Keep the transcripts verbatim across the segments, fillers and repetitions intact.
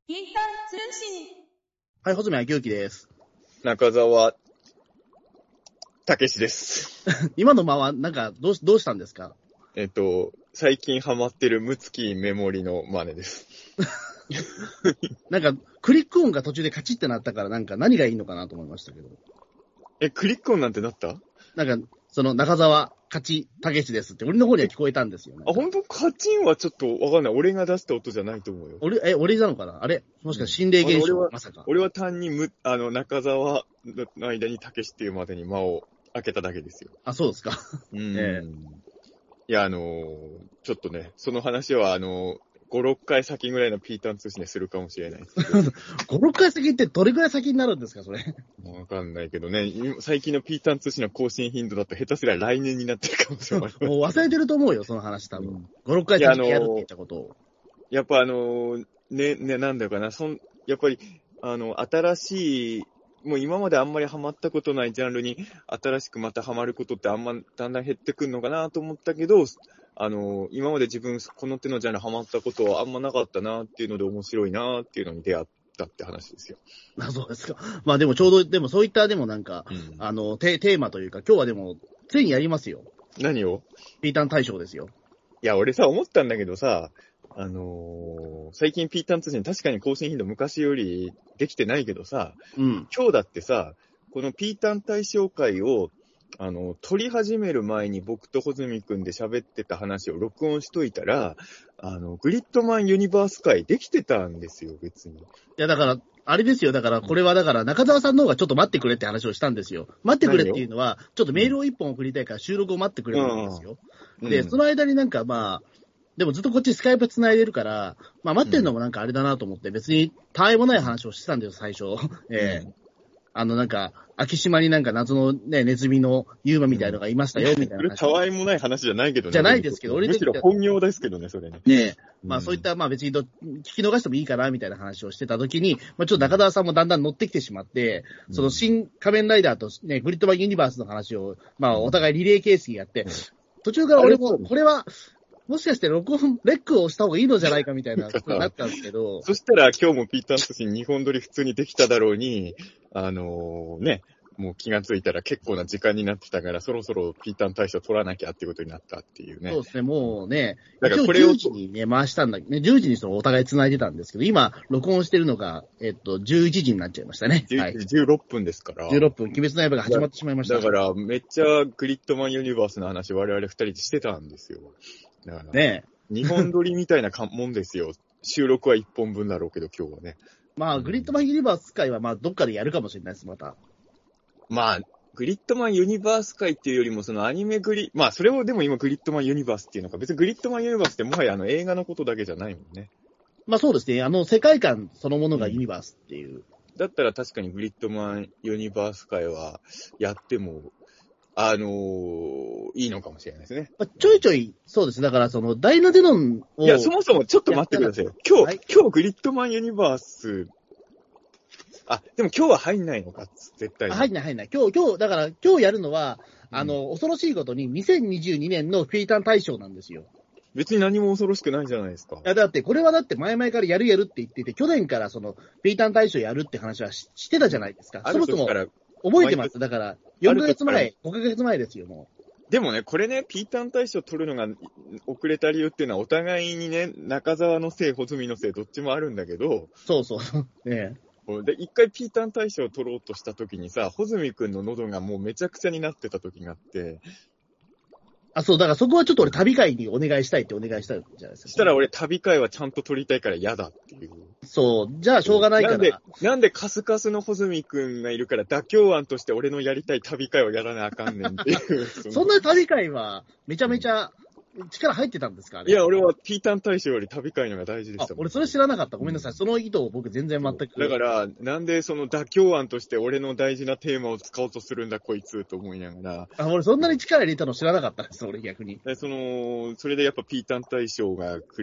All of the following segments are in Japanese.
ピータン通信。 はい、穂積昭之です。 中澤たけしです。 今の間は、なんか、どうし、どうしたんですか？ えっと、最近ハマってるムツキメモリの真似です。 なんか、クリック音が途中でカチッってなったから、なんか何がいいのかなと思いましたけど。 え、クリック音なんてなった？ なんか、その中澤カチたけしですって、俺の方には聞こえたんですよ。 あ、ほんとカチンはちょっとわかんない。俺が出した音じゃないと思うよ。 俺、え、俺なのかなあれもしかして心霊現象、 うん、 まさか。 俺は単にむ、あの、中澤の間にたけしっていうまでに間を開けただけですよ。 あ、そうですか。 うん。 ええ、 いや、あのー、ちょっとね、その話は、あのー、ご、ろっかい先ぐらいのピータン通信でするかもしれないですけど。 ご、ろっかい先ってどれぐらい先になるんですか、それ。 わかんないけどね、最近のピータン通信の更新頻度だと下手すりゃ来年になってるかもしれない。 もう忘れてると思うよ、その話多分。 うん、 ご、ろっかい先にやるって言ったことを。 やっぱあのー、ね、ね、なんだかな、そん、やっぱり、あの、新しい、もう今まであんまりハマったことないジャンルに新しくまたハマることってあんまだんだん減ってくるのかなと思ったけど、あの、今まで自分この手のジャンルハマったことはあんまなかったなっていうので面白いなっていうのに出会ったって話ですよ。 あ、そうですか。まあでもちょうど、でもそういったでもなんか、 うん、 あの、テ、テーマというか、今日はでも、ついにやりますよ。 何を？ ピータン大賞ですよ。 いや、俺さ、思ったんだけどさ、あのー、最近ピータン通信確かに更新頻度昔よりできてないけどさ、 うん。 今日だってさ、このピータン大賞会を、あの、撮り始める前に僕と穂積くんで喋ってた話を録音しといたら、あの、グリッドマンユニバース会できてたんですよ、別に。いや、だから、あれですよ。だから、これはだから、中澤さんの方がちょっと待ってくれって話をしたんですよ。待ってくれっていうのは、ちょっとメールを一本送りたいから収録を待ってくれるんですよ。 うん、 で、その間になんかまあ、でもずっとこっちスカイプ繋いでるから、まあ待ってるのもなんかあれだなと思って、別にたわいもない話をしてたんだよ、最初。ええー。あのなんか、秋島になんか謎のね、ネズミのユーマみたいなのがいましたよ、みたいな話。 それたわいもない話じゃないけどね。 じゃないですけど、 俺むしろ本業ですけどね、それね。 ねえ。まあそういった、まあ別にど聞き逃してもいいかな、みたいな話をしてたときに、まあちょっと中澤さんもだんだん乗ってきてしまって、うん、その新仮面ライダーとね、グリッドマンユニバースの話を、まあお互いリレー形式やって、うん、途中から俺も、これは、もしかして録音、レックをした方がいいのじゃないかみたいなことになったんですけど。 そしたら今日もピーターン通信にほん撮り普通にできただろうに、あのー、ね、もう気がついたら結構な時間になってたから、そろそろピーターン大賞取らなきゃっていうことになったっていうね。 そうですね、もうね、 だからこれをじゅうじにね、回したんだけどね、じゅうじにそのお互い繋いでたんですけど、今、録音してるのが、えっと、じゅういちじになっちゃいましたね。 はい。じゅうろっぷんですから。 じゅうろっぷん、鬼滅の刃が始まってしまいました。 だから、めっちゃグリッドマンユニバースの話我々二人でしてたんですよ。だからね。 日本撮りみたいなもんですよ。収録はいっぽんぶんだろうけど、今日はね。 まあ、グリッドマンユニバース会は、まあ、どっかでやるかもしれないです、また。 まあ、グリッドマンユニバース会っていうよりも、そのアニメグリ、まあ、それをでも今グリッドマンユニバースっていうのか、別にグリッドマンユニバースってもはやあの映画のことだけじゃないもんね。 まあそうですね。あの、世界観そのものがユニバースっていう。うん、 だったら確かにグリッドマンユニバース会はやっても、あのー、いいのかもしれないですね。 まあ、ちょいちょい、そうです。だから、その、ダイナデノンを。 いや、そもそもちょっと待ってくださいよ。今日、はい、今日グリッドマンユニバース、あ、でも今日は入んないのか、絶対に。 入んない入んない。今日、今日、だから、今日やるのは、あの、うん、恐ろしいことに、にせんにじゅうにねんのピータン大賞なんですよ。 別に何も恐ろしくないじゃないですか。いや、だって、これはだって前々からやるやるって言ってて、去年からその、ピータン大賞やるって話は し, してたじゃないですか。そもそも、覚えてます。だから、よんかげつまえ、ごかげつまえですよ、もう。 でもね、これね、ピータン大賞取るのが遅れた理由っていうのは、お互いにね、中澤のせい、穂積のせい、どっちもあるんだけど。 そうそう。ねえ。で、一回ピータン大賞を取ろうとした時にさ、穂積くんの喉がもうめちゃくちゃになってた時があって。 あ、そう、だからそこはちょっと俺旅会にお願いしたいってお願いしたじゃないですか。 そしたら俺旅会はちゃんと取りたいから嫌だっていう。 そう。じゃあしょうがないから。 なんで、なんでカスカスの穂積くんがいるから妥協案として俺のやりたい旅会をやらなあかんねんっていう。 そんな旅会はめちゃめちゃ力入ってたんですかね。 いや、俺はピータン大賞より旅会のが大事でしたもん。 あ、俺それ知らなかった。ごめんなさい。その意図を僕全然全く。 だから、なんでその妥協案として俺の大事なテーマを使おうとするんだこいつと思いながら。 あ、俺そんなに力入れたの知らなかったです、俺逆に。 で、その、それでやっぱピータン大賞が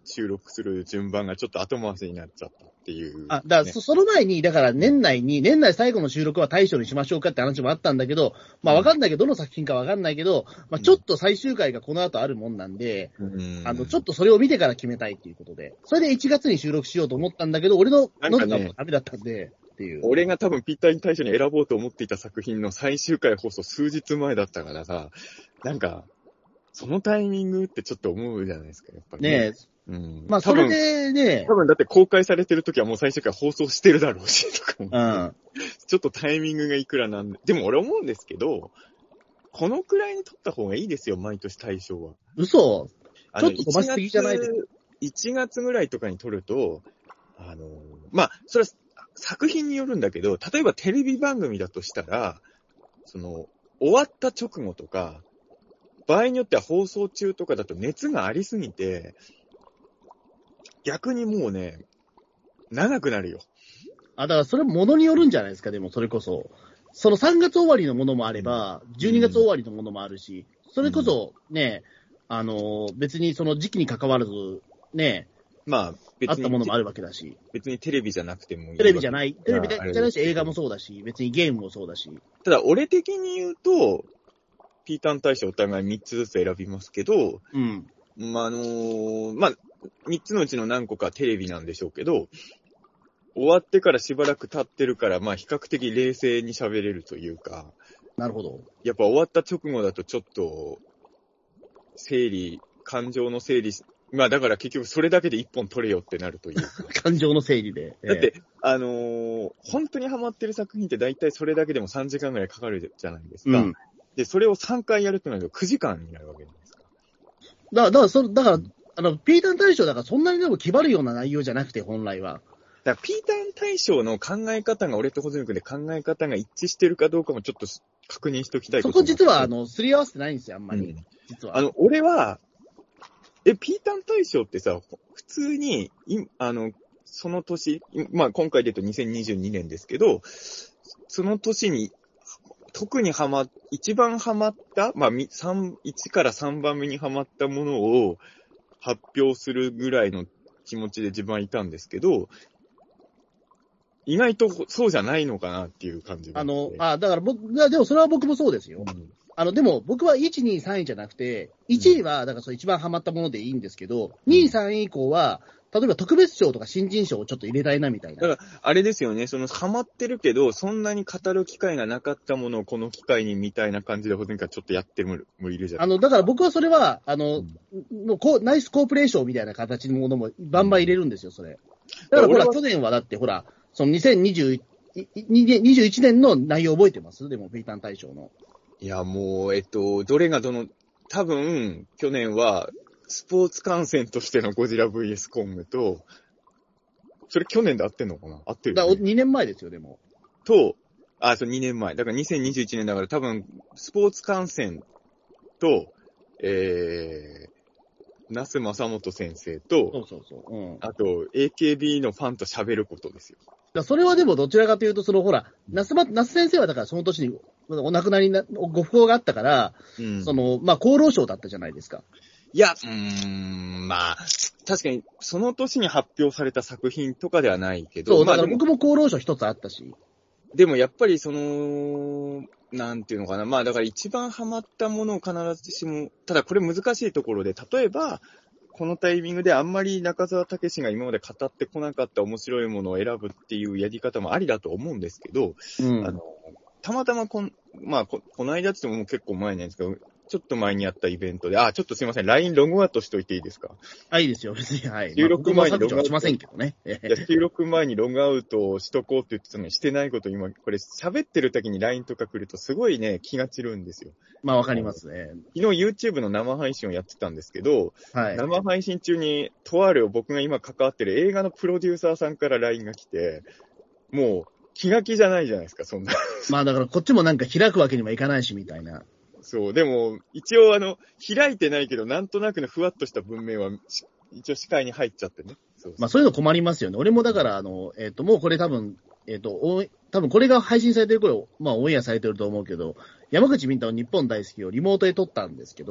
収録する順番がちょっと後回しになっちゃったっていう、ね。 あ、だからそ、その前に、だから年内に、年内最後の収録は大賞にしましょうかって話もあったんだけど、まあわかんないけど、どの作品かわかんないけど、まあちょっと最終回がこの後あるもんなんで、 うん、 あの、ちょっとそれを見てから決めたいっていうことで、それでいちがつに収録しようと思ったんだけど、俺のノルマもダメだったんで、っていう。 俺が多分ピッタリ大賞に選ぼうと思っていた作品の最終回放送数日前だったからさ、なんか、そのタイミングってちょっと思うじゃないですか、やっぱりね。 ねえ。うん。まあ、それでね。 多分だって公開されてる時はもう最終回放送してるだろうし、とかも。 うん。 ちょっとタイミングがいくらなんで。でも俺思うんですけど、このくらいに撮った方がいいですよ、毎年大賞は。 嘘？ちょっと飛ばしすぎじゃないですか。 いちがつぐらいとかに撮ると、あの、まあ、それは作品によるんだけど、例えばテレビ番組だとしたら、その、終わった直後とか、場合によっては放送中とかだと熱がありすぎて、逆にもうね、長くなるよ。 あ、だからそれものによるんじゃないですか、でもそれこそ。そのさんがつ終わりのものもあれば、じゅうにがつ終わりのものもあるし、それこそね、あの、別にその時期に関わらず、ね、 まあ、別に。 あったものもあるわけだし。 別にテレビじゃなくてもいい。 テレビじゃない。テレビじゃないし、映画もそうだし、別にゲームもそうだし。 ただ、俺的に言うと、ピーターン大賞お互いみっつずつ選びますけど、 うん。 まあ、あのー、まあ、みっつのうちの何個かテレビなんでしょうけど、終わってからしばらく経ってるから、まあ、比較的冷静に喋れるというか。 なるほど。 やっぱ終わった直後だとちょっと、整理、感情の整理、まあだから結局それだけで一本取れよってなるというか。 感情の整理で。 だって、えー、あのー、本当にハマってる作品って大体それだけでもさんじかんぐらいかかるじゃないですか。うん、で、それをさんかいやるとなるとくじかんになるわけじゃないですか。 だから、だから、そだから、あの、ピーターン大賞だからそんなにでも気張るような内容じゃなくて、本来は。 だからピーターン大賞の考え方が、俺とホズミ君で考え方が一致してるかどうかもちょっっと確認しておきたいこと。 そこ実は、あの、すり合わせてないんですよ、あんまり。うん、実は。 あの、俺は、え、ピーターン大賞ってさ、普通に、いあの、その年、まあ今回で言うとにせんにじゅうにねんですけど、その年に、特にハマ、一番ハマった、まあ、三、いちからさんばんめにハマったものを発表するぐらいの気持ちで自分はいたんですけど、意外とそうじゃないのかなっていう感じが。 あの、あ、だから僕、でもそれは僕もそうですよ。うん、あの、でも僕はいち、に、さんいじゃなくて、いちいは、だからそれ一番ハマったものでいいんですけど、うん、にい、さんい以降は、例えば特別賞とか新人賞をちょっと入れたいなみたいな。 だから、あれですよね、そのハマってるけど、そんなに語る機会がなかったものをこの機会にみたいな感じで、ほんかちょっとやってるもいるじゃないですか。 あの、だから僕はそれは、あの、うん、もうこうナイスコープレーションみたいな形のものもバンバン入れるんですよ、それ。だからほら、去年はだってほら、そのにせんにじゅうにじゅういちねんの内容覚えてます？でも、ピーターン大賞の。 いや、もう、えっと、どれがどの、多分、去年は、スポーツ観戦としてのゴジラ ブイエス コングと、それ去年で合ってんのかな？合ってる、ね。 だにねんまえですよ、でも。 と、あ、そう、にねんまえ。だからにせんにじゅういちねんだから多分、スポーツ観戦と、えー、那須正元先生と、 そうそうそう。うん。 あと、エーケービー のファンと喋ることですよ。 だそれはでもどちらかというと、そのほら、那須、那須先生はだからその年にお亡くなりな、ご不幸があったから、うん、その、まあ、厚労省だったじゃないですか。 いや、うーん、まあ、確かに、その年に発表された作品とかではないけど。 そう、だから僕も厚労省一つあったし。 でもやっぱりその、なんていうのかな。まあだから一番ハマったものを必ずしも、ただこれ難しいところで、例えば、このタイミングであんまり中澤武史が今まで語ってこなかった面白いものを選ぶっていうやり方もありだと思うんですけど、うん、あの、たまたまこん、まあこ、この間って言ってももう結構前なんですけど、ちょっと前にやったイベントで、あ、ちょっとすいません、ライン ログアウトしといていいですか？ あ、いいですよ、別に、はい。 収録前にログアウトしませんけどね。 いや、収録前にログアウトをしとこうって言ってたのにしてないこと今、これ喋ってる時に ライン とか来るとすごいね、気が散るんですよ。 まあわかりますね。 昨日 YouTube の生配信をやってたんですけど、 はい、 生配信中にとある僕が今関わってる映画のプロデューサーさんから ライン が来て、もう気が気じゃないじゃないですか、そんな。 まあだからこっちもなんか開くわけにはいかないしみたいな。 そう、でも、一応あの、開いてないけど、なんとなくのふわっとした文面は、一応視界に入っちゃってね。 そうそうまあそういうの困りますよね。俺もだから、あの、えっ、ー、と、もうこれ多分、えっ、ー、と、多分これが配信されてる頃、まあオンエアされてると思うけど、山口みんたの日本大好きをリモートで撮ったんですけど、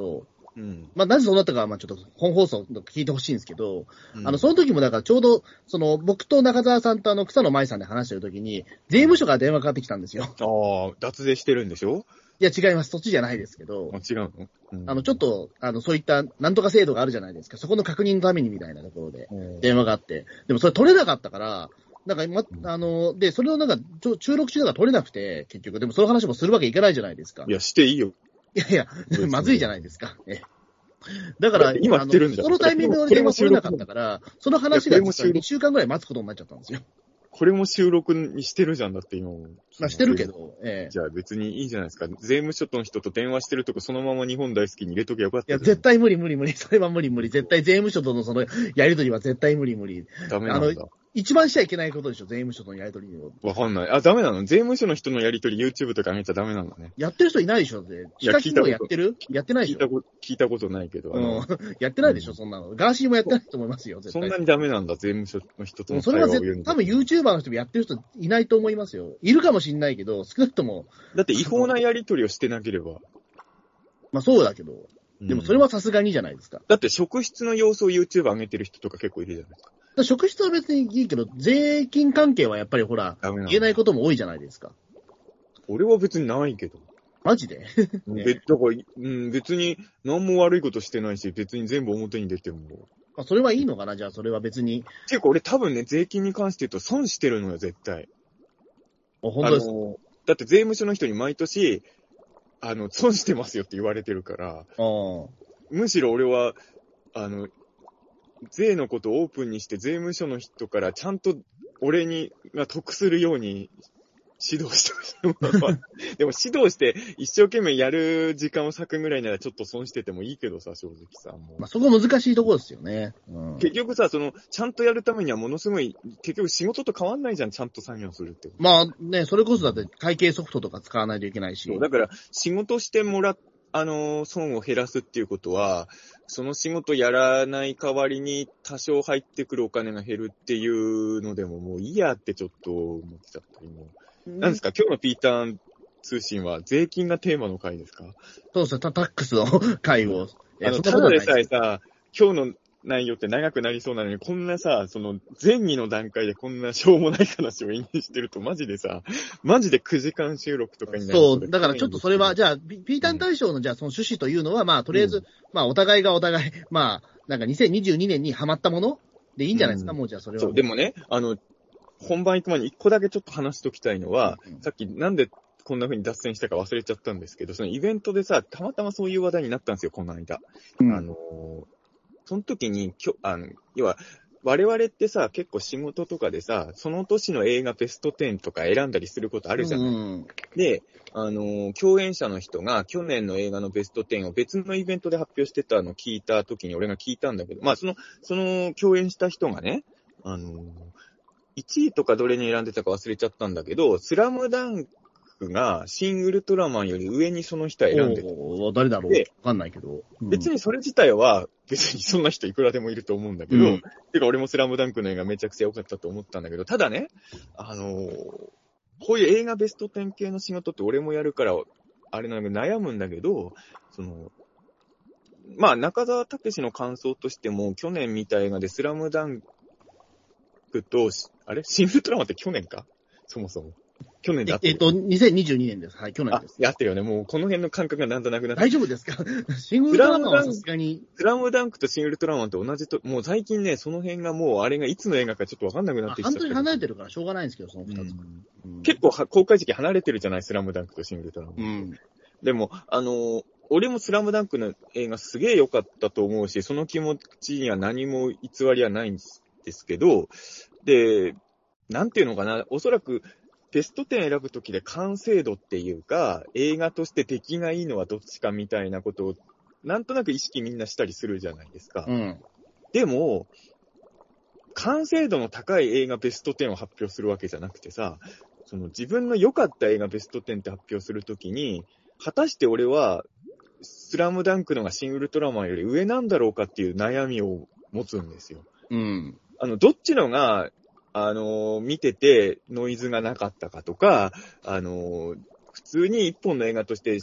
うん。 まあ、なぜそうなったかは、まあ、ちょっと本放送の聞いてほしいんですけど、 うん、 あの、その時もだからちょうど、その、僕と中澤さんとあの、草野舞さんで話してる時に、税務署から電話かかってきたんですよ。 ああ、脱税してるんでしょ？ いや、違います。そっちじゃないですけど、 あ、違うの？うん、 あの、ちょっと、あの、そういった、なんとか制度があるじゃないですか。そこの確認のためにみたいなところで、電話があって。でもそれ取れなかったから、なんか今、あの、で、それをなんか、ちょ収録中だから取れなくて、結局。でもその話もするわけいかないじゃないですか。 いや、していいよ。 いやいや、まずいじゃないですか。えだから、 今してるんだ。 そのタイミングで電話取れなかったから、その話が実はにしゅうかんぐらい待つことになっちゃったんですよ。 これも収録にしてるじゃんだって今。 まあしてるけど、ええ。 じゃあ別にいいじゃないですか。税務署の人と電話してるとこそのまま日本大好きに入れときゃよかった。 いや、絶対無理無理無理。それは無理無理。絶対税務署とのそのやりとりは絶対無理無理。 ダメなんだ。 あの一番しちゃいけないことでしょ、税務署とのやりとりを。 わかんない。あ、ダメなの？税務署の人のやりとり YouTube とか見ちゃダメなんだね。 やってる人いないでしょって。 いや、聞いたこと。 やってるやってないでしょ。 聞いたこと、聞いたことないけど。 うん。やってないでしょ、そんなの。ガーシーもやってないと思いますよ、絶対。 そんなにダメなんだ、税務署の人とのそれは絶対、多分 YouTuber の人もやってる人いないと思いますよ。いるかもしんないけど、少なくとも。 だって違法なやりとりをしてなければ。 まあそうだけど。でもそれはさすがにじゃないですか。 だって職質の様子を YouTube 上げてる人とか結構いるじゃないですか。 職質は別にいいけど、税金関係はやっぱりほら、言えないことも多いじゃないですか。 俺は別にないけど。 マジでね、だから、うん、別に何も悪いことしてないし、別に全部表に出ても。 あ、それはいいのかなじゃあそれは別に。 ていうか俺多分ね、税金に関して言うと損してるのよ、絶対。 あ、本当ですか？ だって税務署の人に毎年、あの、損してますよって言われてるから、 あむしろ俺は、あの、税のことをオープンにして税務署の人からちゃんと俺にが得するように指導してほしい。でも指導して一生懸命やる時間を割くぐらいならちょっと損しててもいいけどさ、正直さ。もうまあ、そこ難しいところですよね、うん。 結局さ、その、ちゃんとやるためにはものすごい、結局仕事と変わんないじゃん、ちゃんと作業するって。 まあね、それこそだって会計ソフトとか使わないといけないし。 だから仕事してもらっあの、損を減らすっていうことは、その仕事やらない代わりに多少入ってくるお金が減るっていうのでももういいやってちょっと思ってちゃったりも。なんですか、今日のピーターン通信は税金がテーマの回ですか？ そうですね、タックスの回を。 あの、ただでさえさ、今日の内容って長くなりそうなのに、こんなさ、その前期の段階でこんなしょうもない話を演じしてると、マジでさ、マジでくじかん収録とかになる。 そう、だからちょっとそれは、じゃあ、ピーターン大賞のじゃあその趣旨というのは、まあ、とりあえず、うん、まあ、お互いがお互い、まあ、なんかにせんにじゅうにねんにハマったものでいいんじゃないですか、うん、もうじゃあそれは。 そう、でもね、あの、本番行く前に一個だけちょっと話しときたいのは、うん、さっきなんでこんな風に脱線したか忘れちゃったんですけど、そのイベントでさ、たまたまそういう話題になったんですよ、この間。うん、あの、その時に、きょあの、要は、我々ってさ、結構仕事とかでさ、その年の映画ベストじゅうとか選んだりすることあるじゃない。うん、で、あの、共演者の人が去年の映画のベストじゅうを別のイベントで発表してたのを聞いた時に俺が聞いたんだけど、まあその、その共演した人がね、あの、いちいとかどれに選んでたか忘れちゃったんだけど、スラムダンクがシン・ウルトラマンより上にその人は選んでた。 誰だろうわかんないけど、 うん。別にそれ自体は、別にそんな人いくらでもいると思うんだけど、うん、てか俺もスラムダンクの映画めちゃくちゃ良かったと思ったんだけど、ただね、あのー、こういう映画ベストじゅう系の仕事って俺もやるから、あれなんだけど悩むんだけど、その、まあ中澤武史の感想としても、去年見た映画でスラムダンクと、あれシン・ウルトラマンって去年かそもそも。去年であってえっと、にせんにじゅうにねんです。はい、去年です。 あ、やってるよね。もうこの辺の感覚がなんとなくなって。 大丈夫ですかシングルトラマンはさすがに。 スラムダンクとシングルトラマンと同じと、もう最近ね、その辺がもうあれがいつの映画かちょっとわかんなくなってきちゃった。 半年離れてるからしょうがないんですけど、その二つ、 うんうん。結構は公開時期離れてるじゃない、スラムダンクとシングルトラマン。うん、でも、あのー、俺もスラムダンクの映画すげえ良かったと思うし、その気持ちには何も偽りはないんですけど、で、なんていうのかな、おそらく、ベストじゅう選ぶときで完成度っていうか、映画として出来がいいのはどっちかみたいなことを、なんとなく意識みんなしたりするじゃないですか。うん、でも、完成度の高い映画ベストじゅうを発表するわけじゃなくてさ、その自分の良かった映画ベストじゅうって発表するときに、果たして俺は、スラムダンクのがシン・ウルトラマンより上なんだろうかっていう悩みを持つんですよ。うん。あの、どっちのが、あのー、見ててノイズがなかったかとか、あのー、普通に一本の映画として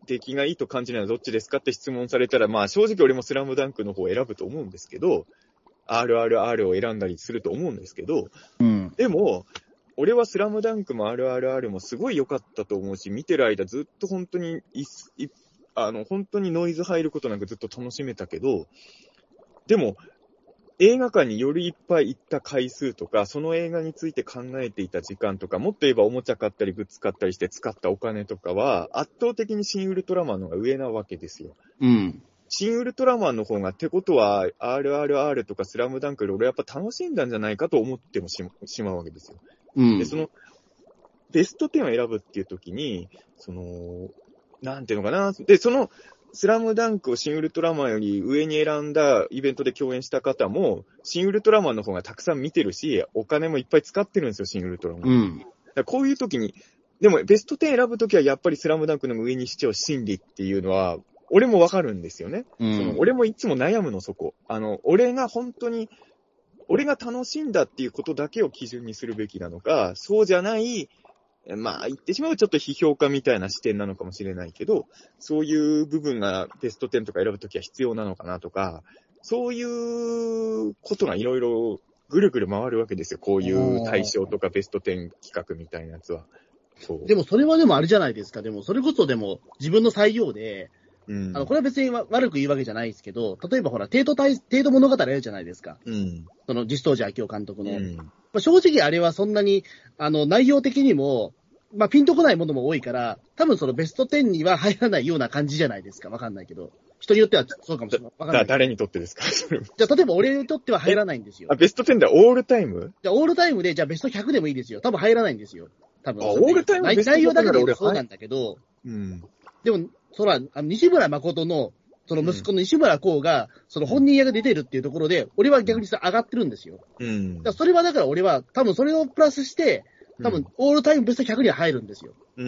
出来がいいと感じるのはどっちですかって質問されたら、まあ正直俺もスラムダンクの方を選ぶと思うんですけど、アールアールアール を選んだりすると思うんですけど、 うん。 でも、俺はスラムダンクも アールアールアール もすごい良かったと思うし、見てる間ずっと本当にい、い、あの、本当にノイズ入ることなくずっと楽しめたけど、でも、映画館によりいっぱい行った回数とか、その映画について考えていた時間とか、もっと言えばおもちゃ買ったりグッズ買ったりして使ったお金とかは、圧倒的にシン・ウルトラマンの方が上なわけですよ。 うん。 シン・ウルトラマンの方が、ってことは、アールアールアール とかスラムダンクより俺やっぱ楽しんだんじゃないかと思ってもしましまうわけですよ。 うん。 で、その、ベストじゅうを選ぶっていう時に、その、なんていうのかな。で、その、スラムダンクをシン・ウルトラマンより上に選んだイベントで共演した方も、シン・ウルトラマンの方がたくさん見てるし、お金もいっぱい使ってるんですよ、シン・ウルトラマン。 うん。 だからこういう時に、でもベストじゅう選ぶ時はやっぱりスラムダンクの方が上にしちゃう心理っていうのは、俺もわかるんですよね。 うん、 その俺もいつも悩むの、そこ。あの、俺が本当に、俺が楽しんだっていうことだけを基準にするべきなのか、そうじゃない、まあ、言ってしまうとちょっと批評家みたいな視点なのかもしれないけど、そういう部分がベストじゅうとか選ぶときは必要なのかなとか、そういうことがいろいろぐるぐる回るわけですよ。こういう対象とかベストじゅう企画みたいなやつは。 そうでもそれはでもあれじゃないですか。でもそれこそでも自分の裁量で、 うん、 あのこれは別に悪く言うわけじゃないですけど、例えばほら、帝都対、帝都物語あるじゃないですか。 うん、 その実東寺明夫監督の。 うん、 まあ、正直あれはそんなに、あの、内容的にも、まあ、ピンとこないものも多いから、多分そのベストじゅうには入らないような感じじゃないですか。わかんないけど。人によってはそうかもしれない。わかんない。 誰にとってですか？ じゃあ、例えば俺にとっては入らないんですよ。 あ、ベストじゅうでオールタイム？ じゃあ、オールタイムで、じゃあベストひゃくでもいいですよ。多分入らないんですよ。多分。 あ、オールタイムベスト内容だけでそうなんだけど、 うん。 でも、そら、あの西村誠の、その息子の西村光が、その本人役で出てるっていうところで、俺は逆に上がってるんですよ。 うん。 だそれはだから俺は、多分それをプラスして、多分、オールタイムベストひゃくには入るんですよ。 うん。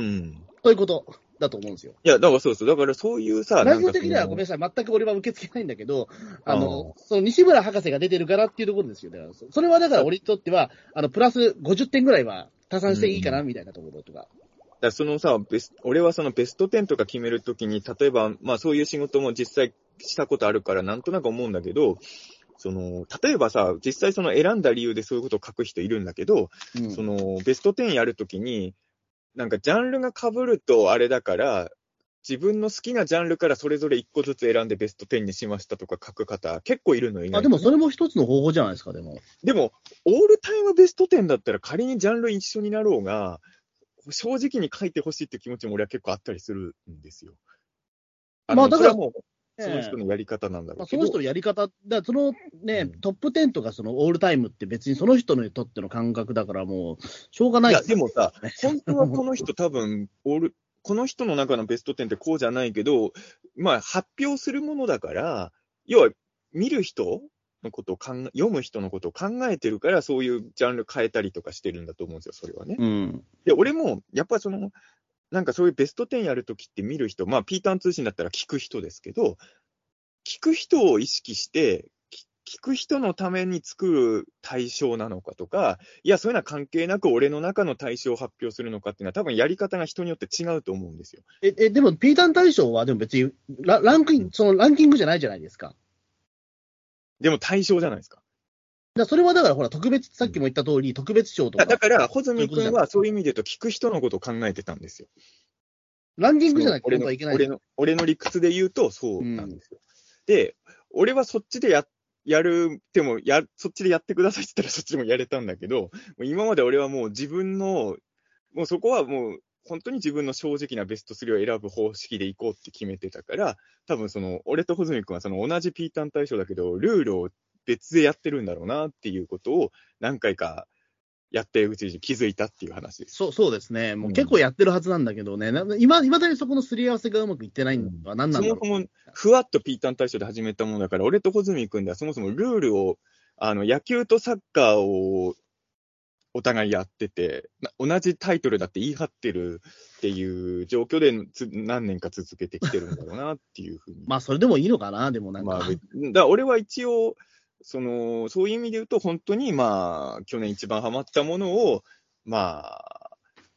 そういうことだと思うんですよ。 いや、だからそうです。だからそういうさ、 内容的にはごめんなさい、全く俺は受け付けないんだけど、あの、その西村博士が出てるからっていうところですよ。だからそれはだから俺にとっては、あの、プラスごじゅってんぐらいは加算していいかな、みたいなところとか。 だそのさ、ベス俺はそのベストじゅうとか決めるときに、例えば、まあそういう仕事も実際したことあるからなんとなく思うんだけど、その、例えばさ、実際その選んだ理由でそういうことを書く人いるんだけど、うん、その、ベストじゅうやるときに、なんかジャンルが被るとあれだから、自分の好きなジャンルからそれぞれ一個ずつ選んでベストじゅうにしましたとか書く方、結構いるのいない、 あ、でもそれも一つの方法じゃないですか、でも。 でも、オールタイムベストじゅうだったら仮にジャンル一緒になろうが、正直に書いてほしいって気持ちも俺は結構あったりするんですよ。あのまあだから、それはもう、その人のやり方なんだろうけど、 まあ、その人のやり方、だそのね、うん、トップじゅうとかそのオールタイムって別にその人にとっての感覚だからもう、しょうがない、 ね。いや、でもさ、本当はこの人多分、オール、この人の中のベストじゅうってこうじゃないけど、まあ発表するものだから、要は見る人のことを考え、読む人のことを考えてるから、そういうジャンル変えたりとかしてるんだと思うんですよ、それはね。 うん、 で、俺も、やっぱりその、なんかそういうベストじゅうやるときって見る人、まあ、ピーターン通信だったら聞く人ですけど、聞く人を意識して、聞く人のために作る対象なのかとか、いや、そういうのは関係なく俺の中の対象を発表するのかっていうのは多分やり方が人によって違うと思うんですよ。 え、え、でも、ピーターン対象はでも別にラ、ランキング、そのランキングじゃないじゃないですか。 でも対象じゃないですか。 だそれはだからほら、特別、さっきも言った通り、うん、特別賞とか。 だから、穂積君はそういう意味で言うと、聞く人のことを考えてたんですよ。 ランキングじゃないと俺の、俺の、俺の理屈で言うと、そうなんですよ。うん、で、俺はそっちでや、やる、でも、や、そっちでやってくださいって言ったらそっちでもやれたんだけど、今まで俺はもう自分の、もうそこはもう、本当に自分の正直なベストスリーを選ぶ方式でいこうって決めてたから、多分その、俺と穂積君はその同じピーターン対象だけど、ルールを別でやってるんだろうなっていうことを何回かやってうちに気づいたっていう話です。 そう、そうですね。もう結構やってるはずなんだけどね。うん、今、今だにそこのすり合わせがうまくいってないのは何なんだろう、 うん、そもそも、ふわっとピーターン対象で始めたものだから、俺と穂積君ではそもそもルールを、あの、野球とサッカーをお互いやってて、同じタイトルだって言い張ってるっていう状況でつ何年か続けてきてるんだろうなっていうふうに。 まあ、それでもいいのかな、でもなんか。まあ、だから俺は一応、その、そういう意味で言うと、本当にまあ、去年一番ハマったものを、まあ、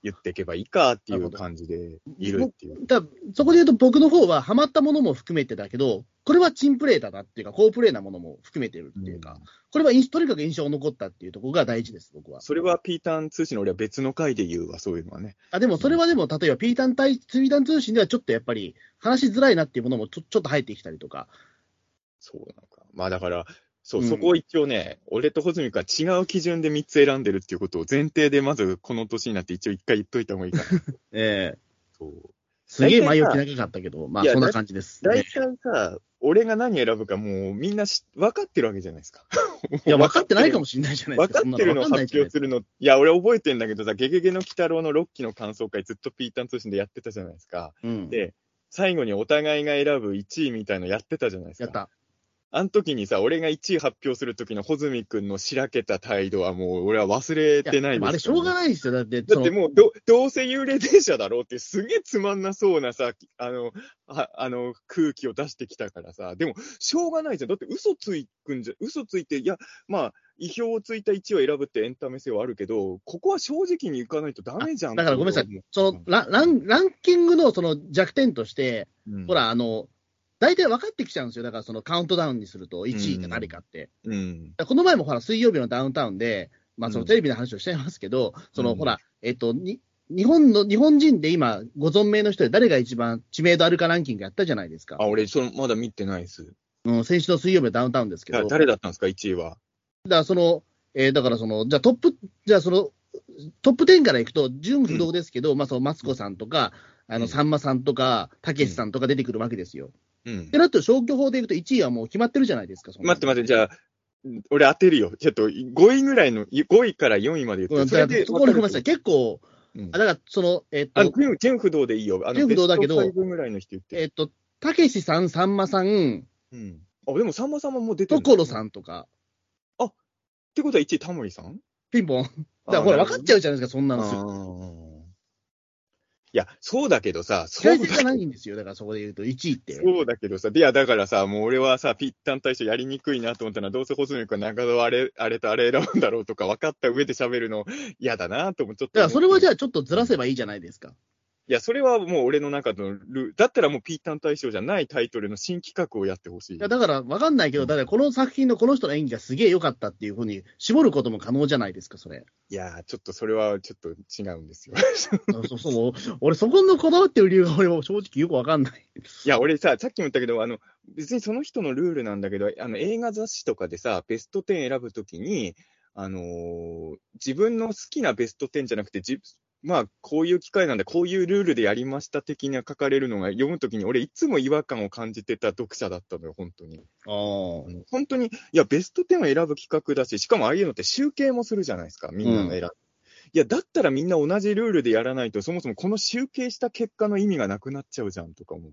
言っていけばいいかっていう感じでいるっていう。 だそこで言うと僕の方はハマったものも含めてだけど、これはチンプレーだなっていうか、好プレーなものも含めてるっていうか、うん、これはとにかく印象に残ったっていうところが大事です、僕は。 それはピータン通信の俺は別の回で言うわ、そういうのはね。 あでもそれはでも、例えばピータン対、ピータン通信ではちょっとやっぱり話しづらいなっていうものもちょちょっと入ってきたりとか。 そうなのか。まあだから、そう、うん、そこを一応ね、俺と穂積が違う基準でみっつ選んでるっていうことを前提で、まずこの年になって一応一回言っといた方がいいかな。 ええー。そう。 すげえ前置き長かったけど、まあそんな感じです、 ね。大体さ、俺が何選ぶかもうみんなし分かってるわけじゃないですか。 いや、分かってないかもしれないじゃないですか。 分かってるのを発表するの。いや、俺覚えてんだけどさ、ゲゲゲの鬼太郎のろっきの感想会ずっとピータン通信でやってたじゃないですか。 うん、 で、最後にお互いが選ぶいちいみたいのやってたじゃないですか。 やった。 あの時にさ、俺がいちい発表する時の穂積君のしらけた態度はもう俺は忘れてないです、ね、 あれしょうがないですよ。だって、 だってもうど、どうせ幽霊電車だろうってすげえつまんなそうなさ、あの、ああの空気を出してきたからさ、でもしょうがないじゃん。だって嘘ついくんじゃ、嘘ついて、いや、まあ、意表をついたいちを選ぶってエンタメ性はあるけど、ここは正直にいかないとダメじゃん。 だからごめんなさい。そのララン、ランキングのその弱点として、うん、ほら、あの、大体分かってきちゃうんですよ。だからそのカウントダウンにするといちいが誰かって。うんうん、この前もほら、水曜日のダウンタウンで、まあそのテレビの話をしちゃいますけど、うん、そのほら、えっと、に、日本の、日本人で今、ご存命の人で誰が一番知名度あるかランキングやったじゃないですか。 あ、俺、その、まだ見てないです。 うん、先週の水曜日のダウンタウンですけど。 誰だったんですか、いちいは。 だからその、えー、だからその、じゃあトップ、じゃあその、トップじゅうからいくと、純不動ですけど、うん、まあその、マツコさんとか、あの、さんまさんとか、たけしさんとか出てくるわけですよ。うん。で、なって消去法でいくといちいはもう決まってるじゃないですか。 待って待って、じゃあ、俺当てるよ。ちょっとごいぐらいの、ごいからよんいまで言って。 それで、そこでごめんなさい。結構、うん、あだから、その、えっ、ー、と、 あ、純不動でいいよ。あの、 純不動だけど、 ベストごぐらいの人言って。 えっ、ー、と、たけしさん、さんまさん、 うん。あ、でもさんまさんももう出てる。 所さんとか。 あ、ってことはいちいタモリさんピンポン。だからほら、分かっちゃうじゃないですか、そんなのすぐ。いや、そうだけどさ、 そうじゃないんですよ。だからそこで言うと、いちいって。 そうだけどさ、いや、だからさ、もう俺はさ、ピッタン対象やりにくいなと思ったら、どうせホズミ君は中田あれ、あれとあれ選ぶんだろうとか分かった上で喋るの嫌だなと思って、ちょっと。 だからそれはじゃあちょっとずらせばいいじゃないですか。 いや、それはもう俺の中のルだったらもうピータン大賞じゃないタイトルの新企画をやってほしい。いや、だから分かんないけど、だからこの作品のこの人の演技がすげえ良かったっていうふうに絞ることも可能じゃないですか、それ。 いやー、ちょっとそれはちょっと違うんですよ。 そうそう、俺そこのこだわってる理由が俺も正直よく分かんない。 いや、俺さ、さっきも言ったけど、あの、別にその人のルールなんだけど、あの、映画雑誌とかでさ、ベストじゅう選ぶときに、あのー、自分の好きなベストじゅうじゃなくて、じまあ、こういう機会なんで、こういうルールでやりました的な書かれるのが読むときに、俺いつも違和感を感じてた読者だったのよ、本当に。 あ本当に、いや、ベストじゅうを選ぶ企画だし、しかもああいうのって集計もするじゃないですか、みんなの選ぶ。うん、いや、だったらみんな同じルールでやらないと、そもそもこの集計した結果の意味がなくなっちゃうじゃんとか思って、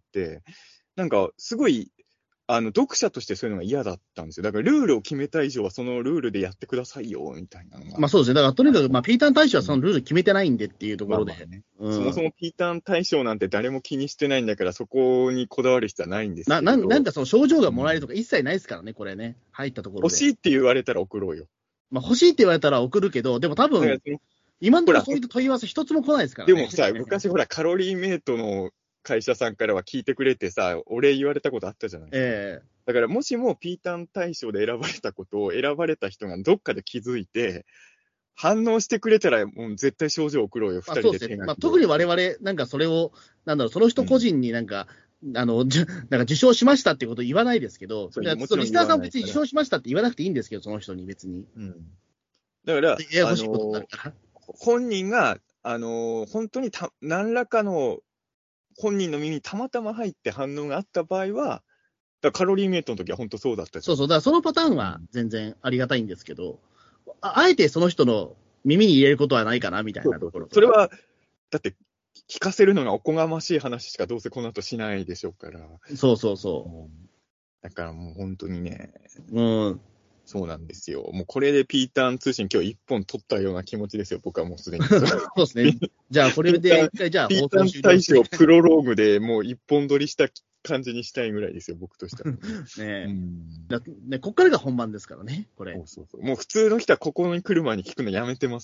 なんか、すごい、あの、読者としてそういうのが嫌だったんですよ。だから、ルールを決めた以上は、そのルールでやってくださいよ、みたいなのが。 まあそうですね。だから、とにかく、まあ、ピーターン大賞はそのルール決めてないんでっていうところで。まあまあねうん、そもそもピーターン大賞なんて誰も気にしてないんだから、そこにこだわる必要はないんですけど。 な、ななんかその症状がもらえるとか一切ないですからね、これね。入ったところで。 欲しいって言われたら送ろうよ。 まあ欲しいって言われたら送るけど、でも多分、今のところそういう問い合わせ一つも来ないですからね。 でもさ、昔ほら、カロリーメイトの会社さんからは聞いてくれてさ、俺言われたことあったじゃないですか。 ええー、 だからもしもピーターン大賞で選ばれたことを選ばれた人がどっかで気づいて、反応してくれたらもう絶対症状送ろうよ、二人で手書きで。 まあ、特に我々、なんかそれを、なんだろう、その人個人になんか、うん、あの、じゃ、なんか受賞しましたってこと言わないですけど、それそのリスナーさん別に受賞しましたって言わなくていいんですけど、その人に別に。うん、 だから、 ややこしいことになるから。 本人が、あのー、本当にた何らかの本人の耳にたまたま入って反応があった場合は、だカロリーメイトの時は本当そうだったじゃん。 そうそう、だからそのパターンは全然ありがたいんですけど、うん、あ, あえてその人の耳に入れることはないかなみたいなところ。 それは、だって、聞かせるのがおこがましい話しかどうせこの後しないでしょうから。 そうそうそう。 だからもう本当にね。 うん。 そうなんですよ。もうこれでピーターン通信今日一本取ったような気持ちですよ、僕はもうすでに。 そうですね。じゃあこれで一回じゃあピーターン大賞プロローグでもう一本取りした感じにしたいぐらいですよ、僕としては。ねえ。うん、だね、こっからが本番ですからね、これ。 そうそうそう。もう普通の人はここに来る前に聞くのやめてますから。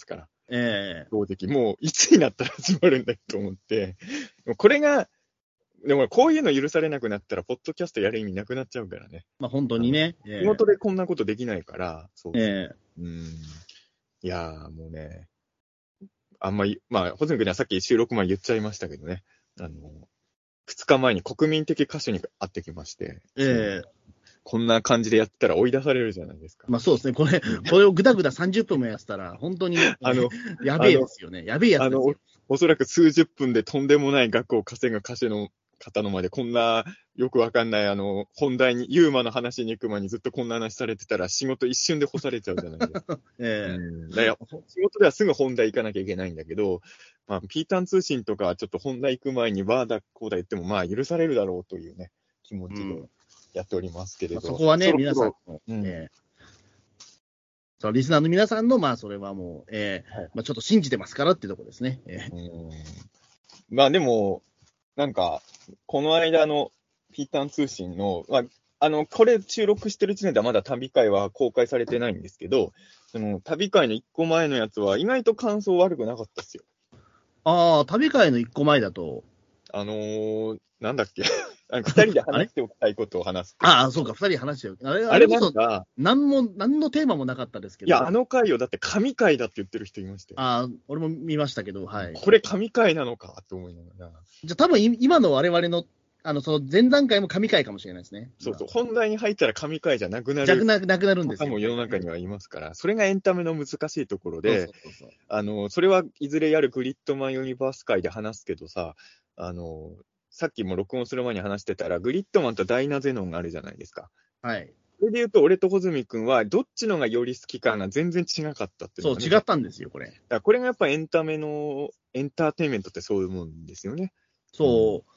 ええ正直。もう、いつになったら始まるんだと思って。これが、でもこういうの許されなくなったら、ポッドキャストやる意味なくなっちゃうからね。 まあ本当にね。 仕事でこんなことできないから、そうそう。 ええうん。いやー、もうね、あんまり、まあ、ホズミ君にはさっき収録前言っちゃいましたけどね。あの、二日前に国民的歌手に会ってきまして、 ええこんな感じでやったら追い出されるじゃないですか。 まあそうですね。これ、これをぐだぐださんじゅっぷんもやってたら、本当に、 あの、 やべえですよね。やべえやつあの、 ですよ。 おそらく数十分でとんでもない額を稼ぐ歌手の方の前で、こんなよくわかんない、あの、本題に、ユーマの話に行く前にずっとこんな話されてたら、仕事一瞬で干されちゃうじゃないですか。 ええうん、だから仕事ではすぐ本題行かなきゃいけないんだけど、まあ、ピータン通信とかちょっと本題行く前にバーダこうだ言っても、まあ、許されるだろうというね、気持ちでやっておりますけれど。 まあ、そこはね、 ろ皆さんの、 うんええそのリスナーの皆さんの、まあ、それはもう、ええはいまあ、ちょっと信じてますからっていうところですね。ええうんまあでも、なんか、この間のピータン通信の、まあ、あの、これ収録してる時点ではまだ旅会は公開されてないんですけど、その旅会の一個前のやつは意外と感想悪くなかったですよ。 ああ、旅会の一個前だと、 あのー、なんだっけあの二人であれ話しておきたいことを話すって。 ああ、そうか、二人話してる。あれ、 あれあれこそ、 なんか、 なんも、なんのテーマもなかったですけど。 いや、あの回をだって神回だって言ってる人いましたよ。 ああ、俺も見ましたけど、はい。 これ神回なのかって思いながら。 じゃあ多分い今の我々の、あの、その前段階も神回かもしれないですね。 そうそう、本題に入ったら神回じゃなくなじゃなくるななくなるんですよ。 方も世の中にはいますから、それがエンタメの難しいところそうで、 そうそうそう。 あの、それはいずれやるグリッドマンユニバース会で話すけどさ、あの、さっきも録音する前に話してたら、グリッドマンとダイナゼノンがあるじゃないですか。 はい。 それで言うと、俺と穂積君は、どっちのがより好きかが全然違かったっていうそう、 のがね。 違ったんですよ、これ。 だからこれがやっぱエンタメの、エンターテインメントってそういうもんですよね。 そう。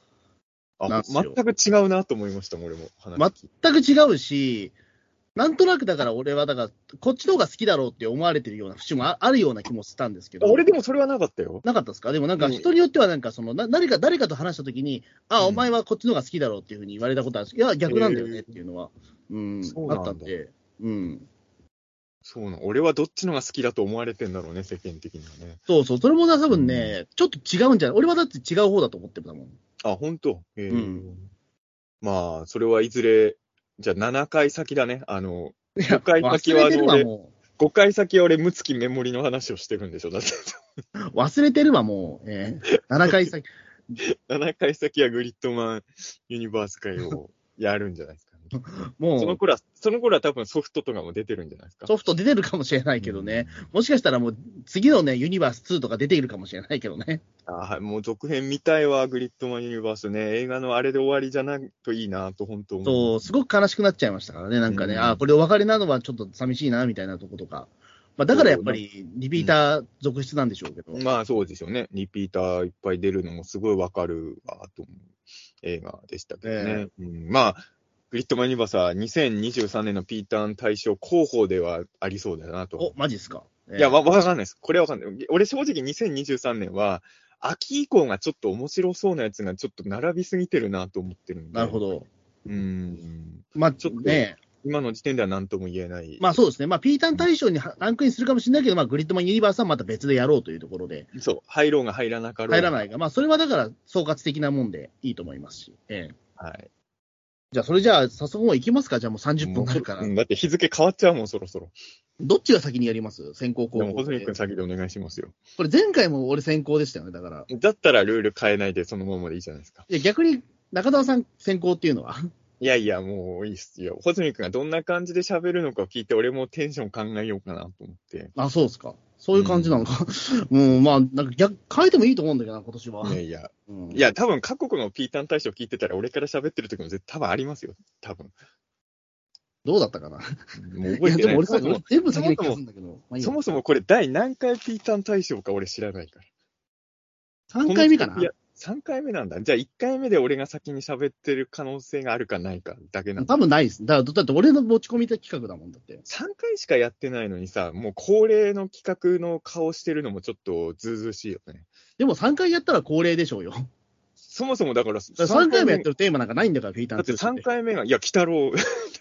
なんあ、 すよ全く違うなと思いましたもん、俺も話。 全く違うし、なんとなくだから俺は、だから、こっちの方が好きだろうって思われてるような節もああるような気もしたんですけど。 俺でもそれはなかったよ。 なかったですか？でもなんかうん人によってはなんかその、な何か誰かと話したときに、あ、 うんお前はこっちの方が好きだろうっていうふうに言われたことあるんです。いや、逆なんだよねっていうのは、うん、あそうなんだったんで、うん。 そうなの。俺はどっちのが好きだと思われてんだろうね、世間的にはね。 そうそう、それもな多分ね、ちょっと違うんじゃない？俺はだって違う方だと思ってたもん。 あ、本当。えーうんまあ、それはいずれ、じゃあななかい先だね。あの、 いや、 ごかい先忘れてるわ、 はあの俺、 もごかい先は俺、ムツキメモリの話をしてるんでしょ。だって、 う。忘れてるわ、もう。えー、ななかい先。 ななかい先はグリッドマンユニバース会をやるんじゃないですかね。 もう、 その頃は、その頃は多分ソフトとかも出てるんじゃないですか。 ソフト出てるかもしれないけどね。もしかしたらもう、次のね、ユニバースツーとか出てくるかもしれないけどね。 あはい、もう続編見たいわ、グリッドマンユニバースね。映画のあれで終わりじゃないといいなと、本当思そうう、 ます。 すごく悲しくなっちゃいましたからね。なんかね、 うんあ、これお別れなのはちょっと寂しいな、みたいなとことか。まあ、だからやっぱり、リピーター続出なんでしょうけど。 まあそうですよね。リピーターいっぱい出るのもすごいわかるわと思う映画でしたけどね。うん、まあ、グリッドマンユニバースはにせんにじゅうさんねんのピーターン大賞候補ではありそうだなと。 お、マジっすか。えーいや、わ、わかんないです。これはわかんない。俺正直にせんにじゅうさんねんは、秋以降がちょっと面白そうなやつがちょっと並びすぎてるなと思ってるんで。 なるほど。 うーん。 まあ、 ちょっとね、 今の時点では何とも言えない。 まあそうですね。まあ、ピーターン大賞にランクインするかもしれないけど、まあ、グリッドマンユニバースはまた別でやろうというところで。 そう。入ろうが入らなかろうが。 入らないが、まあ、それはだから総括的なもんでいいと思いますし。ええはい。 じゃあ、それじゃあ、早速もう行きますか？じゃあもうさんじゅっぷんになるからうん。だって日付変わっちゃうもん、そろそろ。 どっちが先にやります先行後でも、 攻ホズミ君先でお願いしますよ。 これ前回も俺先行でしたよね、だから。 だったらルール変えないでそのままでいいじゃないですか。 いや、逆に中澤さん先行っていうのは。 いやいや、もういいっすよ。ホズミ君がどんな感じで喋るのかを聞いて、俺もテンション考えようかなと思って。 あ、そうですか。そういう感じなのか。うん、まあ、なんか逆、変えてもいいと思うんだけどな、今年は。 いやいや。 うん、 いや、多分各国のピーターン大賞聞いてたら、俺から喋ってる時も絶対多分ありますよ。多分。 どうだったかな。 もう覚えてない。 いや、でも俺さ、 そもそも俺全部先に気がするんだけど。まあいいよそもそもこれ第何回ピーターン大賞か俺知らないから。 さんかいめかないや、さんかいめなんだ。じゃあいっかいめで俺が先に喋ってる可能性があるかないかだけなんだ。 多分ないです。だから、だって俺の持ち込み企画だもんだって。 さんかいしかやってないのにさ、もう恒例の企画の顔してるのもちょっとずうずうしいよね。 でもさんかいやったら恒例でしょうよ。 そもそもだから、 だからさんかいめやってるテーマなんかないんだから、ピーターンだってさんかいめが、いや、鬼太郎、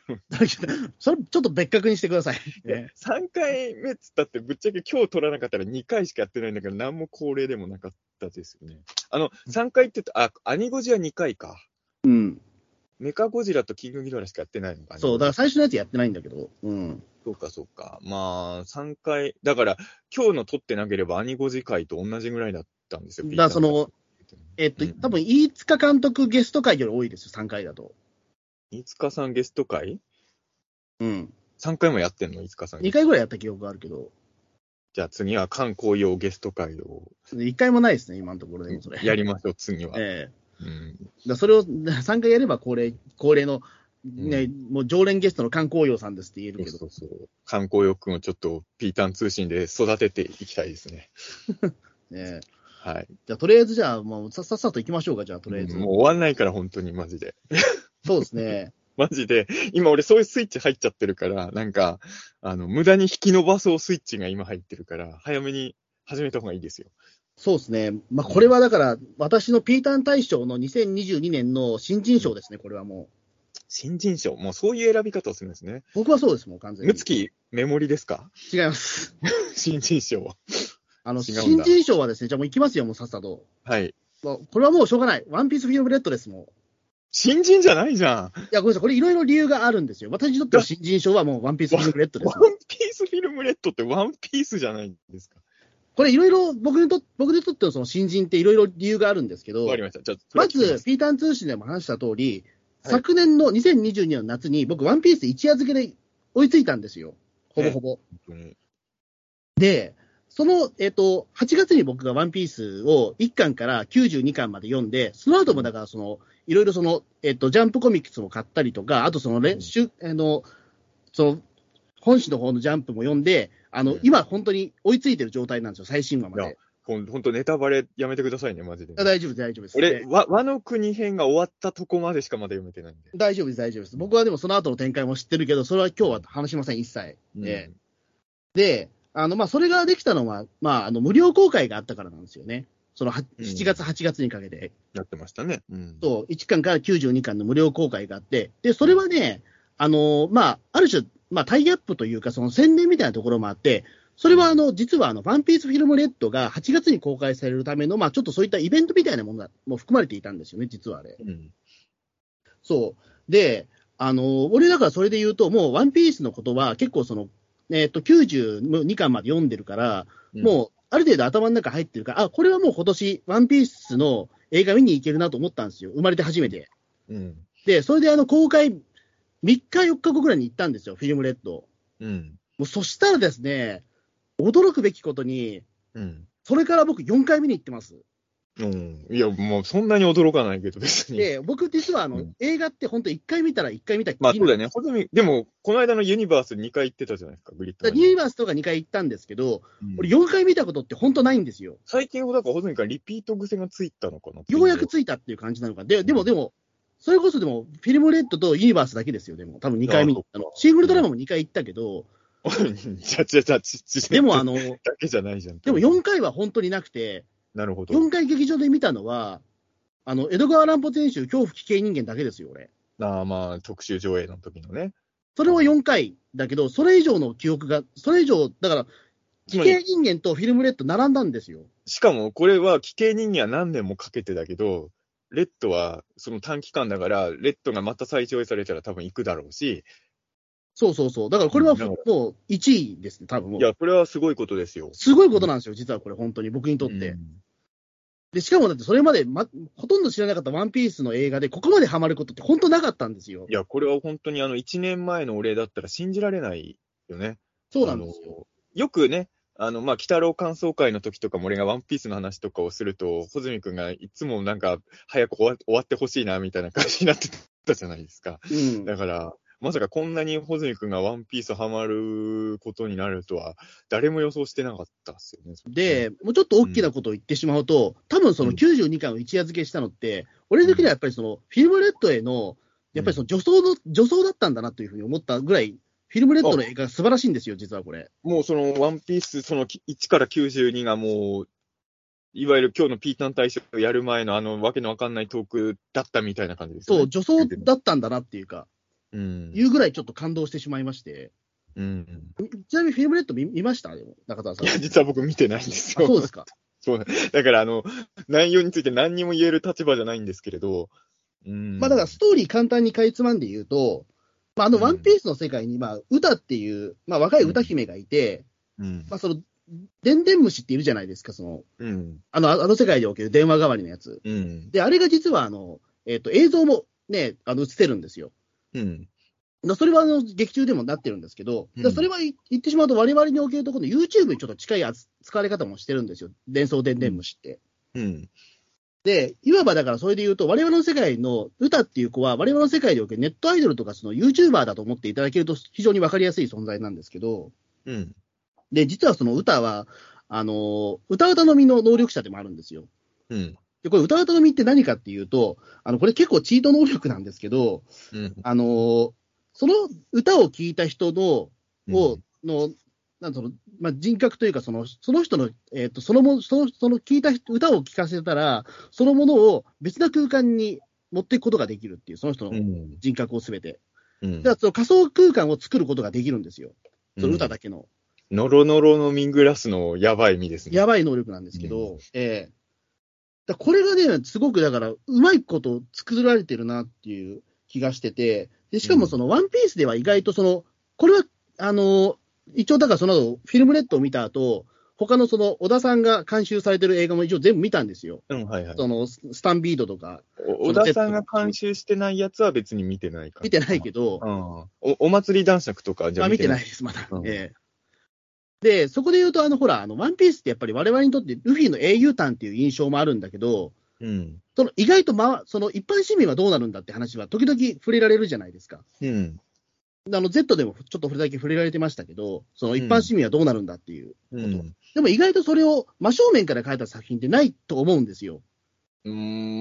それ、ちょっと別格にしてください。ね、 さんかいめっつったって、ぶっちゃけ今日取らなかったらにかいしかやってないんだから、何も恒例でもなかったですよね。あの、さんかいって言うと、あ、アニゴジはにかいか。 うん。 メカゴジラとキングギドラしかやってないのか。 そう、だから最初のやつやってないんだけど。うん。 そうか、そうか。まあ、さんかい、だから、今日の取ってなければアニゴジ回と同じぐらいだったんですよ、 だからその、えっと、うん、多分、飯塚監督ゲスト会より多いですよ、さんかいだと。 飯塚さんゲスト会？ うん。 さんかいもやってんの？飯塚さん。 にかいぐらいやった記憶があるけど。 じゃあ次は観光用ゲスト会を。 いっかいもないですね、今のところでもそれ。 やりましょう、次は。 ええー。うん。 だそれをさんかいやれば恒例、恒例の、ね、うん、もう常連ゲストの観光用さんですって言えるけど。 そうそうそう。観光用くんをちょっとピータン通信で育てていきたいですね。 ねえ。 はい。 じゃあ、とりあえずじゃあ、もうさっさっさと行きましょうか、じゃあ、とりあえず。 うん、もう終わんないから、本当に、マジで。 そうですね。 マジで、今俺そういうスイッチ入っちゃってるから、なんか、あの、無駄に引き伸ばそうスイッチが今入ってるから、早めに始めた方がいいですよ。 そうですね。まあ、これはだから、私のピーターン大賞のにせんにじゅうにねんの新人賞ですね、これはもう。 新人賞、もうそういう選び方をするんですね。 僕はそうです、もう完全に。 むつきメモリですか？ 違います。 新人賞は。 あの、新人賞はですね、じゃあもう行きますよ、もうさっさと。 はい。 もうこれはもうしょうがない。ワンピースフィルムレッドです、もう。 新人じゃないじゃん。 いや、ごめんなさい、これいろいろ理由があるんですよ。私にとっての新人賞はもうワンピースフィルムレッドです。 ワンピースフィルムレッドってワンピースじゃないですか。 これいろいろ僕にと僕にとってのその新人っていろいろ理由があるんですけど、 わかりました。じゃあまず、ピーターン通信でも話した通り、 はい、 昨年のにせんにじゅうにねんの夏に僕、ワンピース一夜漬けで追いついたんですよ。ほぼほぼ。 ね、 で、その、えっと、はちがつに僕がワンピースをいっかんからきゅうじゅうにかんまで読んで、その後もだからその、いろいろその、えっと、ジャンプコミックスも買ったりとか、あとその練習、あの、その、本誌の方のジャンプも読んで、あの、今本当に追いついてる状態なんですよ、最新話まで。 ほんとネタバレやめてくださいね、マジで、ね。 大丈夫です、大丈夫です。 俺、和和の国編が終わったとこまでしかまだ読めてないんで。 大丈夫です、大丈夫です。僕はでもその後の展開も知ってるけど、それは今日は話しません、一切。 うん、 で、で、あの、まあ、それができたのは、まあ、あの、無料公開があったからなんですよね。その、しちがつ、はちがつにかけて。 やってましたね。 うん。そう、いっかんからきゅうじゅうにかんの無料公開があって、で、それはね、あの、まあ、ある種、まあ、タイアップというか、その宣伝みたいなところもあって、それはあの、実はあの、ワンピースフィルムレッドがはちがつに公開されるための、まあ、ちょっとそういったイベントみたいなものがもう含まれていたんですよね、実はあれ。うん。そう。で、あの、俺だからそれで言うと、もうワンピースのことは結構その、えっと、きゅうじゅうにかんまで読んでるから、うん、もう、ある程度頭の中入ってるから、あ、これはもう今年、ワンピースの映画見に行けるなと思ったんですよ。生まれて初めて。うん、で、それであの、公開みっかよっかごぐらいに行ったんですよ、フィルムレッド。うん。もうそしたらですね、驚くべきことに、うん、それから僕よんかい見に行ってます。 うん。いや、もうそんなに驚かないけど別に。 で、僕実はあの、うん、映画って本当いっかい見たらいっかい見たっきりまあそうだよね。ほとみ、でも、この間のユニバースにかい行ってたじゃないですか、グリッド。 ユニバースとかにかい行ったんですけど、うん、俺よんかい見たことって本当ないんですよ。 最近ほどか、ほとみからリピート癖がついたのかな。 ようやくついたっていう感じなのか。で、でも、でも、それこそでも、フィルムレッドとユニバースだけですよ、でも。多分にかい見に行ったの。シングルドラマもにかい行ったけど、 じゃじゃじゃでもあの、 だけじゃないじゃん。 でもよんかいは本当になくて、 なるほど。 よんかい劇場で見たのは、あの、江戸川乱歩全集恐怖危険人間だけですよ、俺。 ああ、まあ、特集上映の時のね。 それはよんかいだけど、それ以上の記憶が、それ以上、だから、危険人間とフィルムレッド並んだんですよ。 しかも、これは危険人間は何年もかけてだけど、レッドはその短期間だから、レッドがまた再上映されたら多分行くだろうし。 そうそうそう。だからこれはもういちいですね、多分もう。 いや、これはすごいことですよ。 すごいことなんですよ、実はこれ、本当に、僕にとって。うん、で、しかもだってそれまで、ま、ほとんど知らなかったワンピースの映画で、ここまでハマることって本当なかったんですよ。 いや、これは本当にあの、いちねんまえの俺だったら信じられないよね。 そうなんですよ。 よくね、あの、まあ、鬼太郎感想会の時とかも俺がワンピースの話とかをすると、穂積くんがいつもなんか、早く終わ終わってほしいな、みたいな感じになってたじゃないですか。うん、だから、まさかこんなに穂積くんがワンピースハマることになるとは、誰も予想してなかったですよね。 で、もうちょっと大きなことを言ってしまうと、うん、多分そのきゅうじゅうにかんを一夜漬けしたのって、うん、俺的にはやっぱりその、フィルムレッドへの、やっぱりその助走の、助走だったんだなというふうに思ったぐらい、フィルムレッドの映画が素晴らしいんですよ、実はこれ。 もうその、ワンピース、そのいちからきゅうじゅうにがもう、いわゆる今日のピータン大賞をやる前のあの、わけのわかんないトークだったみたいな感じですね。 そう、助走だったんだなっていうか。 うん。 いうぐらいちょっと感動してしまいまして。 うん。 ちなみにフィルムレッド 見, 見ましたでも、中澤さん。 いや、実は僕見てないんですよ。 あ、そうですか。 そう。だから、あの、内容について何にも言える立場じゃないんですけれど。うん。 まあだからストーリー簡単にかいつまんで言うと、まあ、あの、ワンピースの世界に、まあ、歌っていう、まあ、若い歌姫がいて、 うん。 まあ、その、でんでん虫っているじゃないですか、その、 うん。 あの、あの世界でおける電話代わりのやつ。 うん。 で、あれが実は、あの、えっと、映像もね、あの、映せるんですよ。 うん。 だそれは、あの、劇中でもなってるんですけど、 うんだそれは言ってしまうと、我々におけるところの YouTube にちょっと近い使われ方もしてるんですよ。伝送でんでん虫って。 うん。 で、いわばだからそれで言うと、我々の世界の歌っていう子は、我々の世界でおけるネットアイドルとかその YouTuber だと思っていただけると非常にわかりやすい存在なんですけど、 うん。 で、実はその歌は、あの、歌うたのみの能力者でもあるんですよ。 うん。 で、これ歌うたのみって何かっていうと、あの、これ結構チート能力なんですけど、 うん。 あの、その歌を聴いた人の、 うんを、の、なんその、まあ、人格というか、その、その人の、えっ、と、そのも、その、その聞いた人歌を聴かせたら、そのものを別な空間に持っていくことができるっていう、その人のうん。 人格をすべて。 うん。 だから、その仮想空間を作ることができるんですよ。その歌だけの。 ノロノロのミングラスのやばい意味ですね。 やばい能力なんですけど、うん、ええだこれがね、すごくだから、うまいこと作られてるなっていう気がしてて、でしかもその、ワンピースでは意外とその、これは、あの、一応だからその後、フィルムレッドを見た後、他のその、小田さんが監修されてる映画も一応全部見たんですよ。 うん、はいはい。 その、スタンビードとか。 小田さんが監修してないやつは別に見てないか。 見てないけど、 うん、お、お祭り男爵とかじゃ見てない。あ、見てないです、まだ。うん、ええで、そこで言うと、あの、ほら、あの、ワンピースってやっぱり我々にとってルフィの英雄譚っていう印象もあるんだけど、 うん。 その意外と、ま、その一般市民はどうなるんだって話は時々触れられるじゃないですか。 うん。 あの、Z でもちょっとだけ触れられてましたけど、その一般市民はどうなるんだっていうこと。うん、でも意外とそれを真正面から書いた作品ってないと思うんですよ。 うん、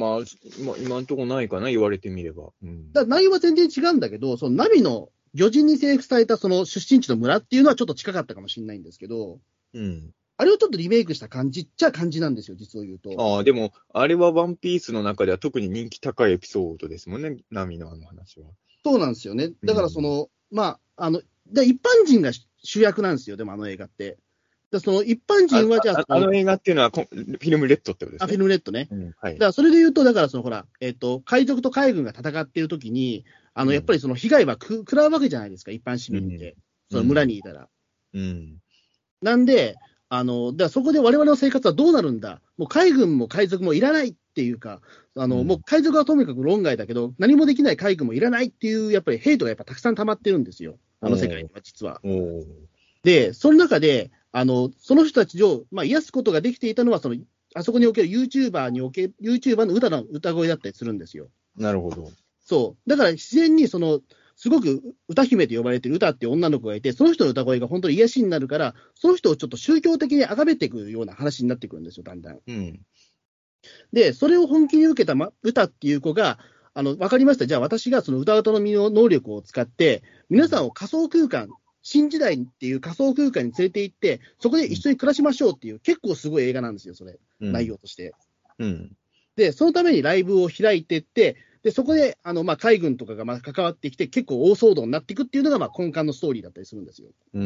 まあ、まあ、今んとこないかな、言われてみれば。 うん、だ内容は全然違うんだけど、そのナミの魚人に征服されたその出身地の村っていうのはちょっと近かったかもしれないんですけど、 うん。 あれをちょっとリメイクした感じっちゃ感じなんですよ、実を言うと。 ああ、でも、あれはワンピースの中では特に人気高いエピソードですもんね、ナミのあの話は。 そうなんですよね。だからその、うん、まあ、あの、で一般人が主役なんですよ、でもあの映画って。でその一般人はじゃああ、あの映画っていうのはフィルムレッドってことですね。 あ、フィルムレッドね。 うん、はい。 だからそれで言うと、だからそのほら、えっ、ー、と、海賊と海軍が戦っているときに、あの、やっぱりその被害はく食らうわけじゃないですか、一般市民って。うん、その村にいたら。 うん。 なんで、あの、だからそこで我々の生活はどうなるんだ。もう海軍も海賊もいらないっていうか、あの、うん、もう海賊はとにかく論外だけど、何もできない海軍もいらないっていう、やっぱりヘイトがやっぱたくさん溜まってるんですよ。あの世界には実は。で、その中で、あの、その人たちを、まあ、癒すことができていたのは、その、あそこにおける YouTuber における、YouTuber の歌の歌声だったりするんですよ。 なるほど。 そう。だから自然に、その、すごく歌姫と呼ばれている歌っていう女の子がいて、その人の歌声が本当に癒しになるから、その人をちょっと宗教的に崇めていくような話になってくるんですよ、だんだん。 うん。 で、それを本気に受けた、ま、歌っていう子が、あの、わかりました。じゃあ私がその歌うたのみの能力を使って、皆さんを仮想空間、新時代っていう仮想空間に連れて行って、そこで一緒に暮らしましょうっていう、うん、結構すごい映画なんですよ、それ、うん、内容として。 うん。 で、そのためにライブを開いていって、で、そこで、あの、まあ、海軍とかがまあ関わってきて、結構大騒動になっていくっていうのが、まあ、根幹のストーリーだったりするんですよ。 うん。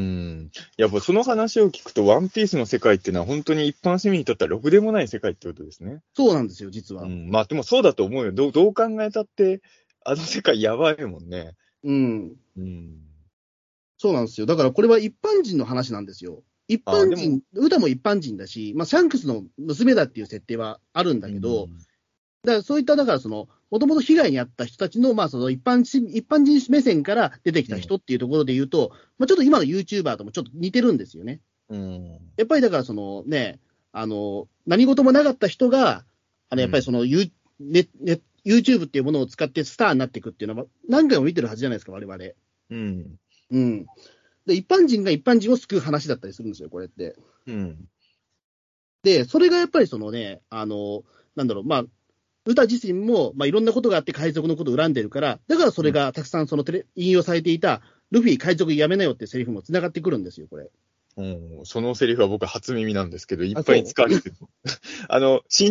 やっぱその話を聞くと、ワンピースの世界っていうのは、本当に一般市民にとってはろくでもない世界ってことですね。 そうなんですよ、実は。 うん、まあ、でもそうだと思うよ。どう、どう考えたって、あの世界やばいもんね。 うん。 うん。 そうなんですよ。だからこれは一般人の話なんですよ。一般人、歌も一般人だし、まあ、シャンクスの娘だっていう設定はあるんだけど、うん、だからそういった、だからその、もともと被害に遭った人たちの、まあその一般人、一般人目線から出てきた人っていうところで言うと、うん、まあちょっと今の YouTuber ともちょっと似てるんですよね。 うん、 やっぱりだからそのね、あの、何事もなかった人が、あの、やっぱりその、ユねね、YouTube っていうものを使ってスターになっていくっていうのは、何回も見てるはずじゃないですか、我々。 うん。 うん。で、一般人が一般人を救う話だったりするんですよ、これって。 うん。 で、それがやっぱりそのね、あの、なんだろう、まあ、歌自身も、まあ、いろんなことがあって海賊のことを恨んでるから、だからそれがたくさんそのテレ引用されていた、ルフィ海賊やめなよってセリフもつながってくるんですよ、これ。 うん、そのセリフは僕は初耳なんですけど、いっぱい使われてる。あの、信じ、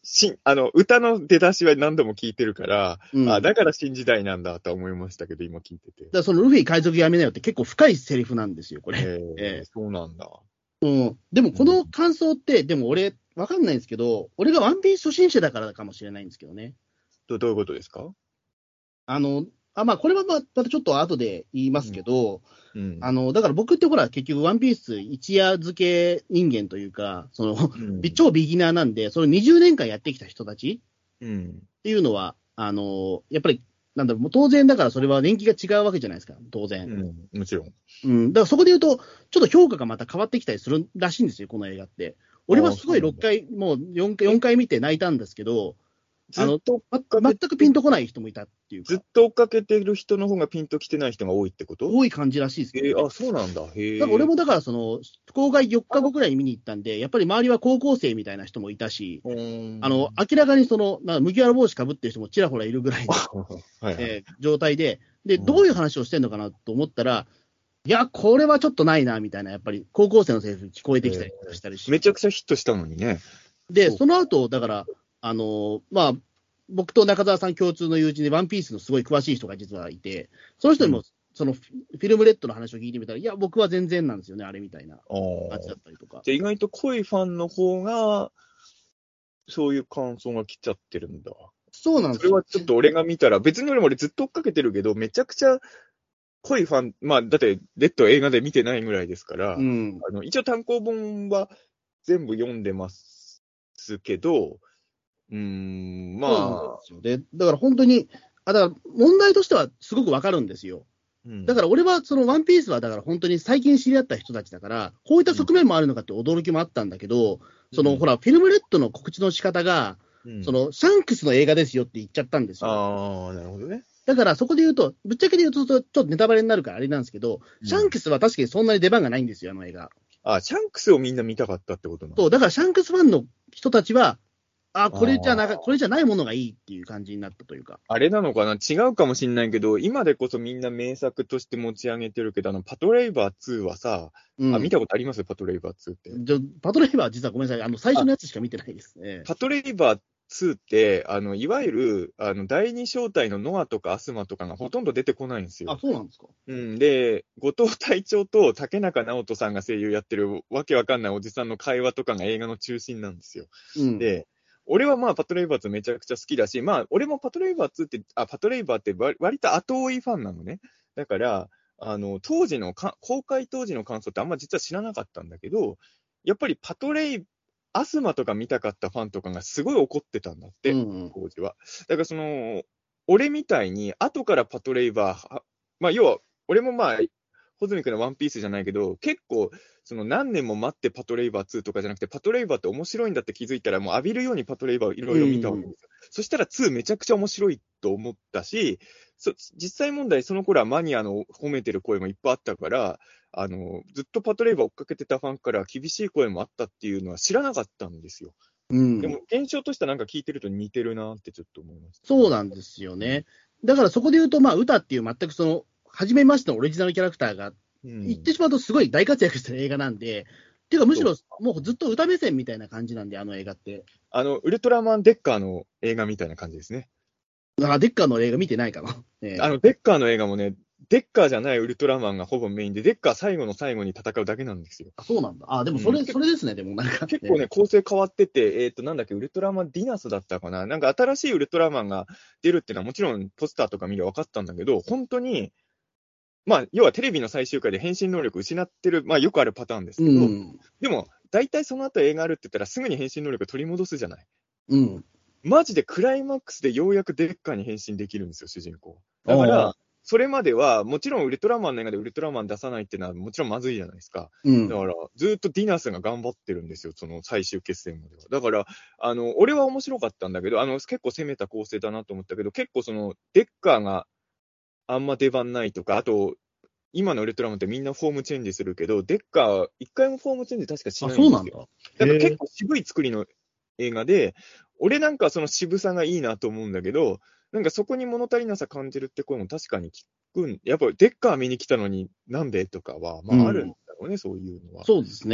し、あの、歌の出だしは何度も聞いてるから、 うん、 あ、だから新時代なんだとは思いましたけど、今聞いてて。 だからそのルフィ海賊やめなよって結構深いセリフなんですよ、これ。 ええー、そうなんだ。 えうん。でもこうん、 の感想って、でも俺、わかんないんですけど、俺がワンピース初心者だからかもしれないんですけどね。 ど、どういうことですか？ あの、あ、まあ、これはまあまたちょっと後で言いますけど、 うん。 あの、だから僕ってほら、結局ワンピース一夜漬け人間というか、その、 うん。 超ビギナーなんで、そのにじゅうねんかんやってきた人たちうん。 っていうのは、あの、やっぱり、なんだろう、もう当然だからそれは年季が違うわけじゃないですか、当然。 うん。もちろん。 うん。だからそこで言うと、ちょっと評価がまた変わってきたりするらしいんですよ、この映画って。俺はああ、 すごい6 そうなんだ。 回、もうよんかい、 え、 よんかい見て泣いたんですけど、あの、 ずっと追っま、 かけて、 全くピンとこない人もいたっていうか、 ずっと追っかけてる人の方がピンときてない人が多いってこと？ 多い感じらしいですけどね。 えー、あ、そうなんだ。 だから俺へえ。 もだからその、公開よっかごくらいに見に行ったんで、やっぱり周りは高校生みたいな人もいたし、 うーあの、 ん。 明らかにその、な麦わら帽子かぶってる人もちらほらいるぐらいの、 はいはい。 えー状態で、で、 うん。 どういう話をしてんのかなと思ったら、いや、これはちょっとないな、みたいな、やっぱり高校生のセリフ聞こえてきたりえーしたりし、 めちゃくちゃヒットしたのにね。 で、 そう。 その後、だから、あのーまあ、僕と中澤さん共通の友人で、ワンピースのすごい詳しい人が実はいて、その人にも、 うん。 そのフィルムレッドの話を聞いてみたら、いや、僕は全然なんですよね、あれみたいなああ。 感じだったりとか。 じゃあ意外と濃いファンの方が、そういう感想が来ちゃってるんだ。 そうなんですよ。 それはちょっと俺が見たら、別に俺も俺ずっと追っかけてるけど、めちゃくちゃ濃いファン、まあ、だって、レッド映画で見てないぐらいですから、 うん。 あの、一応単行本は全部読んでますけど、うーん、 そうなんでまあ、 すよ。で、だから本当に、あ、だから問題としてはすごくわかるんですよ。 うん、 だから俺はそのワンピースはだから本当に最近知り合った人たちだから、こういったうん、 側面もあるのかって驚きもあったんだけど、そのうん、 ほら、フィルムレッドの告知の仕方が、 うん。 そのシャンクスの映画ですよって言っちゃったんですよ。 ああ、なるほどね。 だからそこで言うと、ぶっちゃけで言うと、ちょっとネタバレになるからあれなんですけど、 うん。 シャンクスは確かにそんなに出番がないんですよ、あの映画。 あ、シャンクスをみんな見たかったってことなそう、 の？ だからシャンクスファンの人たちは、あ、これじゃなか、 ああ。 これじゃないものがいいっていう感じになったというか。 あれなのかな、違うかもしんないけど、今でこそみんな名作として持ち上げてるけど、あの、パトレイバーツーはさ、あ、見うん。 たことありますパトレイバーツーって。 じゃパトレイバーは実はごめんなさい。あの、最初あ、 のやつしか見てないですね。 パトレイバーツーって、あの、いわゆる、あの、第二小隊のノアとかアスマとかがほとんど出てこないんですあ、 よ。 そうなんですか。 うん。で、後藤隊長と竹中直人さんが声優やってるわけわかんないおじさんの会話とかが映画の中心なんですよ。 うん。 で、俺はまあ、パトレイバーツーめちゃくちゃ好きだし、まあ、俺もパトレイバーツーって、あ、パトレイバーって割割と後追いファンなのね。だから、あの、当時のか、公開当時の感想ってあんま実は知らなかったんだけど、やっぱりパトレイ、アスマとか見たかったファンとかがすごい怒ってたんだって、 うん。 当時は。だからその、俺みたいに後からパトレイバーは、まあ、要は、俺もまあ、ホズミ君のワンピースじゃないけど、結構、その何年も待ってパトレイバーツーとかじゃなくて、パトレイバーって面白いんだって気づいたら、もう浴びるようにパトレイバーをいろういろ見たわけん。 ですよ。そしたらツーめちゃくちゃ面白いと思ったし、そ実際問題、その頃はマニアの褒めてる声もいっぱいあったから、あの、ずっとパトレイバー追っかけてたファンから厳しい声もあったっていうのは知らなかったんですよ。 うん。 でも、現象としてはなんか聞いてると似てるなってちょっと思いましたね。 そうなんですよね。だからそこで言うと、まあ、歌っていう全くその、初めましてのオリジナルキャラクターが、 うん。 言ってしまうとすごい大活躍してる映画なんで、っていうかむしそう。 ろもうずっと歌目線みたいな感じなんで、あの映画って。 あの、ウルトラマンデッカーの映画みたいな感じですね。 だからデッカーの映画見てないかな。ええあの、デッカーの映画もね、デッカーじゃないウルトラマンがほぼメインで、デッカー最後の最後に戦うだけなんですよ。 あ、そうなんだ。あ、でもうん。 それ、 けそれですね、でもなんか、ええ結構ね、構成変わってて、えっと、なんだっけ、ウルトラマンディナスだったかな。なんか新しいウルトラマンが出るっていうのはもちろんポスターとか見れば分かったんだけど、本当に、まあ、要はテレビの最終回で変身能力失ってる、まあよくあるパターンですうけど、 ん。 でも、大体その後映画あるって言ったらすぐに変身能力取り戻すじゃない。 うん。 マジでクライマックスでようやくデッカーに変身できるんですよ、主人公。 ああ、 だから、それまでは、もちろんウルトラマンの映画でウルトラマン出さないっていうのはもちろんまずいじゃないですか。 うん。 だから、ずっとディナスが頑張ってるんですよ、その最終決戦までは。だから、あの、俺は面白かったんだけど、あの、結構攻めた構成だなと思ったけど、結構その、デッカーがあんま出番ないとか、あと、今のウルトラマンってみんなフォームチェンジするけど、デッカー、一回もフォームチェンジ確かしあ、 ないんですよ。 そうなんだ。 だからへえ。 結構渋い作りの映画で、俺なんかその渋さがいいなと思うんだけど、なんかそこに物足りなさ感じるって声も確かに聞くん、やっぱデッカー見に来たのになんでとかは、まああるんだうん。 ろうね、そういうのは。 そうですね。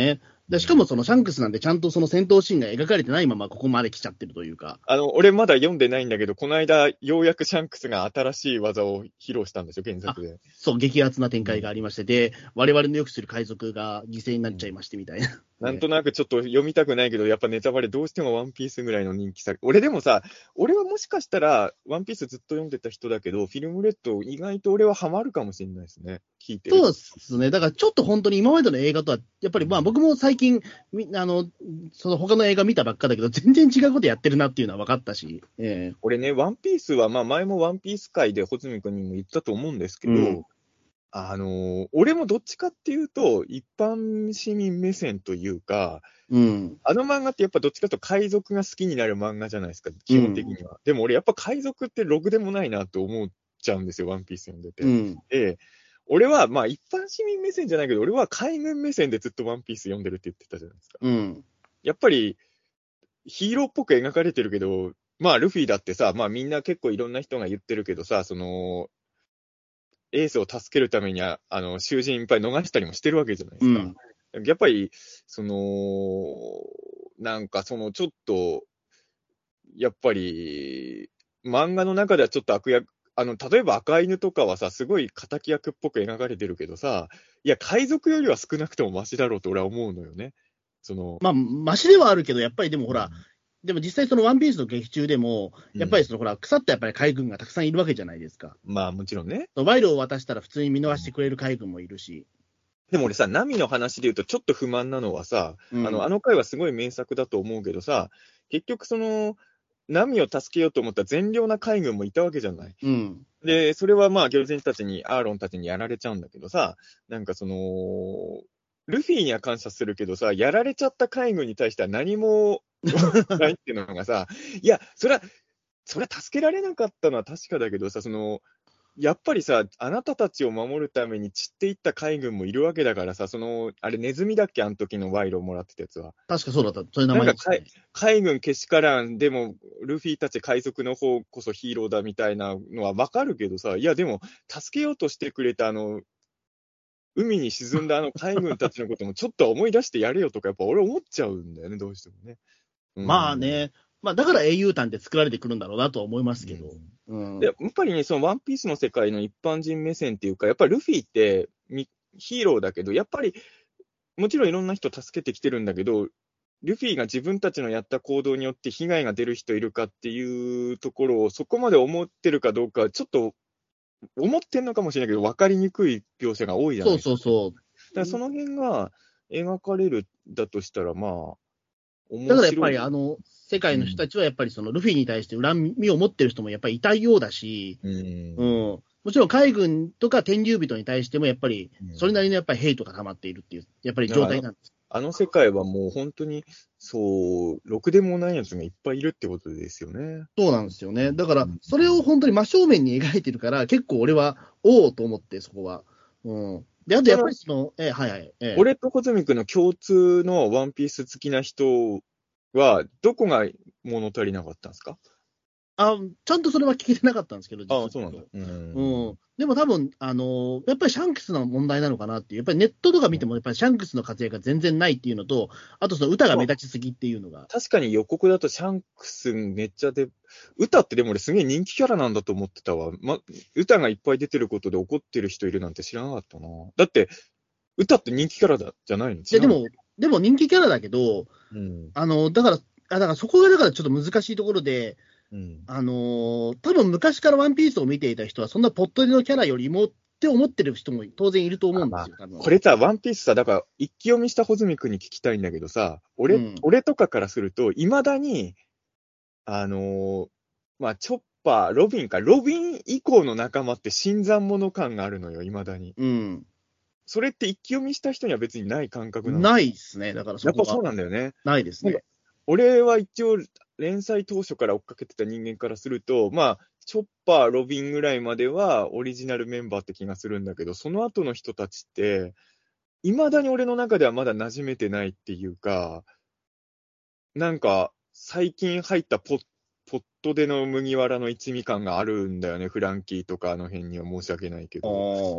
でしかもそのシャンクスなんでちゃんとその戦闘シーンが描かれてないままここまで来ちゃってるというか。 あの、俺まだ読んでないんだけど、この間、ようやくシャンクスが新しい技を披露したんですよ、原作で。 そう、激アツな展開がありまして、で、我々のよくする海賊が犠牲になっちゃいましてみたいな。 なんとなくちょっと読みたくないけど、やっぱネタバレどうしてもワンピースぐらいの人気作。俺でもさ、俺はもしかしたら、ワンピースずっと読んでた人だけど、フィルムレッド意外と俺はハマるかもしれないですね。聞いてる。 そうですね。だからちょっと本当に今までの映画とは、やっぱりまあ僕も最近、みあの、その他の映画見たばっかだけど、全然違うことやってるなっていうのは分かったし。えー、 俺ね、ワンピースは、まあ前もワンピース界で穂積君にも言ったと思うんですけど、うんあのー、俺もどっちかっていうと、一般市民目線というか、うん、あの漫画ってやっぱどっちかというと海賊が好きになる漫画じゃないですか、基本的には。うん、でも俺やっぱ海賊ってろくでもないなと思っちゃうんですよ、ワンピース読んでて。うん、で、俺はまあ一般市民目線じゃないけど、俺は海軍目線でずっとワンピース読んでるって言ってたじゃないですか。うん、やっぱりヒーローっぽく描かれてるけど、まあルフィだってさ、まあみんな結構いろんな人が言ってるけどさ、その、エースを助けるためには、あの、囚人いっぱい逃したりもしてるわけじゃないですか。うん、やっぱり、その、なんかそのちょっと、やっぱり、漫画の中ではちょっと悪役、あの、例えば赤犬とかはさ、すごい敵役っぽく描かれてるけどさ、いや、海賊よりは少なくともマシだろうと俺は思うのよね。その。 まあ、マシではあるけど、やっぱりでもほら、うんでも実際そのワンピースの劇中でも、やっぱりそのほら、腐ったやっぱり海軍がたくさんいるわけじゃないですか。 まあもちろんね。 賄賂を渡したら普通に見逃してくれる海軍もいるし。 でも俺さ、ナミの話で言うとちょっと不満なのはさ、うん、あの、あの回はすごい名作だと思うけどさ、結局その、ナミを助けようと思った善良な海軍もいたわけじゃない。うん、で、それはまあ、魚人たちに、アーロンたちにやられちゃうんだけどさ、なんかその、ルフィには感謝するけどさ、やられちゃった海軍に対しては何もないっていうのがさ、いや、それは、それは助けられなかったのは確かだけどさ、その、やっぱりさ、あなたたちを守るために散っていった海軍もいるわけだからさ、その、あれ、ネズミだっけ、あの時の賄賂をもらってたやつは。 確かそうだった。そういう名前ですね。 なんか海軍けしからん、でも、ルフィたち海賊の方こそヒーローだみたいなのはわかるけどさ、いや、でも、助けようとしてくれたあの、海に沈んだあの海軍たちのこともちょっと思い出してやれよとか、やっぱ俺思っちゃうんだよね、どうしてもね。 うん、まあね。まあだから英雄譚って作られてくるんだろうなとは思いますけど。 うんうん、でやっぱりね、そのワンピースの世界の一般人目線っていうか、やっぱりルフィってヒーローだけど、やっぱりもちろんいろんな人助けてきてるんだけど、ルフィが自分たちのやった行動によって被害が出る人いるかっていうところをそこまで思ってるかどうか、ちょっと思ってんのかもしれないけど、分かりにくい描写が多いじゃないですか。 そうそうそう。 だからその辺が描かれるだとしたら、まあ、面白い。 だからやっぱりあの、世界の人たちはやっぱりそのルフィに対して恨みを持ってる人もやっぱりいたようだし、うん、うん、もちろん海軍とか天竜人に対してもやっぱりそれなりのやっぱりヘイトが溜まっているっていう、やっぱり状態なんです。 あの世界はもう本当に、そう、ろくでもないやつがいっぱいいるってことですよね。 そうなんですよね。だから、それを本当に真正面に描いてるから、結構俺は、おおと思って、そこは。うん。で、あとやっぱりその、えはいはい。え俺と小泉君の共通のワンピース好きな人は、どこが物足りなかったんですか？ あ、ちゃんとそれは聞けてなかったんですけど、 実は。ああ、そうなんだ。うん。 うん。でも多分、あのー、やっぱりシャンクスの問題なのかなっていう、やっぱりネットとか見ても、やっぱりシャンクスの活躍が全然ないっていうのと、あとその歌が目立ちすぎっていうのが。 確かに予告だとシャンクスめっちゃで、歌ってでも俺すげえ人気キャラなんだと思ってたわ。ま、歌がいっぱい出てることで怒ってる人いるなんて知らなかったな。だって、歌って人気キャラだじゃないの？ いや、でも、でも人気キャラだけど、うん、あの、だから、あ、だからそこがだからちょっと難しいところで、うん、あのー、多分昔からワンピースを見ていた人は、そんなポットでのキャラよりもって思ってる人も当然いると思うんですよ、多分。 これさ、ワンピースさ、だから、一気読みした穂積君に聞きたいんだけどさ、俺、うん、俺とかからすると、いまだに、あのー、まあ、チョッパー、ロビンか、ロビン以降の仲間って新参者感があるのよ、いまだに。うん。それって一気読みした人には別にない感覚なの？ ないですね、だからそこは。 やっぱそうなんだよね。 ないですね。 俺は一応、連載当初から追っかけてた人間からすると、まあ、チョッパー、ロビンぐらいまではオリジナルメンバーって気がするんだけど、その後の人たちって、未だに俺の中ではまだ馴染めてないっていうか、なんか、最近入ったポッ、ポットでの麦わらの一味感があるんだよね、フランキーとかあの辺には申し訳ないけど。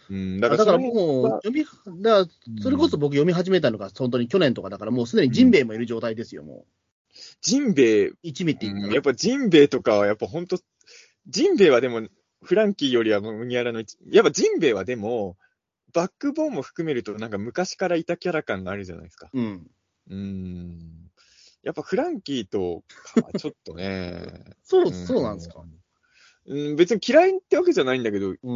うん、だあだからからその辺もう、 は、 読み、だからそれこそ僕読み始めたのが、本当に去年とかだから、もうすでにジンベエもいる状態ですよ、もう。 ジンベエ、 一味って言ったうん、 ら。 やっぱジンベエとかはやっぱ本当、ジンベエはでも、フランキーよりは麦わらの一、やっぱジンベエはでも、バックボーンも含めるとなんか昔からいたキャラ感があるじゃないですか。 うん。 うーん。やっぱフランキーとかはちょっとね、 そう、 うん、 そうなんですか。 うん、別に嫌いってわけじゃないんだけど、 うん。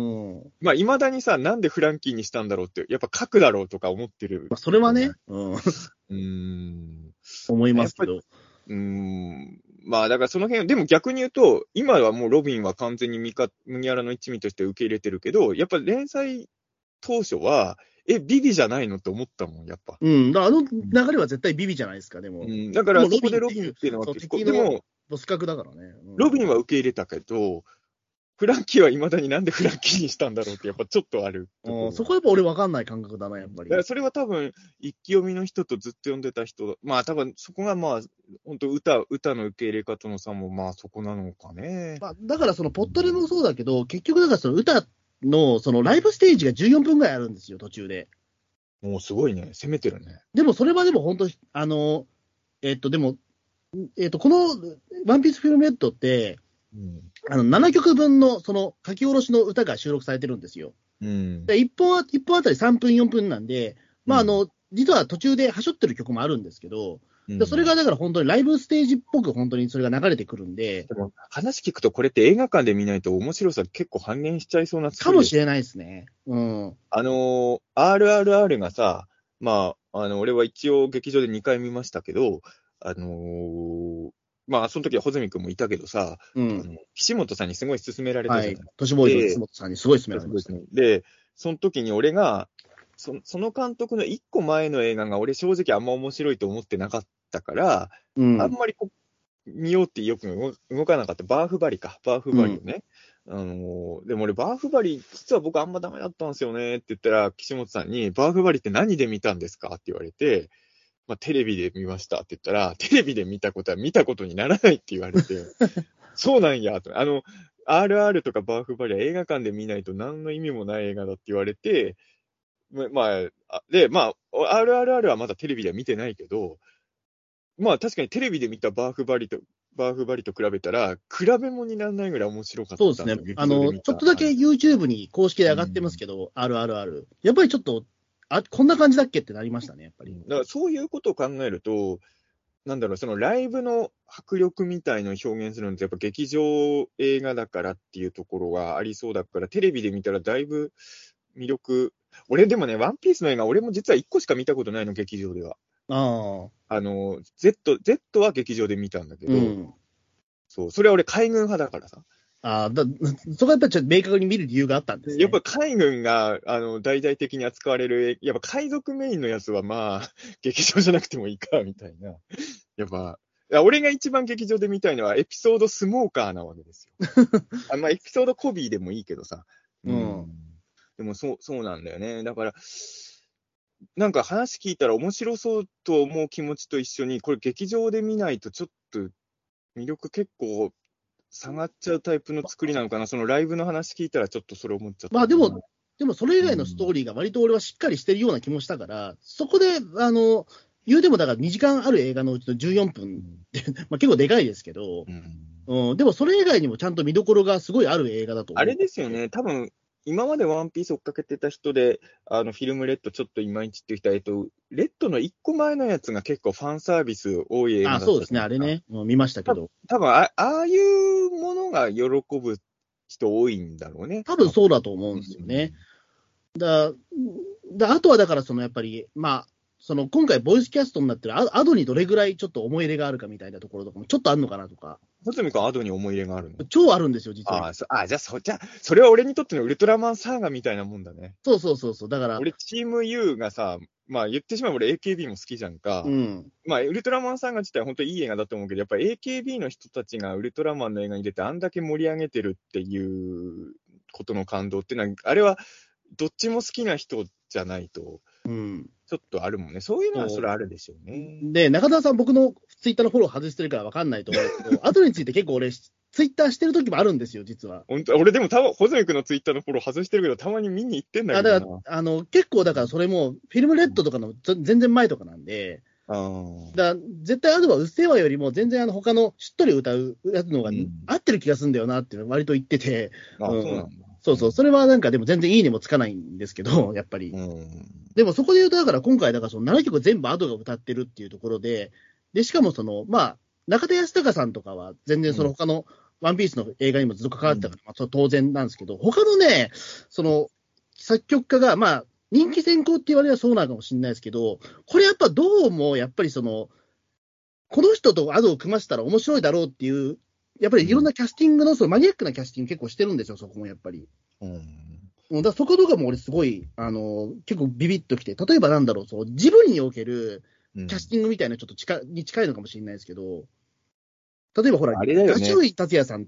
まあ、未だにさ、なんでフランキーにしたんだろうって、やっぱ書くだろうとか思ってる。 まあ、それはね、うん、 うーん。 思いまやっぱり、 すけど。 うーん。まあ、だからその辺、でも逆に言うと、今はもうロビンは完全にミカ麦わらの一味として受け入れてるけど、やっぱ連載当初は、え、ビビじゃないのって思ったもん、やっぱ。 うん。だからあの流れは絶対ビビじゃないですか、でも。 うん。だかでもらそこロビンっていう、 でロビンっていうのはそう、 結構、 敵のでも、 ボス格だからね。うん、 ロビンは受け入れたけど、フランキーは未だになんでフランキーにしたんだろうって、やっぱちょっとあるところが。 そこはやっぱ俺分かんない感覚だな、やっぱり。 だからそれは多分、一気読みの人とずっと読んでた人、まあ多分そこがまあ、本当歌、歌の受け入れ方の差もまあそこなのかね。 まあ、だからそのポットレもそうだけど、結局だからその歌のそのライブステージがじゅうよんぷんぐらいあるんですよ、途中で。 もうすごいね、攻めてるね。 でもそれはでも本当、あの、えっと、でも、えっと、このワンピースフィルムレッドって、 うん。 あのななきょくぶんのその書き下ろしの歌が収録されてるんですよ。 うん。 でいっぽんあ、いっぽんあたりさんぷん、よんぷんなんで、まあ、あの、実は途中ではしょってる曲もあるんですけど、 うん、 でそれがだから本当にライブステージっぽく本当にそれが流れてくるんで、 でも話聞くとこれって映画館で見ないと面白さ結構半減しちゃいそうな作りかもしれないですね。うん。 あのー、アールアールアール がさ、まあ、あの、俺は一応劇場でにかい見ましたけど、あのー、まあ、その時は穂積君もいたけどさ、 うん。 あの岸本さんにすごい勧められたはい。 じゃない。 都市ボーイズので楠本さんにすごい勧められました。 で、その時に俺が、そその監督の一個前の映画が俺正直あんま面白いと思ってなかったから、 うん。 あんまりこう見ようってよく動動かなかった。バーフバリか。バーフバリをね。あのーでも俺、バーフバリ、実は僕あんまダメだったんですよねって言ったら、岸本さんに、バーフバリって何で見たんですかって言われて、まあ、テレビで見ましたって言ったら、テレビで見たことは見たことにならないって言われて、そうなんやと。あの、アールアール とかバーフバリは映画館で見ないと何の意味もない映画だって言われて、ままあ、あで、まあ、アールアールアール はまだテレビでは見てないけど、まあ確かにテレビで見たバーフバリと、バーフバリと比べたら、比べ物にならないぐらい面白かった。 そうですね。あの、ちょっとだけ YouTube に公式で上がってますけど、アールアールアール。やっぱりちょっと、あ、こんな感じだっけってなりましたね、やっぱり。 だからそういうことを考えると、なんだろう、そのライブの迫力みたいのを表現するのって、やっぱ劇場映画だからっていうところがありそうだから、テレビで見たらだいぶ魅力。俺でもね、ワンピースの映画、俺も実はいっこしか見たことないの、劇場では。 ああ。 あの、Z、Z は劇場で見たんだけど、 うん。 そう、それは俺海軍派だからさ。 ああ、だ、そこはやっぱりちょっと明確に見る理由があったんですね。 やっぱ海軍が、あの、大々的に扱われる、やっぱ海賊メインのやつはまあ、劇場じゃなくてもいいか、みたいな。やっぱ、いや俺が一番劇場で見たいのはエピソードスモーカーなわけですよ。あまあ、エピソードコビーでもいいけどさ。 うん。 でもそう、そうなんだよね。だから、なんか話聞いたら面白そうと思う気持ちと一緒に、これ劇場で見ないとちょっと魅力結構下がっちゃうタイプの作りなのかな。そのライブの話聞いたらちょっとそれ思っちゃった。 まあでも、でもそれ以外のストーリーが割と俺はしっかりしてるような気もしたから、そこで、あの、言うてもだからにじかんある映画のうちのじゅうよんぷんって、まあ結構でかいですけど、うんうん、でもそれ以外にもちゃんと見どころがすごいある映画だと思う。 あれですよね、多分今までワンピース追っかけてた人で、あのフィルムレッドちょっといまいちっていう人は、えっと、レッドのいっこまえのやつが結構ファンサービス多い映画だった。 あ、そうですね、あれね、うん、見ましたけど。 多分あああいうものが喜ぶ人多いんだろうね。 多分そうだと思うんですよね。うん、だだあとはだからそのやっぱり、まあ、その今回ボイスキャストになってるアドにどれぐらいちょっと思い入れがあるかみたいなところとかもちょっとあるのかなとか。 穂積君、アドに思い入れがあるの？ 超あるんですよ、実は。 あそあ、じゃあそ、じゃあ、それは俺にとってのウルトラマンサーガみたいなもんだね。 そうそうそうそう。だから。 俺、チーム U がさ、まあ言ってしまえば俺 エーケービー も好きじゃんか。 うん。 まあ、ウルトラマンサーガ自体は本当にいい映画だと思うけど、やっぱり エーケービー の人たちがウルトラマンの映画に出てあんだけ盛り上げてるっていうことの感動っていうのは、あれはどっちも好きな人じゃないと、ちょっとあるもんね。そういうのはそれあるでしょうね。 で、中田さん、僕のツイッターのフォロー外してるから分かんないと思うんですけど、後について結構俺、 ツイッターしてる時もあるんですよ、実は。 本当、俺でもたま、ホズミ君のツイッターのフォロー外してるけど、たまに見に行ってんだあ、 けどな。 だから、あの、結構だからそれも、フィルムレッドとかのちょ全然前とかなんで、 あーだから絶対アドはうっせぇわよりも全然あの他のしっとり歌うやつの方がうん合ってる気がするんだよなっていうの割と言ってて、 あ、 うんそうなんだ。 そうそう、それはなんかでも全然いいねもつかないんですけど、やっぱり。 うん。 でもそこで言うと、だから今回、だからそのななきょく全部アドが歌ってるっていうところで、で、しかもその、まあ、中田泰孝さんとかは全然その他のワンピースの映画にもずっと関わってたから、まあ、それは当然なんですけど、他のね、その、作曲家が、まあ、人気先行って言われればそうなのかもしれないですけど、これやっぱどうも、やっぱりその、この人とアドを組ませたら面白いだろうっていう、やっぱりいろんなキャスティングの、そのマニアックなキャスティング結構してるんですよ、そこもやっぱり。 うん。 うんだからそことかも俺すごい、あの、結構ビビッときて、例えばなんだろう、そう、ジブリにおけるうん。 キャスティングみたいなちょっと近に近いのかもしれないですけど、例えばほら、 あれだよねガチョイ達也さんって、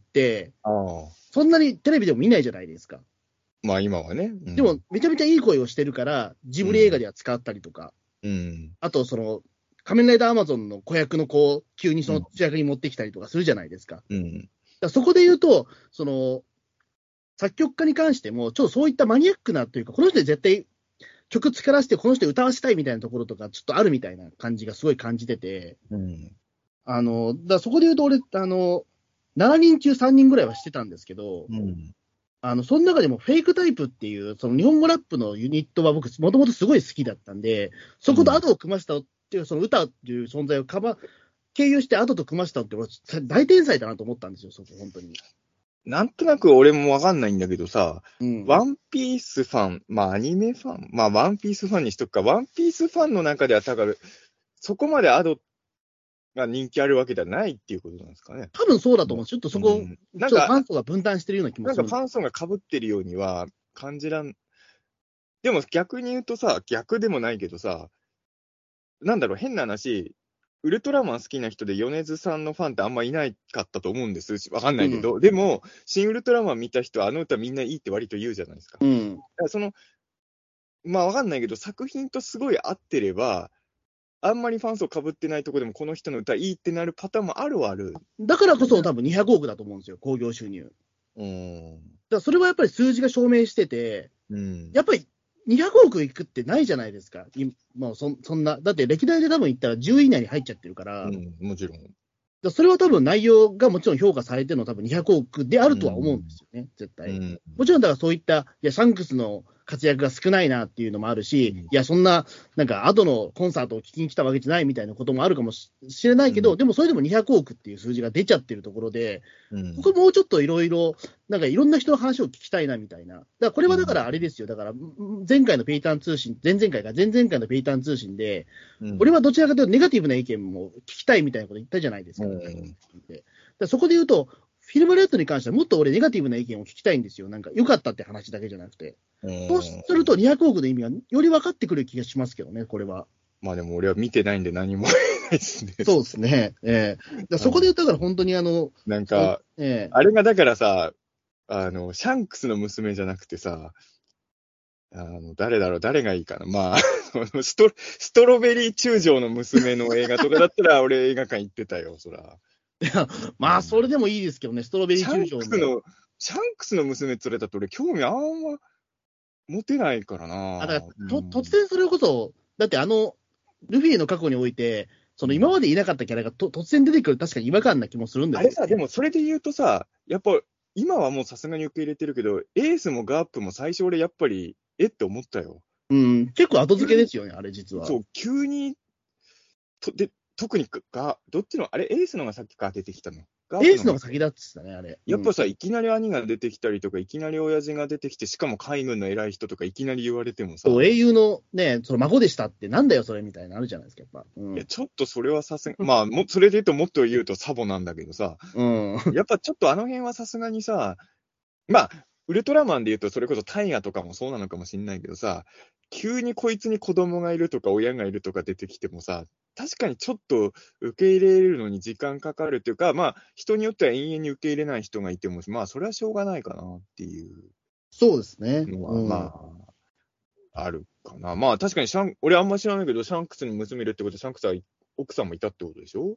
ああ。 そんなにテレビでも見ないじゃないですか。 まあ今はね。うんでも、めちゃめちゃいい声をしてるから、ジブリ映画では使ったりとか、 うん。 あと、その、仮面ライダーアマゾンの子役の子を急にその主役に持ってきたりとかするじゃないですか。だかうん。 らそこで言うと、その、作曲家に関しても、ちょっとそういったマニアックなというか、この人で絶対曲作らせて、この人歌わせたいみたいなところとか、ちょっとあるみたいな感じがすごい感じてて、 うん。 あの、だからそこで言うと俺、あの、しちにん中さんにんぐらいはしてたんですけど、 うん。 あの、その中でもフェイクタイプっていう、その日本語ラップのユニットは僕、もともとすごい好きだったんで、そことアドを組ませたっていう、その歌っていう存在をかば、経由してアドと組ませたって俺、大天才だなと思ったんですよ、そこ、本当に。 なんとなく俺もわかんないんだけどさ、 うん。 ワンピースファン、まあアニメファン、まあワンピースファンにしとくか、ワンピースファンの中ではだから、そこまでアドが人気あるわけではないっていうことなんですかね。 多分そうだと思う。ちょっとそこ、 うんちょなんか、 っとファン層が分担してるような気もする。 なんかファン層が被ってるようには感じらん。でも逆に言うとさ、逆でもないけどさ、なんだろう、変な話、ウルトラマン好きな人で米津さんのファンってあんまいないかったと思うんです。わかんないけど、でも、新ウルトラマン見た人はあの歌みんないいって割と言うじゃないですか。 うん。 だからその、まあわかんないけど、作品とすごい合ってれば、あんまりファン層被ってないとこでもこの人の歌いいってなるパターンもあるはある。 だからこそ多分にひゃくおくだと思うんですよ、興行収入。 うーん。 だからそれはやっぱり数字が証明してて、 うん。 やっぱりにひゃくおくいくってないじゃないですか。いもうそそんな、だって歴代で多分言ったらじゅうい以内に入っちゃってるから、だかうん、もちろん。 らそれは多分内容がもちろん評価されての多分にひゃくおくであるとは思うんですよね、絶う対。 ん。 もちろんだからそういった、いや、シャンクスの活躍が少ないなっていうのもあるし、 うんいや、そんな、なんか、後のコンサートを聞きに来たわけじゃないみたいなこともあるかもしれないけど、 うんでもそれでもにひゃくおくっていう数字が出ちゃってるところで、 うん。 ここもうちょっといろいろ、なんかいろんな人の話を聞きたいなみたいな。だからこれはだからあれですよ。だから前回のペイタン通信、前々回か、前々回のペイタン通信で、 うん俺はどちらかというとネガティブな意見も聞きたいみたいなこと言ったじゃないですか。 うんでだからそこで言うと、フィルムレッドに関してはもっと俺ネガティブな意見を聞きたいんですよ。なんか良かったって話だけじゃなくて。 うんそうするとにひゃくおくの意味がより分かってくる気がしますけどね、これは。 まあでも俺は見てないんで何も言えないですね。 そうですね。ええだからそこで言ったから本当にあの、 なんか、 ええあれがだからさ、あの、シャンクスの娘じゃなくてさ、あの、誰だろう、誰がいいかな。まあ、そのスト、ストロベリー中将の娘の映画とかだったら、俺映画館行ってたよ、そら。 まあ、それでもいいですけどね、ストロベリシャンー中将クスの、シャンクスの娘連れたって俺興味あんま持てないからな。 あだからとうん突然それこそ、だってあの、ルフィの過去において、その今までいなかったキャラがと突然出てくる、確かに違和感な気もするんですよ、 あれさ、でもそれで言うとさ、やっぱ今はもうさすがに受け入れてるけど、エースもガープも最初俺やっぱり、えって思ったよ。 うん、結構後付けですよね、あれ実は。 そう、急に、とで特にが、どっちの、あれ、エースのが先か出てきたの。ガエースのがが先だっつったね、あれ。 やっぱさ、いきなり兄が出てきたりとか、いきなり親父が出てきて、しかも海軍の偉い人とかいきなり言われてもさ、 そう英雄のね、その孫でしたって、なんだよ、それみたいなのあるじゃないですか、やっぱ。うんいや、ちょっとそれはさすが、まあ、もそれで言うともっと言うとサボなんだけどさ、 うん、 やっぱちょっとあの辺はさすがにさ、まあ、ウルトラマンで言うとそれこそタイガとかもそうなのかもしれないけどさ、急にこいつに子供がいるとか親がいるとか出てきてもさ、確かにちょっと受け入れるのに時間かかるっていうか、まあ、人によっては永遠に受け入れない人がいても、まあ、それはしょうがないかなっていうそうですね。 のは、 うん、 まあ、あるかな。まあ、確かにシャン、俺あんま知らないけど、シャンクスに娘いるってことは、シャンクスは奥さんもいたってことでしょ？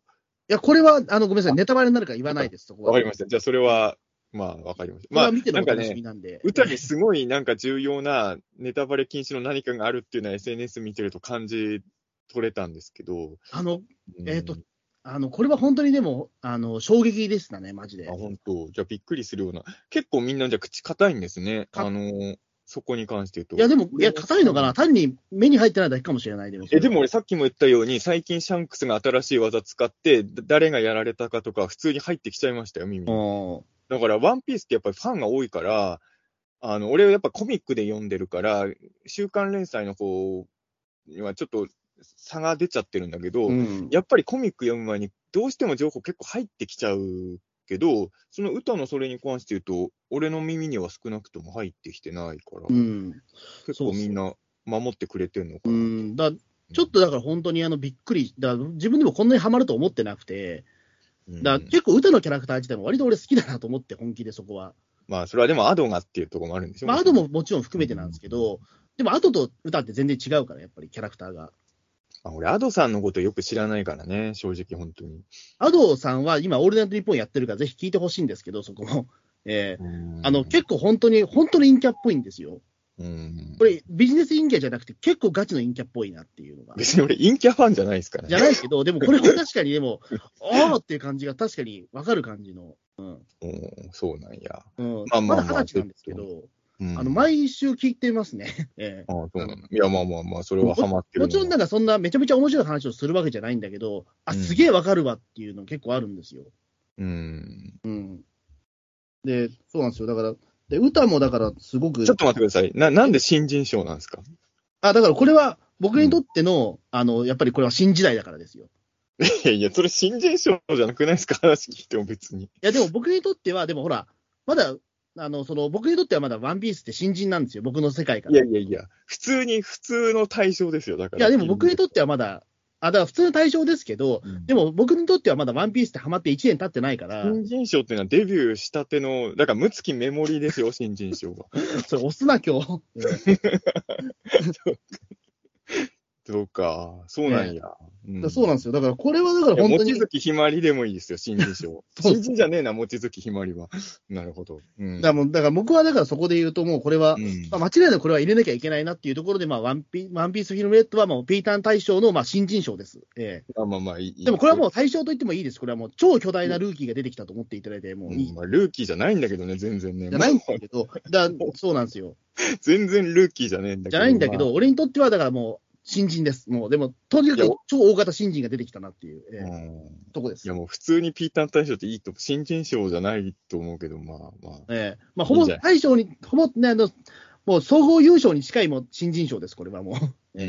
や、これは、あの、ごめんなさい、ネタバレになるから言わないです、そこは。 わかりました。じゃあ、それは、まあ、わかりました。 まあ、 まあ、 見てのなんかね、 お楽しみなんで。 歌にすごいなんか重要なネタバレ禁止の何かがあるっていうのは エスエヌエス 見てると感じ取れたんですけど。 あの、えっ、とうん、 あの、これは本当にでも、あの、衝撃でしたね、マジで。 あ、本当。じゃあ、びっくりするような。結構みんなじゃあ口硬いんですね。 かあの、そこに関して言うと。 いや、でも、いや、硬いのかな、単に目に入ってないだけかもしれない、でもそえ、 れは。 でも俺さっきも言ったように、最近シャンクスが新しい技使って、だ誰がやられたかとか、普通に入ってきちゃいましたよ、耳に。 おだから、ワンピースってやっぱりファンが多いから、あの、俺はやっぱコミックで読んでるから、週刊連載の方にはちょっと差が出ちゃってるんだけど、 うん。 やっぱりコミック読む前にどうしても情報結構入ってきちゃうけど、その歌のそれに関して言うと、俺の耳には少なくとも入ってきてないから、 うん。 結構みんな守ってくれてんのかな。 うん。だちょっとだから本当にあの、びっくり。だ自分でもこんなにハマると思ってなくて、 うん、 だ結構歌のキャラクター自体も割と俺好きだなと思って、本気でそこは。 まあ、それはでもアドがっていうところもあるんでしょうまあ、アドももちろん含めてなんですけど、でもアドと歌って全然違うから、やっぱりキャラクターが。 あ、俺、アドさんのことよく知らないからね、正直、本当に。 アドさんは今、オールナイトニッポンやってるから、ぜひ聞いてほしいんですけど、そこも。えー、あの、結構本当に、本当に陰キャっぽいんですよ。 うん。 これ、ビジネス陰キャじゃなくて、結構ガチの陰キャっぽいなっていうのが。 別に俺、陰キャファンじゃないですからね。 じゃないけど、でもこれは確かに、でも、ああっていう感じが確かにわかる感じの。うん。 うん、そうなんや。 うん、 まあまあまあまだ二十歳なんですけど、 うん、 あの、毎週聞いてますね。ええああ、そうなんだ。いや、まあまあまあ、それはハマってるもちろんなんか、 かそんなめちゃめちゃ面白い話をするわけじゃないんだけど、あ、すげえわかるわっていうの結構あるんですよ。 うん。 うん。で、そうなんですよ。だから、で、歌もだからすごく。 ちょっと待ってください。な、なんで新人賞なんですか？ あ、だからこれは僕にとっての、うん、あの、やっぱりこれは新時代だからですよ。 いやいや、それ新人賞じゃなくないですか？話聞いても別に。いや、でも僕にとっては、でもほら、まだ、あの、その、僕にとってはまだワンピースって新人なんですよ。僕の世界から。 いやいやいや、普通に、普通の対象ですよ。だから。 いや、でも僕にとってはまだ、あ、だから普通の対象ですけど、うん、でも僕にとってはまだワンピースってハマっていちねん経ってないから。 新人賞っていうのはデビューしたての、だから、むつきメモリーですよ、新人賞が。 それ押すな、今日。 そうか、そうなんや。ねうん、そうなんですよ。だから、これはだから本当に。 望月ひまりでもいいですよ、新人賞。新人じゃねえな、望月ひまりは。なるほど。うん、 だからもう、だから僕はだからそこで言うと、もうこれは、うん、まあ、間違いなくこれは入れなきゃいけないなっていうところで、まあ、ワンピ、ワンピースフィルムレッドはもうピーターン大賞のまあ新人賞です。ええー。あまあまあいい。 でもこれはもう対象と言ってもいいです。これはもう超巨大なルーキーが出てきたと思っていただいて、もういい。 うんまあ、ルーキーじゃないんだけどね、全然ね。 じゃないんだけど、だそうなんですよ。 全然ルーキーじゃねえんだけど。 じゃないんだけど、まあ、俺にとってはだからもう、新人です。もう、でも、とにかく超大型新人が出てきたなっていう、えー、とこです。 いや、もう普通にピーターン大賞っていいと、新人賞じゃないと思うけど、まあまあ。 えー、まあ、ほぼ大賞に、ほぼね、あの、もう総合優勝に近いも新人賞です、これはもう。 うん。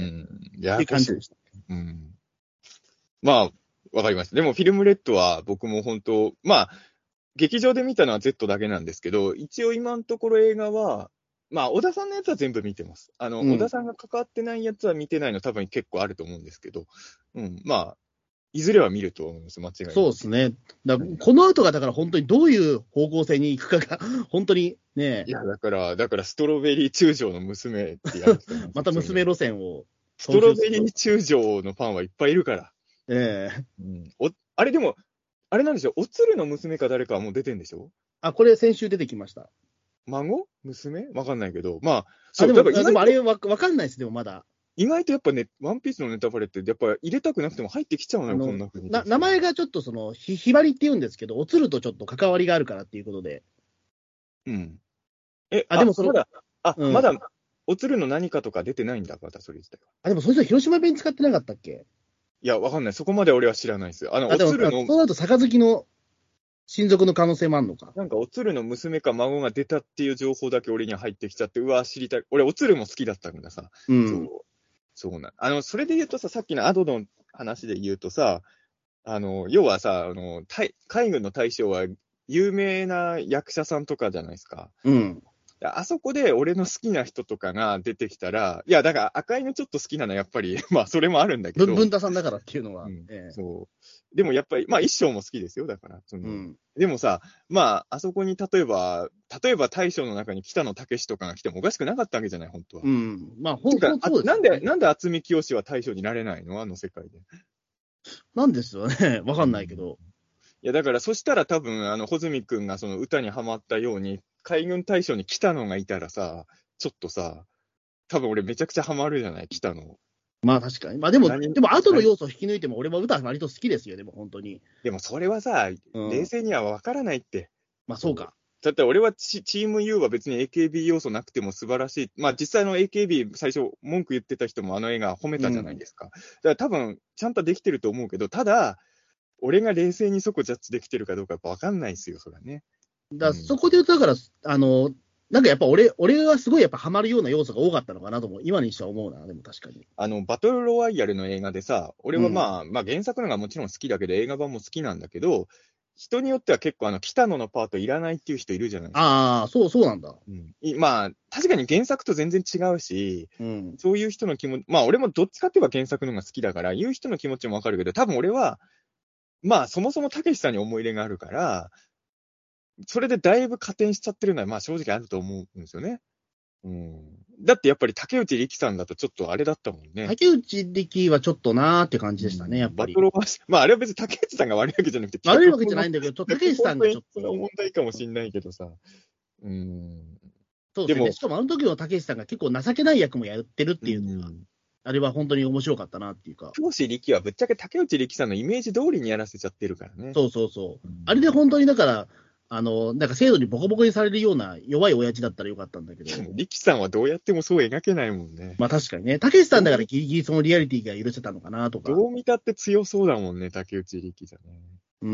いや、っていう感じでした。うん。まあ、わかりました。でも、フィルムレッドは僕も本当、まあ、劇場で見たのは Z だけなんですけど、一応今のところ映画は、まあ、小田さんのやつは全部見てます。あの、うん、小田さんが関わってないやつは見てないの多分結構あると思うんですけど、うん、まあ、いずれは見ると思います、間違いない。 そうですね。だこの後がだから本当にどういう方向性に行くかが、本当にね。 いや、だから、だからストロベリー中将の娘ってやつ。 また娘路線を。 ストロベリー中将のファンはいっぱいいるから。 ええうん、おあれでも、あれなんでしょう、おつるの娘か誰かはもう出てんでしょ？ あ、これ先週出てきました。 孫娘わかんないけど、まあ、 そう、あでも、でもあれわかんないです、でもまだ。 意外とやっぱね、ワンピースのネタバレって、やっぱ入れたくなくても入ってきちゃうのよ、こんな風に。 な名前がちょっとその、ひ、ひばりって言うんですけど、おつるとちょっと関わりがあるからっていうことで。 うん。え、 あ、でもその、 まだ、あ、うん、まだ、おつるの何かとか出てないんだ、またそれ自体は。 あ、でもそれじゃ広島弁使ってなかったっけ？ いや、わかんない。そこまで俺は知らないですよ。あの、 あ、 おつるの。 そうなると、杯の親族の可能性もあるのか。 なんか、おつるの娘か孫が出たっていう情報だけ俺には入ってきちゃって、うわ、知りたい。俺、おつるも好きだったんださ。 うん。 そう。そうなん。あの、それで言うとさ、さっきのアドの話で言うとさ、あの、要はさ、あの、海軍の大将は有名な役者さんとかじゃないですか。 うん。 あそこで俺の好きな人とかが出てきたら、いや、だから赤いのちょっと好きなのはやっぱり、まあ、それもあるんだけど。 文太さんだからっていうのは。 うんええ、 そう。でもやっぱり、まあ、一生も好きですよ、だから。そのうん、でもさ、まあ、あそこに例えば、例えば大将の中に北野武とかが来てもおかしくなかったわけじゃない、本当は。 うん。まあ、ほんとそうです、ね。なんで、なんで渥美清は大将になれないのあの世界で。 なんですよね。わかんないけど。 いや、だからそしたら多分、あの、穂積くんがその歌にハマったように、海軍大将に北野がいたらさ、ちょっとさ、多分俺めちゃくちゃハマるじゃない、北野。 まあ確かに。まあでも、 何でも後の何要素を引き抜いても俺は歌割と好きですよ、でも本当に。 でもそれはさ、 うん冷静には分からないって。 まあそうか。 だって俺はチ、チーム U は別に エーケービー 要素なくても素晴らしい。まあ実際の エーケービー 最初文句言ってた人もあの映画褒めたじゃないですか。だから多分ちゃんとできてると思うけど、ただ、俺が冷静にそこジャッジできてるかどうかやっぱ分かんないですよ、それはね。 だそこで言うと、だから、あの、なんかやっぱ俺、俺はすごいやっぱハマるような要素が多かったのかなと思う。今にしては思うな、でも確かに。 あの、バトルロワイヤルの映画でさ、俺はまあ、うん、まあ原作のがもちろん好きだけど、映画版も好きなんだけど、人によっては結構あの、北野のパートいらないっていう人いるじゃないですか。 ああ、そう、そうなんだ。 うん、まあ、確かに原作と全然違うし、うん、そういう人の気持ち、まあ俺もどっちかって言えば原作のが好きだから、言う人の気持ちもわかるけど、多分俺は、まあそもそもたけしさんに思い入れがあるから、それでだいぶ加点しちゃってるのは、まあ正直あると思うんですよね。うん。だってやっぱり竹内力さんだとちょっとあれだったもんね。 竹内力はちょっとなーって感じでしたね、やっぱり。 バトロワシ、まああれは別に竹内さんが悪いわけじゃなくて、 悪いわけじゃないんだけど、竹内さんがちょっと。 その問題かもしんないけどさ。うん。 そうですね。しかもあの時の竹内さんが結構情けない役もやってるっていうのが、うん、あれは本当に面白かったなっていうか。 教師力はぶっちゃけ竹内力さんのイメージ通りにやらせちゃってるからね。 そうそうそう。うん、あれで本当にだから、あの、なんか制度にボコボコにされるような弱い親父だったらよかったんだけど。 力さんはどうやってもそう描けないもんね。 まあ確かにね。竹内さんだからギリギリそのリアリティが許せたのかなとか。 どう見たって強そうだもんね、竹内力じゃね。 うん。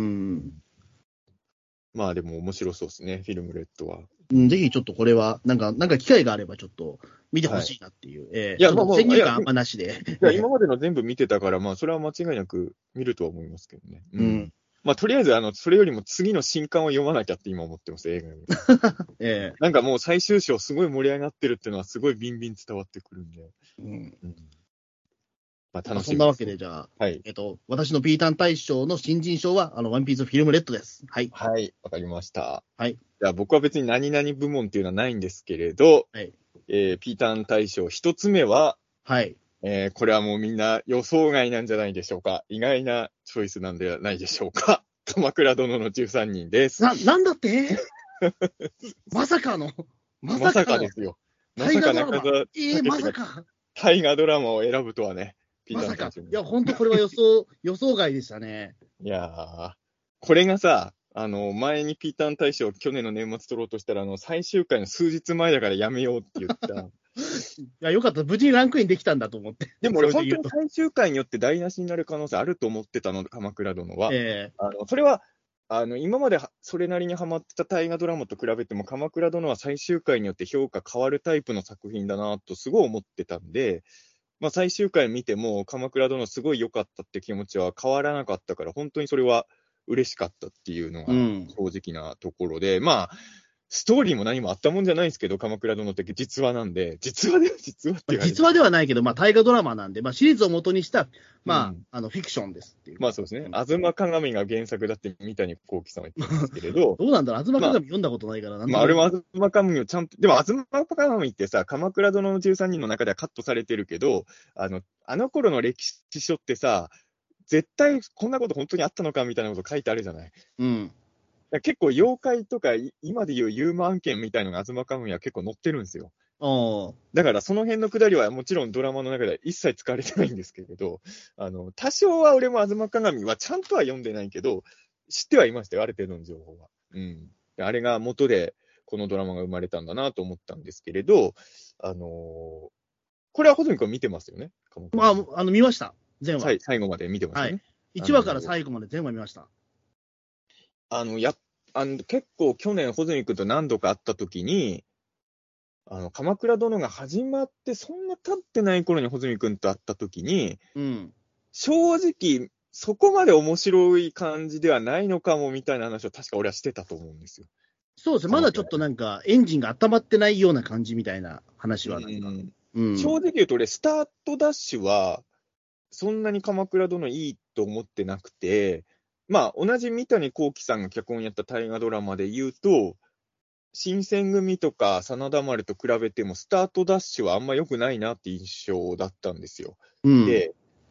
まあでも面白そうですね、フィルムレッドは。 うん、ぜひちょっとこれは、なんか、なんか機会があればちょっと見てほしいなっていう。はい、えー、いや、まあ、先入観あんまなしで。 いや、今までの全部見てたから、まあそれは間違いなく見るとは思いますけどね。 うん。うんまあ、とりあえず、あの、それよりも次の新刊を読まなきゃって今思ってます、映画より。ええ。なんかもう最終章すごい盛り上がってるっていうのはすごいビンビン伝わってくるんで。うん。うん、 まあ、楽しみです。そんなわけで、じゃあ、 はい。 えっと、私のピータン大賞の新人賞は、あの、ワンピースフィルムレッドです。はい。 はい、わかりました。 はい。 じゃあ、僕は別に何々部門っていうのはないんですけれど、 はい。 えー、ピータン大賞一つ目は、 はい。 えー、これはもうみんな予想外なんじゃないでしょうか。意外なチョイスなんではないでしょうか。鎌倉殿のじゅうさんにんです。 な、なんだってまさかのまさかのまさかですよ。まさか中澤ええー、まさか。 大河ドラマを選ぶとはね。 ピーターまさか。いや、ほんとこれは予想、予想外でしたね。 いやー、これがさ、あの、前にピーターン大賞去年の年末取ろうとしたら、あの、最終回の数日前だからやめようって言った。 いや、よかった。無事にランクインできたんだと思って。 でも俺本当に最終回によって台無しになる可能性あると思ってたの、鎌倉殿は。 えー、あの、それは、あの、今までそれなりにハマってた大河ドラマと比べても、鎌倉殿は最終回によって評価変わるタイプの作品だなとすごい思ってたんで、まあ最終回見ても、鎌倉殿すごい良かったって気持ちは変わらなかったから、本当にそれは嬉しかったっていうのが正直なところで、うん、まあ、ストーリーも何もあったもんじゃないですけど、鎌倉殿って実話なんで、実話では実話って実話ではないけど、まあ、大河ドラマなんで、まあ、シリーズを元にした、まあ、うん、あの、フィクションですっていう。 まあそうですね。吾妻鏡が原作だって三谷幸喜さんは言ってますけれど。 どうなんだろう、吾妻鏡読んだことないからなんまあ、あれも吾妻鏡をちゃんと、でも吾妻鏡ってさ、鎌倉殿のじゅうさんにんの中ではカットされてるけど、あの、あの頃の歴史書ってさ、絶対こんなこと本当にあったのかみたいなこと書いてあるじゃない。 うん。 結構妖怪とか、今でいうユーモア案件みたいなのが吾妻鏡は結構載ってるんですよ。だからその辺のくだりはもちろんドラマの中では一切使われてないんですけれど、あの、多少は俺も吾妻鏡はちゃんとは読んでないけど、知ってはいましたよ、ある程度の情報は。うん。あれが元でこのドラマが生まれたんだなと思ったんですけれど、あのー、これは穂積君見てますよね。 まあ、あの、見ました。全話。 最後まで見てましたね。はい。 いちわから最後まで全話見ました。 あの、や、あの、結構去年、穂積君と何度か会った時に、あの、鎌倉殿が始まって、そんな経ってない頃に穂積君と会った時に、 うん、 正直、そこまで面白い感じではないのかもみたいな話を確か俺はしてたと思うんですよ。 そうですね。まだちょっとなんか、エンジンが温まってないような感じみたいな話はなんか。 うんうん、正直言うと俺、スタートダッシュは、そんなに鎌倉殿いいと思ってなくて、まあ、同じ三谷幸喜さんが脚本やった大河ドラマで言うと、新選組とか真田丸と比べても、スタートダッシュはあんま良くないなって印象だったんですよ。 うん、 で、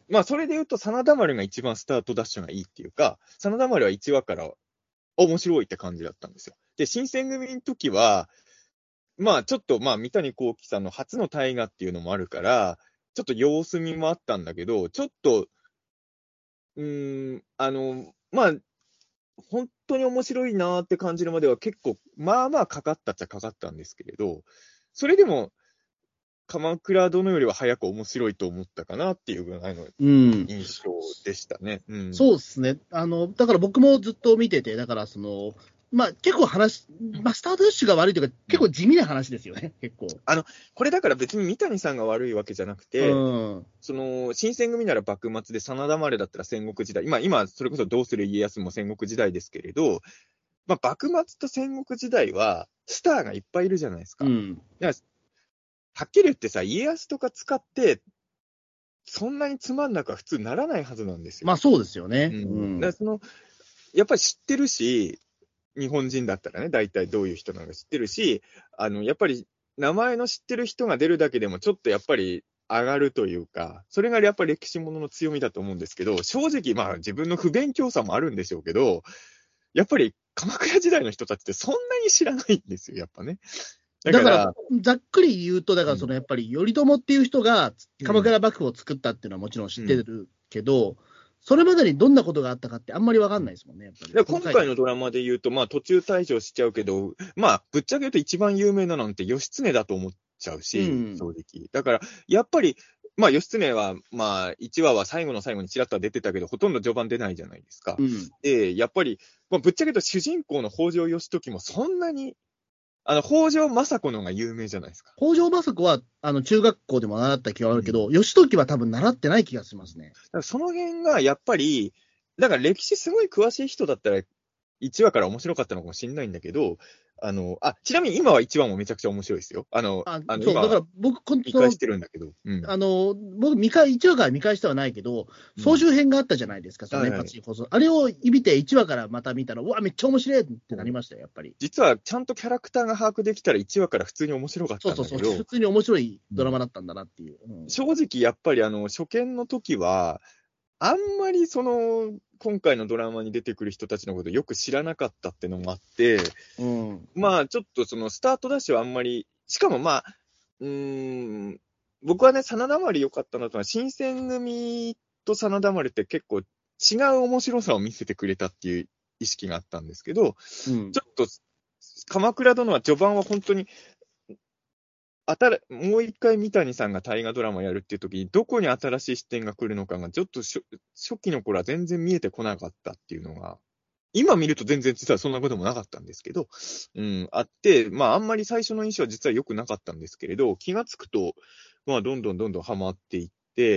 まあ、それで言うと、真田丸が一番スタートダッシュがいいっていうか、真田丸はいちわから面白いって感じだったんですよ。で、新選組の時は、まあ、ちょっと、まあ、三谷幸喜さんの初の大河っていうのもあるから、ちょっと様子見もあったんだけど、ちょっと、うーん、あの、まあ、本当に面白いなーって感じるまでは結構、まあまあかかったっちゃかかったんですけれど、それでも、鎌倉殿よりは早く面白いと思ったかなっていうぐらいのうん。 印象でしたね。うん。 そうですね。あの、だから僕もずっと見てて、だからその、まあ結構話、まあスタートダッシュが悪いというか、結構地味な話ですよね、結構。 あの、これだから別に三谷さんが悪いわけじゃなくうて、 ん。 その、新選組なら幕末で、真田丸だったら戦国時代、今、今、それこそどうする家康も戦国時代ですけれど、まあ、幕末と戦国時代は、スターがいっぱいいるじゃないですか。 うん。 だからはっきり言ってさ、家康とか使って、そんなにつまんなくは普通ならないはずなんですよ。 まあそうですよね。ううん。だからん。 その、やっぱり知ってるし、日本人だったらね、大体どういう人なのか知ってるし、あの、やっぱり名前の知ってる人が出るだけでもちょっとやっぱり上がるというか、それがやっぱり歴史ものの強みだと思うんですけど、正直まあ自分の不勉強さもあるんでしょうけど、やっぱり鎌倉時代の人たちってそんなに知らないんですよ、やっぱね。だだから、 から、 ざっくり言うと、だからそのやっぱり頼朝っていう人がうん、 鎌倉幕府を作ったっていうのはもちろん知ってるけど、それまでにどんなことがあったかってあんまりわかんないですもんね、やっぱり。 で今細かい。 回のドラマで言うと、まあ途中退場しちゃうけど、まあぶっちゃけ言うと一番有名なのなんて義経だと思っちゃううし、 ん。 正直。だから、やっぱり、まあ義経は、まあいちわは最後の最後にちらっとは出てたけど、ほとんど序盤出ないじゃないですか。 うん。 で、やっぱり、まあ、ぶっちゃけ言うと主人公の北条義時もそんなに、あの、北条政子の方が有名じゃないですか。 北条政子は、あの、中学校でも習った気はあるけど、 うん義時は多分習ってない気がしますね。 だからその辺がやっぱり、だから歴史すごい詳しい人だったら、いちわから面白かったのかもしれないんだけど、あの、あ、ちなみに今はいちわもめちゃくちゃ面白いですよ。あの、 あ、 あの、 そう、だか今、 ら僕、この、 見返してるんだけど。うん。 あの、僕、見返、いちわから見返してはないけど、 うん。 総集編があったじゃないですか、その年はいはい。 末に放送。あれを見ていちわからまた見たら、うわ、めっちゃ面白いってそうなりましたよ、やっぱり。 実はちゃんとキャラクターが把握できたらいちわから普通に面白かっそうそうそう、 たんだけど、 普通に面白いうん、 ドラマだったんだなっていう。うん、 正直やっぱりあの、初見の時は、あんまりその、今回のドラマに出てくる人たちのことをよく知らなかったってのもあって、 うん、 まあちょっとそのスタートダッシュはあんまり、しかもまあ、うーん、僕はね、真田丸良かったなとは、新選組と真田丸って結構違う面白さを見せてくれたっていう意識があったんですけど、 うん。 ちょっと、鎌倉殿は序盤は本当に、あたらもう一回三谷さんが大河ドラマやるっていう時に、どこに新しい視点が来るのかが、ちょっと初初期の頃は全然見えてこなかったっていうのが、今見ると全然実はそんなこともなかったんですけど、うん、あって、まああんまり最初の印象は実は良くなかったんですけれど、気がつくと、まあどんどんどんどんハマっていって、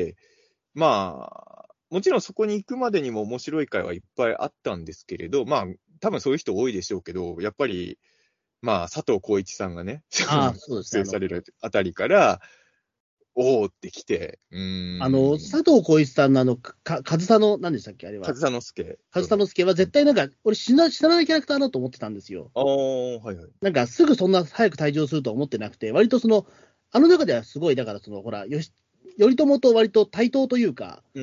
まあ、もちろんそこに行くまでにも面白い回はいっぱいあったんですけれど、まあ多分そういう人多いでしょうけど、やっぱり、まあ佐藤浩市さんがね、 ああ、そうですね。あの、 出演されるあたりから、おーってきて、うーあの、 ん、 佐藤浩市さんのあの、か、上総の、何でしたっけ、あれは。 上総介。 上総介は絶対なんか、俺知ら知らないキャラクターだと思ってたんですよ。 ああ、はいはい。 なんか、すぐそんな早く退場するとは思ってなくて、割とその、あの中ではすごい、だからその、ほら、よし、頼朝と割と対等というか、 うん、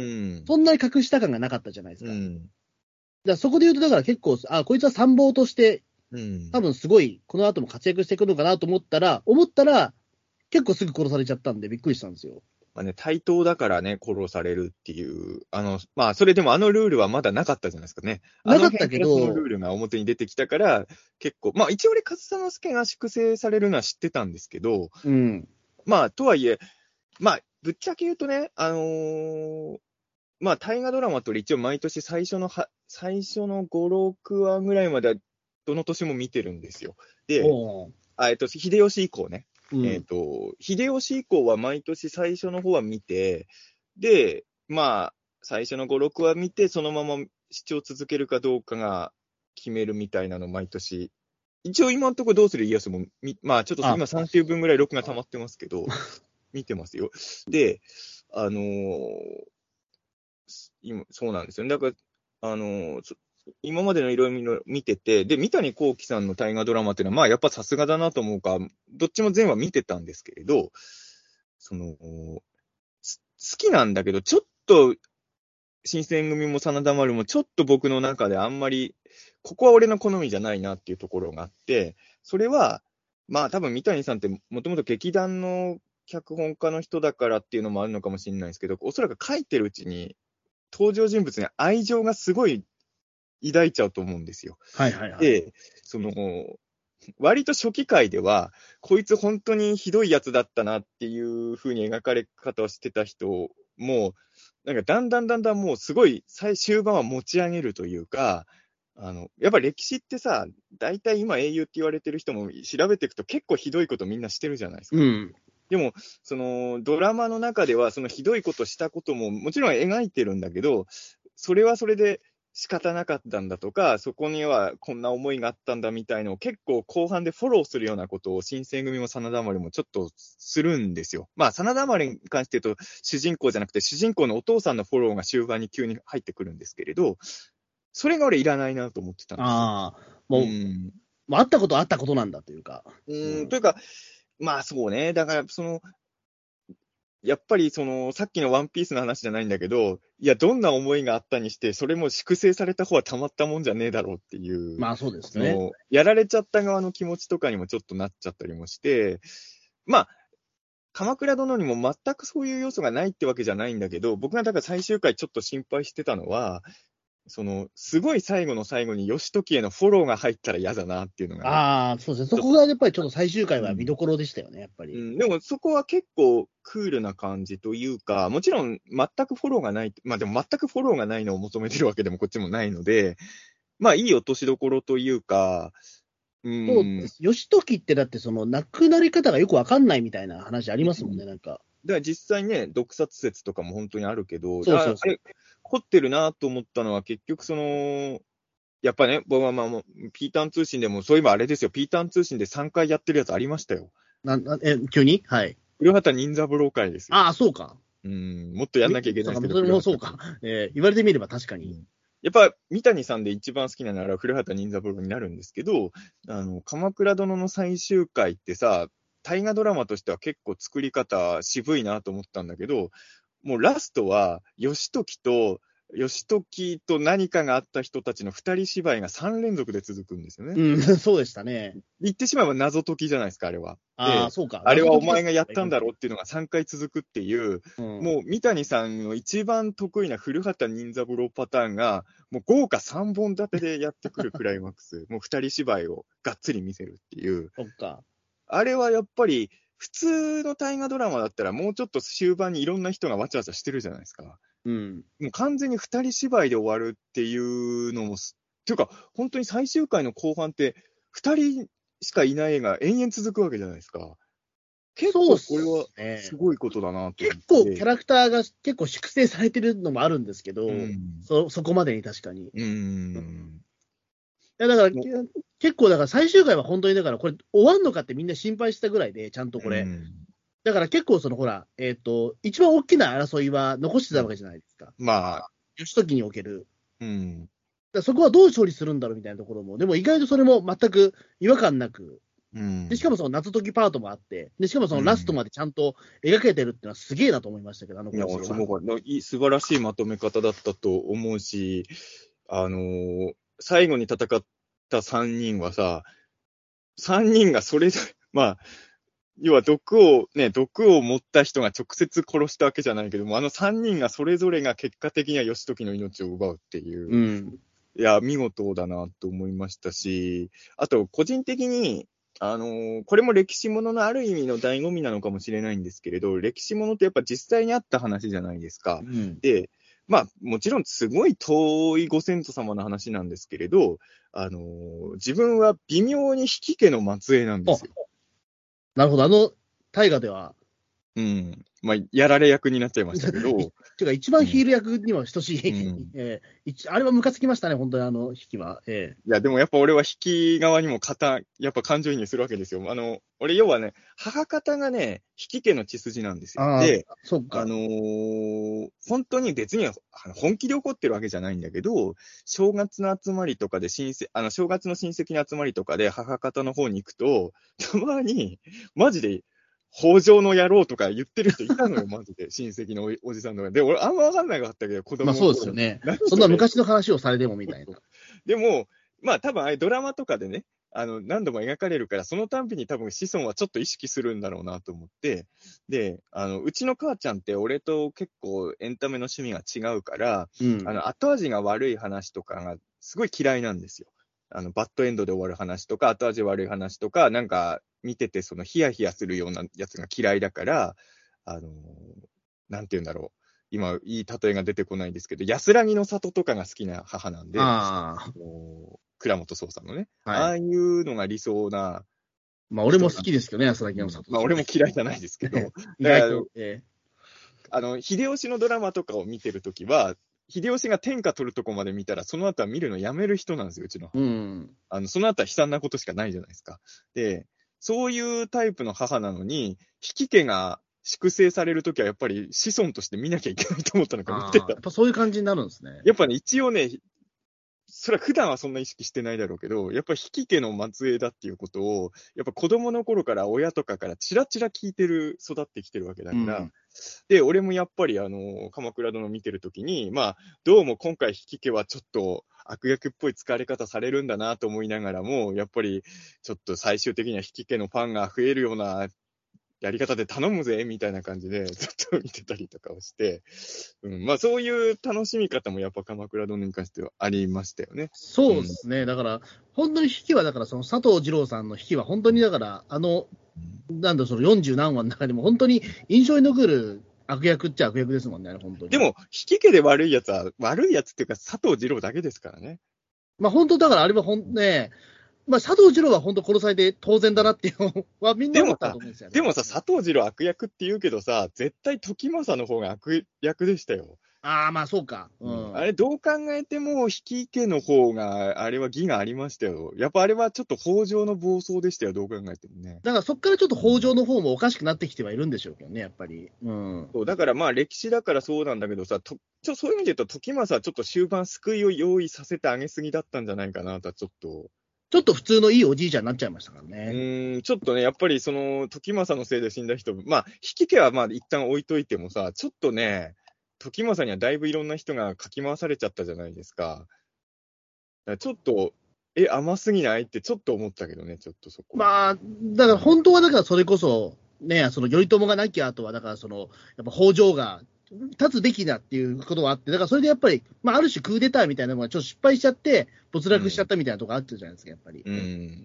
そんなに隠した感がなかったじゃないですか。だかうん、 らそこで言うと、だから結構、あ、こいつは参謀として、 うん。 多分すごい、この後も活躍していくのかなと思ったら、思ったら、結構すぐ殺されちゃったんで、びっくりしたんですよ。 まあね、対等だからね、殺されるっていう、あの、まあ、それでもあのルールはまだなかったじゃないですかね。あのなかった辺からそのルーけど、 ルが表に出てきたから、結構、まあ一応俺、上総介が粛清されるのは知ってたんですけど、 うん、 まあ、とはいえ、まあ、ぶっちゃけ言うとね、あのーまあ、大河ドラマと一応毎年最初のは、最初のご、ろくわぐらいまでは、どの年も見てるんですよ。で、 おう、 あえっと、秀吉以降ね。えっうん、 と、秀吉以降は毎年最初の方は見て、で、まあ、最初のご、ろくわ見て、そのまま視聴続けるかどうかが決めるみたいなの毎年。一応今のところどうする家康もみ、まあちょっとあ、 今さん週分ぐらい録画溜まってますけど、見てますよ。で、あのー今、そうなんですよね。だから、あのーそ今までのいろいろ見てて、で、三谷幸喜さんの大河ドラマっていうのは、まあやっぱさすがだなと思うか、どっちも全話見てたんですけれど、その、す好きなんだけど、ちょっと、新選組も真田丸もちょっと僕の中であんまり、ここは俺の好みじゃないなっていうところがあって、それは、まあ多分三谷さんってもともと劇団の脚本家の人だからっていうのもあるのかもしれないですけど、おそらく書いてるうちに登場人物に愛情がすごい抱いちゃうと思うんですよ。 はいはいはい。 で、その、割と初期回では、こいつ本当にひどいやつだったなっていう風に描かれ方をしてた人も、なんかだんだんだんだんもうすごい最終盤は持ち上げるというか、あの、やっぱ歴史ってさ、大体今英雄って言われてる人も調べていくと結構ひどいことみんなしてるじゃないですか。 うん。 でも、そのドラマの中ではそのひどいことしたことももちろん描いてるんだけど、それはそれで仕方なかったんだとか、そこにはこんな思いがあったんだみたいのを結構後半でフォローするようなことを新選組も真田丸もちょっとするんですよ。まあ真田丸に関して言うと主人公じゃなくて主人公のお父さんのフォローが終盤に急に入ってくるんですけれど、それが俺いらないなと思ってたんですよ。 ああ、 うもう、 ん。 もうあったことはあったことなんだというか。 ううんん、というか、まあそうね。だから、その、やっぱりその、さっきのワンピースの話じゃないんだけど、いや、どんな思いがあったにして、それも粛清された方はたまったもんじゃねえだろうっていう、 まあそうですね。 その、やられちゃった側の気持ちとかにもちょっとなっちゃったりもして、まあ、鎌倉殿にも全くそういう要素がないってわけじゃないんだけど、僕がだから最終回ちょっと心配してたのは、その、すごい最後の最後に義時へのフォローが入ったら嫌だなっていうのが、 ああ、そうですね。そこがやっぱりちょっと最終回は見どころでしたよね、やっぱり。 うん、でもそこは結構クールな感じというか、もちろん全くフォローがない、まあでも全くフォローがないのを求めてるわけでもこっちもないので、まあいい落としどころというか、うそうでん、 す。義時ってだってその亡くなり方がよくわかんないみたいな話ありますもんね、なんか。 だから実際ね、毒殺説とかも本当にあるけど、 そうそうそう。 ああれ、凝ってるなと思ったのは結局その、やっぱね、僕はまあもう、ピーターン通信でも、そういえばあれですよ、ピーターン通信でさんかいやってるやつありましたよ。 ななえ、急にはい。 古畑任三郎会ですよ。 ああ、そうか。 うん、もっとやんなきゃいけないですけど、 そうか、それもそうか。えー言われてみれば確かに。 うん、やっぱ、三谷さんで一番好きなのは古畑任三郎になるんですけど、あの、鎌倉殿の最終回ってさ、大河ドラマとしては結構作り方渋いなと思ったんだけど、もうラストは、義時と、義時と何かがあった人たちの二人芝居がさん連続で続くんですよね。 うん、そうでしたね。 言ってしまえば謎解きじゃないですか、あれは。 ああ、 で、 そうか。 あれはお謎解きです前がやったんだろうっていうのがさんかい続くっていう、 うん。 もう三谷さんの一番得意な古畑任三郎パターンが、もう豪華さんぼん立てでやってくるクライマックス、もう二人芝居をがっつり見せるっていう、 そっか。 あれはやっぱり、普通の大河ドラマだったらもうちょっと終盤にいろんな人がわちゃわちゃしてるじゃないですか。 うん。 もう完全に二人芝居で終わるっていうのもす、っていうか、本当に最終回の後半って、二人しかいない絵が延々続くわけじゃないですか。結そうっす構これはね。 すごいことだなと思結構キって。 ャラクターが結構粛清されてるのもあるんですけど、 うん。 そ、そこまでに確かに。いうん。 や、だから、 もけ結構だから最終回は本当にだからこれ終わんのかってみんな心配したぐらいで、ちゃんとこれ。 うん。 だから結構そのほら、えっと、一番大きな争いは残してたわけじゃないですか。 まあ、 義時における。 うん。 だからそこはどう処理するんだろうみたいなところも、でも意外とそれも全く違和感なく、 うん。 でしかもその謎解きパートもあって、でしかもそのラストまでちゃんと描けてるっていうのはすげえなと思いましたけど、あのいや、 構成は。 すごくいい素晴らしいまとめ方だったと思うし、あのー最後に戦ったさんにんはさ、さんにんがそれぞれ、まあ、要は毒を、ね、毒を持った人が直接殺したわけじゃないけども、あのさんにんがそれぞれが結果的には義時の命を奪うっていう。 うん。 いや、見事だなと思いましたし、あと、個人的に、あのーこれも歴史もののある意味の醍醐味なのかもしれないんですけれど、歴史ものってやっぱ実際にあった話じゃないですか。 うん。 で、まあ、もちろんすごい遠いご先祖様の話なんですけれど、あのー自分は微妙に引き家の末裔なんですよ。 なるほど。あの大河では、 うん。まあ、やられ役になっちゃいましたけど、 ていうか一番ヒール役には等しい、 うんえー一あれはムカつきましたね、本当にあの引きは。えいや、でもやっぱ俺は引き側にも肩、やっぱ感情移入するわけですよ。あの、俺要はね、母方がね、引き家の血筋なんですよ。 ー、ああ、 で、 そっか。 あのー本当に別にあの本気で怒ってるわけじゃないんだけど、正月の集まりとかで親戚、あの、正月の親戚の集まりとかで母方の方に行くと、たまに、マジで、 北条の野郎とか言ってる人いたのよ、マジで。親戚の お, おじさんとか。で、俺あんま分かんなかったけど、子供まあの頃そうですよね。 何そんな昔の話をされてもみたいな。 でも、まあ多分ああいうドラマとかでね、あの、何度も描かれるから、そのたんびに多分子孫はちょっと意識するんだろうなと思って、で、あの、うちの母ちゃんって俺と結構エンタメの趣味が違うから、 うん。 あの、後味が悪い話とかがすごい嫌いなんですよ。あの、バッドエンドで終わる話とか、後味悪い話とか、なんか見ててそのヒヤヒヤするようなやつが嫌いだから、あの、なんて言うんだろう。今、いい例えが出てこないんですけど、安らぎの里とかが好きな母なんで、 ああの倉本壮さんのね、 あ。はい。 ああいうのが理想なまあ俺も好きですけどね、安田うん明里。 まあ俺も嫌いじゃないですけど、 意だから外と、えあの、秀吉のドラマとかを見てるときは、秀吉が天下取るとこまで見たら、その後は見るのやめる人なんですよ、うちのー、 母。 うん。 あの、その後は悲惨なことしかないじゃないですか。で、そういうタイプの母なのに、引き家が粛清されるときはやっぱり子孫として見なきゃいけないと思ったのか見ああ、 てた。 やっぱそういう感じになるんですね。 やっぱね、一応ね、それは普段はそんな意識してないだろうけど、やっぱり引家の末裔だっていうことを、やっぱ子供の頃から親とかからチラチラ聞いてる、育ってきてるわけだから、 うん。 で、俺もやっぱりあの、鎌倉殿見てるときに、まあ、どうも今回引家はちょっと悪役っぽい使われ方されるんだなと思いながらも、やっぱりちょっと最終的には引家のファンが増えるようなやり方で頼むぜ、みたいな感じでずっと見てたりとかをして、うん、まあそういう楽しみ方もやっぱ鎌倉殿に関してはありましたよね。 そうですね。だから、本当に引きは、だからその佐藤二郎さんの引きは、本当にだから、あの、なんだ、そのよんじゅう何話の中でも、本当に印象に残る悪役っちゃ悪役ですもんね、あれ本当に。 でも、引家で悪いやつは、悪いやつっていうか佐藤二郎だけですからね。 まあ本当だから、あれはほんね、まあ佐藤二郎は本当殺されて当然だなっていうのはみんな思ったと思うんですよね。 でもさ、佐藤二郎悪役って言うけどさ、絶対時政の方が悪役でしたよ。 ああ、まあそうか。うん。 あれどう考えても、引家の方が、あれは義がありましたよ。やっぱあれはちょっと北条の暴走でしたよ、どう考えてもね。 だからそこからちょっと北条の方もおかしくなってきてはいるんでしょうけどね、やっぱり。うん。 そうだからまあ歴史だからそうなんだけどさ、とちょそういう意味で言うと、時政はちょっと終盤救いを用意させてあげすぎだったんじゃないかなとはちょっと。 ちょっと普通のいいおじいちゃんになっちゃいましたからうね。 ーん、ちょっとね、やっぱりその、時政のせいで死んだ人、まあ、引家はまあ一旦置いといてもさ、ちょっとね、時政にはだいぶいろんな人がかき回されちゃったじゃないですか。だからちょっと、え、甘すぎないってちょっと思ったけどね、ちょっとそこ。 まあ、だから本当はだからそれこそ、ね、その頼朝がなきゃ後は、だからその、やっぱ北条が立つべきだっていうことはあって、だからそれでやっぱり、まあある種クーデターみたいなのがちょっと失敗しちゃって、没落しちゃったみたいなところあってるじゃないですか、やっぱり。 うん。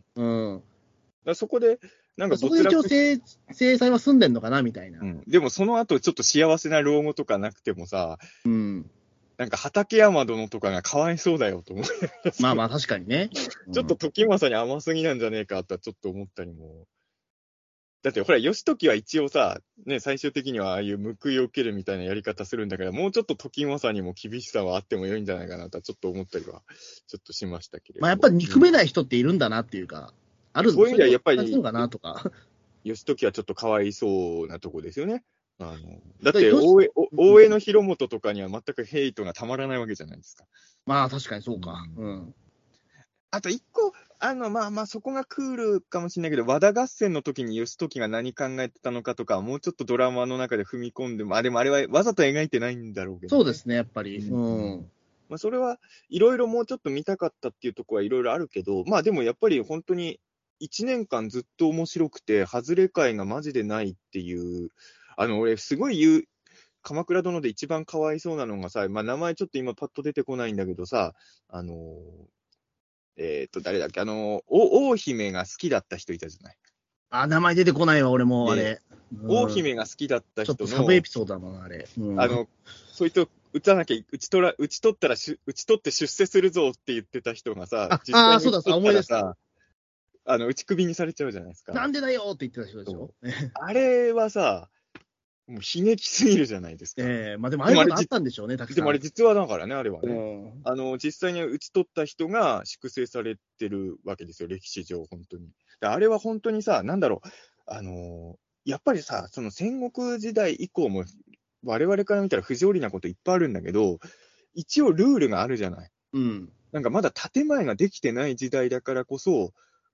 うん。 だからそこで、なんかそこで一応没落し、 制、制裁は済んでんのかな、みたいな。 うん。でもその後ちょっと幸せな老後とかなくてもさ、 うん。 なんか畠山殿とかがかわいそうだよと思う。 まあまあ確かにね。 ちょっと時政に甘すぎなんじゃねえかとはちょっと思ったりも。だってほら、義時は一応さ、ね、最終的にはああいう報いを受けるみたいなやり方するんだから、もうちょっと時政にも厳しさはあっても良いんじゃないかなとはちょっと思ったりは、ちょっとしましたけれど。 まあやっぱり憎めない人っているんだなっていうか、あるそういう意味ではやっぱりそういうのかなとか。 義時はちょっとかわいそうなとこですよね。あのだってだよし大江、お大江の広元とかには全くヘイトがたまらないわけじゃないですか。 まあ確かにそうか。 ううんん。 あと一個、あの、まあまあ、そこがクールかもしれないけど、和田合戦の時に義時が何考えてたのかとか、もうちょっとドラマの中で踏み込んでも、あ、でもあれはわざと描いてないんだろうけど、ね、 そうですね、やっぱり。 ううんん。 まあ、それはいろいろもうちょっと見たかったっていうところはいろいろあるけど、まあでもやっぱり本当にいちねんかんずっと面白くて、外れ回がマジでないっていう、あの、俺すごい言う、鎌倉殿で一番かわいそうなのがさ、まあ名前ちょっと今パッと出てこないんだけどさ、あのー、えっと、誰だっけ、あのー、お、大姫が好きだった人いたじゃない。 あ、名前出てこないわ、俺も、あでれ。 大うん姫が好きだったちょっ人の、 とサブエピソードだもん、あれ。うんあの、そいつを撃たなきゃ、撃ち取ら、撃ち取ったらし、撃ち取って出世するぞって言ってた人がさあ、 実際にあーそうだ撃ち取っ思い出したたらさ、あの、打ち首にされちゃうじゃないですか。 なんでだよって言ってた人でしょ。 あれはさ、もう悲劇すぎるじゃないですか。 ええまあでもああいうことあったんでしょうね、たくさん。 でもあれ実話だからね、あれはね。 うんあの、実際に打ち取った人が粛清されてるわけですよ、歴史上、本当に。であれは本当にさ、なんだろう、あのやっぱりさ、その戦国時代以降も、我々から見たら不条理なこといっぱいあるんだけど、一応ルールがあるじゃない。 うん。 なんかまだ建前ができてない時代だからこそ、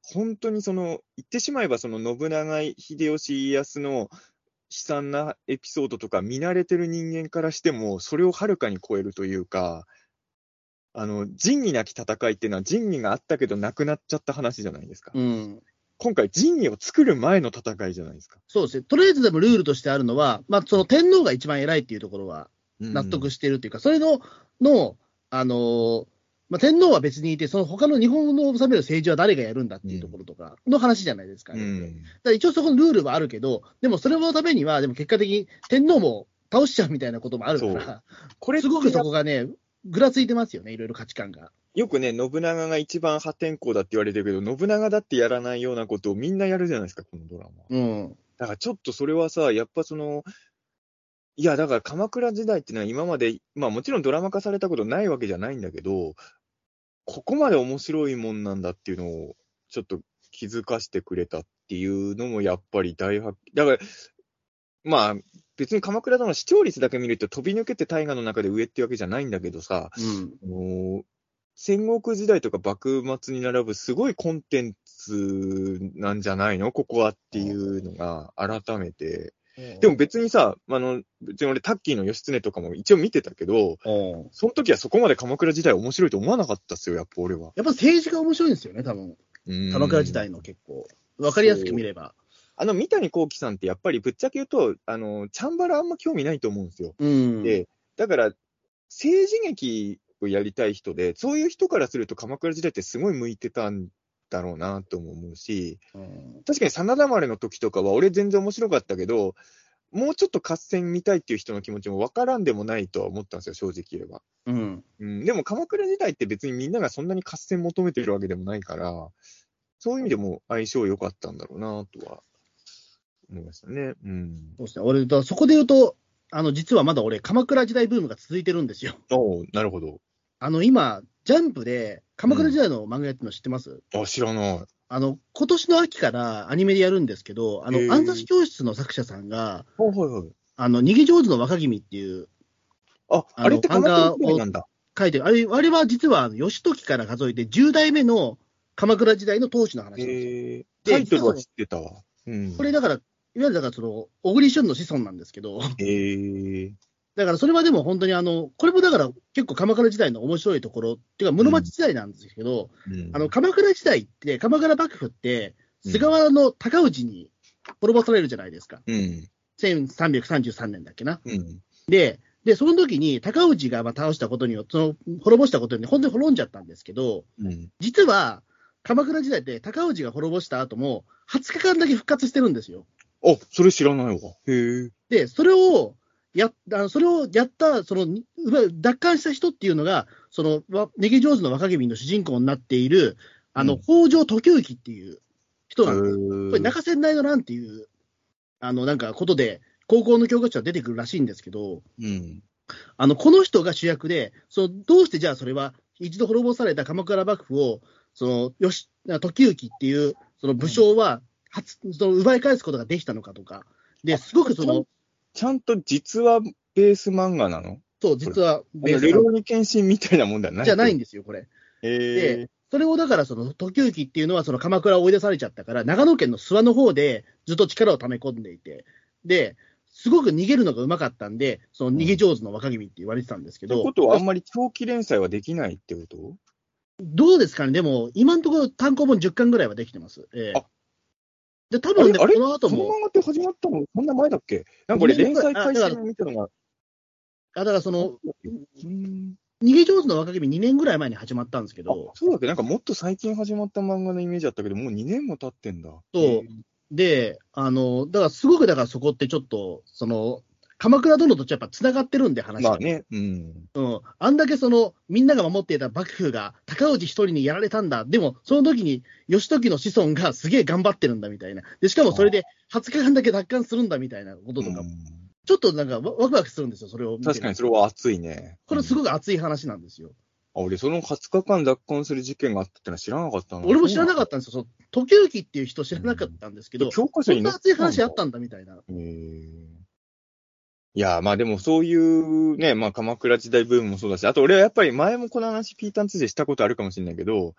本当にその、言ってしまえばその信長、秀吉、家康の悲惨なエピソードとか見慣れてる人間からしても、それをはるかに超えるというか、あの、仁義なき戦いっていうのは仁義があったけどなくなっちゃった話じゃないですか。 うん。 今回仁義を作る前の戦いじゃないですか。 そうですね。とりあえずでもルールとしてあるのは、まあ、その天皇が一番偉いっていうところはうん納得しているっていうか、それの、の、あのーまあ、天皇は別にいて、その他の日本の治める政治は誰がやるんだっていうところとかの話じゃないですか、 うねだかん。 ら一応そこのルールはあるけど、でもそれのためには、でも結果的に天皇も倒しちゃうみたいなこともあるかそうら、 これってすごくそこがね、ぐらついてますよね、いろいろ価値観が。 よくね、信長が一番破天荒だって言われてるけど、信長だってやらないようなことをみんなやるじゃないですか、このドラマ。 うん。 だからちょっとそれはさ、やっぱその、いや、だから鎌倉時代っていうのは今まで、まあもちろんドラマ化されたことないわけじゃないんだけど、ここまで面白いもんなんだっていうのを、ちょっと気づかしてくれたっていうのもやっぱり大発揮。だから、まあ、別に鎌倉殿の視聴率だけ見ると飛び抜けて大河の中で上ってわけじゃないんだけどさ、 うん。 もう戦国時代とか幕末に並ぶすごいコンテンツなんじゃないのここはっていうのが改めて。でも別にさ、あの、別に俺タッキーの義経とかも一応見てたけど、 うんその時はそこまで鎌倉時代面白いと思わなかったっすよ、やっぱ俺は。 やっぱ政治が面白いんですよね、多分。鎌倉時代の結構。わかりやすく見れば。 あの、三谷幸喜さんってやっぱりぶっちゃけ言うと、あの、チャンバラあんま興味ないと思うんですよ。 うん。 で、だから、政治劇をやりたい人で、そういう人からすると鎌倉時代ってすごい向いてたんだろうなとも思うし、 うん、 確かに真田丸の時とかは俺全然面白かったけど、もうちょっと合戦見たいっていう人の気持ちも分からんでもないとは思ったんですよ、正直言えば。 うん。 うん、でも鎌倉時代って別にみんながそんなに合戦求めてるわけでもないから、そういう意味でも相性良かったんだろうなとは思いましたね。うん。 そうですね。俺、だからそこで言うと、あの、実はまだ俺、鎌倉時代ブームが続いてるんですよ。 おお、なるほど。 あの、今、ジャンプで鎌倉時代の漫画やってるの知ってます、 うん、あ、知らない。 あの、今年の秋からアニメでやるんですけど、あの、暗殺教室の作者さんが、 はいはいはい。 あの、逃げ上手の若君っていう、 あ、ああの、 れって鎌倉時代なんだ。 書いてる。あれ、あれは実は、義時から数えてじゅう代目の鎌倉時代の当主の話なんですよ。 えー、タイトルは知ってたわ。うん。 これだから、いわゆるだからその、小栗旬の子孫なんですけど、 えー、 だからそれはでも本当にあの、これもだから結構鎌倉時代の面白いところっていうか、室町時代なんですけど、 うん、 あの、鎌倉時代って、鎌倉幕府って、菅原の高氏に滅ぼされるじゃないですか。 うん。 せんさんびゃくさんじゅうさんねんだっけな。 うん。 で、で、その時に高氏がまあ倒したことによって、その滅ぼしたことによって本当に滅んじゃったんですけど、 うん、 実は鎌倉時代って高氏が滅ぼした後もはつかかんだけ復活してるんですよ。 あ、それ知らないわ。へえ。 で、それをやあのそれをやった、その奪還した人っていうのが、その逃げ上手の若君の主人公になっている、あの、 うん、 北条時行っていう人なんです。 ここれ、中千内の乱っていう、あの、なんかことで、高校の教科書は出てくるらしいんですけど、 うん、 あの、この人が主役で、そのどうしてじゃあそれは、一度滅ぼされた鎌倉幕府を、その、よし、時行っていう、その武将は、初、その奪い返すことができたのかとか、で、すごくその、 ちゃんと実はベース漫画なの？ そう、実はベース。レローニケンシンみたいなもんだよね。 じゃないんですよ、これ。 へで、それをだから、その、時行っていうのは、その鎌倉を追い出されちゃったから、長野県の諏訪の方でずっと力を溜め込んでいて、で、すごく逃げるのがうまかったんで、その逃げ上手の若君って言われてたんですけど。 ってことは、あんまり長期連載はできないってこと？ どうですかね、でも、今のところ単行本じゅっかんぐらいはできてます。えー、 あで、多分ね、 あれこの後も。 この漫画って始まったのそんな前だっけ？なんかこれ連載開始見たのが。 あ、だからその、逃げ上手の若君にねんぐらい前に始まったんですけど。 そうだっけ？なんかもっと最近始まった漫画のイメージだったけど、もうにねんも経ってんだ。 そう。で、あの、だからすごく、だからそこってちょっと、その、鎌倉殿とやっぱ繋がってるんで、話が。 まあね。うん。 うん。あんだけその、みんなが守っていた幕府が高氏一人にやられたんだ。でも、その時に義時の子孫がすげえ頑張ってるんだみたいな。で、しかもそれではつかかんだけ奪還するんだみたいなこととか、ちょっとなんかワクワクするんですよ、それを見て。 確かにそれは熱いね。 これすごく熱い話なんですよ。 あ、俺そのはつかかん奪還する事件があったってのは知らなかったな。 俺も知らなかったんですよ。そ時行っていう人知らなかったんですけど、 教科書にそんな熱い話あったんだみたいな。 へー。いや、まあでもそういうね、まあ鎌倉時代ブームもそうだし、あと俺はやっぱり前もこの話ピータンツーでしたことあるかもしれないけど、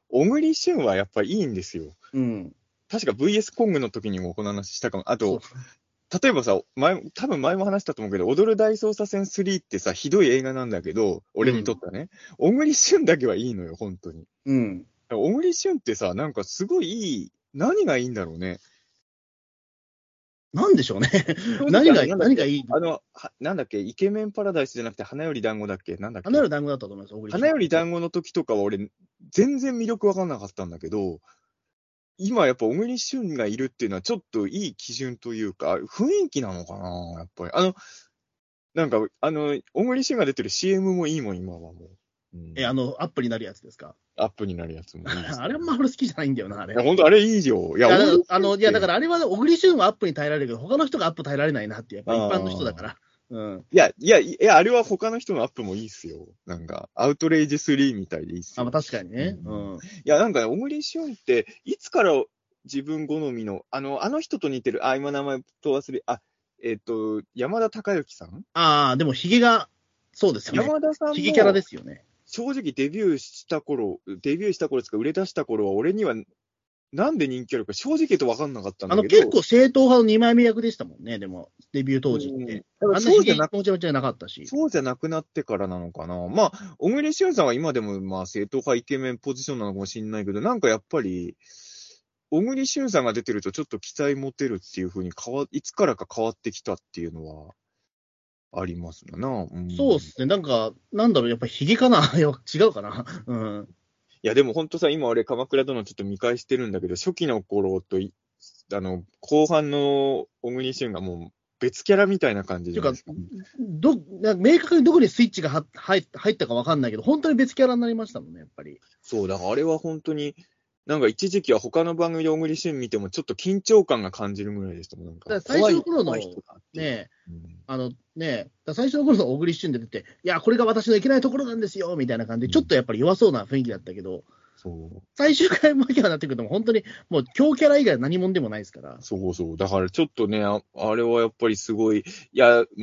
小栗旬はやっぱいいんですよ。 うん。 確か ブイエス コングの時にもこの話したかも。あそう。 と、例えばさ、前、多分前も話したと思うけど、踊る大捜査線スリーってさ、ひどい映画なんだけど、俺にとってはね、小栗旬だけはいいのよ、本当に。 うん。 小栗旬ってさ、なんかすごいいい、何がいいんだろうね。 なんでしょうね。 正直あの、 何が、 なんだっけ、 何がいいあの、はなんだっけ、イケメンパラダイスじゃなくて花より団子だっけ、なんだっけ。 離れる団子だったと思います、小栗旬。 花より団子の時とかは俺、全然魅力わかんなかったんだけど、今やっぱ小栗旬がいるっていうのはちょっといい基準というか、雰囲気なのかな、やっぱり。あの、なんか、あの、小栗旬が出てる シーエム もいいもん、今はもう。うん、 え、あの、アップになるやつですか？ アップになるやつもいいです、ね。 あれはまあ俺好きじゃないんだよな、あれ。 いや、ほんとあれいいよ。いや、 いや、だから小栗あの、いや、だからあれは小栗旬はアップに耐えられるけど、他の人がアップ耐えられないなって、やっぱ一般の人だから。うん。 いや、いや、いや、あれは他の人のアップもいいっすよ。なんか、アウトレイジスリーみたいでいいっすあ、まよ。 あ確かにね。 ううん。 ん、いや、なんかね、小栗旬って、いつから自分好みの、あの、あの人と似てる、あ、今名前と忘れ、あ、えっ、と、山田孝之さんああ、でもヒゲが、そうですよね。 山田さんヒゲキャラでも、 すよね。 正直デビューした頃、デビューした頃ですか、売れ出した頃は、俺には、なんで人気あるか正直言うと分かんなかったんあの、 だけど、 結構正統派のにまいめ役でしたもんね、でも、デビュー当時っうん、だて。 からあんなヒゲそうじゃなく、 もちゃもちゃなかったし。 そうじゃなくなってからなのかな。まあ、小栗旬さんは今でも、まあ、正統派イケメンポジションなのかもしれないけど、なんかやっぱり、小栗旬さんが出てるとちょっと期待持てるっていう風に変わ、いつからか変わってきたっていうのはありますな。うん、いそうっすね。なんか、なんだろう、やっぱヒゲかないや違うかな。うん。 や、でも本当さ、今俺、鎌倉殿ちょっと見返してるんだけど、初期の頃とい、あの、後半の小栗旬がもう別キャラみたいな感じていうか、 じゃないですか。 ど、なんか明確にどこにスイッチがは入入ったかわかんないけど、本当に別キャラになりましたもんね、やっぱり。 そう、だからあれは本当に、なんか一時期は他の番組で小栗旬見てもちょっと緊張感が感じるぐらいでしたもん。なんかだから最怖い、 初の頃の、 怖い人だっていう。 ね、 うん、 あのね、だから最初の頃の小栗旬で出て、いや、これが私のいけないところなんですよ、みたいな感じで、ちょっとやっぱり弱そうな雰囲気だったけど、 そう。 最終回まではなってくると、本当にもう強キャラ以外何者でもないですから。 そうそう。だからちょっとね、あ、あれはやっぱりすごい、いや、うん、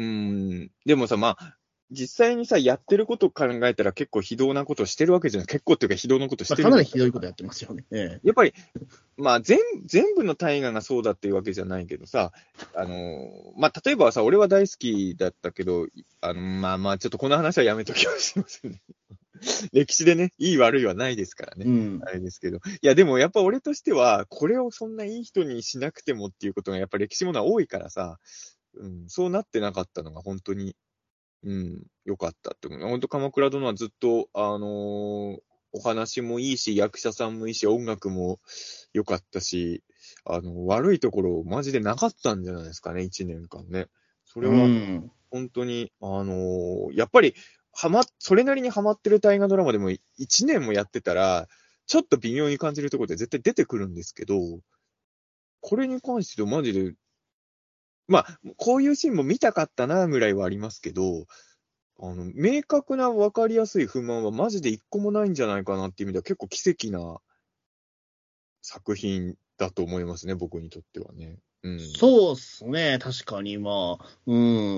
でもさ、まあ、実際にさ、やってることを考えたら結構非道なことをしてるわけじゃない。結構っていうか非道なことしまあ、 てるじゃん。 かなりひどいことやってますよね。ええ、 やっぱり、まあ、全、全部の大河がそうだっていうわけじゃないけどさ、あの、まあ、例えばさ、俺は大好きだったけど、あの、まあまあ、ちょっとこの話はやめときます。すいませんね。歴史でね、いい悪いはないですからね。 うん。 あれですけど。いや、でもやっぱ俺としては、これをそんないい人にしなくてもっていうことがやっぱ歴史ものは多いからさ、うん、そうなってなかったのが本当に、うん、良かったって思う。本当鎌倉殿はずっと、あのーお話もいいし、役者さんもいいし、音楽も良かったし、あの、悪いところマジでなかったんじゃないですかね、一年間ね。それうはん。 本当に、あのーやっぱり、はま、それなりにハマってる大河ドラマでも一年もやってたら、ちょっと微妙に感じるところで絶対出てくるんですけど、これに関してはマジで、まあ、こういうシーンも見たかったなぐらいはありますけど、あの、明確な分かりやすい不満はマジで一個もないんじゃないかなっていう意味では結構奇跡な作品だと思いますね、僕にとってはね。うん。 そうっすね、確かに、まあ、うん。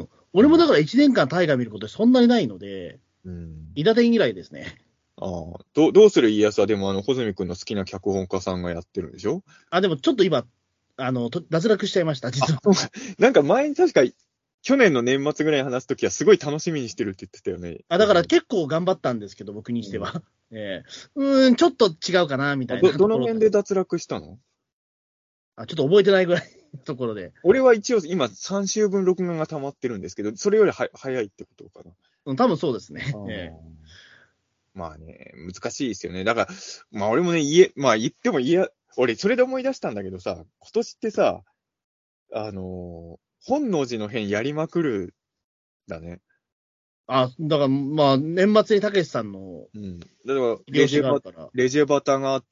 俺もだからいちねんかん大河見ることそんなにないので、 うん。 伊達天以来ですね。 ああ、どう、どうする家康はでもあの、穂積君の好きな脚本家さんがやってるんでしょ？ あ、でもちょっと今、あの、と脱落しちゃいました、実は。 なんか前に確か、去年の年末ぐらいに話すときはすごい楽しみにしてるって言ってたよね。 あ、だから結構頑張ったんですけど、僕にしては。ええうーん、ちょっと違うかな、みたいなど、どのところ辺で脱落したの？ あ、ちょっと覚えてないぐらいのところで。 俺は一応今さん週分録画が溜まってるんですけど、それよりは早いってことかな。 うん、多分そうですね。 あええーまあね、難しいですよね。だから、まあ俺もね、家、まあ言っても家、俺それで思い出したんだけどさ、今年ってさ、あのー本能寺の変やりまくるだね。 あ、だから、まあ、年末にたけしさんのうん。だから、 秀吉レジェバ、 があるから、 レジェバタがあって、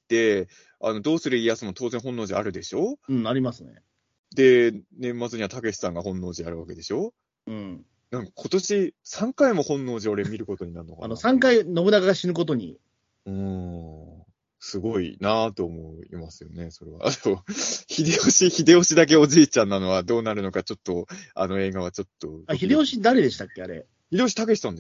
あの、どうする家康も当然本能寺あるでしょ？ うん、ありますね。 で、年末にはたけしさんが本能寺あるわけでしょ？ うん。 なんか今年さんかいも本能寺俺見ることになるのかあの、 な。 さんかい信長が死ぬことに、 うーん。すごいなぁと思いますよね、それは。あと、秀吉、秀吉だけおじいちゃんなのはどうなるのか、ちょっと、あの映画はちょっとあ、 ドキドキ。 秀吉誰でしたっけ、あれ。 秀吉武さんですよ。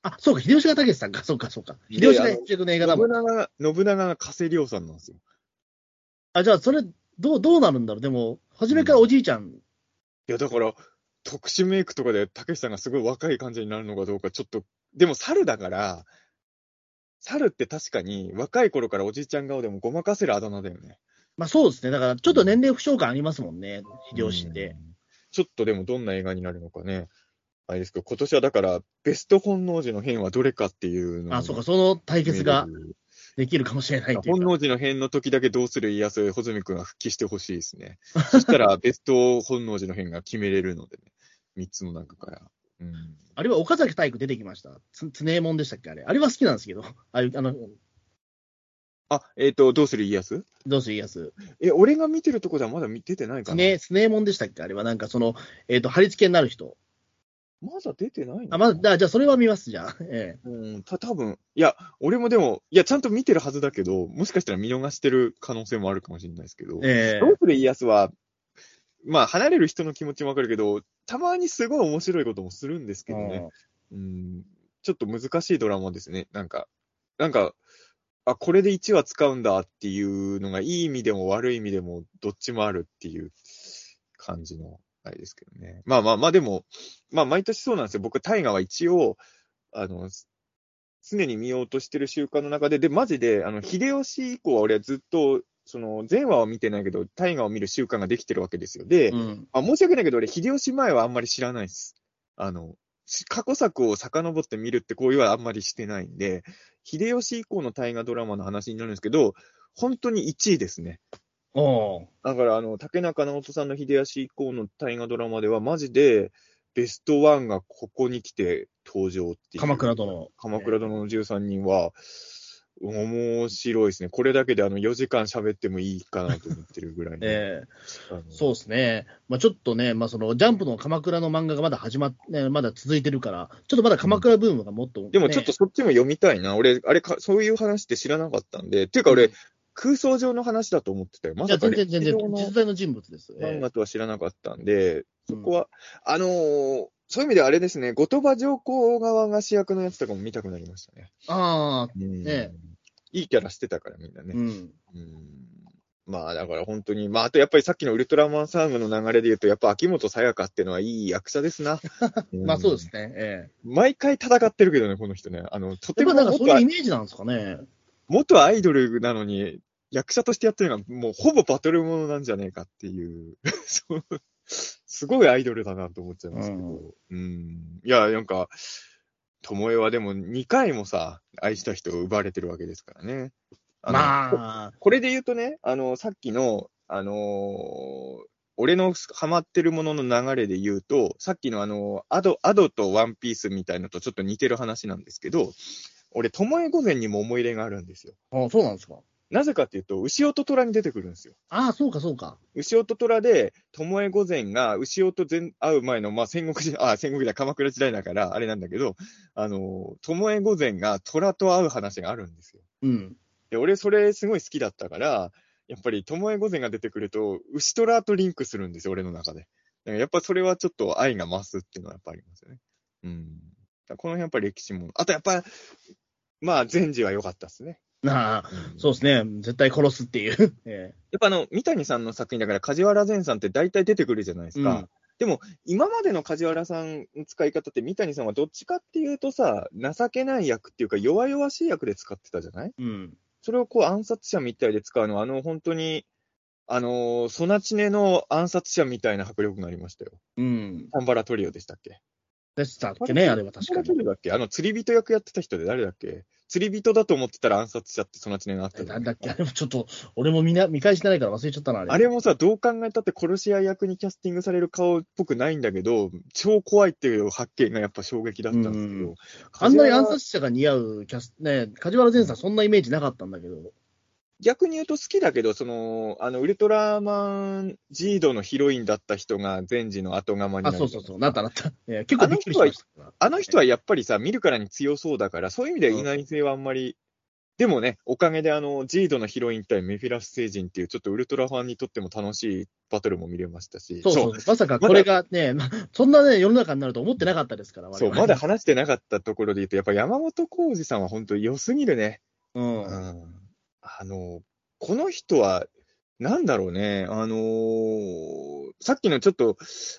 あ、そうか、秀吉がたけしさんか、そうか、そうか。秀吉が主役の映画だもん。 信長、信長が加瀬亮さんなんですよ。 あ、じゃあ、それ、どう、どうなるんだろう。でも、初めからおじいちゃん。 いや、だから、特殊メイクとかでたけしさんがすごい若い感じになるのかどうか、ちょっと、でも猿だから、猿って確かに若い頃からおじいちゃん顔でもごまかせるあだ名だよね。 まあそうですね。だから、ちょっと年齢不詳感ありますもんね、秀吉って。 うんちょっとでもどんな映画になるのかね。あれですけど、今年はだから、ベスト本能寺の変はどれかっていうのをあ、そうか、その対決ができるかもしれないというか。 本能寺の変の時だけどうする家康、穂積君が復帰してほしいですね。そしたら、ベスト本能寺の変が決めれるのでね。三つの中から。うん、 あれは岡崎体育出てきました。つ、つねえもんでしたっけあれ。あれは好きなんですけど。ああいう、あの、 あ、えっ、と、どうする家康どうする家康。 え、俺が見てるとこではまだ見出てないかな。 つねえ、つねえもんでしたっけあれはなんかその、えっ、と、貼り付けになる人。 まだ出てないのあ、まだ、じゃあそれは見ます、じゃあ。ええ。 うん、た、多分いや、俺もでも、いや、ちゃんと見てるはずだけど、もしかしたら見逃してる可能性もあるかもしれないですけど、 ええ。 どうする家康は、まあ、離れる人の気持ちもわかるけど、たまにすごい面白いこともするんですけどね。うん、ちょっと難しいドラマですね。なんか、なんか、あ、これでいちわ使うんだっていうのが、いい意味でも悪い意味でも、どっちもあるっていう感じの、あれですけどね。まあまあまあ、でも、まあ、毎年そうなんですよ。僕、大河は一応、あの、常に見ようとしてる習慣の中で、で、マジで、あの、秀吉以降は俺はずっと、その、前話は見てないけど、大河を見る習慣ができてるわけですよ。で、 うん。 あ、申し訳ないけど、俺、秀吉前はあんまり知らないです。あの、し過去作を遡って見るって行為はあんまりしてないんで、秀吉以降の大河ドラマの話になるんですけど、本当にいちいですね。 おー。 だから、あの、竹中直人さんの秀吉以降の大河ドラマでは、マジで、ベストワンがここに来て登場っていう。 鎌倉殿。 鎌倉殿のじゅうさんにんは、面白いですね。これだけであのよじかん喋ってもいいかなと思ってるぐらいの。 ええ。 あのそうですね。まあちょっとね、まあその、ジャンプの鎌倉の漫画がまだ始まっ、ね、まだ続いてるから、ちょっとまだ鎌倉ブームがもっと、ねでもちょっとそっちも読みたいな。俺、あれか、そういう話って知らなかったんで。っていうか俺、 うん空想上の話だと思ってたよ。まいや、 さか全然全然、 歴史上の実在の人物です。え漫画とは知らなかったんで、 うんそこは、あのーそういう意味ではあれですね、後鳥羽上皇側が主役のやつとかも見たくなりましたね。 えああ、 うんねいいキャラしてたからみんなね。 うん。 うんまあだから本当に、まああとやっぱりさっきのウルトラマンサーグの流れで言うと、やっぱ秋元さやかっていうのはいい役者ですな。 まあそうですね。 ね。ええ毎回戦ってるけどね、この人ね。あの、とてもやっぱなんかそういう元イメージなんですかね。 元アイドルなのに、役者としてやってるのがもうほぼバトルものなんじゃねえかっていう、そうすごいアイドルだなと思っちゃいますけど。うん。いや、なんか、巴はでもにかいもさ、愛した人を奪われてるわけですからね。あのまあ、 これで言うとね、あの、さっきの、あのー俺のハマってるものの流れで言うと、さっきのあの、アド、アドとワンピースみたいのとちょっと似てる話なんですけど、俺、巴御前にも思い入れがあるんですよ。 あそうなんですか。 なぜかっていうと、牛音虎に出てくるんですよ。 ああ、そうかそうか。 牛音虎で、巴御前が牛音前会う前の、まあ、戦国時代、あ、戦国時代、鎌倉時代だから、あれなんだけど、あの、巴御前が虎と会う話があるんですよ。 うん。 で、俺、それすごい好きだったから、やっぱり、巴御前が出てくると、牛虎とリンクするんですよ、俺の中で。だからやっぱそれはちょっと愛が増すっていうのはやっぱありますよね。うん。だからこの辺やっぱり歴史も。あとやっぱ、まあ、前治は良かったですね。 なあ、 うんそうですね。絶対殺すっていう。えやっぱあの、三谷さんの作品だから、梶原善さんって大体出てくるじゃないですか。 うんでも、今までの梶原さんの使い方って、三谷さんはどっちかっていうとさ、情けない役っていうか、弱々しい役で使ってたじゃないえうん。 それをこう、暗殺者みたいで使うのは、あの、本当に、あのー、ソナチネの暗殺者みたいな迫力がありましたよ。 うん。 サンバラトリオでしたっけでしたっけね、あれは確かサンバラトに。 リオだっけあの、釣り人役やってた人で誰だっけ釣り人だと思ってたら暗殺者ってソナチネがあったじゃなんんだっけ、あれもちょっと、俺も見な見返してないから忘れちゃったな、あれ。 あれもさ、どう考えたって殺し屋役にキャスティングされる顔っぽくないんだけど、超怖いっていう発見がやっぱ衝撃だったんですけうど。 あんなに梶原暗殺者が似合うキャス、ね、梶原善さん、そんなイメージなかったんだけど。 逆に言うと好きだけど、その、あの、ウルトラマンジードのヒロインだった人が前治の後釜になあ、 る。 そうそうそう、なったなった。えー結構びっくりしましたから。 あの人はやっぱりさ、見るからに強そうだから、そういう意味では意外性はあんまりでもね、おかげであの、ジードのヒロイン対メフィラス星人っていう、ちょっとウルトラファンにとっても楽しいバトルも見れましたし、 そうそう。まさかこれがね、ま、そんなね、世の中になると思ってなかったですから、我そう、 々 まだ話してなかったところで言うと、やっぱ山本浩二さんは本当に良すぎるね。 う。 うんん。あの、この人は、なんだろうね、あのーさっきのちょっと、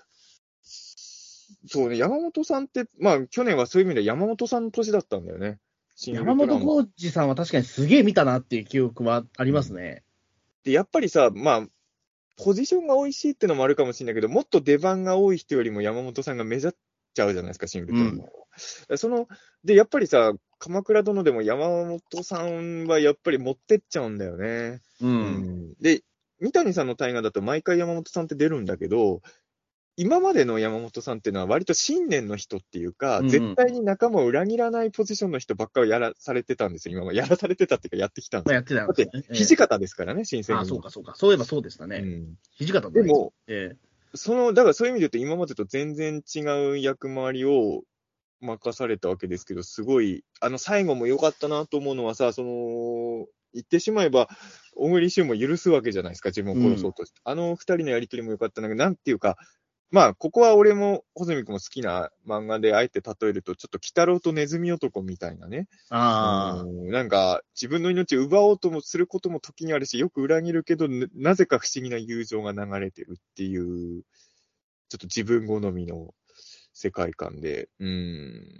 そうね、山本さんって、まあ、去年はそういう意味で山本さんの年だったんだよね。新ウ山ルトラマン。 本浩二さんは確かにすげえ見たなっていう記憶はありますね。 で、やっぱりさ、まあ、ポジションが美味しいってのもあるかもしれないけど、もっと出番が多い人よりも山本さんが目立っちゃうじゃないですか、シングルトラマンは。その、で、やっぱりさ、鎌倉殿でも山本さんはやっぱり持ってっちゃうんだよね。 う。 うんん。で、三谷さんの大河だと毎回山本さんって出るんだけど、今までの山本さんっていうのは割と信念の人っていうか、 うんうん絶対に仲間を裏切らないポジションの人ばっかりやらされてたんですよ、今は。やらされてたっていうか、やってきたんですよ。 まあやってただって、 んですね。ええ。 土方ですからね、新選ああ、 組の。 そうかそうか。そういえばそうでしたね。 うん。 土方大臣。 でも、 ええ。 その、だからそういう意味で言うと、今までと全然違う役回りを任されたわけですけど、すごい、あの、最後も良かったなと思うのはさ、その、言ってしまえば、小栗旬も許すわけじゃないですか、自分を殺そうとして。あの二人のやりとりも良かったんだけど、なんていうか、まあ、ここは俺も、穂積君も好きな漫画であえて例えると、ちょっと鬼太郎とネズミ男みたいなね。 ああ。 うん、なんか、自分の命を奪おうともすることも時にあるし、よく裏切るけど、ななぜか不思議な友情が流れてるっていう、ちょっと自分好みの世界観で、うん。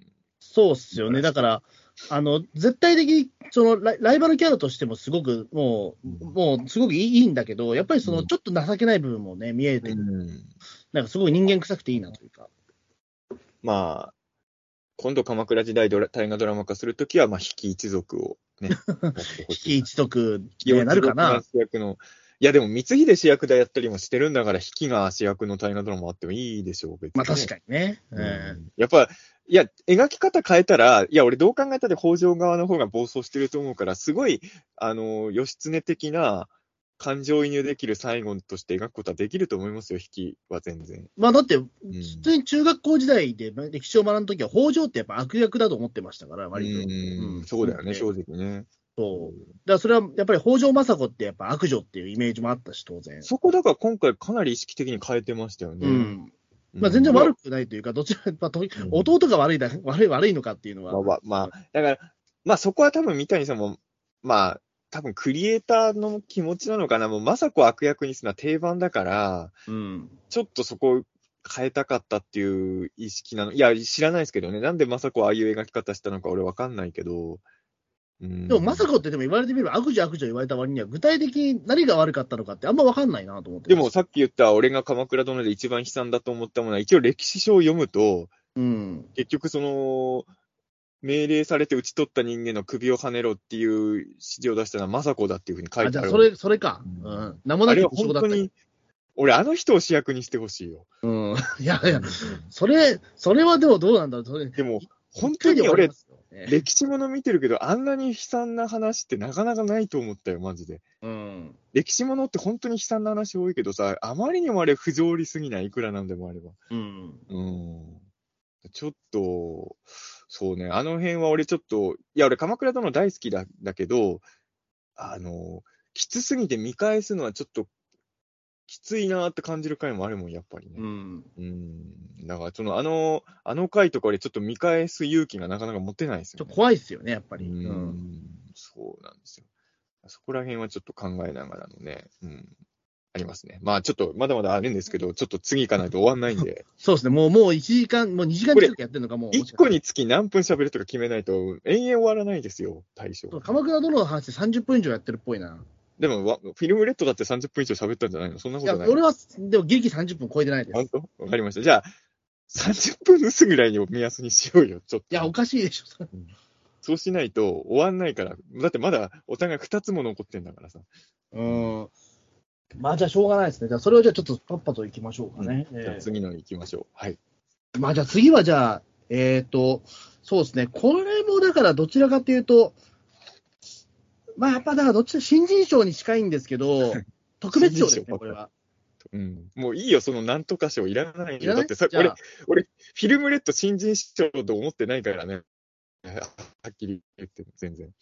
そうっすよね。だから、あの、絶対的に、そのライ、ライバルキャラとしてもすごく、もう、 うんもう、すごくいいいいんだけど、やっぱりその、 うんちょっと情けない部分もね、見えてくる。 うんなんかすごい人間臭くていいなというか。 まあ、今度鎌倉時代ドラ大河ドラマ化するときは、まあ、比企一族をね、やってほ比しい。 企一族、 比企ね、なるか一族がな。 主役の、いやでも光秀主役でやったりもしてるんだから、比企が主役の大河ドラマあってもいいでしょう、別に、ね。 まあ確かにね。 うえんやっぱ、いや、描き方変えたら、いや、俺どう考えたって北条側の方が暴走してると思うから、すごい、あの、義経的な感情移入できる最後として描くことはできると思いますよ、引きは全然。 まあだって、普うん通に中学校時代で歴史を学んだときは、北条ってやっぱ悪役だと思ってましたから、割と。 うん、 うんそうだよね、 で正直ね。 そう。だからそれはやっぱり北条政子ってやっぱ悪女っていうイメージもあったし、当然。 そこだから今回かなり意識的に変えてましたよね。 うん。 うんまあ全然悪くないというか、どちら、まあ、とん弟が悪いだ、悪い悪いのかっていうのは。 まあ、まあ、まあ、だから、まあそこは多分三谷さんも、まあ、多分クリエイターの気持ちなのかな。もう政子を悪役にするのは定番だから、 うん。 ちょっとそこを変えたかったっていう意識なの。いや、知らないですけどね。なんで政子はああいう描き方したのか俺わかんないけど。うん、 でも政子ってでも言われてみれば悪女悪女言われた割には具体的に何が悪かったのかってあんま分かんないなと思ってでました。 もさっき言った俺が鎌倉殿で一番悲惨だと思ったものは、一応歴史書を読むと、 うん。 結局その、命令されて討ち取った人間の首をはねろっていう指示を出したのは政子だっていうふうに書いあ、 てある。 じゃあそれ、それか。 ううんん。名もなきあれは武将だったよ。 本当に、俺あの人を主役にしてほしいよ。 うん。いやいや、それ、それはでもどうなんだろう。それ、 でも、本一回で当に俺、 終わりますよね。 歴史もの見てるけど、あんなに悲惨な話ってなかなかないと思ったよ、マジで。 うん。 歴史ものって本当に悲惨な話多いけどさ、あまりにもあれ不条理すぎない、いくらなんでもあれば。 うん。 うん。ちょっと、そうね、あの辺は俺ちょっと、いや、俺鎌倉殿大好きだ、だけど、あの、きつすぎて見返すのはちょっときついなーって感じる回もあるもん、やっぱりね。 うん。 うん。だから、その、あの、あの回とかでちょっと見返す勇気がなかなか持てないですよね。 ちょっと怖いっすよね、やっぱうり。うん。 ん。そうなんですよ。そこら辺はちょっと考えながらのね、うん。ありますね。まあちょっと、まだまだあるんですけど、ちょっと次行かないと終わんないんで。 そうですね、もう、もういちじかん、もうにじかん近くやってるのか、もう。 一個につき何分喋るとか決めないと、延々終わらないですよ、対象。 鎌倉殿の話でさんじゅっぷん以上やってるっぽいな。 でも、わフィルムレッドだってさんじゅっぷん以上喋ったんじゃないの？そんなこいや、 とない。 俺は、でもギリギリさんじゅっぷん超えてないです。 本当？わかりました。じゃあ、さんじゅっぷんずつぐらいを目安にしようよ、ちょっと。 いや、おかしいでしょ、それ。 そうしないと終わんないから。だってまだお互いふたつも残ってんだからさ。 うん。まあ、じゃあしょうがないですね。じゃあ、それをじゃあちょっとパッパと行きましょうかね。 じゃあえ次の行きましょう。はい。 ーまあ、じゃあ次はじゃあ、えっと、そうですね。これもだからどちらかというと、まあ、やっぱだからどっちら新人賞に近いんですけど、特別賞ですね、 新人賞これは。 うん。もういいよ、そのなんとか賞いらないよ。 いらないだってさ、 じゃあ俺、俺、フィルムレッド新人賞と思ってないからね。はっきり言っても全然。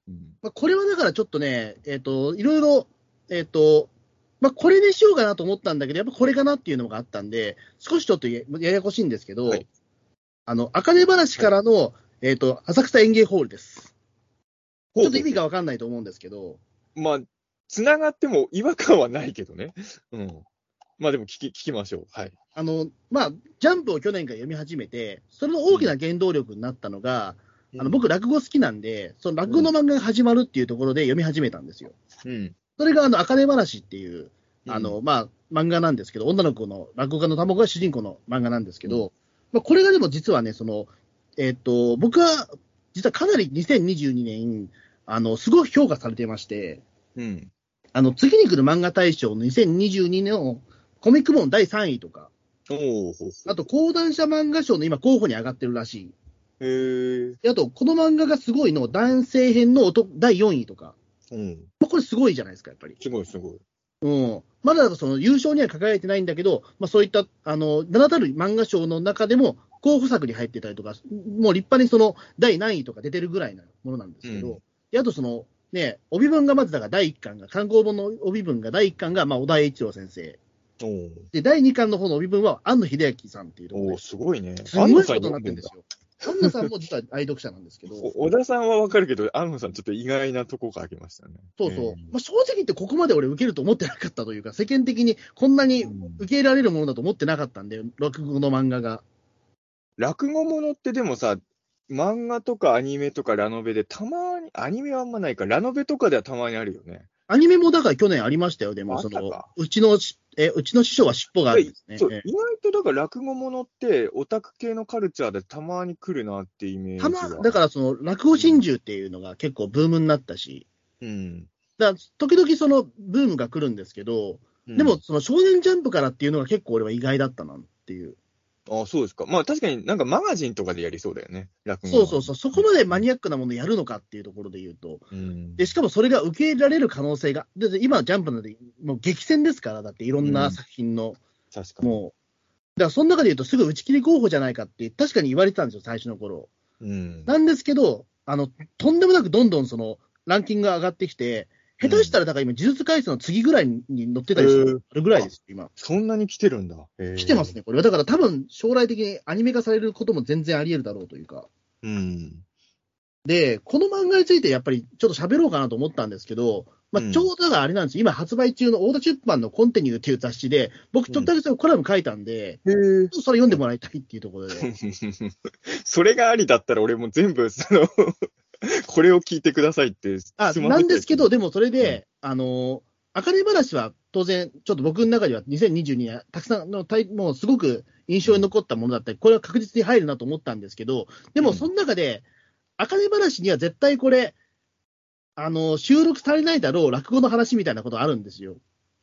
うんまあ、これはだからちょっとね、えっ、と、いろいろ、えっ、と、まあ、これにしようかなと思ったんだけど、やっぱこれかなっていうのがあったんで、少しちょっとやややこしいんですけど、 はいあの、あかね話からの、えっ、と、浅草園芸ホールです。ちょっと意味がわかんないと思うんですけど、 まあ、つながっても違和感はないけどね。うん。まあでも聞き、聞きましょう。はい。 あの、まあ、ジャンプを去年から読み始めて、それの大きな原動力になったのが、 うん、 あの僕、落語好きなんで、その落語の漫画が始まるっていうところで読み始めたんですよ。 うん。 それが、あの、あかね話っていう、 うんあの、まあ、漫画なんですけど、女の子の落語家の卵が主人公の漫画なんですけど、 うんまあ、これがでも実はね、その、えっと、僕は、実はかなりにせんにじゅうにねん、あの、すごい評価されていまして、 うん。 あの、次に来る漫画大賞のにせんにじゅうにねんのコミック部門だいさんいとか、 おお、ほうほう。 あと、講談社漫画賞の今候補に上がってるらしい。 へえ。 であと、この漫画がすごいの男性編の男だいよんいとか、 うん。 まあ、これすごいじゃないですか、やっぱり。 すごいすごい。 うん、まだその優勝には輝いてないんだけど、まあ、そういったあの名だたる漫画賞の中でも候補作に入ってたりとか、もう立派にそのだい何位とか出てるぐらいなものなんですけど、 うんであとその、ね、帯文がまずだからだいいっかんが、単行本の帯文がだいいっかんがまあ小田栄一郎先生、 おお。 でだいにかんの方の帯文は庵野秀明さんっていうところおお、 ですごいね。 すごいことに安野さん読んでんだ。 なってるんですよ。庵野さんも実は愛読者なんですけど、 お小田さんはわかるけど、安野さんちょっと意外なとこがありましたね。 そうそう、 えーまあ、正直言ってここまで俺受けると思ってなかったというか、世間的にこんなに受け入れられるものだと思ってなかったんで、落語の漫画が。 落語ものってでもさ、漫画とかアニメとかラノベでたまに、アニメはあんまないか、ラノベとかではたまにあるよね。 アニメもだから去年ありましたよ、でも、そのあったか、 うちのし、え、うちの師匠は尻尾があるんですね。 そう、 え意外とだから落語ものってオタク系のカルチャーでたまに来るなってイメたま、 ージは。 だからその落語真珠っていうのが結構ブームになったし、 うん。 だから時々そのブームが来るんですけど、 うんでもその少年ジャンプからっていうのが結構俺は意外だったなっていう。 ああ、そうですか。まあ確かになんかマガジンとかでやりそうだよね、落語は。 そうそうそう、そこまでマニアックなものやるのかっていうところで言うと、 うん。 で、しかもそれが受け入れられる可能性が、で今、ジャンプなんてもう激戦ですから、だっていろんな作品の、 確かに。 もう、だからその中で言うと、すぐ打ち切り候補じゃないかって、確かに言われてたんですよ、最初の頃。 うん。 なんですけど、あのとんでもなくどんどんそのランキングが上がってきて、下手したらだから今、呪術廻戦の次ぐらいに乗ってたりするぐらいですよ、今。 そんなに来てるんだ。 来てますね、これは。だから多分、将来的にアニメ化されることも全然あり得るだろうというか。 うん。 で、この漫画についてやっぱりちょっと喋ろうかなと思ったんですけど、まあ、ちょうどだからあれなんですよ、今発売中の大田出版のコンティニューっていう雑誌で、僕、ちょっとだけそれコラム書いたんで、 へえ。 ちょっとそれ読んでもらいたいっていうところで。 それがありだったら俺も全部、その、これを聞いてくださいってあ、 済ませてなんですけど、でもそれで、あの、あかね話は当然、ちょっと僕の中ではにせんにじゅうにねん、たくさんの、たいもうすごく印象に残ったものだったり、これは確実に入るなと思ったんですけど、でもその中で、あかね話には絶対これ、あの、収録されないだろう落語の話みたいなことあるんですよ。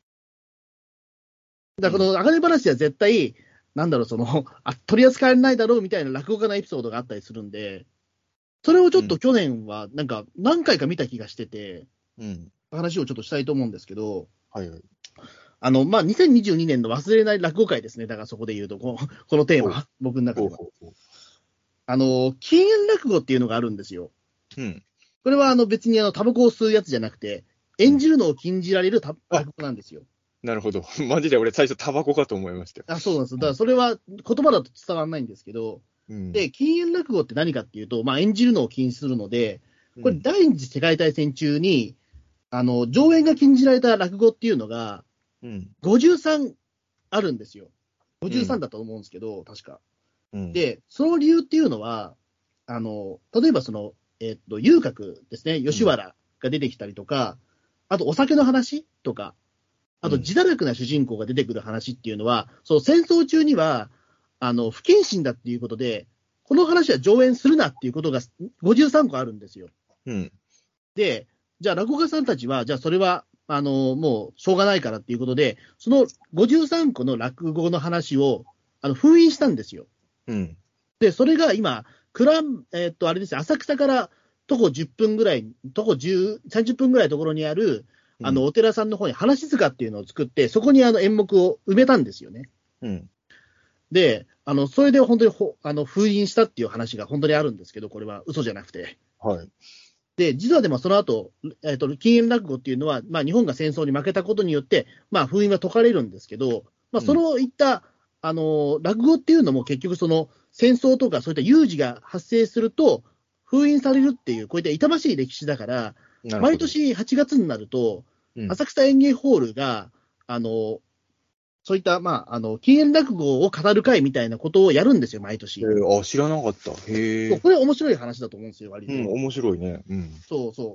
だからこのあかね話は絶対、なんだろう、その、あ、取り扱われないだろうみたいな落語家のエピソードがあったりするんで、それをちょっと去年は、なんか、何回か見た気がしてて、 うん。 話をちょっとしたいと思うんですけど、 はいはい。 あの、まあ、にせんにじゅうにねんの忘れない落語会ですね。だからそこで言うと、このこのテーマは、僕の中では。 ほうほうほう。 あの、禁煙落語っていうのがあるんですよ。 うん。 これはあの別にあのタバコを吸うやつじゃなくて、演じるのを禁じられるタ落語なんですよ。 なるほど。マジで俺最初タバコかと思いましたよ。 あ、そうなんです。だからそれは言葉だと伝わらないんですけど、 うん、 で、禁煙落語って何かっていうと、まあ、演じるのを禁止するので、これ、 うん第二次世界大戦中に、あの、上演が禁じられた落語っていうのが、 うん、 ごじゅうさんあるんですよ。ごじゅうさんだと思うんですけど、確か。 うん、 で、その理由っていうのは、あの、例えばその、えっと、遊郭ですね、吉原が出てきたりとか、あとお酒の話とか、あと自堕落な主人公が出てくる話っていうのは、その戦争中には、あの、不謹慎だっていうことで、この話は上演するなっていうことがごじゅうさんこあるんですよ。 うん、 で、じゃあ落語家さんたちは、じゃあそれは、あの、もうしょうがないからっていうことで、そのごじゅうさんこの落語の話を、あの、封印したんですよ。 うん。 で、それが今、クラン、えーっと、あれですね、浅草から徒歩じゅっぷんぐらい、徒歩じゅう、さんじゅっぷんぐらいのところにある、あの、お寺さんの方に話塚っていうのを作って、そこにあの演目を埋めたんですよね。 うん。 で、あの、それで本当にほあの封印したっていう話が本当にあるんですけど、これは嘘じゃなくて。 はい。 で、実はでもその後、えっ、と、禁煙落語っていうのは、まあ日本が戦争に負けたことによって、まあ封印は解かれるんですけど、まあそのいった、うん、あの、落語っていうのも結局その戦争とかそういった有事が発生すると封印されるっていう、こういった痛ましい歴史だから、毎年はちがつになると、うん、浅草演芸ホールが、あの、そういった、まあ、あの、禁煙落語を語る会みたいなことをやるんですよ、毎年。 えー、あ、知らなかった。へえ。 これ面白い話だと思うんですよ、割と。 うん、面白いね。うん。 そうそう。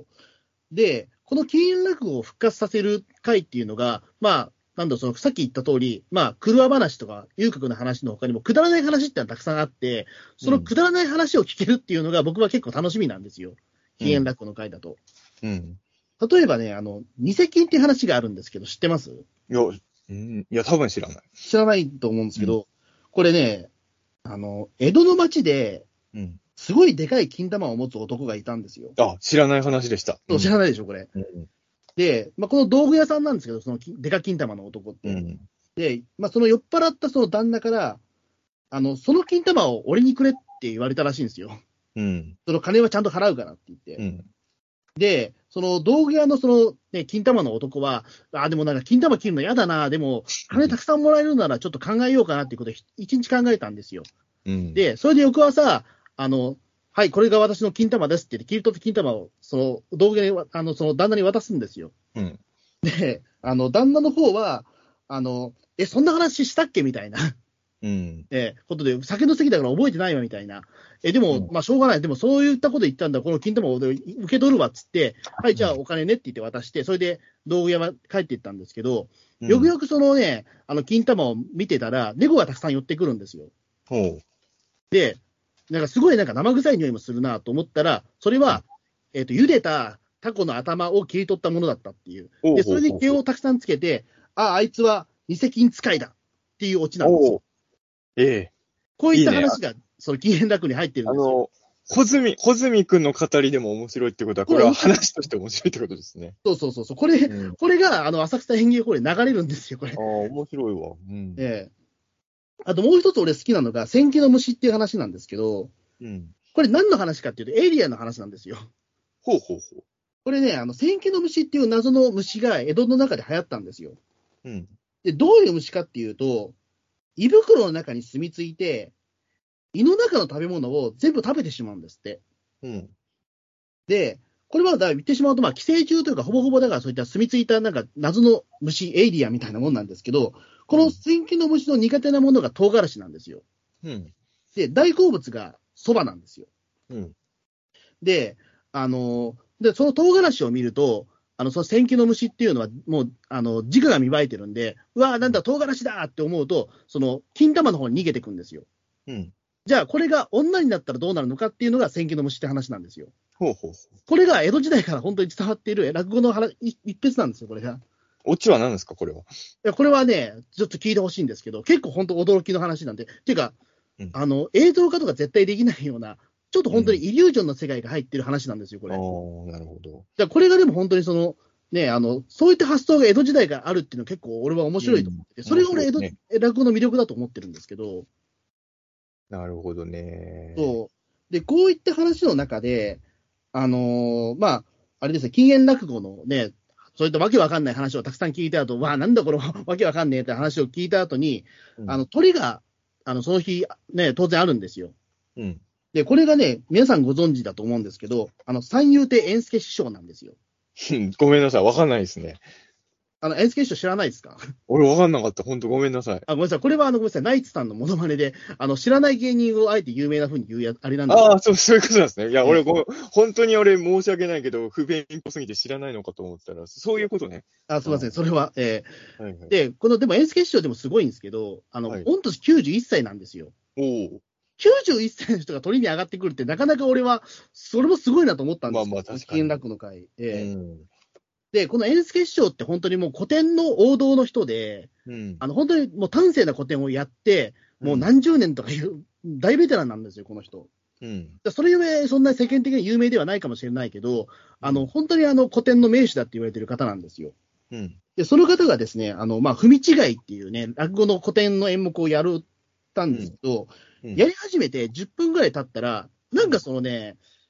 で、この禁煙落語を復活させる会っていうのが、まあ、なんだその、さっき言った通り、まあ、車話とか、遊郭の話の他にも、くだらない話ってのはたくさんあって、そのくだらない話を聞けるっていうのが、僕は結構楽しみなんですよ。禁煙落語の会だと。うん。うん、例えばね、あの、ニセ禁っていう話があるんですけど、知ってます？ いや、うん、いや、多分知らない。 知らないと思うんですけど、うん、これね、あの、江戸の町で、すごいでかい金玉を持つ男がいたんですよ。 あ、知らない話でした。 そう、知らないでしょ、これ。うん、で、まあ、この道具屋さんなんですけど、そのでか金玉の男って。うん、で、まあ、その酔っ払ったその旦那から、あの、その金玉を俺にくれって言われたらしいんですよ。うん。その金はちゃんと払うからって言って。うん、で、その道具屋のその、ね、金玉の男は、あ、でもなんか金玉切るの嫌だな、でも金たくさんもらえるならちょっと考えようかなっていうことで一日考えたんですよ。うん、で、それで翌朝、あの、はい、これが私の金玉ですって言って、切り取った金玉をその道具屋に、あの、その旦那に渡すんですよ。うん、で、あの、旦那の方は、あの、え、そんな話したっけみたいな。うん、えー、ことで、酒の席だから覚えてないわみたいな。え、でも、うん、まあ、しょうがない。でも、そういったこと言ったんだ。この金玉を受け取るわっつって、はい、じゃあお金ねって言って渡して、それで道具屋は帰っていったんですけど、うん、よくよくそのね、あの、金玉を見てたら、猫がたくさん寄ってくるんですよ。ほう。で、なんかすごいなんか生臭い匂いもするなと思ったら、それは、うん、えっと、茹でたタコの頭を切り取ったものだったっていう。で、それで毛をたくさんつけて、あ、あいつは偽金使いだっていうオチなんですよ。ええ。こういった話が、いいね、その禁煙落語に入ってるんですよ。あの、 穂積、穂積くんの語りでも面白いってことは、これは話として面白いってことですね。 そうそうそうそう。これ、うん、これが、あの、浅草演芸ホールで流れるんですよ、これ。 ああ、面白いわ。うん。 ええ。あともう一つ俺好きなのが、千家の虫っていう話なんですけど、うん。これ何の話かっていうと、エイリアンの話なんですよ。 ほうほうほう。 これね、あの、千家の虫っていう謎の虫が江戸の中で流行ったんですよ。うん。で、どういう虫かっていうと、胃袋の中に住み着いて、胃の中の食べ物を全部食べてしまうんですって。うん。で、これはだ言ってしまうと、まあ、寄生虫というか、ほぼほぼだからそういった住み着いたなんか謎の虫、エイリアンみたいなもんなんですけど、この千家の虫の苦手なものが唐辛子なんですよ。うん。で、大好物が蕎麦なんですよ。うん。で、あの、で、その唐辛子を見ると、あの、その千家の虫っていうのは、もう、あの、自我が芽生えてるんで、うわーなんだ、唐辛子だって思うと、その、金玉の方に逃げてくんですよ。うん。じゃあ、これが女になったらどうなるのかっていうのが千家の虫って話なんですよ。ほうほうほう。これが江戸時代から本当に伝わっている落語の話一筆なんですよ、これが。 オチは何ですか、これは。いや、これはね、ちょっと聞いてほしいんですけど、結構本当驚きの話なんで、っていうか、うん、あの、映像化とか絶対できないような、ちょっと本当にイリュージョンの世界が入ってる話なんですよ、これ。ああ、なるほど。 じゃあこれがでも本当にその、ね、あの、そういった発想が江戸時代からあるっていうのは結構俺は面白いと思ってて、うん、それが俺江戸、ね、落語の魅力だと思ってるんですけど。 なるほどね。 そう。で、こういった話の中で、あのー、まあ、あれですね、禁煙落語のね、そういったわけわかんない話をたくさん聞いた後、わあ、なんだこのわけわかんねえって話を聞いた後に、うん、あの、鳥が、あの、その日、ね、当然あるんですよ。うん。で、これがね、皆さんご存知だと思うんですけど、あの、三遊亭猿助師匠なんですよ。 ごめんなさい、わかんないですね。 あの、猿助師匠知らないですか？ 俺わかんなかった。ほんとごめんなさい。 あ、ごめんなさい。これはあの、ごめんなさい。ナイツさんのモノマネで、あの、知らない芸人をあえて有名な風に言うや、あれなんですああ、そう、そういうことなんですね。いや、俺ご、本当に俺申し訳ないけど、不勉強すぎて知らないのかと思ったら、そういうことね。 あ、すみません。それは、えーはいはい、で、この、でも、猿助師匠でもすごいんですけど、あの、はい、御年きゅうじゅういっさいなんですよ。おお。きゅうじゅういっさいの人が鳥に上がってくるって、なかなか俺は、それもすごいなと思ったんですよ。まあまあ、確かに。禁楽の会。えーうんで、この猿助師匠って本当にもう古典の王道の人で、うん、あの本当にもう端正な古典をやって、もう何十年とかいう、うん、大ベテランなんですよ、この人。うん、それゆえ、そんな世間的に有名ではないかもしれないけど、あの、本当にあの古典の名手だって言われてる方なんですよ。うん、で、その方がですね、あの、まあ、踏み違いっていうね、落語の古典の演目をやるたんですけど、うんうん、やり始めてじゅっぷんぐらい経ったら、なんかそのね、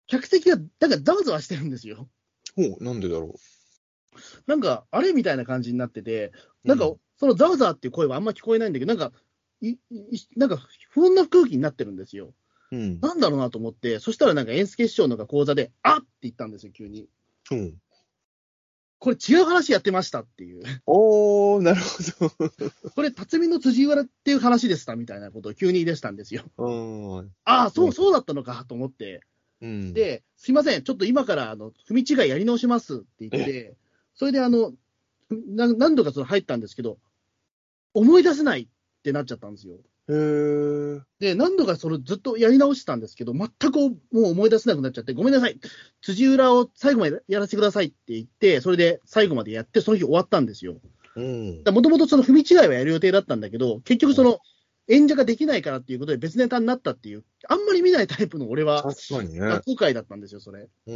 客席が、なんかざわざわしてるんですよ。 ほう、なんでだろなんか、あれみたいな感じになってて、なんか、 うんそのざわざわっていう声はあんま聞こえないんだけど、なんか、いいなんか不穏な空気になってるんですよ。 う。うん。 なんだろうなと思って、そしたらなんか、エンスケ師匠のが講座で、あっって言ったんですよ、急に。 うん。 これ違う話やってましたっていう。 おー、なるほど。 これ、辰巳の辻浦っていう話でしたみたいなことを急に言い出したんですよ。 うん。 ああ、そう、 うん。 そうだったのかと思って。 うん。 で、すいません、ちょっと今からあの踏み違いやり直しますって言っえ、 て、それであのな何度かその入ったんですけど、思い出せないってなっちゃったんですよ。 へー。 で、何度かそれずっとやり直してたんですけど、全くもう思い出せなくなっちゃって、ごめんなさい、辻浦を最後までやらせてくださいって言って、それで最後までやって、その日終わったんですよ。 うん。 もともとその踏み違いはやる予定だったんだけど、結局その演者ができないからっていうことで別ネタになったっていう、あんまり見ないタイプの俺は、 確かにね。 落語会だったんですよ、それ。 うん。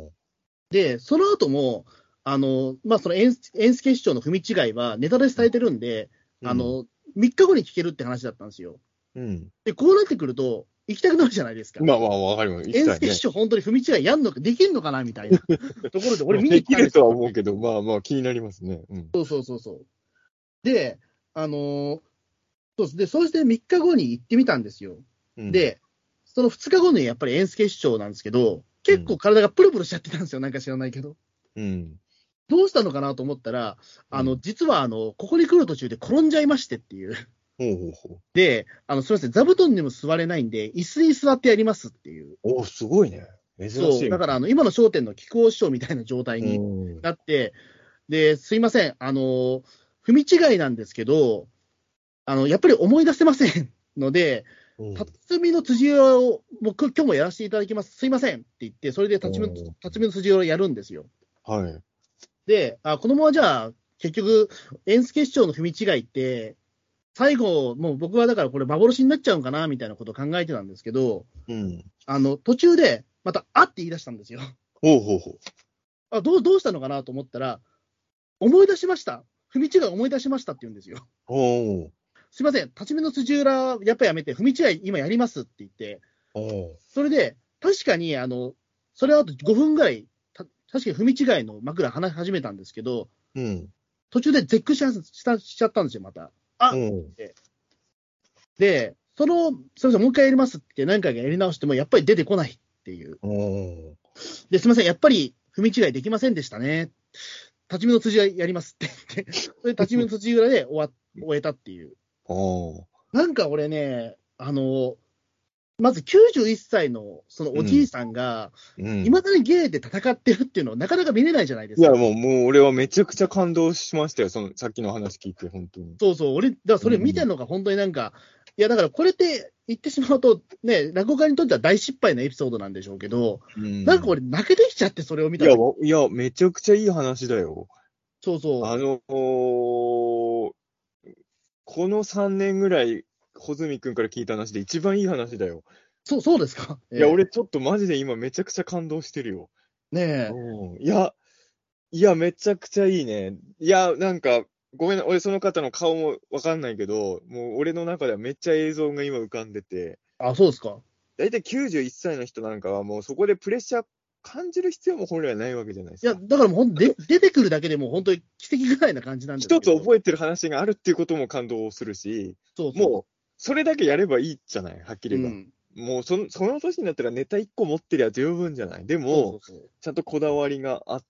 で、その後も、あの、まあ、その演演出師匠の踏み違いはネタで伝えてるんで、 うん。 あの、みっかごに聞けるって話だったんですよ。 うん。 で、こうなってくると、行きたくなるじゃないですか。 まあまあ、わかります。行き演たいね。 出師匠本当に踏み違いやんのか、できんのかなみたいなところで、俺見にで行ったんですよ。 きるとは思うけど、まあまあ気になりますね。うん。 そうそうそうそう。で、あのーそうです。で、そうしてみっかごに行ってみたんですよ。 うん、 で、そのふつかごにやっぱり演出師匠なんですけど、結構体がプルプルしちゃってたんですよ。なんか知らないけど。 うん。 どうしたのかなと思ったら、あの、 うん。 実は、あの、ここに来る途中で転んじゃいましてっていう。 ほうほうほう。 で、あの、すみません、座布団にも座れないんで、椅子に座ってやりますっていう。 おー、すごいね。珍しい。 そう、だから、あの、今の笑点の木久扇師匠みたいな状態うにん。 なって、で、すいません、あの、踏み違いなんですけど、あの、やっぱり思い出せませんので、 うん。 辰巳の辻浦を、もう今日もやらせていただきます。すいませんって言って、それで辰巳のうん辰巳の辻浦をやるんですよ。 はい。 で、あ、このままじゃあ、結局、演出決勝の踏み違いって、最後、もう僕はだからこれ幻になっちゃうんかな、みたいなことを考えてたんですけど、 うん。 あの、途中で、また、あって言い出したんですよ。 ほうほうほう。 あ、どう、どうしたのかなと思ったら、思い出しました。踏み違い思い出しましたって言うんですよ。 おー。 すいません、立ち目の辻浦、やっぱやめて、踏み違い今やりますって言って、 おー。 それで、確かに、あの、それあとごふんぐらい、た確かに踏み違いの枕話し始めたんですけど、 うん。 途中で絶句しちゃしたしちゃったんですよ、また。あうん。 で、その、すみません、もう一回やりますって何回かやり直しても、やっぱり出てこないっていう。 おー。 で、すみません、やっぱり踏み違いできませんでしたね。立ち見の辻浦やりますって言って、それで立ち見の辻浦で終わ終えたっていう。 おー。 なんか俺ね、あの、まずきゅうじゅういっさいのそのおじいさんが、 うん。 いまだにゲイで戦ってるっていうのはなかなか見れないじゃないですか。 いや、もう、もう俺はめちゃくちゃ感動しましたよ。その、さっきの話聞いて、本当に。 そうそう、俺、だからそれ見てるのが本当になんか、いやだからこれって言ってしまうと、ね、落語家にとっては大失敗のエピソードなんでしょうけど、 うん。 なんか俺、泣けてきちゃって、それを見いや、 た時わいや、めちゃくちゃいい話だよ。 そうそう、 あのーこのさんねんぐらい、穂積君から聞いた話で一番いい話だよ。 そうそうですか。 いや、 ええ俺ちょっとマジで今めちゃくちゃ感動してるよ。 ねえ、 うん。いや、いや、めちゃくちゃいいね。いや、なんか、ごめんな、俺その方の顔もわかんないけど、もう俺の中ではめっちゃ映像が今浮かんでて、 あ、そうですか。 だいたいきゅうじゅういっさいの人なんかはもうそこでプレッシャー感じる必要も本来はないわけじゃないでいや、 すか。 だからもうほんとで、出てくるだけでも本当に奇跡ぐらいな感じなんです一つけど、 覚えてる話があるっていうことも感動するし、 そうそう、 もう、それだけやればいいじゃない、はっきり言えば。 うん、 もうその、その年になったらネタいっこ持ってりゃ十分じゃない。でそうそもう、そう。 ちゃんとこだわりがあって、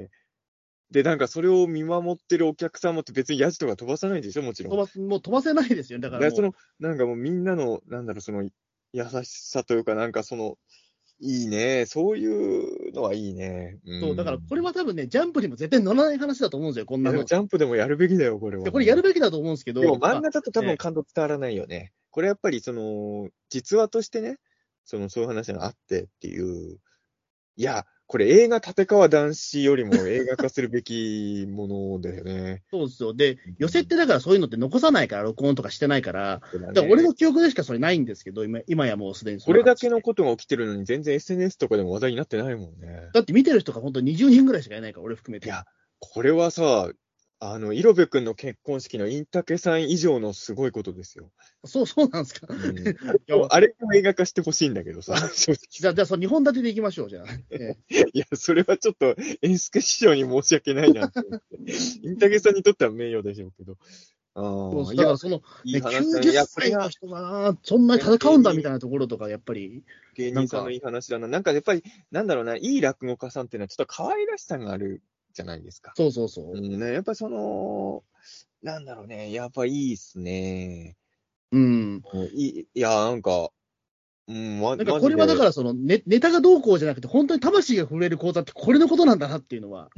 で、なんかそれを見守ってるお客さんもって別にヤジとか飛ばさないでしょ、もちろん。 飛ばす、もう飛ばせないですよ。だかもう、 だかららその、なんかもうみんなの、なんだろう、その、優しさというか、なんかその、いいね。そういうのはいいね。うん。 そう、だからこれは多分ね、ジャンプにも絶対乗らない話だと思うんですよ、こんいや、でもなの。 ジャンプでもやるべきだよ、これは。 でこれやるべきだと思うんですけど、 でもまあ漫画だと多分ね感動伝わらないよね。これやっぱりその、実話としてね、その、そういう話があってっていう。いや、これ映画立川談志よりも映画化するべきものだよね。 そうですよ。で、寄せってだからそういうのって残さないから、録音とかしてないから、 そうだねだから俺の記憶でしかそれないんですけど、今今やもうすでにそこれだけの話のことが起きてるのに全然 エスエヌエス とかでも話題になってないもんね。 だって見てる人が本当ににじゅうにんぐらいしかいないから、俺含めて。 いや、これはさ、 あの、イロベ君の結婚式のインタケさん以上のすごいことですよ。 そう、そうなんですか。 うん、 いや、 あれも映画化してほしいんだけどさ、正直。 じゃあ、じゃあ、そのにほん立てでいきましょう、じゃあ。えいや、それはちょっと、演出家師匠に申し訳ないなって思って。インタケさんにとっては名誉でしょうけど。ああ、 そう、 いや、 だからその、ね、 いい話だ 90 ね。いや、これ歳のが、 人がな、そんなに戦うんだみたいなところとか、やっぱり、 芸なんか、 人さんのいい話だな。なんかやっぱり、なんだろうな、いい落語家さんっていうのはちょっと可愛らしさがあるじゃないですか。 そうそうそうんね、やっぱりその、なんだろうね、やっぱいいっすね。 う。うん。 うんいい、いや、なんか、うん、ま、 なんかマジで、 これはだからそのネ、ネタがどうこうじゃなくて、本当に魂が震える講座ってこれのことなんだなっていうのは、 うん、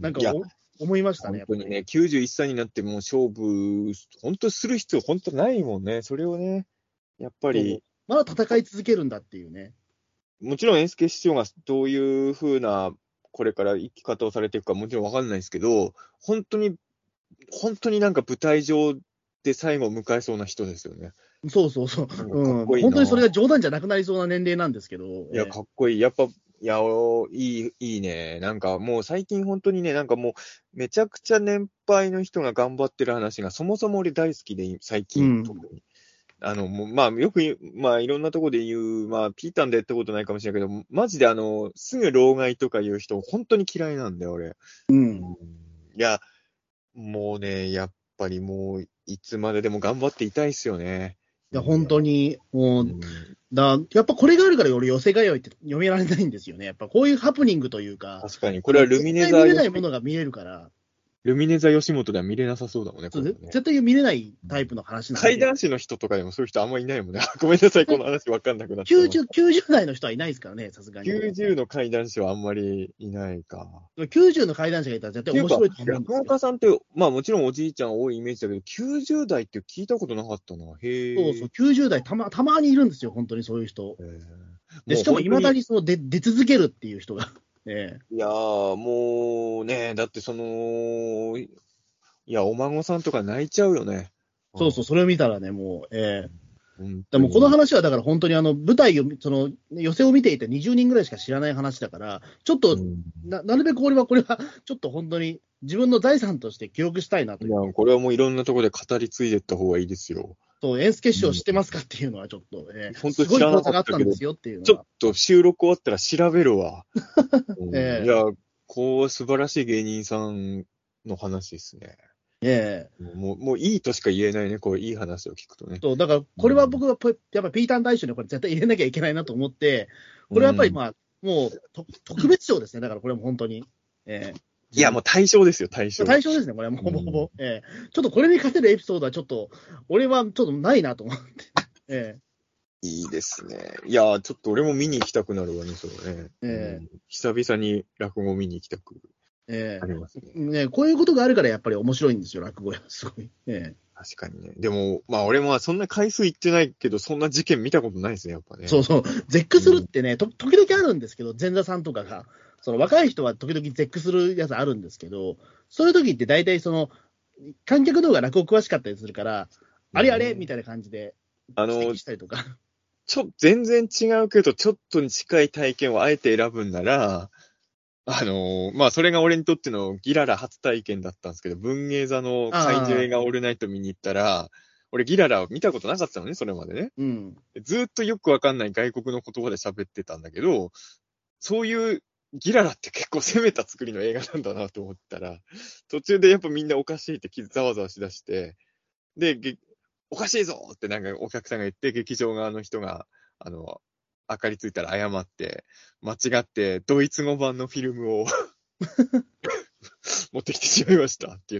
いや、 なんかお思いましたね、やっぱり。 本当にね、きゅうじゅういっさいになってもう勝負、本当する必要本当ないもんね。それをね、やっぱそう。 り、 まだ戦い続けるんだっていうね。 もちろん、エンスケ師匠がどういう風な、これから生き方をされていくかもちろんわかんないですけど、本当に、本当になんか舞台上で最後を迎えそうな人ですよね。 そうそうそう。 なんかかっうん。まあ、 こいいな。 本当にそれが冗談じゃなくなりそうな年齢なんですけど、 いや、 えかっこいい。やっぱ、いや、おいい、いいね。なんかもう最近本当にね、なんかもう、めちゃくちゃ年配の人が頑張ってる話がそもそも俺大好きで、最う近、特ん。 に。あの、もう、まあ、よく言う、まあ、いろんなところで言う、まあ、ピータンでやったことないかもしれないけど、マジであの、すぐ老害とか言う人、本当に嫌いなんだよ、俺。 ううんん。 いや、もうね、やっぱりもう、いつまででも頑張っていたいっすよね。 いや、本人間。 当に、もう、 うん。 だ、やっぱこれがあるから俺、寄せがよいって読められないんですよね。やっぱこういうハプニングというか、 確かに、こそのれはルミ絶対見れネ座よし、 ないものが見れるから、 ルミネ座吉本では見れなさそうだもんね、 そうぜこれもね。 絶対見れないタイプの話なんで、 怪談師の人とかでもそういう人あんまいないもんね。ごめんなさい、この話わかんなくなっちゃいましきゅうじゅう、きゅうじゅう代の人はいないですからね、さすがた。 に。 きゅうじゅうの怪談師はあんまりいないか。 きゅうじゅうの怪談者がいたら絶対っていうか、 面白いと思うん落ですよ。 語家さんって、まあもちろんおじいちゃん多いイメージだけど、きゅうじゅう代って聞いたことなかったな。 そうそう、 へえ。 きゅうじゅう代たま、たまにいるんですよ、本当にそういう人。 へえで、 もうしかも本当に、 未だにその出、出続けるっていう人が。ええいやー、もうね、だってその、いや、お孫さんとか泣いちゃうよね。うん。 そうそう、それを見たらね、もう、ええ本当でもこのに。 話はだから本当にあの舞台を、その寄せを見ていてにじゅうにんぐらいしか知らない話だから、ちょっとうん。 な、なるべく俺はこれはちょっと本当に自分の財産として記録したいなといや、 いう。 これはもういろんなところで語り継いでいった方がいいですよ。 そう、エンス結晶うん。 知ってますかっていうのはちょっと、えー本当すごい知らなか講座があったったけど、 んですよっていうのちょっは。 と収録終わったら調べるわ。うん、いえや、こう素晴らしい芸人さんの話ですね。 ーえーもう、もういいとしか言えないね。こういい話を聞くとね。 そう、だからこれは僕はぽやっぱピーターン大賞にこれ絶対入れなきゃいけないなと思って、これはやっぱりうん。 まあ、もうと特別賞ですね。だからこれも本当に。えーいや、もう対象ですよ、対象。 対象ですね、これはもうほぼほぼ。えーちょっとこれに勝てるエピソードはちょっと、俺はちょっとないなと思って。えいいですね。いや、ちょっと俺も見に行きたくなるわね、それね。 ええうん、久々に落語見に行きたくえなりますね。 えね、こういうことがあるからやっぱり面白いんですよ、落語は。すごい。ええ確かにね。でも、まあ俺もそんな回数行ってないけど、そんな事件見たことないですね、やっぱね。 そうそう。絶句するってね、と時々あるんですけど、前座さんとかが。その若い人は時々絶句するやつあるんですけど、そういう時って大体その、観客の方が落語詳しかったりするから、あれあれみたいな感じであの、 指摘したりとか。 ちょ、全然違うけど、ちょっと近い体験をあえて選ぶんなら、あのーまあ、それが俺にとってのギララ初体験だったんですけど、文芸座の怪獣ああ、 映画オールナイト見に行ったら、俺ギララを見たことなかったのね、それまでね。 うん。 ずーっとよくわかんない外国の言葉で喋ってたんだけど、そういうギララって結構攻めた作りの映画なんだなと思ったら、途中でやっぱみんなおかしいってざわざわしだして、で、げおかしいぞってなんかお客さんが言って、劇場側の人が、あの、明かりついたら謝って、間違ってドイツ語版のフィルムを持ってきてしまいましたって言って、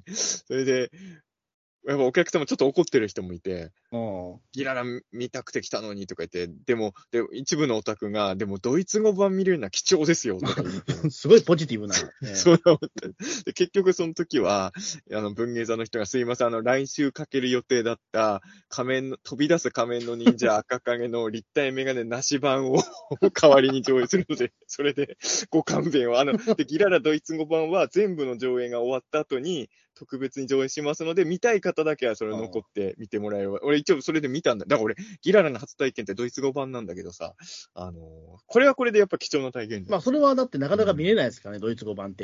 それで、やっぱお客さんもちょっと怒ってる人もいて、 あギララ見たくて来たのにとか言って、でも、で一部のオタクが、でもドイツ語版見れるのは貴重ですよとか言って。 あすごいポジティブな。ええそう思ったで。結局その時は、あの、文芸座の人がすいません、あの、来週かける予定だった仮面の、飛び出す仮面の忍者赤影の立体メガネなし版を代わりに上映するので、それでご勘弁を。あの、で、ギララドイツ語版は全部の上映が終わった後に特別に上映しますので、見たい方だけはそれ残って見てもらえれば。俺一応それで見たんだ。だから俺、ギララの初体験ってドイツ語版なんだけどさ、あの、これはこれでやっぱ貴重な体験だよ。 まあ、それはだってなかなか見れないですからね、ドイツ語版って。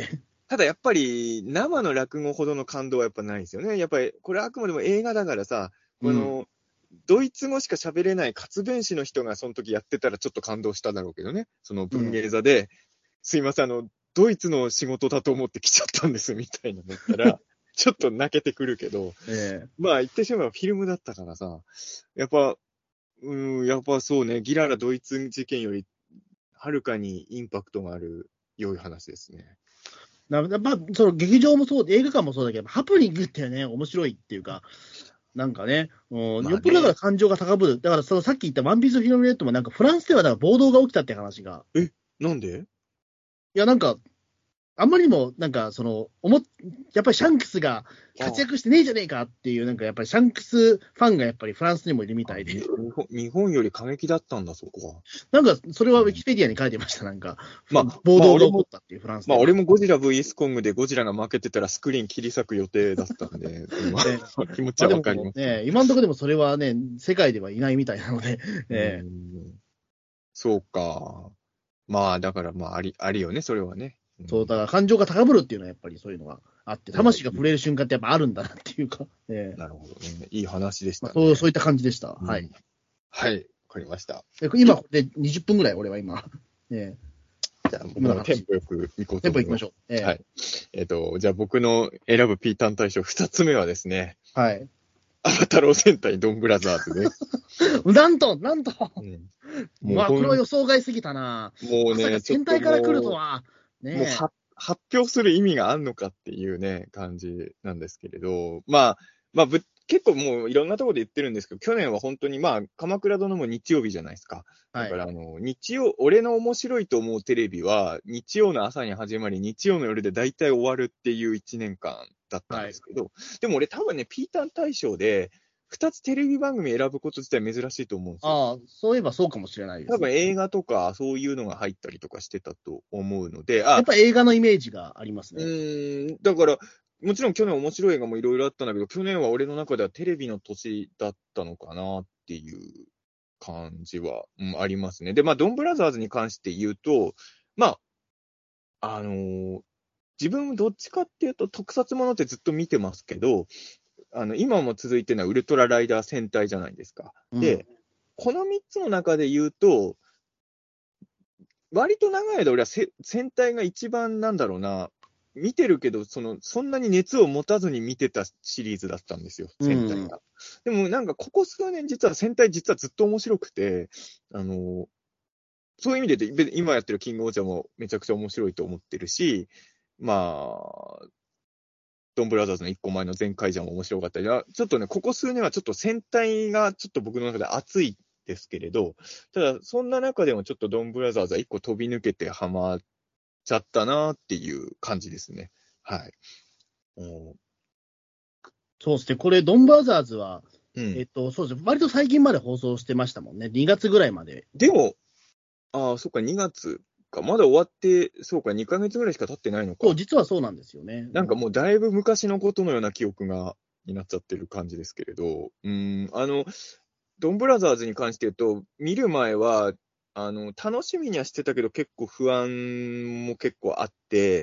ただやっぱり生の落語ほどの感動はやっぱないですよね。やっぱりこれあくまでも映画だからさ、この、うん、ドイツ語しか喋れない活弁士の人がその時やってたらちょっと感動しただろうけどね。その文芸座で、うん、すいません、あの、ドイツの仕事だと思って来ちゃったんですみたいなのったら、ちょっと泣けてくるけど、ええ、まあ言ってしまえばフィルムだったからさ、やっぱ、うん、やっぱそうね、ギララドイツ事件よりはるかにインパクトがある良い話ですね。 なやっぱその劇場もそう、映画館もそうだけど、ハプニングってね、面白いっていうか、なんかね、うん、よっぽどだから感情が高ぶる。だからそのさっき言ったワンピースフィルムレッドもなんかフランスではだから暴動が起きたって話が。 え、なんで？ いや、なんか、あんまりにも、なんか、その、おも、やっぱりシャンクスが活躍してねえじゃねえかっていう、なんかやっぱりシャンクスファンがやっぱりフランスにもいるみたいで。 日本、日本より過激だったんだ、そこは。 なんか、それはウィキペディアに書いてました、なんか。まあ、暴動が起こったっていうフランスで。 まあ、俺もゴジラ ブイエス コングでゴジラが負けてたらスクリーン切り裂く予定だったんで、気持ちはわかります。 ね、今のところでもそれはね、世界ではいないみたいなので、えー、そうか。まあ、だから、まあ、あり、ありよね、それはね。 そう、だから感情が高ぶるっていうのはやっぱりそういうのがあって、魂が触れる瞬間ってやっぱあるんだなっていうか。えー、なるほどね。いい話でしたね。 まあ、そう、そういった感じでした。うん、はい。 はい。わかりました。 今、でにじゅっぷんぐらい、俺は今。えー、じゃあ、もうテンポよく行こうと思います。 テンポ行きましょう。 えー、はい。えっ、ー、と、じゃあ僕の選ぶピーターン大賞二つ目はですね。 はい。 アバタロー戦隊ドンブラザーズです。 なんと、なんと。うん、 もうまあ、これは予想外すぎたな。 もうね、まさか戦隊から来るとは。 ね、もうは発表する意味があるのかっていうね、感じなんですけれど、まあ、まあぶ、結構もういろんなところで言ってるんですけど、去年は本当にまあ、鎌倉殿も日曜日じゃないですか。だから、あの、はい、日曜、俺の面白いと思うテレビは、日曜の朝に始まり、日曜の夜で大体終わるっていういちねんかんだったんですけど、はい、でも俺多分ね、ピーターン大賞で、二つテレビ番組選ぶこと自体珍しいと思うんですよ。 ああ、そういえばそうかもしれないです、ね。 多分映画とかそういうのが入ったりとかしてたと思うので、 あ、やっぱ映画のイメージがありますね。 うーん、だから、もちろん去年面白い映画もいろいろあったんだけど、去年は俺の中ではテレビの年だったのかなっていう感じは、うん、ありますね。で、まあ、ドンブラザーズに関して言うと、まあ、あのー、自分どっちかっていうと特撮ものってずっと見てますけど、あの、今も続いてるのはウルトラライダー戦隊じゃないですか。うん、で、このみっつの中で言うと、割と長い間俺は戦隊が一番なんだろうな、見てるけど、その、そんなに熱を持たずに見てたシリーズだったんですよ、戦隊が。うん、でもなんかここ数年実は戦隊実はずっと面白くて、あの、そういう意味で今やってるキングオージャーもめちゃくちゃ面白いと思ってるし、まあ、ドンブラザーズの一個前の全開ジャーも面白かったり、ちょっとね、ここ数年はちょっと戦隊がちょっと僕の中で熱いですけれど、ただそんな中でもちょっとドンブラザーズは一個飛び抜けてハマっちゃったなっていう感じですね。はい。 うん、そうですね。これ、ドンブラザーズは、うん、えっと、そうですね。割と最近まで放送してましたもんね。にがつぐらいまで。 でも、ああ、そっか、にがつか。まだ終わって、そうか、にかげつぐらいしか経ってないのか。 そう、実はそうなんですよね。 なんかもうだいぶ昔のことのような記憶が、になっちゃってる感じですけれど、うん、あの、ドンブラザーズに関して言うと、見る前は、あの、楽しみにはしてたけど、結構不安も結構あって、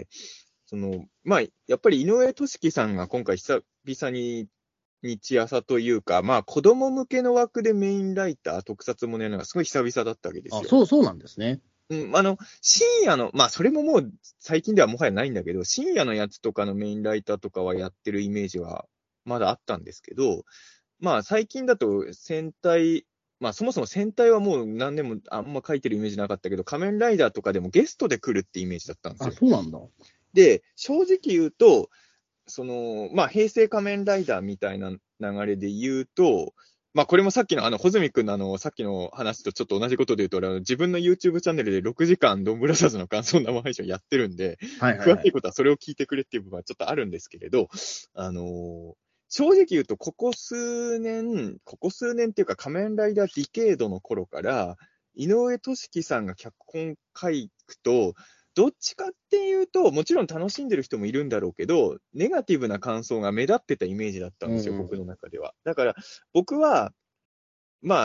その、まあ、やっぱり井上俊樹さんが今回久々に日朝というか、まあ、子供向けの枠でメインライター、特撮もね、なんかすごい久々だったわけですよ。 あ、そう、そうなんですね。 うん、あの、深夜の、まあ、それももう最近ではもはやないんだけど、深夜のやつとかのメインライターとかはやってるイメージはまだあったんですけど、まあ、最近だと戦隊、まあ、そもそも戦隊はもう何年もあんま書いてるイメージなかったけど、仮面ライダーとかでもゲストで来るってイメージだったんですよ。 あ、そうなんだ。 で、正直言うと、その、まあ、平成仮面ライダーみたいな流れで言うと、まあ、これもさっきの、あの、穂積くんのあの、さっきの話とちょっと同じことで言うと、俺は自分の YouTube チャンネルでろくじかんドンブラザーズの感想生配信をやってるんで、はいはいはい、詳しいことはそれを聞いてくれっていう部分はちょっとあるんですけれど、あのー、正直言うと、ここ数年、ここ数年っていうか仮面ライダーディケードの頃から、井上俊樹さんが脚本書くと、どっちかっていうと、もちろん楽しんでる人もいるんだろうけど、ネガティブな感想が目立ってたイメージだったんですよ、うん、僕の中では。だから、僕は、まあ、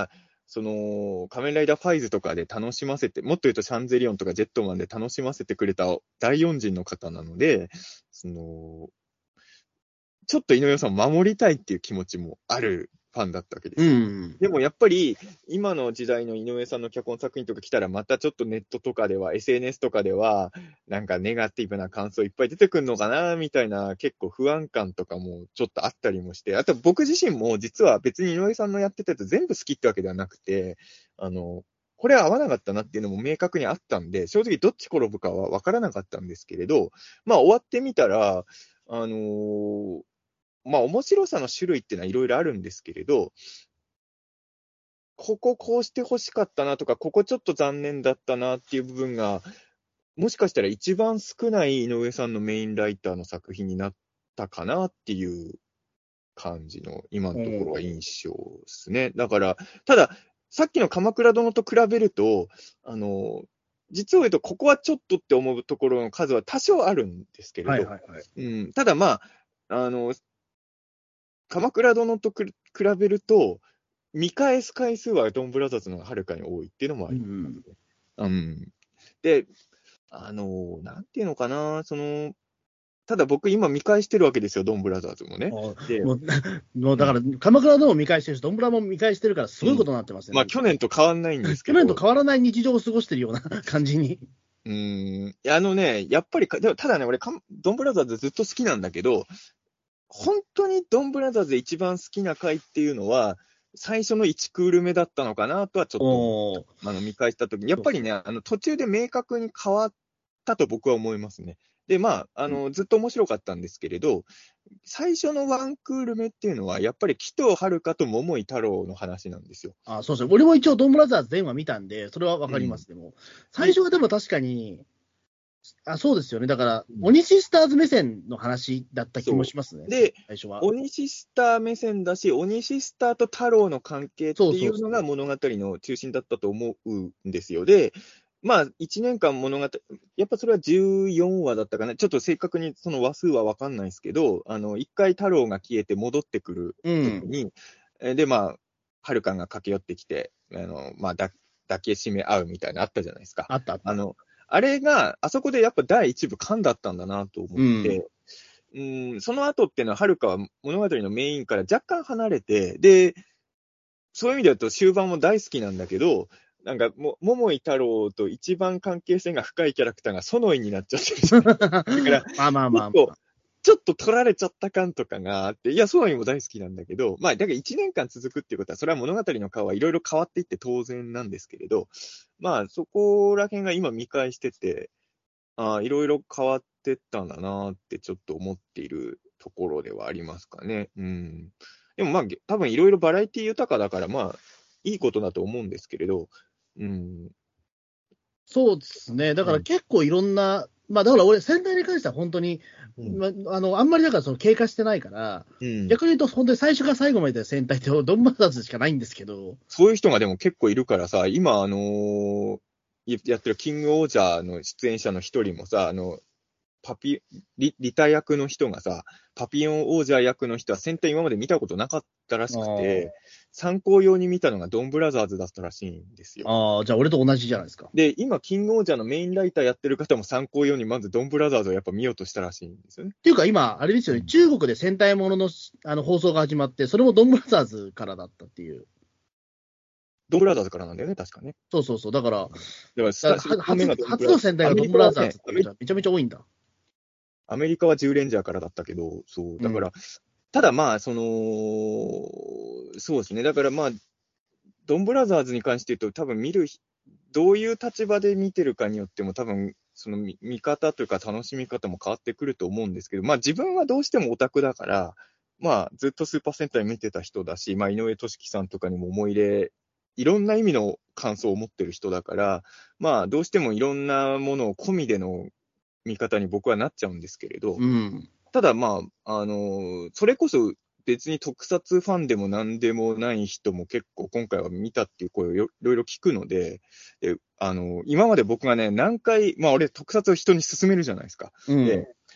その、仮面ライダーファイズとかで楽しませて、もっと言うとシャンゼリオンとかジェットマンで楽しませてくれた大恩人の方なので、その、ちょっと井上さんを守りたいっていう気持ちもあるファンだったわけですよ。 うん。 でもやっぱり、今の時代の井上さんの脚本作品とか来たら、またちょっとネットとかでは、エスエヌエス とかでは、なんかネガティブな感想いっぱい出てくるのかな、みたいな、結構不安感とかもちょっとあったりもして、あと僕自身も実は別に井上さんのやってたやつ全部好きってわけではなくて、あの、これは合わなかったなっていうのも明確にあったんで、正直どっち転ぶかは分からなかったんですけれど、まあ終わってみたら、あのーまあ面白さの種類っていうのはいろいろあるんですけれど、こここうして欲しかったなとか、ここちょっと残念だったなっていう部分が、もしかしたら一番少ない井上さんのメインライターの作品になったかなっていう感じの今のところは印象ですね。だから、ただ、さっきの鎌倉殿と比べると、あの、実を言うと、ここはちょっとって思うところの数は多少あるんですけれど、 はいはいはい。 うん、ただまあ、あの、鎌倉殿とく比べると、見返す回数はドンブラザーズの方がはるかに多いっていうのもあうりますん。 ね。うん。で、あの、なんていうのかな、その、ただ僕今見返してるわけですよ、ドンブラザーズもね。 もで、 う、もう、もううん、 だから、鎌倉殿も見返してるし、ドンブラも見返してるから、すうん。 ごいことになってますよね、 まあ去年と変わんないんですけど、 去年と変わらない日常を過ごしてるような感じに。 うーん、いやあのね、やっぱりか、でもただね、俺かん、ドンブラザーズずっと好きなんだけど、本当にドンブラザーズで一番好きな回っていうのは、最初のいちクール目だったのかなとはちょっと思う。 おー。 あの、見返したときに、やっぱりね、あの、途中で明確に変わったと僕は思いますね。で、まあ、あの、ずっと面白かったんですけれど、最初のワンクール目っていうのは、やっぱり紀藤遥と桃井太郎の話なんですよ。 あ、そうですね。俺も一応ドンブラザーズ全話見たんで、それはわかりまうん。 す。でも、最で、 初はでも確かに、あ、そうですよね。だから、 うん、 鬼シスターズ目線の話だった気もそしますね。 う。で、 最初は。 鬼シスター目線だし、鬼シスターと太郎の関係っていうのそうそうそう。 が物語の中心だったと思うんですよ。で、まあ、いちねんかん物語、やっぱそれはじゅうよんわだったかな。ちょっと正確にその話数はわかんないですけど、あの、一回太郎が消えて戻ってくるうん。 ときに、えで、まあ、はるかが駆け寄ってきて、あの、まあ、だ抱きしめ合うみたいなのあったじゃないですか。 あったあった。 あの、あれが、あそこでやっぱ第一部勘だったんだなと思っうん。 て、うん、その後っていうのは、はるかは物語のメインから若干離れて、で、そういう意味で言うと終盤も大好きなんだけど、なんかも、桃井太郎と一番関係性が深いキャラクターが園井になっちゃってるじゃない。だから、ちまあまあまあまょっと、 あ。 ちょっと取られちゃった感とかがあって、いや、園井も大好きなんだけど、まあ、だからいちねんかん続くっていうことは、それは物語の顔はいろいろ変わっていって当然なんですけれど、まあ、そこら辺が今見返してて、ああ、いろいろ変わってったんだなってちょっと思っているところではありますかね。うん。でもまあ、げ多分いろいろバラエティ豊かだから、まあ、いいことだと思うんですけれど、うん。 そうですね。だうん。 から結構いろんな、まあだから俺、戦隊に関しては本当に、 うん。 まあ、あの、あんまりだからその経過してないから、 うん。 逆に言うと本当に最初から最後までの戦隊ってドンバラザーズしかないんですけど、 そういう人がでも結構いるからさ、今、あのーいやってるキングオージャーの出演者の一人もさ、あの、パピ、リ、リタ役の人がさ、パピヨン王者役の人は戦隊今まで見たことなかったらしくて、参考用に見たのがドンブラザーズだったらしいんですよ。 ああ、じゃあ俺と同じじゃないですか。っで、今、キングオージャーのメインライターやってる方も参考用にまずドンブラザーズをやっぱ見ようとしたらしいんですよね。 ていうか今、あれですよね、 うん。 中国で戦隊もののあの放送が始まって、それもドンブラザーズからだったっていう。 ドンブラザーズからなんだよね、確かね。 そうそうそう。だから、 だからスタ、 だからいっこめ初がドンブラ、 初の戦隊アメがドンブラリカはね、 ザーズっていうアメリ、 人はめちゃめちゃ多いんだ。 アメリカはジューレンジャーからだったけど、そう、 うん。 だから、ただまあ、その、そうですね。だからまあ、ドンブラザーズに関して言うと、多分見る、どういう立場で見てるかによっても、多分その見見方というか楽しみ方も変わってくると思うんですけど、まあ自分はどうしてもオタクだから、まあずっとスーパー戦隊見てた人だし、まあ井上俊樹さんとかにも思い入れ、いろんな意味の感想を持ってる人だから、まあどうしてもいろんなものを込みでの見方に僕はなっちゃうんですけれど、 うん。 ただまあ、あの、それこそ別に特撮ファンでも何でもない人も結構今回は見たっていう声をよいろいろ聞くので、であの、今まで僕がね、何回、まあ俺特撮を人に勧めるじゃないですか。 うん。 で、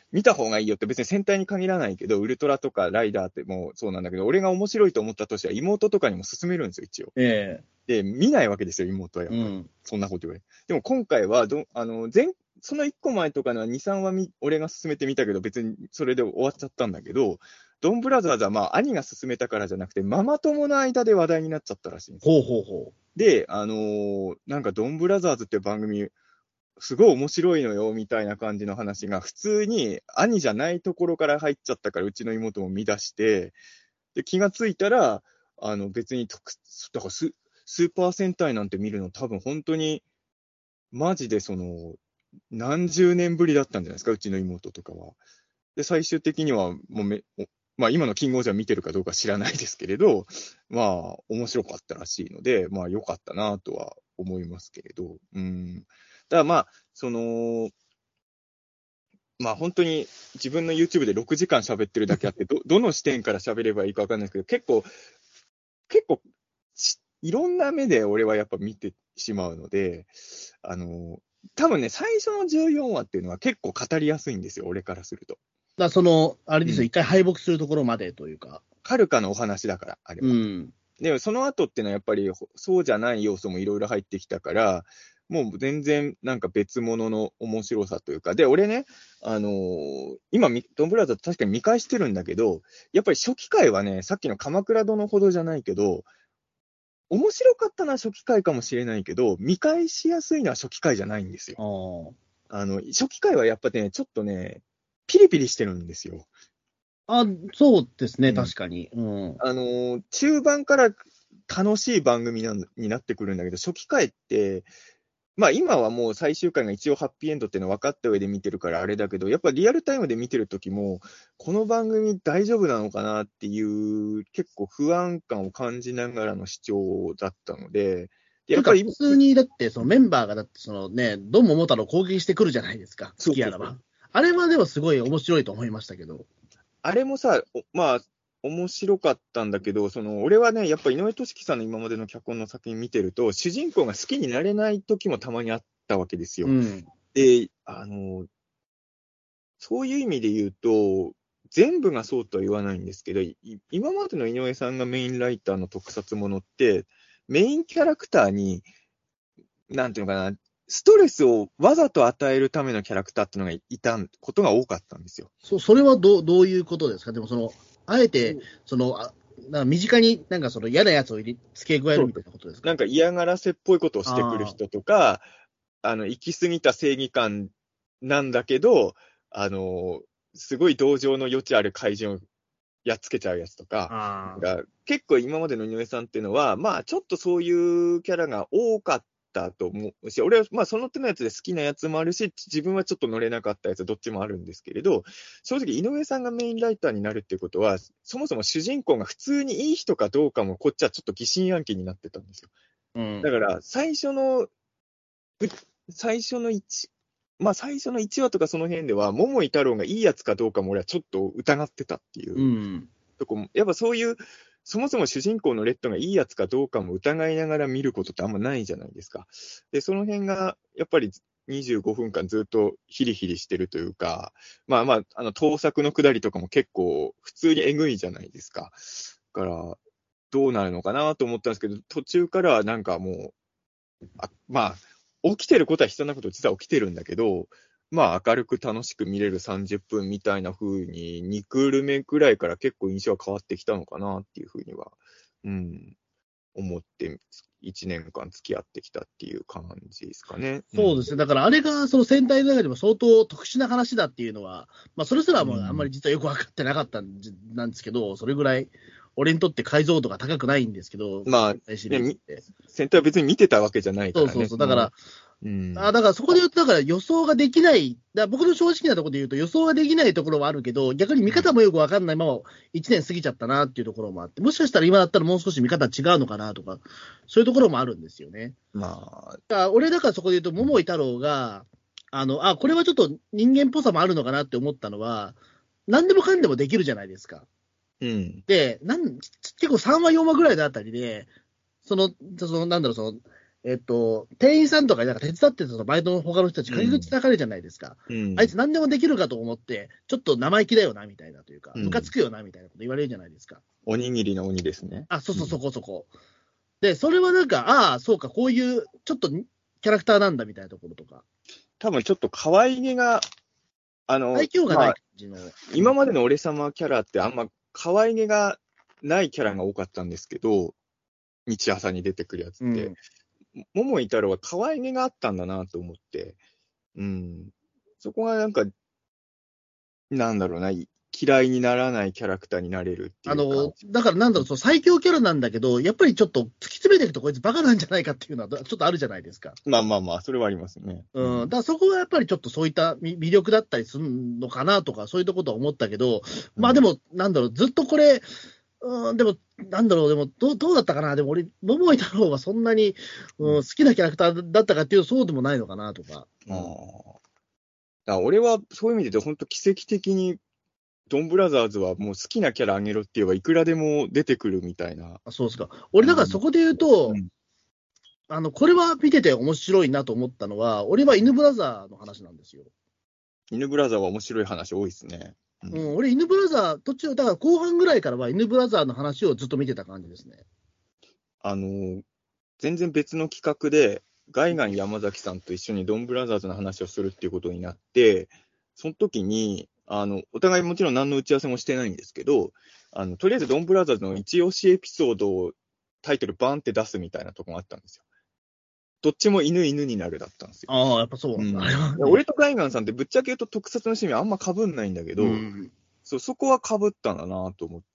見た方がいいよって別に戦隊に限らないけど、ウルトラとかライダーってもうそうなんだけど、俺が面白いと思ったとしては妹とかにも勧めるんですよ、一応。 えで、見ないわけですよ、妹はやっぱり。 うん、 そんなこと言われ。でも今回はど、あの、前、そのいっこまえとかのはに、さんわみ俺が勧めてみたけど、別にそれで終わっちゃったんだけど、ドンブラザーズはまあ兄が勧めたからじゃなくて、ママ友の間で話題になっちゃったらしいんですよ。 ほうほうほで、あのーなんかドンブラザーズって番組、すごい面白いのよ、みたいな感じの話が、普通に兄じゃないところから入っちゃったから、うちの妹も見出して、で、気がついたら、あの、別に特、だからス、スーパー戦隊なんて見るの多分本当に、マジでその、何十年ぶりだったんじゃないですか、うちの妹とかは。で、最終的には、もうめ、おまあ今のキングオージャー見てるかどうか知らないですけれど、まあ面白かったらしいので、まあ良かったなとは思いますけれど、うん。だからまあ、その、まあ本当に自分の YouTube でろくじかん喋ってるだけあって、ど、どの視点から喋ればいいかわかんないですけど、結構、結構、しいろんな目で俺はやっぱ見てしまうので、あの、多分ね、最初のじゅうよんわっていうのは結構語りやすいんですよ、俺からすると。 う。だその、あれですよ、 うん一回敗北するところまでというか。 カルカのお話だから、あれは。 うん。 でもその後っていうのはやっぱりそうじゃない要素もいろいろ入ってきたから、もう全然なんか別物の面白さというか、で、俺ね、あのー今、ドンブラザーズ確かに見返してるんだけど、やっぱり初期回はね、さっきの鎌倉殿ほどじゃないけど、面白かったのは初期回かもしれないけど、見返しやすいのは初期回じゃないんですよ。 ああの、初期回はやっぱね、ちょっとね、ピリピリしてるんですよ。 あ。あ、そうですね、 うん確かに。うん。 あのー中盤から楽しい番組なんになってくるんだけど、初期回って、まあ今はもう最終回が一応ハッピーエンドっていうの分かった上で見てるからあれだけど、やっぱリアルタイムで見てるときも、この番組大丈夫なのかなっていう結構不安感を感じながらの視聴だったので、やっぱり、 普通に、だって、そのメンバーが、だって、そのね、ドンモモタロウ攻撃してくるじゃないですか、好きやらば。あれはでもすごい面白いと思いましたけど。 あれもさ、まあ、面白かったんだけど、その、俺はね、やっぱ井上俊樹さんの今までの脚本の作品見てると、主人公が好きになれない時もたまにあったわけですよ。 うん。 で、あの、そういう意味で言うと、全部がそうとは言わないんですけど、今までの井上さんがメインライターの特撮ものって、メインキャラクターに、なんていうのかな、ストレスをわざと与えるためのキャラクターっていうのがいたことが多かったんですよ。 そそれはどどういうことですか？でもその、あえて、その、あなんか身近になんかその嫌なやつを入れ付け加えるみたいなことですか？ なんか嫌がらせっぽいことをしてくる人とか、あ, あの、行き過ぎた正義感なんだけど、あの、すごい同情の余地ある怪人をやっつけちゃうやつとか、が結構今までの井上さんっていうのは、まあちょっとそういうキャラが多かったと思うし、俺はまあその手のやつで好きなやつもあるし、自分はちょっと乗れなかったやつどっちもあるんですけれど、正直井上さんがメインライターになるっていうことは、そもそも主人公が普通にいい人かどうかもこっちはちょっと疑心暗鬼になってたんですよ。 うん。 だから最初の、最初の一、まあ最初のいちわとかその辺では、桃井太郎がいいやつかどうかも俺はちょっと疑ってたっていう。 うんとこも、やっぱそういう、そもそも主人公のレッドがいいやつかどうかも疑いながら見ることってあんまないじゃないですか。で、その辺が、やっぱりにじゅうごふんかんずっとヒリヒリしてるというか、まあまあ、あの、盗作の下りとかも結構普通にえぐいじゃないですか。だから、どうなるのかなと思ったんですけど、途中からはなんかもう、あまあ、起きてることは悲惨なこと実は起きてるんだけど、まあ明るく楽しく見れるさんじゅっぷんみたいな風に、にクール目くらいから結構印象は変わってきたのかなっていう風には、うん、思っていちねんかん付き合ってきたっていう感じですかね。 そうですね。だからあれがその戦隊の中でも相当特殊な話だっていうのは、まあそれすらもあんまり実はよく分かってなかったんじなんですけど、それぐらい俺にとって解像度が高くないんですけど、 まあ、ね、戦隊は別に見てたわけじゃないからね。 そうそうそう。だから、 うん、 あだからそこで言うと、だから予想ができない、だ僕の正直なところで言うと予想ができないところはあるけど、逆に見方もよく分かんないままいちねん過ぎちゃったなっていうところもあって、もしかしたら今だったらもう少し見方違うのかなとか、そういうところもあるんですよね。 まあ、 だから俺だからそこで言うと、桃井太郎が、あの、あ、これはちょっと人間っぽさもあるのかなって思ったのは、何でもかんでもできるじゃないですか。 うん。 で、なん結構さんわよんわぐらいのあたりで、その、そのなんだろう、その、 えっと、店員さんとかなんか手伝ってたバイトの他の人たち、陰口叩かれるじゃないですか。 うん。 あいつ何でもできるかと思って、ちょっと生意気だよな、みたいなというか、 うんムカつくよな、みたいなこと言われるじゃないですか。 おにぎりの鬼ですね。 あ、そうそう、そこそこ。で、それはなんか、ああ、そうか、こういう、ちょっとキャラクターなんだ、みたいなところとか。 多分ちょっと可愛げが、あの、 愛嬌がないまあ、 感じの。 今までの俺様キャラってあんま可愛げがないキャラが多かったんですけど、日朝に出てくるやつって。 うん、 桃井太郎は可愛げがあったんだなと思って、うん。そこがなんか、なんだろうな、嫌いにならないキャラクターになれるってあいうか。 の、だからなんだろう、その最強キャラなんだけど、やっぱりちょっと突き詰めていくとこいつバカなんじゃないかっていうのはちょっとあるじゃないですか。 まあまあまあ、それはありますね。 うん。だからそこはやっぱりちょっとそういった魅魅力だったりするのかなとか、そういったことは思ったけど、まあでも、なんだろう、ずっとこれ、うん、でも、なんだろう、でもどう、どうだったかな、でも俺、桃井太郎がそんなに、うん、好きなキャラクターだったかっていうと、そうでもないのかなとか。 ああ。だから俺はそういう意味で言うと、本当奇跡的に、ドンブラザーズはもう好きなキャラあげろって言えばいくらでも出てくるみたいな。 あ、そうですか。俺、だからそこで言うと、 うん、 あの、これは見てて面白いなと思ったのは、俺は犬ブラザーの話なんですよ。 犬ブラザーは面白い話多いですね。 うん、うん、俺、犬ブラザー、途中、だから後半ぐらいからは犬ブラザーの話をずっと見てた感じですね。 あの、全然別の企画で、ガイガン山崎さんと一緒にドンブラザーズの話をするっていうことになって、その時に、あの、お互いもちろん何の打ち合わせもしてないんですけど、あの、とりあえずドンブラザーズの一押しエピソードをタイトルバンって出すみたいなとこがあったんですよ。どっちも犬犬になるだったんですよ。 ああ、やっぱそうなんだ。 うん、俺とガイガンさんってぶっちゃけ言うと特撮の趣味あんま被んないんだけど、うん、そう、そこは被ったんだなと思って、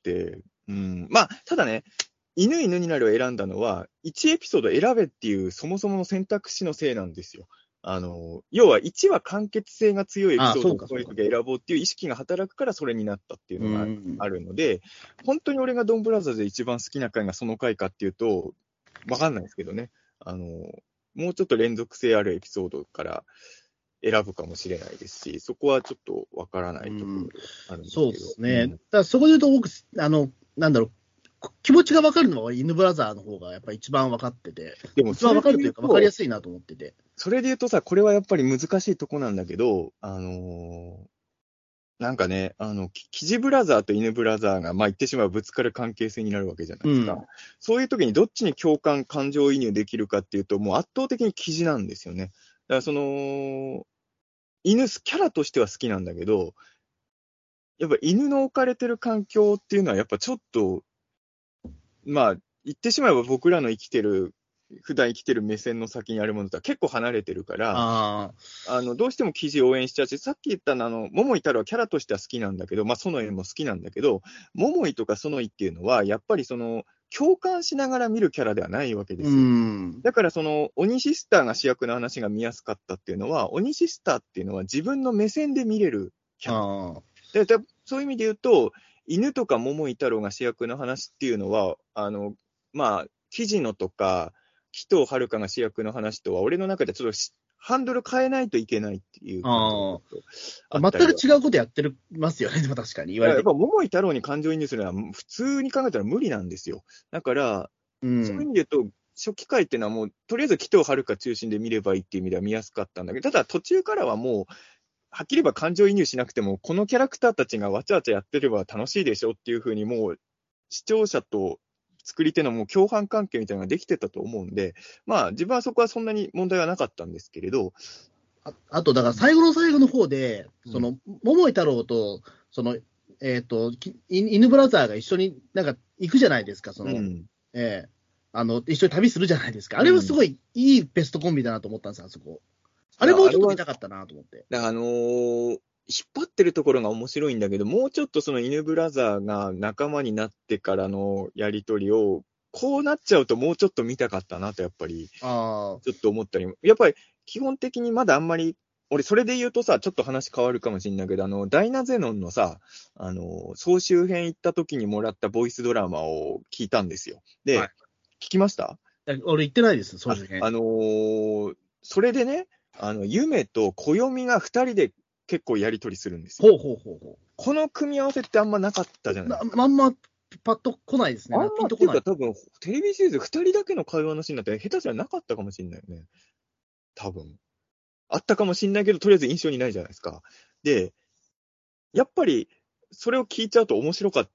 うん。まあ、ただね、犬犬になるを選んだのは、いちエピソード選べっていうそもそもの選択肢のせいなんですよ。あの、要はいちは完結性が強いエピソードをとにかく選ぼうっていう意識が働くからそれになったっていうのがあるので、本当に俺がドンブラザーズで一番好きな回がその回かっていうと、わかんないですけどね。あの、もうちょっと連続性あるエピソードから選ぶかもしれないですし、そこはちょっとわからないところがあるんですけど。 そうですね。うん、だからそこで言うと僕、あの、なんだろう、気持ちが分かるのは犬ブラザーの方がやっぱり一番分かってて、でも一番分かるというか分かりやすいなと思ってて。 それで言うとさ、これはやっぱり難しいとこなんだけど、あのー、なんかね、あの、キジブラザーと犬ブラザーが、まあ言ってしまうぶつかる関係性になるわけじゃないですか。うん、そういう時にどっちに共感、感情移入できるかっていうと、もう圧倒的にキジなんですよね。だからその、犬、キャラとしては好きなんだけど、やっぱ犬の置かれてる環境っていうのはやっぱちょっと、まあ、言ってしまえば僕らの生きてる、普段生きてる目線の先にあるものとは結構離れてるから、ああの、どうしても記事を応援しちゃうし、さっき言ったあの、桃井太郎はキャラとしては好きなんだけど、まあ、園井も好きなんだけど、桃井とか園井っていうのは、やっぱりその、共感しながら見るキャラではないわけですよ。うんだからその、鬼シスターが主役の話が見やすかったっていうのは、鬼シスターっていうのは自分の目線で見れるキャラ。ででそういう意味で言うと、犬とか桃井太郎が主役の話っていうのは、あの、まあ、記事のとか、紀藤遥が主役の話とは、俺の中でちょっとハンドル変えないといけないっていう感じあ全く違うことやってるますよね、でも確かに言われて。 やっぱ桃井太郎に感情移入するのは普通に考えたら無理なんですよ。だから、うん、そういう意味で言うと、初期回っていうのはもう、とりあえず紀藤遥中心で見ればいいっていう意味では見やすかったんだけど、ただ途中からはもう、はっきり言えば感情移入しなくても、このキャラクターたちがわちゃわちゃやってれば楽しいでしょっていうふうに、もう、視聴者と作り手のもう共犯関係みたいなのができてたと思うんで、まあ、自分はそこはそんなに問題はなかったんですけれど。 あ, あと、だから最後の最後の方で、うん、その、桃井太郎と、その、えっ、ー、と、犬ブラザーが一緒になんか行くじゃないですか、その、うん、ええー、あの、一緒に旅するじゃないですか。あれはすごいいいベストコンビだなと思ったんですよ、あそこ。あれもうちょっと見たかったなと思って。 だからあのー、引っ張ってるところが面白いんだけど、もうちょっとその犬ブラザーが仲間になってからのやりとりを、こうなっちゃうともうちょっと見たかったなと、やっぱり、ちょっと思ったり、やっぱり基本的にまだあんまり、俺それで言うとさ、ちょっと話変わるかもしれないけど、あの、ダイナゼノンのさ、あの、総集編行った時にもらったボイスドラマを聞いたんですよ。で、はい、聞きました？ 俺行ってないです、総集編。 あ、あのー、それでね、あの、夢と暦が二人で結構やりとりするんですよ。 ほうほうほうほう。 この組み合わせってあんまなかったじゃないですか。 まんまパッと来ないですね。 あんまピンとこない。 っていうか多分、テレビシリーズ二人だけの会話のシーンなんて下手すらなかったかもしれないよね。多分。あったかもしれないけど、とりあえず印象にないじゃないですか。で、やっぱり、それを聞いちゃうと面白かった。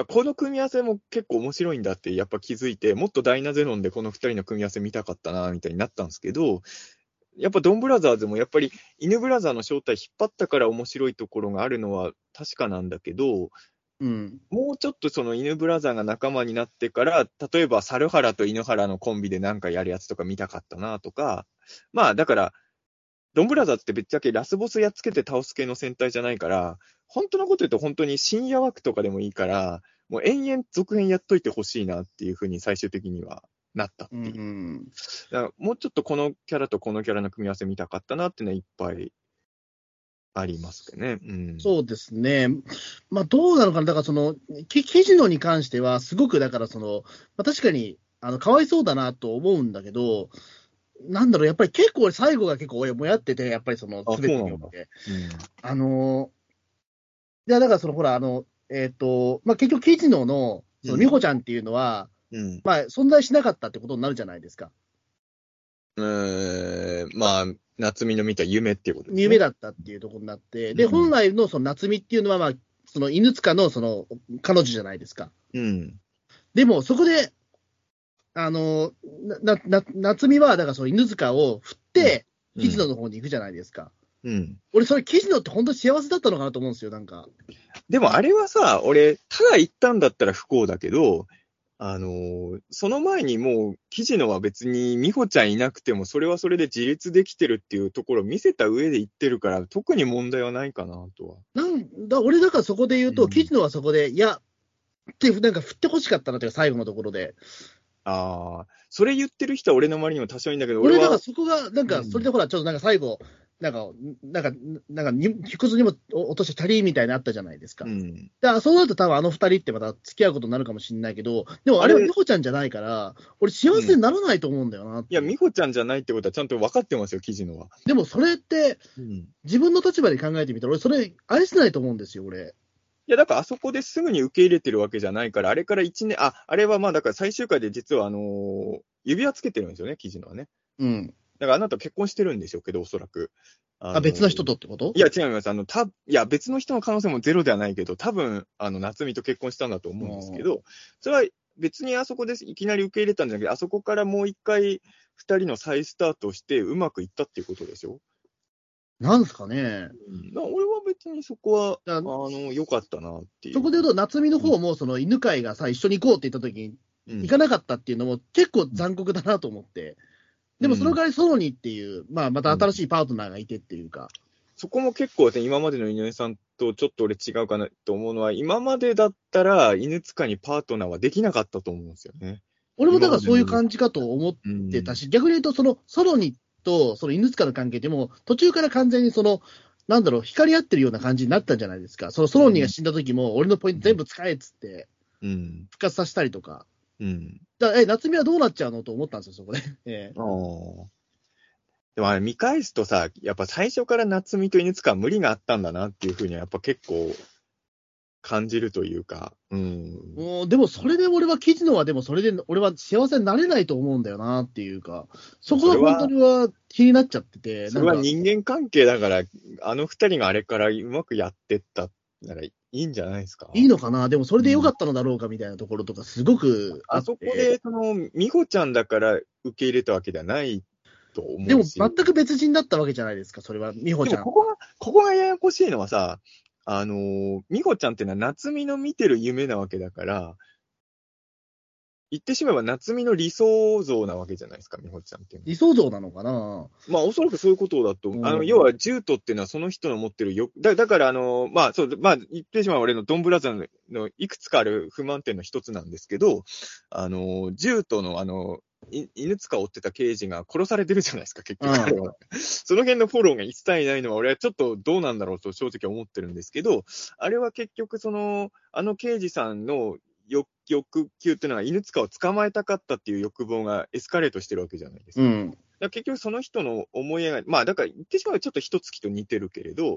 この組み合わせも結構面白いんだってやっぱ気づいて、もっとダイナゼノンでこの二人の組み合わせ見たかったな、みたいになったんですけど、やっぱドンブラザーズもやっぱり犬ブラザーの正体引っ張ったから面白いところがあるのは確かなんだけど、 うん。 もうちょっとその犬ブラザーが仲間になってから、例えば猿原と犬原のコンビでなんかやるやつとか見たかったなとか、まあだから、ドンブラザーズってぶっちゃけラスボスやっつけて倒す系の戦隊じゃないから、本当のこと言うと本当に深夜枠とかでもいいから、もう延々続編やっといてほしいなっていうふうに最終的にはなったってういう。 ん。 だからもうちょっとこのキャラとこのキャラの組み合わせ見たかったなっていうのはいっぱいありますけどね。うん。 そうですね。まあ、どうなのかな。だから、その、き記事のに関しては、すごく、だから、その、まあ、確かに、あの、かわいそうだなと思うんだけど、なんだろう、やっぱり結構、最後が結構、俺もやってて、やっぱりその、 あ、 すべそうなんだ。 てにおいて。 うん。 あの、いや、だから、その、ほら、あの、えっと、まあ、結局、記事のの、その、美穂ちゃんっていうのは、 うん。 まあ、存在しなかったってことになるじゃないですか。 うーん、まあ、夏美の見た夢っていうことですね。 夢だったっていうところになって、で、 うん本来のその夏美っていうのは、まあ、その犬塚のその彼女じゃないですか。 うん。 でも、そこで、あの、な、な、夏美は、だからその犬塚を振って、 うん。 キジノの方に行くじゃないですか。 うん。 俺、それ、キジノって本当に幸せだったのかなと思うんですよ、なんか。 でもあれはさ、俺、ただ行ったんだったら不幸だけど、あのーその前にもう、記事のは別に美穂ちゃんいなくても、それはそれで自立できてるっていうところを見せた上で言ってるから、特に問題はないかなとは。 なんだ、俺、だからそこで言うと、 うんキジノはそこで、いや、って、なんか振ってほしかったなというか、最後のところで。 ああ、それ言ってる人は俺の周りにも多少いるんだけど、俺俺、だからは、 そこが、なんか、 うんそれでほら、ちょっとなんか最後、なんか、なんか、なんかに、木くずにも落として足りみたいなのあったじゃないですか。 うん。 だからそうなると多分あの二人ってまた付き合うことになるかもしれないけど、でもあれは美穂ちゃんじゃないから、俺幸せにならないと思うんだよなっていや、 いう。 美穂ちゃんじゃないってことはちゃんと分かってますよ、記事のは。 でもそれってうん自分の立場で考えてみたら、俺それ愛せないと思うんですよ、俺。 いや、だからあそこですぐに受け入れてるわけじゃないから、あれからいちねん、あ、あれはまあ、だから最終回で実はあのー指輪つけてるんですよね、記事のはね。 うん。 だからあなた結婚してるんでしょうけど、おそらく。ああ、別の人とってこと？ いや、違います。あの、た、いや、別の人の可能性もゼロではないけど、多分、あの、夏美と結婚したんだと思うんですけど、それは別にあそこでいきなり受け入れたんじゃなくて、あそこからもう一回、二人の再スタートをしてうまくいったっていうことでしょ。 なんですかね。 うん、だから俺は別にそこは、あだの、良かったなっていう。 そこで言うと、夏美の方も、その犬飼がさ、一緒に行こうって言った時に、 うん、 行かなかったっていうのも結構残酷だなと思って。でもその代わりソロニーっていう、まあまた新しいパートナーがいてっていうか。 そこも結構、ね、今までの井上さんとちょっと俺違うかなと思うのは、今までだったら犬塚にパートナーはできなかったと思うんですよね。 俺もだからそういう感じかと思ってたし、逆に言うと、そのソロニーとその犬塚の関係でも、途中から完全にその、なんだろう、光り合ってるような感じになったんじゃないですか。そのソロニーが死んだ時も、俺のポイント全部使えっつって、復活させたりとか。 うん。 だからえ、夏美はどうなっちゃうのと思ったんですよ、そこで。ええ、 ああ。でもあれ見返すとさ、やっぱ最初から夏美と犬塚は無理があったんだなっていうふうにはやっぱ結構感じるというか、うん。 もうでもそれで俺は記事のは、でもそれで俺は幸せになれないと思うんだよなっていうか、そこは本当には気になっちゃってて、 それは人間関係だから、あの二人があれからうまくやってったならいいんじゃないですか。 いいのかな、でもそれでよかったのだろうかみたいなところとか、すごくあって、 あそこで、その、美穂ちゃんだから受け入れたわけではないと思うし。 でも全く別人だったわけじゃないですか、それは、美穂ちゃん。 でもここが、ここがややこしいのはさ、あのー、美穂ちゃんってのは夏美の見てる夢なわけだから、言ってしまえば夏美の理想像なわけじゃないですか、美穂ちゃんっていうのは。 理想像なのかな。 まあ、おそらくそういうことだと、 うんあの、要は、ジュートっていうのはその人の持ってるよ、だだから、あの、まあ、そう、まあ、言ってしまえば俺のドンブラザーのいくつかある不満点の一つなんですけど、あの、ジュートのあの、い犬塚を追ってた刑事が殺されてるじゃないですか、結局彼は。うん、その辺のフォローが一切ないのは、俺はちょっとどうなんだろうと正直思ってるんですけど、あれは結局、その、あの刑事さんの欲欲求っていうのは犬塚を捕まえたかったっていう欲望がエスカレートしてるわけじゃないですか。 うん、 だから結局その人の思い描い、まあだから言ってしまえばちょっと一月と似てるけれど、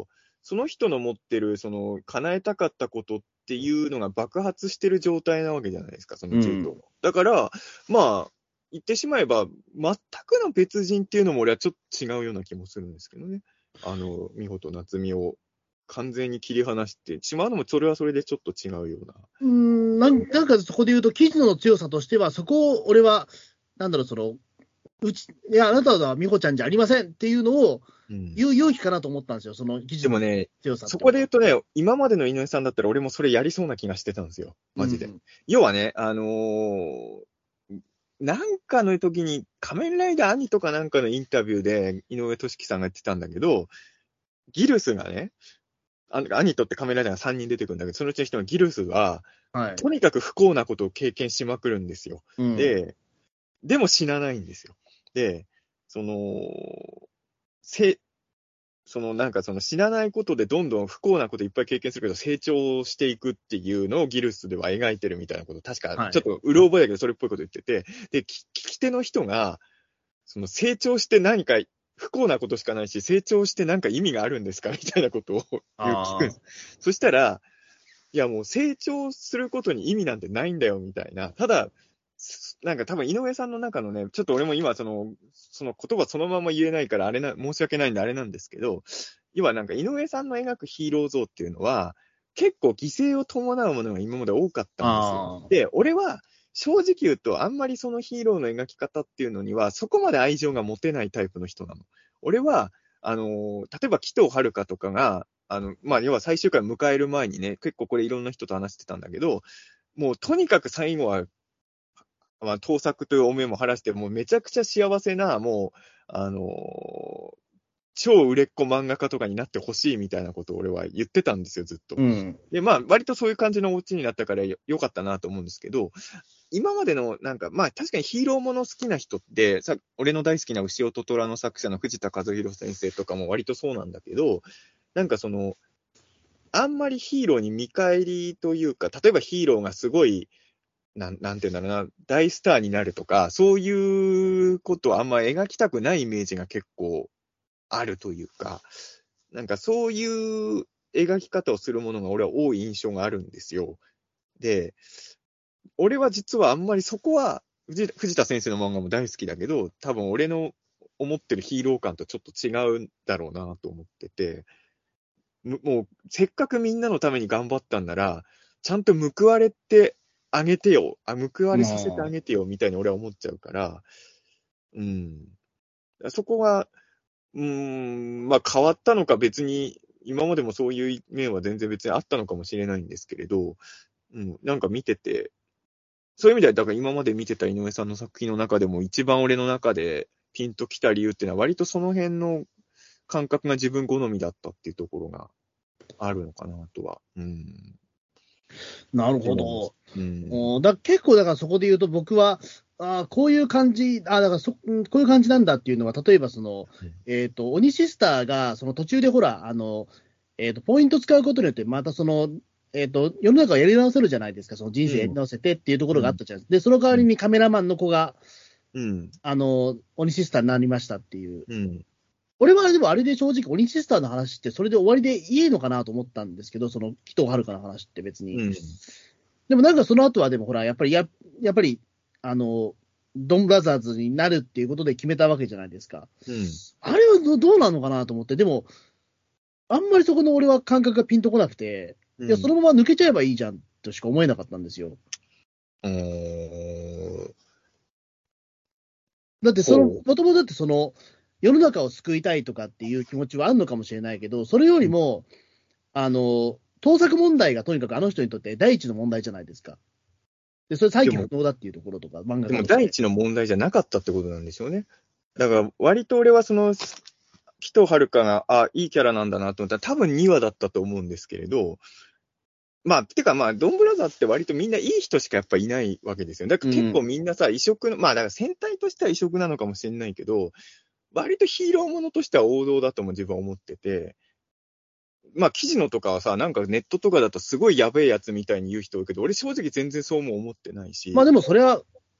その人の持ってる、その、叶えたかったことっていうのが爆発してる状態なわけじゃないですか、その中東。 うん、 だから、まあ、言ってしまえば、全くの別人っていうのも俺はちょっと違うような気もするんですけどね。あの、美穂と夏美を完全に切り離してしまうのも、それはそれでちょっと違うような。 うーんなん、なんかそこで言うと、記事の強さとしては、そこを俺は、なんだろう、その、うち、いや、あなたは美穂ちゃんじゃありませんっていうのをうん、 言う勇気かなと思ったんですよ、その記事のでもね、そ強さっていうのは。 こで言うとね、今までの井上さんだったら俺もそれやりそうな気がしてたんですよ。マジで。 うん、 要はね、あのーなんかの時に仮面ライダー兄とかなんかのインタビューで井上俊樹さんが言ってたんだけど、ギルスがね、あ兄とって仮面ライダーがさんにん出てくるんだけど、そのうちの人のギルスは、 はい。 とにかく不幸なことを経験しまくるんですよ。 うん。 で、でも死なないんですよ。で、その、せ、そのなんかその死なないことでどんどん不幸なこといっぱい経験するけど成長していくっていうのをギルスでは描いてるみたいなこと、確かはい。 ちょっとうろ覚えだけどそれっぽいこと言ってて、で、聞き手の人が、その成長して何か不幸なことしかないし、成長して何か意味があるんですかみたいなことを言う聞くんああ。 です。そしたら、いやもう成長することに意味なんてないんだよみたいな。ただ、なんか多分井上さんの中のね、ちょっと俺も今その、その言葉そのまま言えないからあれな、申し訳ないんであれなんですけど、要はなんか井上さんの描くヒーロー像っていうのは、結構犠牲を伴うものが今まで多かったんですよ。 ああ。 で、俺は正直言うとあんまりそのヒーローの描き方っていうのにはそこまで愛情が持てないタイプの人なの。俺は、あのー例えば紀藤遥とかが、あの、まあ、要は最終回を迎える前にね、結構これいろんな人と話してたんだけど、もうとにかく最後は、まあ、盗作という思いも晴らして、もうめちゃくちゃ幸せな、もう、あのー超売れっ子漫画家とかになってほしいみたいなことを俺は言ってたんですよ、ずっと。 うん。 で、まあ、割とそういう感じのオチになったからよ、よかったなと思うんですけど、今までの、なんか、まあ、確かにヒーローもの好きな人って、さ、俺の大好きな牛尾と虎の作者の藤田和弘先生とかも割とそうなんだけど、なんかその、あんまりヒーローに見返りというか、例えばヒーローがすごい、なん、なんていうんだろうな、大スターになるとか、そういうことをあんま描きたくないイメージが結構あるというか、なんかそういう描き方をするものが俺は多い印象があるんですよ。で、俺は実はあんまりそこは、藤藤田先生の漫画も大好きだけど、多分俺の思ってるヒーロー感とちょっと違うんだろうなと思ってて、むもうせっかくみんなのために頑張ったんなら、ちゃんと報われてあげてよ、あ、報われさせてあもげてよみたいに俺は思っちゃうから、うん。そこが、うーん、まあ変わったのか別に、今までもそういう面は全然別にあったのかもしれないんですけれど、うん、なんか見てて、そういう意味では、だから今まで見てた井上さんの作品の中でも一番俺の中でピンときた理由っていうのは割とその辺の感覚が自分好みだったっていうところがあるのかなとは、うん、 う、なるほ思います。 ど。 うん。 おだ結構、だからそこで言うと、僕は、あこういう感じ、あだからそ、うんこういう感じなんだっていうのは、例えばその、えっ、と、鬼シスターが、その途中でほら、あの、えっ、と、ポイント使うことによって、またその、えっ、と、世の中をやり直せるじゃないですか、その人生やりうん。 直せてっていうところがあっうん。 たじゃないですか。で、その代わうん。 りにカメラマンの子が、 うん。 あの、鬼シスターになりましたっていう。 うん。 俺はでもあれで正直、鬼シスターの話ってそれで終わりでいいのかなと思ったんですけど、その、紀藤遥の話って別に。 うん。 でもなんかその後はでもほら、やっぱりや、やっぱり、あの、ドンブラザーズになるっていうことで決めたわけじゃないですか。 うん。 あれはどどうなのかなと思って、でも、あんまりそこの俺は感覚がピンとこなくて、いや、そうん。 のまま抜けちゃえばいいじゃんとしか思えなかったんですよ。 うーん。 だってその、 ほもともとだってその、世の中を救いたいとかっていう気持ちはあるのかもしれないけど、それよりう。 も、あの、盗作問題がとにかくあの人にとって第一の問題じゃないですか。で、それ再起不でも、 能だっていうところとか、漫画でも家として。 第一の問題じゃなかったってことなんでしょうね。だから、割と俺はその、紀藤遥が、あ、いいキャラなんだなと思ったら、多分にわだったと思うんですけれど、まあ、てかまあ、ドンブラザーって割とみんないい人しかやっぱいないわけですよ。だから結構うん。 みんなさ、異色の、まあ、だから戦隊としては異色なのかもしれないけど、割とヒーローものとしては王道だとも自分は思ってて、まあ、記事のとかはさ、なんかネットとかだとすごいやべえやつみたいに言う人多いけど、俺正直全然そうも思ってないし、 まあでもそれは、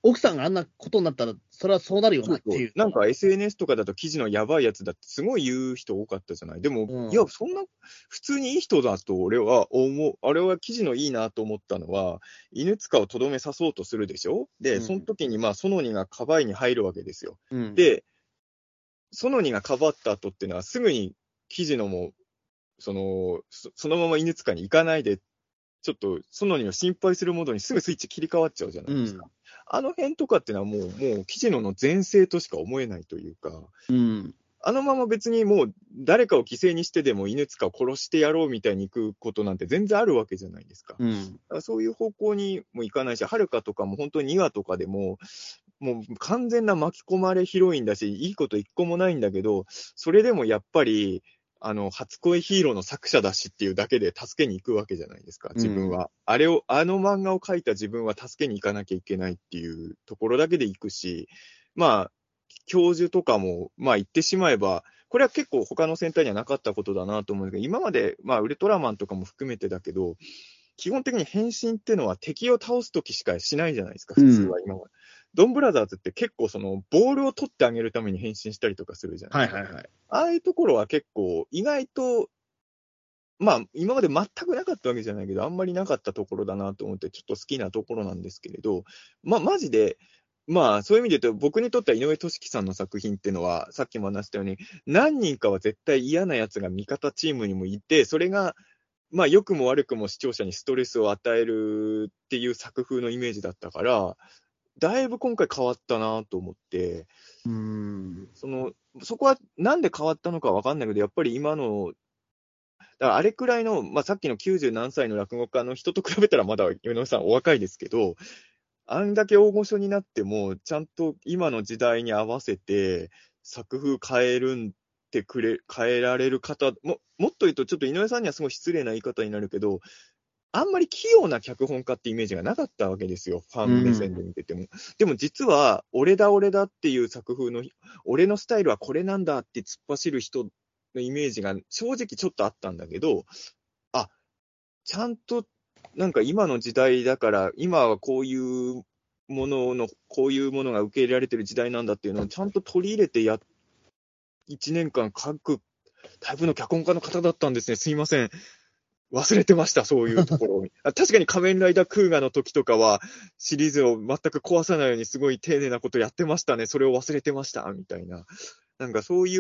奥さんがあんなことになったら、それはそうなるよなっていう。 そうそうなんか エスエヌエス とかだと記事のやばいやつだってすごい言う人多かったじゃない。でも、 うん、 いや、そんな、普通にいい人だと俺は思う、あれは記事のいいなと思ったのは、犬塚をとどめさそうとするでしょ。で、 うん、 その時にまあ、園にがかばいに入るわけですよ。 うん、 で、園にがかばった後っていうのは、すぐに記事のも、その、そそのまま犬塚に行かないで、ちょっと、園にを心配するモードにすぐスイッチ切り替わっちゃうじゃないですか。 うん、 あの辺とかっていうのはもう、もう、記事のの前世としか思えないというか、 うん、 あのまま別にもう、誰かを犠牲にしてでも犬塚を殺してやろうみたいに行くことなんて全然あるわけじゃないですか。 うん、 だからそういう方向にも行かないし、はるかとかも本当ににわとかでも、もう完全な巻き込まれヒロインだし、いいこと一個もないんだけど、それでもやっぱり、あの、初恋ヒーローの作者だしっていうだけで助けに行くわけじゃないですか、自分は。うん、あれを、あの漫画を描いた自分は助けに行かなきゃいけないっていうところだけで行くし、まあ、教授とかも、まあ言ってしまえば、これは結構他の戦隊にはなかったことだなと思うんだけど、今まで、まあウルトラマンとかも含めてだけど、基本的に変身ってのは敵を倒すときしかしないじゃないですか、普通は今まで。うん、ドンブラザーズって結構その、ボールを取ってあげるために変身したりとかするじゃないですか。 はいはいはい。 ああいうところは結構、意外と、まあ、今まで全くなかったわけじゃないけど、あんまりなかったところだなと思って、ちょっと好きなところなんですけれど、まあ、マジで、まあ、そういう意味で言うと、僕にとっては井上俊樹さんの作品っていうのは、さっきも話したように、何人かは絶対嫌な奴が味方チームにもいて、それが、まあ、良くも悪くも視聴者にストレスを与えるっていう作風のイメージだったから、だいぶ今回変わったなと思って、 うーんその、そこはなんで変わったのかわかんないけど、やっぱり今の、だからあれくらいの、まあ、さっきのきゅうじゅう何歳の落語家の人と比べたらまだ井上さんお若いですけど、あんだけ大御所になっても、ちゃんと今の時代に合わせて作風変えるんってくれ、変えられる方、も、もっと言うとちょっと井上さんにはすごい失礼な言い方になるけど、あんまり器用な脚本家ってイメージがなかったわけですよ。ファン目線で見てても。うん、でも実は、俺だ俺だっていう作風の、俺のスタイルはこれなんだって突っ走る人のイメージが正直ちょっとあったんだけど、あ、ちゃんとなんか今の時代だから、今はこういうものの、こういうものが受け入れられてる時代なんだっていうのをちゃんと取り入れてや、一年間書くタイプの脚本家の方だったんですね。すいません。忘れてました、そういうところを。確かに仮面ライダークーガの時とかは、シリーズを全く壊さないようにすごい丁寧なことやってましたね。それを忘れてました、みたいな。なんかそういう、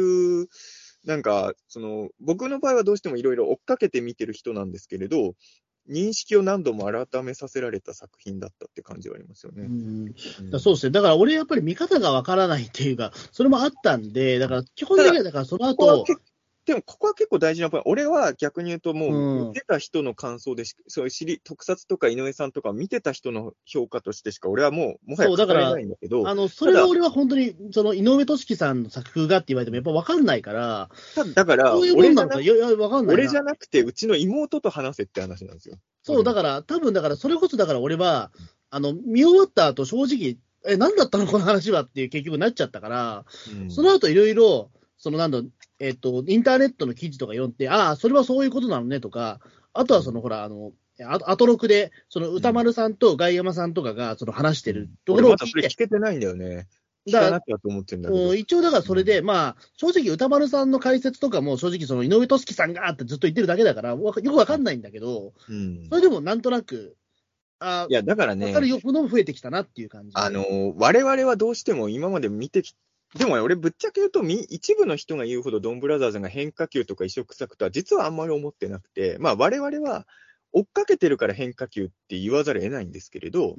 なんか、その、僕の場合はどうしてもいろいろ追っかけて見てる人なんですけれど、認識を何度も改めさせられた作品だったって感じはありますよね。 うんだそうですね。だから俺やっぱり見方がわからないっていうか、それもあったんで、だから基本的にはだからその後、 でも、ここは結構大事なポイント。俺は逆に言うと、もう、 うん見てた人の感想でし、そういう知り、特撮とか井上さんとか見てた人の評価としてしか、俺はもう、もはや語れないんだけど、 あの、それが俺は本当に、その井上俊樹さんの作風がって言われてもやっぱわかんないから、 ただ、だから、 そういうもんなのか、いや、いや、わかんないな。 俺じゃなくて、うちの妹と話せって話なんですよ。 そう、だから、多分だから、それこそだから俺は、あの、見終わった後、正直、え、何だったのこの話はっていう結局なっちゃったから、うん、その後いろいろ、そのなんだ、えっと、インターネットの記事とか読んで、ああ、それはそういうことなのねとか、あとはその、うん、ほら、あの、アトロクで、その歌丸さんとガイヤマさんとかが、その話してるところを聞いて、うん、 俺まだそれ聞けてないんだよね。聞かなきゃと思ってるんだけど。 一応だからそれで、うん、まあ、正直歌丸さんの解説とかも、正直その井上俊樹さんがってずっと言ってるだけだから、よくわかんないんだけど、うん、それでもなんとなく、あいや、だからね、 わかるよくのも増えてきたなっていう感じ。 あの、我々はどうしても今まで見てきでも俺ぶっちゃけ言うと、一部の人が言うほどドンブラザーズが変化球とか移植作とは実はあんまり思ってなくて、まあ我々は追っかけてるから変化球って言わざるを得ないんですけれど、うん、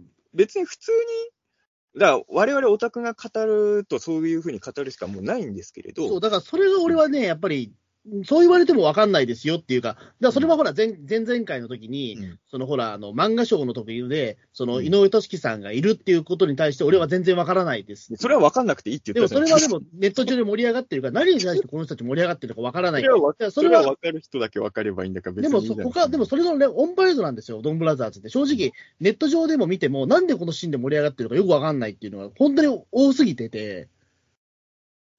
別に普通に、だから我々オタクが語るとそういうふうに語るしかもうないんですけれど。 そう、だからそれが俺はね、やっぱり、そう言われても分かんないですよっていうか、だからそれはほら前、前々回の時に、うん、そのほら、あの漫画賞の時で、その井上俊樹さんがいるっていうことに対して、俺は全然分からないです。 それは分かんなくていいって言ったでもそれはでも、ネット上で盛り上がってるから、何に対してこの人たち盛り上がってるのか分からない。 それはそれは分かる人だけ分かればいいんだから別にいいんだ。 でもそこか、でもそれの、ね、オンパレードなんですよ、ドンブラザーズって。正直、ネット上でも見ても、なんでこのシーンで盛り上がってるのかよく分かんないっていうのが、本当に多すぎてて。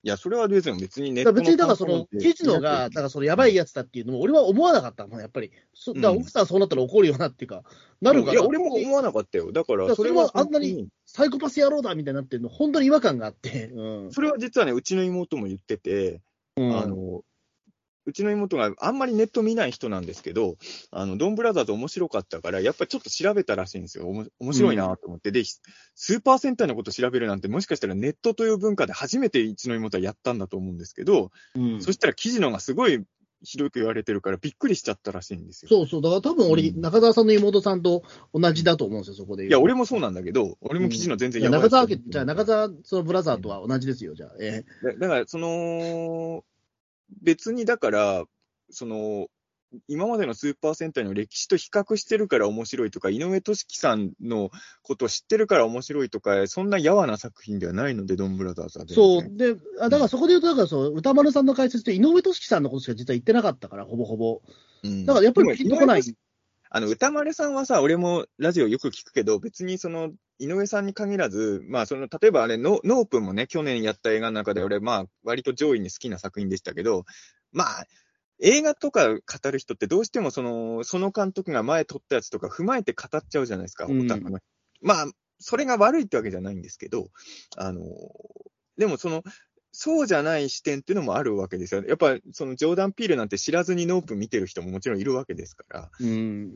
いや、それは別に別にネットのだから別に、だからその、記事のが、だからそのやばいやつだっていうのも、俺は思わなかったもん、やっぱり。そだから奥さんそうなったら怒るよなっていうか、なるかいや、 ら。 俺も思わなかったよ。だか、 だかららそれはあんなににサイコパス野郎だみたいになってるの、本当に違和感があって。うん。 それは実はね、うちの妹も言ってて、 うんあの、うちの妹があんまりネット見ない人なんですけど、あの、ドンブラザーズ面白かったから、やっぱりちょっと調べたらしいんですよ。おも面白いなと思って。で、スーパー戦隊のこと調べるなんて、もしかしたらネットという文化で初めてうちの妹はやったんだと思うんですけど、 うん、 そしたら記事のがすごいひどく言われてるから、びっくりしちゃったらしいんですよ。 そうそう。だから多分俺、 うん中澤さんの妹さんと同じだと思うんですよ、そこで言う。 いや、俺もそうなんだけど、俺も記事の全然やばいやつ中澤家、じゃあ中澤そのブラザーとは同じですよ、じゃあ。えだだから、その、別にだから、その、今までのスーパー戦隊の歴史と比較してるから面白いとか、井上俊樹さんのことを知ってるから面白いとか、そんなやわな作品ではないので、ドンブラザーズは。 そう。で、あだからそこで言うと、だからそう、歌丸さんの解説で井上俊樹さんのことしか実は言ってなかったから、ほぼほぼ。 うん、 だからやっぱりピンとこない。 あの、歌丸さんはさ、俺もラジオよく聞くけど、別にその、井上さんに限らず、まあ、その、例えばあれ、ノノープンもね、去年やった映画の中で俺、まあ、割と上位に好きな作品でしたけど、まあ、映画とか語る人ってどうしてもその、その監督が前撮ったやつとか踏まえて語っちゃうじゃないですか、オタクの。まあ、それが悪いってわけじゃないんですけど、あの、でもその、そうじゃない視点っていうのもあるわけですよ。やっぱ、そのジョーダン・ピールなんて知らずにノープン見てる人ももちろんいるわけですから。 うん。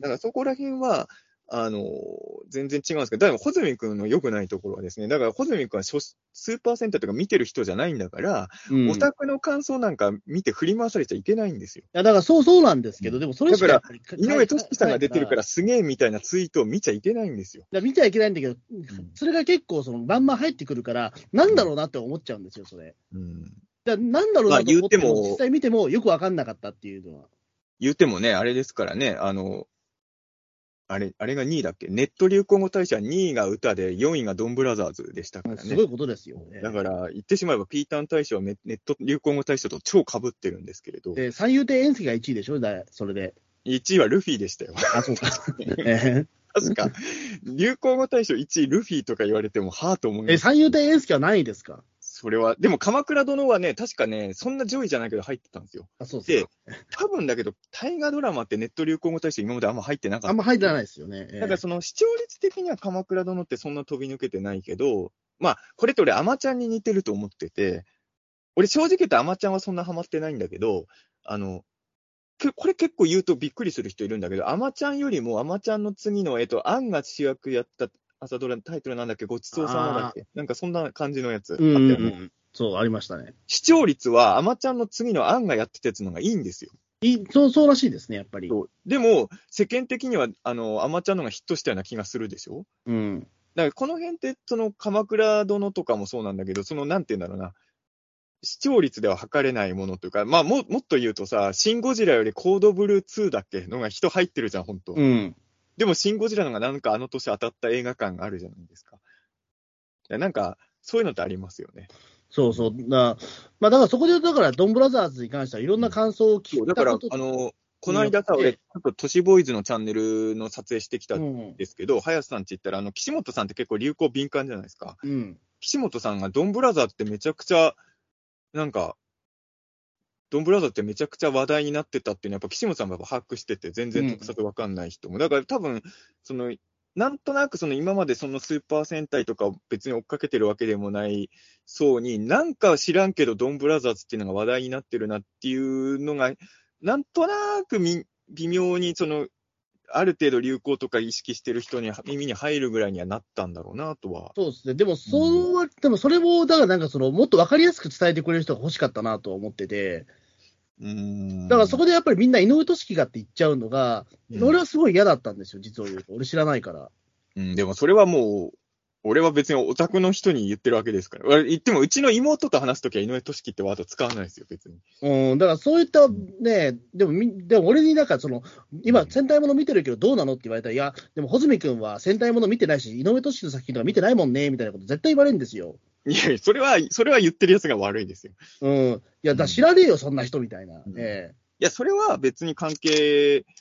だからそこら辺は、あの、全然違うんですけど、だから、穂積君の良くないところはですね、だから、穂積君はスーパーセンターとか見てる人じゃないんだから、うん、オタクの感想なんか見て振り回されちゃいけないんですよ。 いや、だからそうそうなんですけど、でもそれしかだから、井上俊樹さんが出てるからすげえみたいなツイートを見ちゃいけないんですよ。 だ見ちゃいけないんだけど、うん、それが結構、その、まんま入ってくるから、なんだろうなって思っちゃうんですよ、それ。うん。だなんだろうなと思っても、まあ、実際見てもよくわかんなかったっていうのは。 言ってもね、あれですからね、あの、あれ、あれがにいだっけ？ネット流行語大賞はにいが歌で、よんいがドンブラザーズでしたからね。 すごいことですよね。 だから、言ってしまえば、ピーターン大賞はネット流行語大賞と超被ってるんですけれど。 で、三遊亭円介がいちいでしょ、だそれで。 いちいはルフィでしたよ。 あ、そうか。 確か、流行語大賞いちいルフィとか言われても、はぁと思います。 え、三遊亭円介は何位ですか？ それは、でも、鎌倉殿はね、確かね、そんな上位じゃないけど入ってたんですよ。 あ、そうですで、多分だけど、大河ドラマってネット流行語大賞今まであんま入ってなかった。 あんま入ってないですよね。 えー、だからその視聴率的には鎌倉殿ってそんな飛び抜けてないけど、まあ、これって俺、アマちゃんに似てると思ってて、俺正直言ってアマちゃんはそんなハマってないんだけど、あの、これ結構言うとびっくりする人いるんだけど、アマちゃんよりもアマちゃんの次の、えっと、アンが主役やった朝ドラのタイトルなんだっけ、ごちそうさまだっけ、なんかそんな感じのやつあったよね。うんうん、 そう、ありましたね。 視聴率はアマちゃんの次のアンがやってたやつのがいいんですよ。 いい、そう、そうらしいですね、やっぱり。 でも、世間的には、あの、アマちゃんのがヒットしたような気がするでしょ？うん。だからこの辺って、その、鎌倉殿とかもそうなんだけど、その、なんて言うんだろうな。視聴率では測れないものというか、まあも、もっと言うとさ、シン・ゴジラよりコードブルーツーだっけのが人入ってるじゃん、本当。うん。でも、シン・ゴジラのがなんかあの年当たった映画館があるじゃないですか。いやなんか、そういうのってありますよね。 そうそう。だまあ、だからそこで言うと、だから、ドンブラザーズに関してはいろんな感想を聞いたこと、うん、 だから、あの、この間さ、俺、ちょっと都市ボーイズのチャンネルの撮影してきたんですけど、うん、林さんち行ったら、あの、岸本さんって結構流行敏感じゃないですか。うん。岸本さんがドンブラザーってめちゃくちゃ、なんか、ドンブラザーってめちゃくちゃ話題になってたっていうのは、やっぱ岸本さんもやっぱ把握してて、全然特撮わかんない人も。うん、だから多分、その、なんとなくその今までそのスーパー戦隊とかを別に追っかけてるわけでもないそうに、なんか知らんけどドンブラザーズっていうのが話題になってるなっていうのが、なんとなくみ微妙にその、ある程度流行とか意識してる人に耳に入るぐらいにはなったんだろうなとは。 そうですね。でも、そう、うん、でもそれも、だからなんかその、もっとわかりやすく伝えてくれる人が欲しかったなと思ってて、うーんだからそこでやっぱりみんな井上俊樹がって言っちゃうのが、うん、俺はすごい嫌だったんですよ、実を言うと。俺知らないから。 うん、でもそれはもう、俺は別にオタクの人に言ってるわけですから。言っても、うちの妹と話すときは井上俊樹ってワード使わないですよ、別に。 うん、だからそういったね、でも、でも俺になんかその、今、戦隊もの見てるけどどうなのって言われたら、いや、でも、穂積君は戦隊もの見てないし、井上俊樹の作品とか見てないもんね、みたいなこと絶対言われるんですよ。 いや、それは、それは言ってるやつが悪いですよ。 うん。いや、だ知らねえよ、そんな人みたいな。うん、ええいや、それは別に関係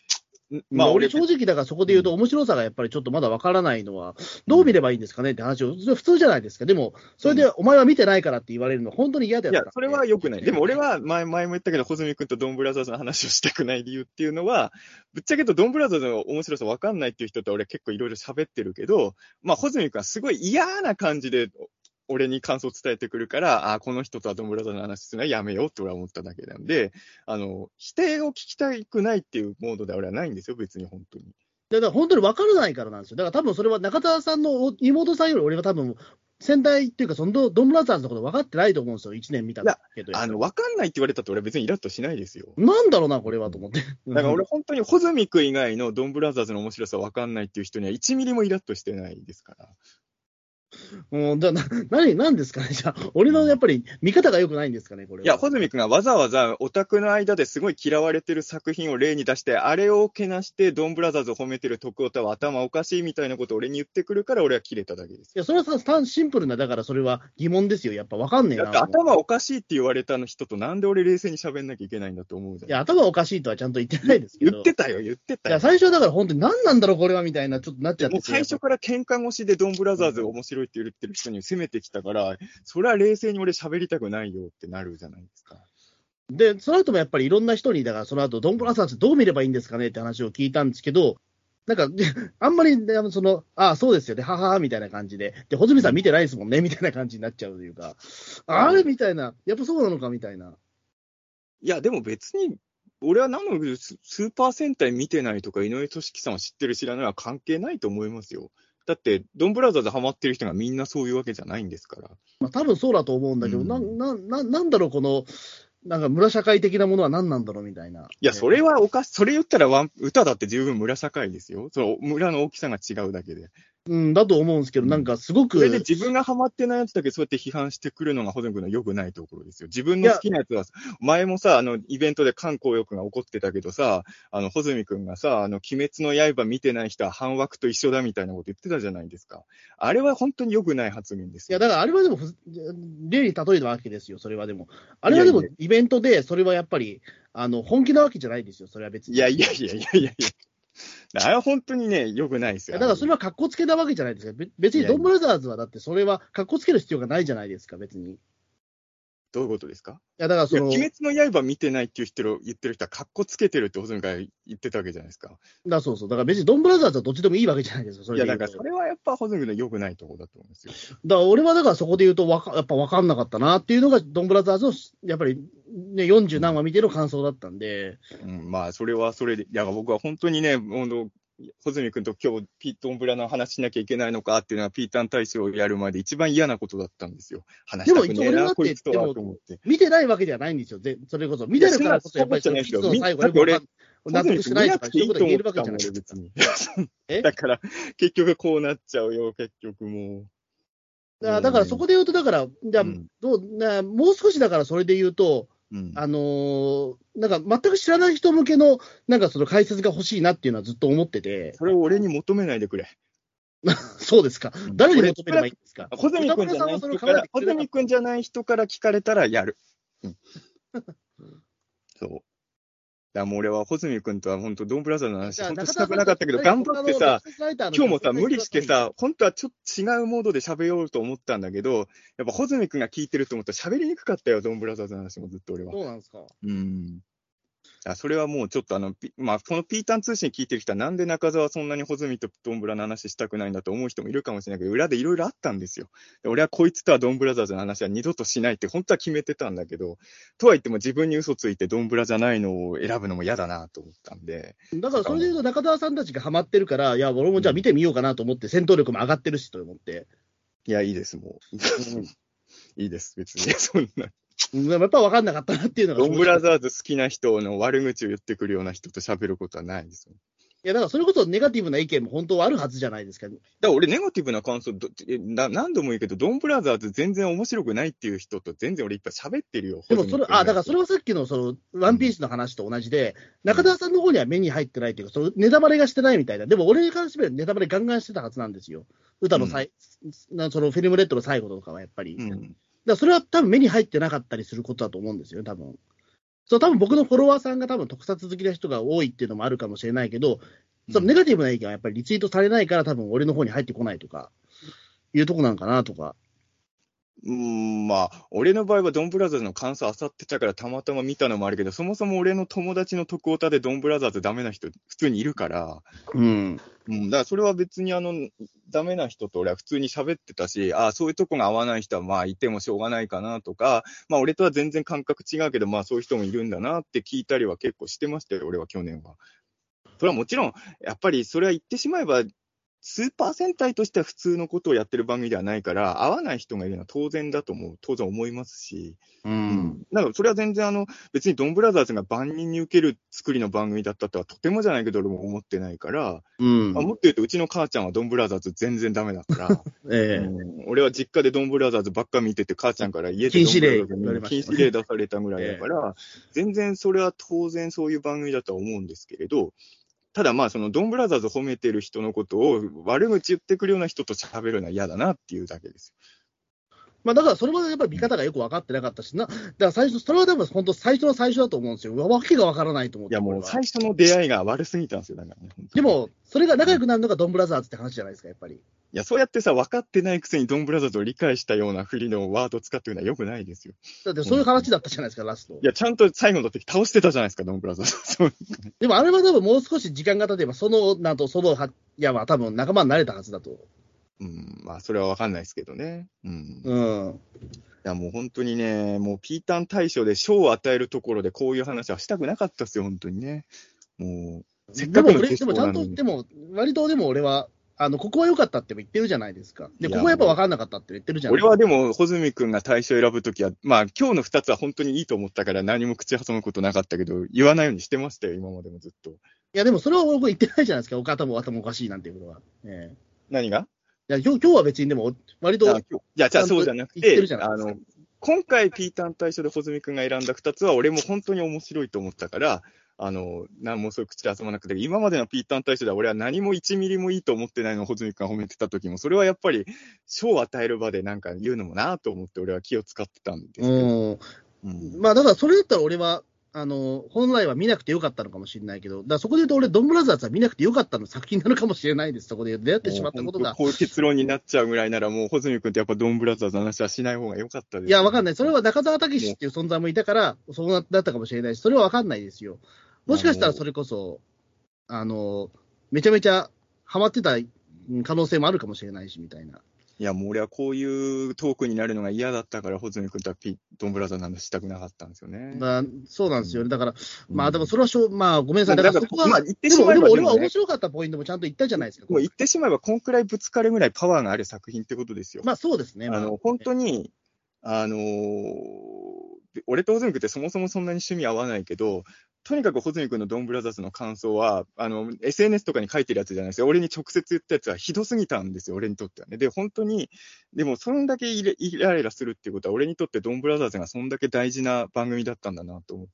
まあ、俺正直だからそこで言うと面白さがやっぱりちょっとまだわからないのは、どう見ればいいんですかねって話を、それ普通じゃないですか。でも、それでお前は見てないからって言われるの本当に嫌だった。 いや、それは良くない。でも俺は前、前も言ったけど、穂積君とドンブラザーズの話をしたくない理由っていうのは、ぶっちゃけとドンブラザーズの面白さわかんないっていう人と俺結構いろいろ喋ってるけど、まあ、穂積君はすごい嫌な感じで、俺に感想を伝えてくるから、ああ、この人とはドンブラザーズの話するのはやめようって俺は思っただけなんで、あの、否定を聞きたくないっていうモードでは俺はないんですよ、別に本当に。 だから本当に分からないからなんですよ。だから多分それは中田さんの妹さんより俺が多分、先代っていうか、そのドンブラザーズのこと分かってないと思うんですよ、いちねん見たけど。 あの、分かんないって言われたって俺は別にイラッとしないですよ。 なんだろうな、これはと思って。 だから俺本当に穂積君以外のドンブラザーズの面白さ分かんないっていう人にはいちミリもイラッとしてないですから。 うん、じゃあな、何、なんですかね、じゃあ、俺のやっぱり見方が良くないんですかね、これは。 いや、穂積君がわざわざオタクの間ですごい嫌われてる作品を例に出して、あれをけなしてドンブラザーズを褒めてる徳太は頭おかしいみたいなことを俺に言ってくるから俺は切れただけです。 いや、それはさ、単シンプルな、だからそれは疑問ですよ。やっぱ分かんねえな。 だって頭おかしいって言われた人となんで俺冷静に喋んなきゃいけないんだと思うじゃん。 いや、頭おかしいとはちゃんと言ってないですけど。 言ってたよ、言ってたよ。 いや、最初はだから本当に何なんだろう、これはみたいな、ちょっとなっちゃって。 もう最初から喧嘩越しでドンブラザーズ面白いって言ってる人に攻めてきたから、それは冷静に俺喋りたくないよってなるじゃないですか。 で、その後もやっぱりいろんな人に、だからその後、ドンブラザーズどう見ればいいんですかねって話を聞いたんですけど、なんか、あんまり、その、ああ、そうですよね、ははは、みたいな感じで、で、穂積さん見てないですもんね、みたいな感じになっちゃうというか、あれみたいな、やっぱそうなのかみたいな。 いや、でも別に、俺は何のスーパー戦隊見てないとか、井上俊樹さんを知ってる知らないは関係ないと思いますよ。だって、ドンブラザーズハマってる人がみんなそういうわけじゃないんですから。 まあ、多分そうだと思うんだけど、 うん、 な、な、な、なんだろう、この、なんか村社会的なものは何なんだろうみたいな。いや、それはおかし、それ言ったらワン、歌だって十分村社会ですよ。その村の大きさが違うだけで。 うん、だと思うんですけど、なんかすごく。 それで自分がハマってないやつだけそうやって批判してくるのが穂積君の良くないところですよ。自分の好きなやつは、前もさ、あの、イベントで韓国欲が起こってたけどさ、あの、穂積君がさ、あの、鬼滅の刃見てない人は反枠と一緒だみたいなこと言ってたじゃないですか。あれは本当に良くない発言ですよ。 いや、だからあれはでも、例に例えたわけですよ、それはでも。あれはでも、イベントで、それはやっぱり、あの、本気なわけじゃないですよ、それは別に。 いやいやいやいやいやいや。あれは本当にね、良くないですよ。 だからそれは格好つけなわけじゃないですか。別にドンブラザーズはだってそれは格好つける必要がないじゃないですか、別に。 どういうことですか？ いや、だからその。 鬼滅の刃見てないっていう人言ってる人は格好つけてるって穂積が言ってたわけじゃないですか。 だそうそう。だから別にドンブラザーズはどっちでもいいわけじゃないですか、それでいや、だからそれはやっぱ穂積の良くないところだと思うんですよ。 だから俺はだからそこで言うとわか、やっぱ分かんなかったなっていうのが、ドンブラザーズの、やっぱりね、よんじゅう何話見ての感想だったんで。 うん、まあ、それはそれで、いや、僕は本当にね、ほんと穂積君と今日、ピートンブラの話しなきゃいけないのかっていうのは、ピータン大使をやるまで一番嫌なことだったんですよ。話したくねえな、こいつとはと思って。 見てないわけじゃないんですよ。でそれこそ。見てるからこそ、やっぱりそのピートの最後よく俺、 納得しないとか、そういうこと言えるわけじゃないですか。だから、結局こうなっちゃうよ、結局もう。 だからそこで言うと、だから、じゃあ、うん、どうなもう少しだからそれで言うと、うん、あのー、なんか全く知らない人向けの、なんかその解説が欲しいなっていうのはずっと思ってて。 それを俺に求めないでくれ。 そうですか。誰に求めればいいんですか？ 穂積君じゃない人から、穂積君じゃない人から聞かれたらやる。うん、そう。だもう俺は穂積君とは本当、ドンブラザーの話、本当したくなかったけど、頑張ってさ、今日もさ、無理してさ、本当はちょっと違うモードで喋ろうと思ったんだけど、やっぱ穂積君が聞いてると思ったら喋りにくかったよ、ドンブラザーズの話もずっと俺は。 そうなんですか。 うん。あそれはもうちょっとあの、まあ、このピータン通信聞いてる人はなんで中澤そんなに穂積とドンブラの話したくないんだと思う人もいるかもしれないけど、裏でいろいろあったんですよ。俺はこいつとはドンブラザーズの話は二度としないって本当は決めてたんだけど、とは言っても自分に嘘ついてドンブラじゃないのを選ぶのも嫌だなと思ったんで。 だからそれで言うと中澤さんたちがハマってるから、いや、俺もじゃあ見てみようかなと思って、戦闘力も上がってるしと思って。 いや、いいです、もう。いいです、別に。そんな。 やっぱ分かんなかったなっていうのが。 ドンブラザーズ好きな人の悪口を言ってくるような人と喋ることはないですよ。 いや、だからそれこそネガティブな意見も本当はあるはずじゃないですか。だから俺ネガティブな感想どな、何度も言うけど、ドンブラザーズ全然面白くないっていう人と全然俺いっぱい喋ってるよ。 でもそれ、あ、だからそれはさっきのその、ワンピースの話と同じで、うん、中田さんの方には目に入ってないっていうか、そのネタバレがしてないみたいな。でも俺に関してはネタバレガンガンしてたはずなんですよ。歌の最、うん、そのフィルムレッドの最後とかはやっぱり。うん、だからそれは多分目に入ってなかったりすることだと思うんですよ、多分。 そう、多分僕のフォロワーさんが多分特撮好きな人が多いっていうのもあるかもしれないけど、そのネガティブな意見はやっぱりリツイートされないから多分俺の方に入ってこないとか、いうとこなんかなとか。 うーん、まあ、俺の場合はドンブラザーズの感想あさってたからたまたま見たのもあるけど、そもそも俺の友達の徳オタでドンブラザーズダメな人普通にいるから、 うん。 うん、だからそれは別にあの、ダメな人と俺は普通に喋ってたし、ああ、そういうとこが合わない人はまあいてもしょうがないかなとか、まあ俺とは全然感覚違うけど、まあそういう人もいるんだなって聞いたりは結構してましたよ、俺は去年は。それはもちろん、やっぱりそれは言ってしまえば、スーパー戦隊としては普通のことをやってる番組ではないから、合わない人がいるのは当然だと思う、当然思いますし、 ううんん。だからそれは全然あの、別にドンブラザーズが万人に受ける作りの番組だったとはとてもじゃないけど俺も思ってないから、 うんあもっと言うとうちの母ちゃんはドンブラザーズ全然ダメだから、 ええうん、俺は実家でドンブラザーズばっか見てて、母ちゃんから家で禁止令ドンブラザーズ言われましたね禁止令出されたぐらいだから、全然それは当然そういう番組だとは思うんですけれど、ただまあそのドンブラザーズ褒めてる人のことを悪口言ってくるような人と喋るのは嫌だなっていうだけです。 まあだからそれはやっぱり見方がよく分かってなかったしな、だから最初、それは多分本当最初の最初だと思うんですよ。わけが分からないと思って。 いやもう最初の出会いが悪すぎたんですよ、だからね。 でも、それが仲良くなるのがドンブラザーズって話じゃないですか、やっぱり。 いや、そうやってさ、分かってないくせにドンブラザーズを理解したような振りのワードを使ってるのは良くないですよ。 だってそういう話だったじゃないですか、ラスト。 いや、ちゃんと最後の時倒してたじゃないですか、ドンブラザーズ。そうでもあれは多分もう少し時間が経てば、その、なんとそのは、いやまあ多分仲間になれたはずだと。 うん、まあ、それは分かんないですけどね。うん。いうん。 や、もう本当にね、もうピータン大賞で賞を与えるところでこういう話はしたくなかったですよ、本当にね。もう、せっかくのでも俺、でもちゃんと、 決勝なのに。 でも、割とでも俺は、あの、ここは良かったって言ってるじゃないですか。で、 いやここはやっぱ分かんなかったって言ってるじゃない俺はでも、穂積君が大賞選ぶときは、まあ、今日の二つは本当にいいと思ったから何も口挟むことなかったけど、言わないようにしてましたよ、今までもずっと。 いや、でもそれは僕言ってないじゃないですか。岡田も頭おかしいなんていうことは。ええ何がいや今日今日は別にでも、割と、 あ今日いや、じゃあそうじゃなく言ってて、 るじゃないですかあの、今回ピータン大賞で穂積君が選んだ二つは、俺も本当に面白いと思ったから、あの、何もそういう口挟まなくて、今までのピータン大賞では俺は何もいちミリもいいと思ってないのを穂積君が褒めてた時も、それはやっぱり賞を与える場でなんか言うのもなと思って俺は気を使ってたんですけど。 うん。 うんまあ、だからそれだったら俺は、あの、本来は見なくてよかったのかもしれないけど、だからそこで言うと俺、ドンブラザーズは見なくてよかったの作品なのかもしれないです。そこで出会ってしまったことが。 こういう結論になっちゃうぐらいなら、もう、穂積君ってやっぱドンブラザーズの話はしない方が良かったです、 いや、わかんない。それは中澤武史っていう存在もいたから、そうなったかもしれないし、それはわかんないですよ。もしかしたらそれこそ、あの、めちゃめちゃハマってた可能性もあるかもしれないし、みたいな。 いや、もう俺はこういうトークになるのが嫌だったから、穂積君とはピドンブラザーズの話したくなかったんですよね。 だそうなんですよね。だから、 うんまあでもそれはしょう、まあごめんなさい。だだからからそこは、 まあ言ってでも、 しまえばでも俺はでもね面白かったポイントもちゃんと言ったじゃないですか。 もう言ってしまえば、こんくらいぶつかるぐらいパワーがある作品ってことですよ。 まあそうですね。まあ、 あの、本当に、あのー俺と穂積君ってそもそもそんなに趣味合わないけど、とにかく穂積君のドンブラザーズの感想は、あの、エスエヌエス とかに書いてるやつじゃないですよ。俺に直接言ったやつはひどすぎたんですよ、俺にとってはね。で、本当に、でも、そんだけイライライラするっていうことは、俺にとってドンブラザーズがそんだけ大事な番組だったんだなと思って、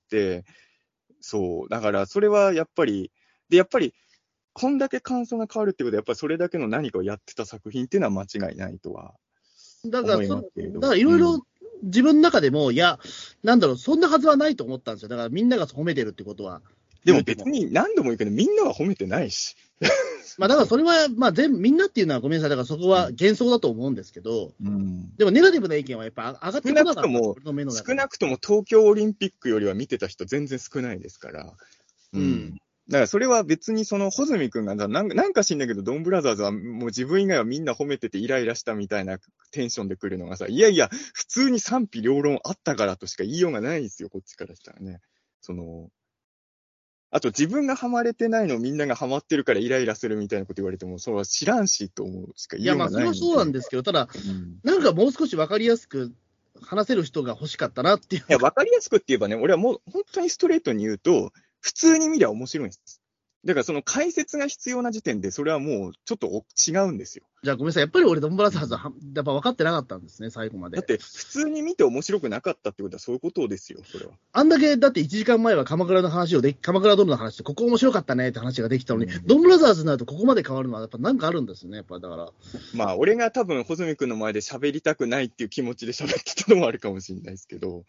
そう。だから、それはやっぱり、で、やっぱり、こんだけ感想が変わるってことは、やっぱりそれだけの何かをやってた作品っていうのは間違いないとは思いだからそ、 ますけれど。 だからいろいろうん自分の中でも、いや、なんだろう、そんなはずはないと思ったんですよ。だからみんなが褒めてるってことは。 でも別に何度も言うけど、みんなは褒めてないし。 まあだからそれは、まあ全部、みんなっていうのはごめんなさい。だからそこは幻想だと思うんですけど、 うん、 でもネガティブな意見はやっぱ上がってこなかった。 少なくとも俺の目の中で少なくとも東京オリンピックよりは見てた人全然少ないですから。 うん。 だからそれは別にその穂積君がなんかなんか知んないけど、ドンブラザーズはもう自分以外はみんな褒めててイライラしたみたいなテンションで来るのがさ、いやいや、普通に賛否両論あったからとしか言いようがないですよ、こっちからしたらね。その、あと自分がハマれてないのをみんながハマってるからイライラするみたいなこと言われても、それは知らんしと思うしか言いいや、まあようがない。 それはそうなんですけど、ただ、 うん、 なんかもう少しわかりやすく話せる人が欲しかったなっていう。 いや、わかりやすくって言えばね、俺はもう本当にストレートに言うと、普通に見りゃ面白いんです。だからその解説が必要な時点で、それはもうちょっと違うんですよ。 じゃあごめんなさい。やっぱり俺、ドンブラザーズは、やっぱ分かってなかったんですね、最後まで。 だって、普通に見て面白くなかったってことはそういうことですよ、それは。 あんだけ、だっていちじかんまえは鎌倉の話をで、鎌倉殿の話で、ここ面白かったねって話ができたのに、 うん、 ドンブラザーズになるとここまで変わるのは、やっぱなんかあるんですね、やっぱだから。 まあ、俺が多分、穂積君の前で喋りたくないっていう気持ちで喋ってたのもあるかもしれないですけど、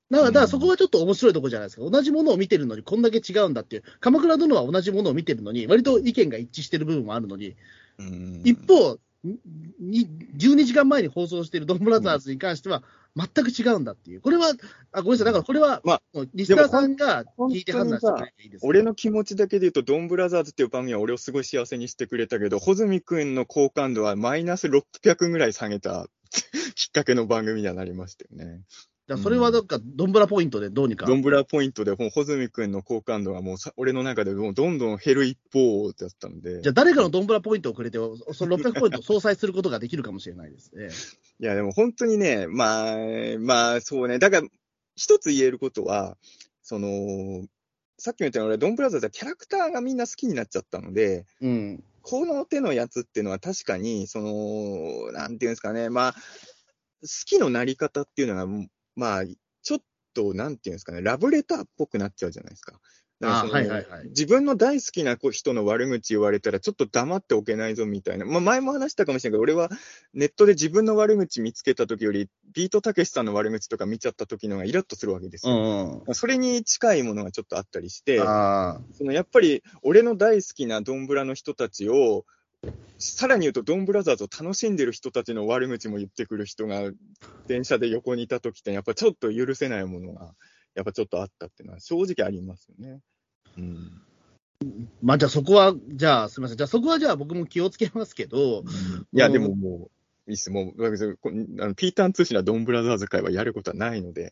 だから、だからそこはちょっと面白いところじゃないですか。同じものを見てるのにこんだけ違うんだっていう。鎌倉殿は同じものを見てるのに、割と意見が一致してる部分もあるのに、 うん、 一方、にじゅうにじかんまえに放送しているドンブラザーズに関しては、全く違うんだっていう。これは、あ、ごめんなさい。だからこれは、 まあ、 リスナーさんが聞いて判断してくれればいいです。 俺の気持ちだけで言うと、ドンブラザーズっていう番組は俺をすごい幸せにしてくれたけど、穂積君の好感度はマイナスろっぴゃくぐらい下げたきっかけの番組にはなりましたよね。 じゃあそれはなんか、ドンブラポイントでどうにか。 ドンブラポイントで、もう、穂積君の好感度がもうさ、俺の中でもうどんどん減る一方だったんで。 じゃあ誰かのドンブラポイントをくれて、そのろっぴゃくポイントを相殺することができるかもしれないですね。 いや、でも本当にね、まあ、まあ、そうね。だから、一つ言えることは、その、さっきも言ったように俺、ドンブラザーズはキャラクターがみんな好きになっちゃったので、 うん。 この手のやつっていうのは確かに、その、なんていうんですかね、まあ、好きのなり方っていうのが、まあ、ちょっと、なんていうんですかね、ラブレターっぽくなっちゃうじゃないですか。だからそのあはいはいはい自分の大好きな人の悪口言われたら、ちょっと黙っておけないぞみたいな。まあ、前も話したかもしれないけど、俺はネットで自分の悪口見つけた時より、ビートたけしさんの悪口とか見ちゃった時の方がイラッとするわけですうよ。 んうん。 それに近いものがちょっとあったりして、 あそのやっぱり俺の大好きなドンブラの人たちを、さらに言うとドンブラザーズを楽しんでる人たちの悪口も言ってくる人が電車で横にいた時って、やっぱちょっと許せないものが、やっぱちょっとあったっていうのは正直ありますよね。うん。 まあじゃあそこは、じゃあすみません。じゃあそこはじゃあ僕も気をつけますけど。 いや、でももう、いいっす。もう、別にこあのピーターン通信はドンブラザーズ会はやることはないので。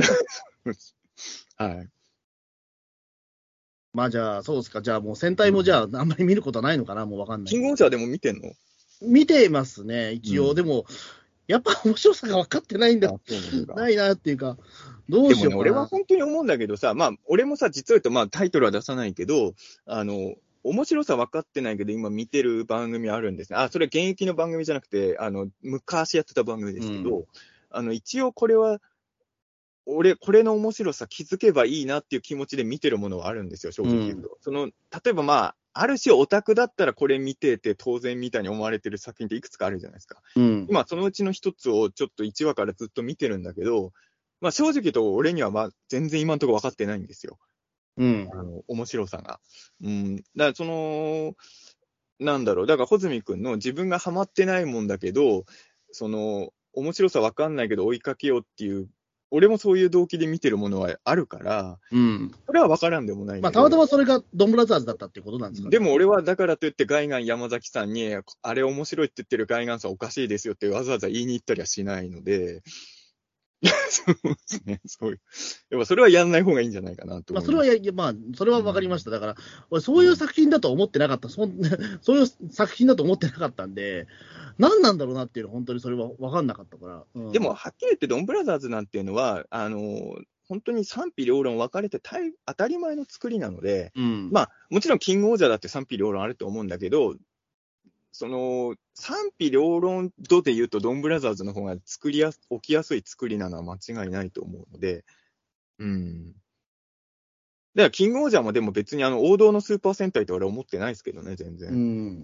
はい。 まあじゃあそうですか。じゃあもう戦隊もじゃああんまり見ることはないのかな、もうわかんない。 キングオージャーでも見てんの？ 見てますね、一応。 うんでも、やっぱ面白さが分かってないんだ。 あそうなんだないなっていうか、どうしようかな。 でもね、俺は本当に思うんだけどさ、まあ、俺もさ、実を言うと、まあ、タイトルは出さないけど、あの、面白さ分かってないけど、今見てる番組あるんですね。あ、それは現役の番組じゃなくて、あの、昔やってた番組ですけど、うん、あの、一応これは、俺、これの面白さ気づけばいいなっていう気持ちで見てるものはあるんですよ、正直言うと。うん、その、例えばまあ、ある種オタクだったらこれ見てて当然みたいに思われてる作品っていくつかあるじゃないですか。うん、今、そのうちの一つをちょっといちわからずっと見てるんだけど、まあ正直言うと俺にはまあ全然今のところ分かってないんですよ。うん。あの、面白さが。うん。だからその、なんだろう。だから穂積くんの自分がハマってないもんだけど、その、面白さ分かんないけど追いかけようっていう、俺もそういう動機で見てるものはあるから、うん。それは分からんでもないんだけど。 まあたまたまそれがドンブラザーズだったっていうことなんですかね。 でも俺はだからといってガイガン山崎さんに、あれ面白いって言ってるガイガンさんおかしいですよってわざわざ言いに行ったりはしないので、そうですね。そういう。やっぱそれはやんない方がいいんじゃないかなと思います。 まあ、それはや、まあ、それは分かりました。だから、俺、そういう作品だと思ってなかった。そんそういう作品だと思ってなかったんで、何なんだろうなっていうのは、本当にそれは分かんなかったから。 うん、でも、はっきり言って、ドンブラザーズなんていうのは、あの、本当に賛否両論分かれて当たり前の作りなので、うん、まあ、もちろん、キングオージャーだって賛否両論あると思うんだけど、その、賛否両論度で言うと、ドンブラザーズの方が作りやす、起きやすい作りなのは間違いないと思うので、うん。だから、キングオージャーもでも別にあの、王道のスーパー戦隊と俺は思ってないですけどね、全然。うん。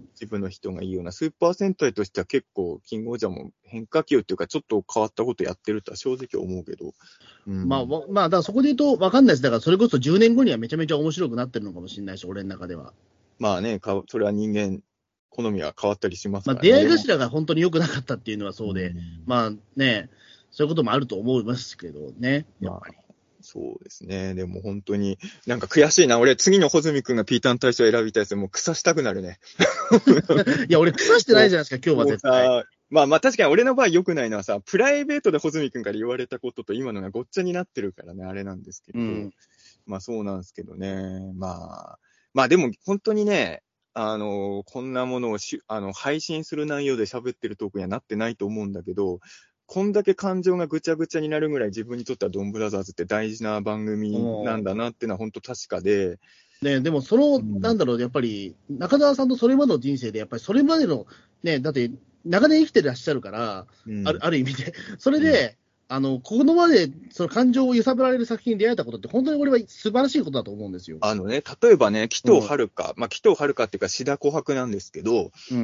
自分の人がいいような、スーパー戦隊としては結構、キングオージャーも変化球っていうか、ちょっと変わったことやってるとは正直思うけど。 うん、まあ、まあ、だからそこで言うと分かんないです。だから、それこそじゅうねんごにはめちゃめちゃ面白くなってるのかもしれないし、俺の中では。 まあね、かそれは人間、好みは変わったりしますからね。まあ、出会い頭が本当に良くなかったっていうのはそうで、うん、まあね、そういうこともあると思いますけどね、やっぱり。まあ、 そうですね。でも本当に、なんか悔しいな。俺、次の穂積くんがピーターン大賞選びたいです。もう腐したくなるね。 いや、俺腐してないじゃないですか、今日は絶対。 まあまあ確かに俺の場合良くないのはさ、プライベートで穂積くんから言われたことと今のがごっちゃになってるからね、あれなんですけど。うん、まあそうなんですけどね。まあ、まあでも本当にね、あの、こんなものをしあの配信する内容で喋ってるトークにはなってないと思うんだけど、こんだけ感情がぐちゃぐちゃになるぐらい自分にとってはドンブラザーズって大事な番組なんだなっていうのは本当確かで。 ね、でもその、うん、なんだろう、やっぱり中澤さんのそれまでの人生で、やっぱりそれまでの、ね、だって長年生きてらっしゃるから、うん、あるある意味で、それで、うん、あの、ここまでその感情を揺さぶられる作品に出会えたことって、本当に俺は素晴らしいことだと思うんですよ。 あのね、例えばね、紀藤遥、うん、まあ紀藤遥っていうか、志田琥珀なんですけど、うん、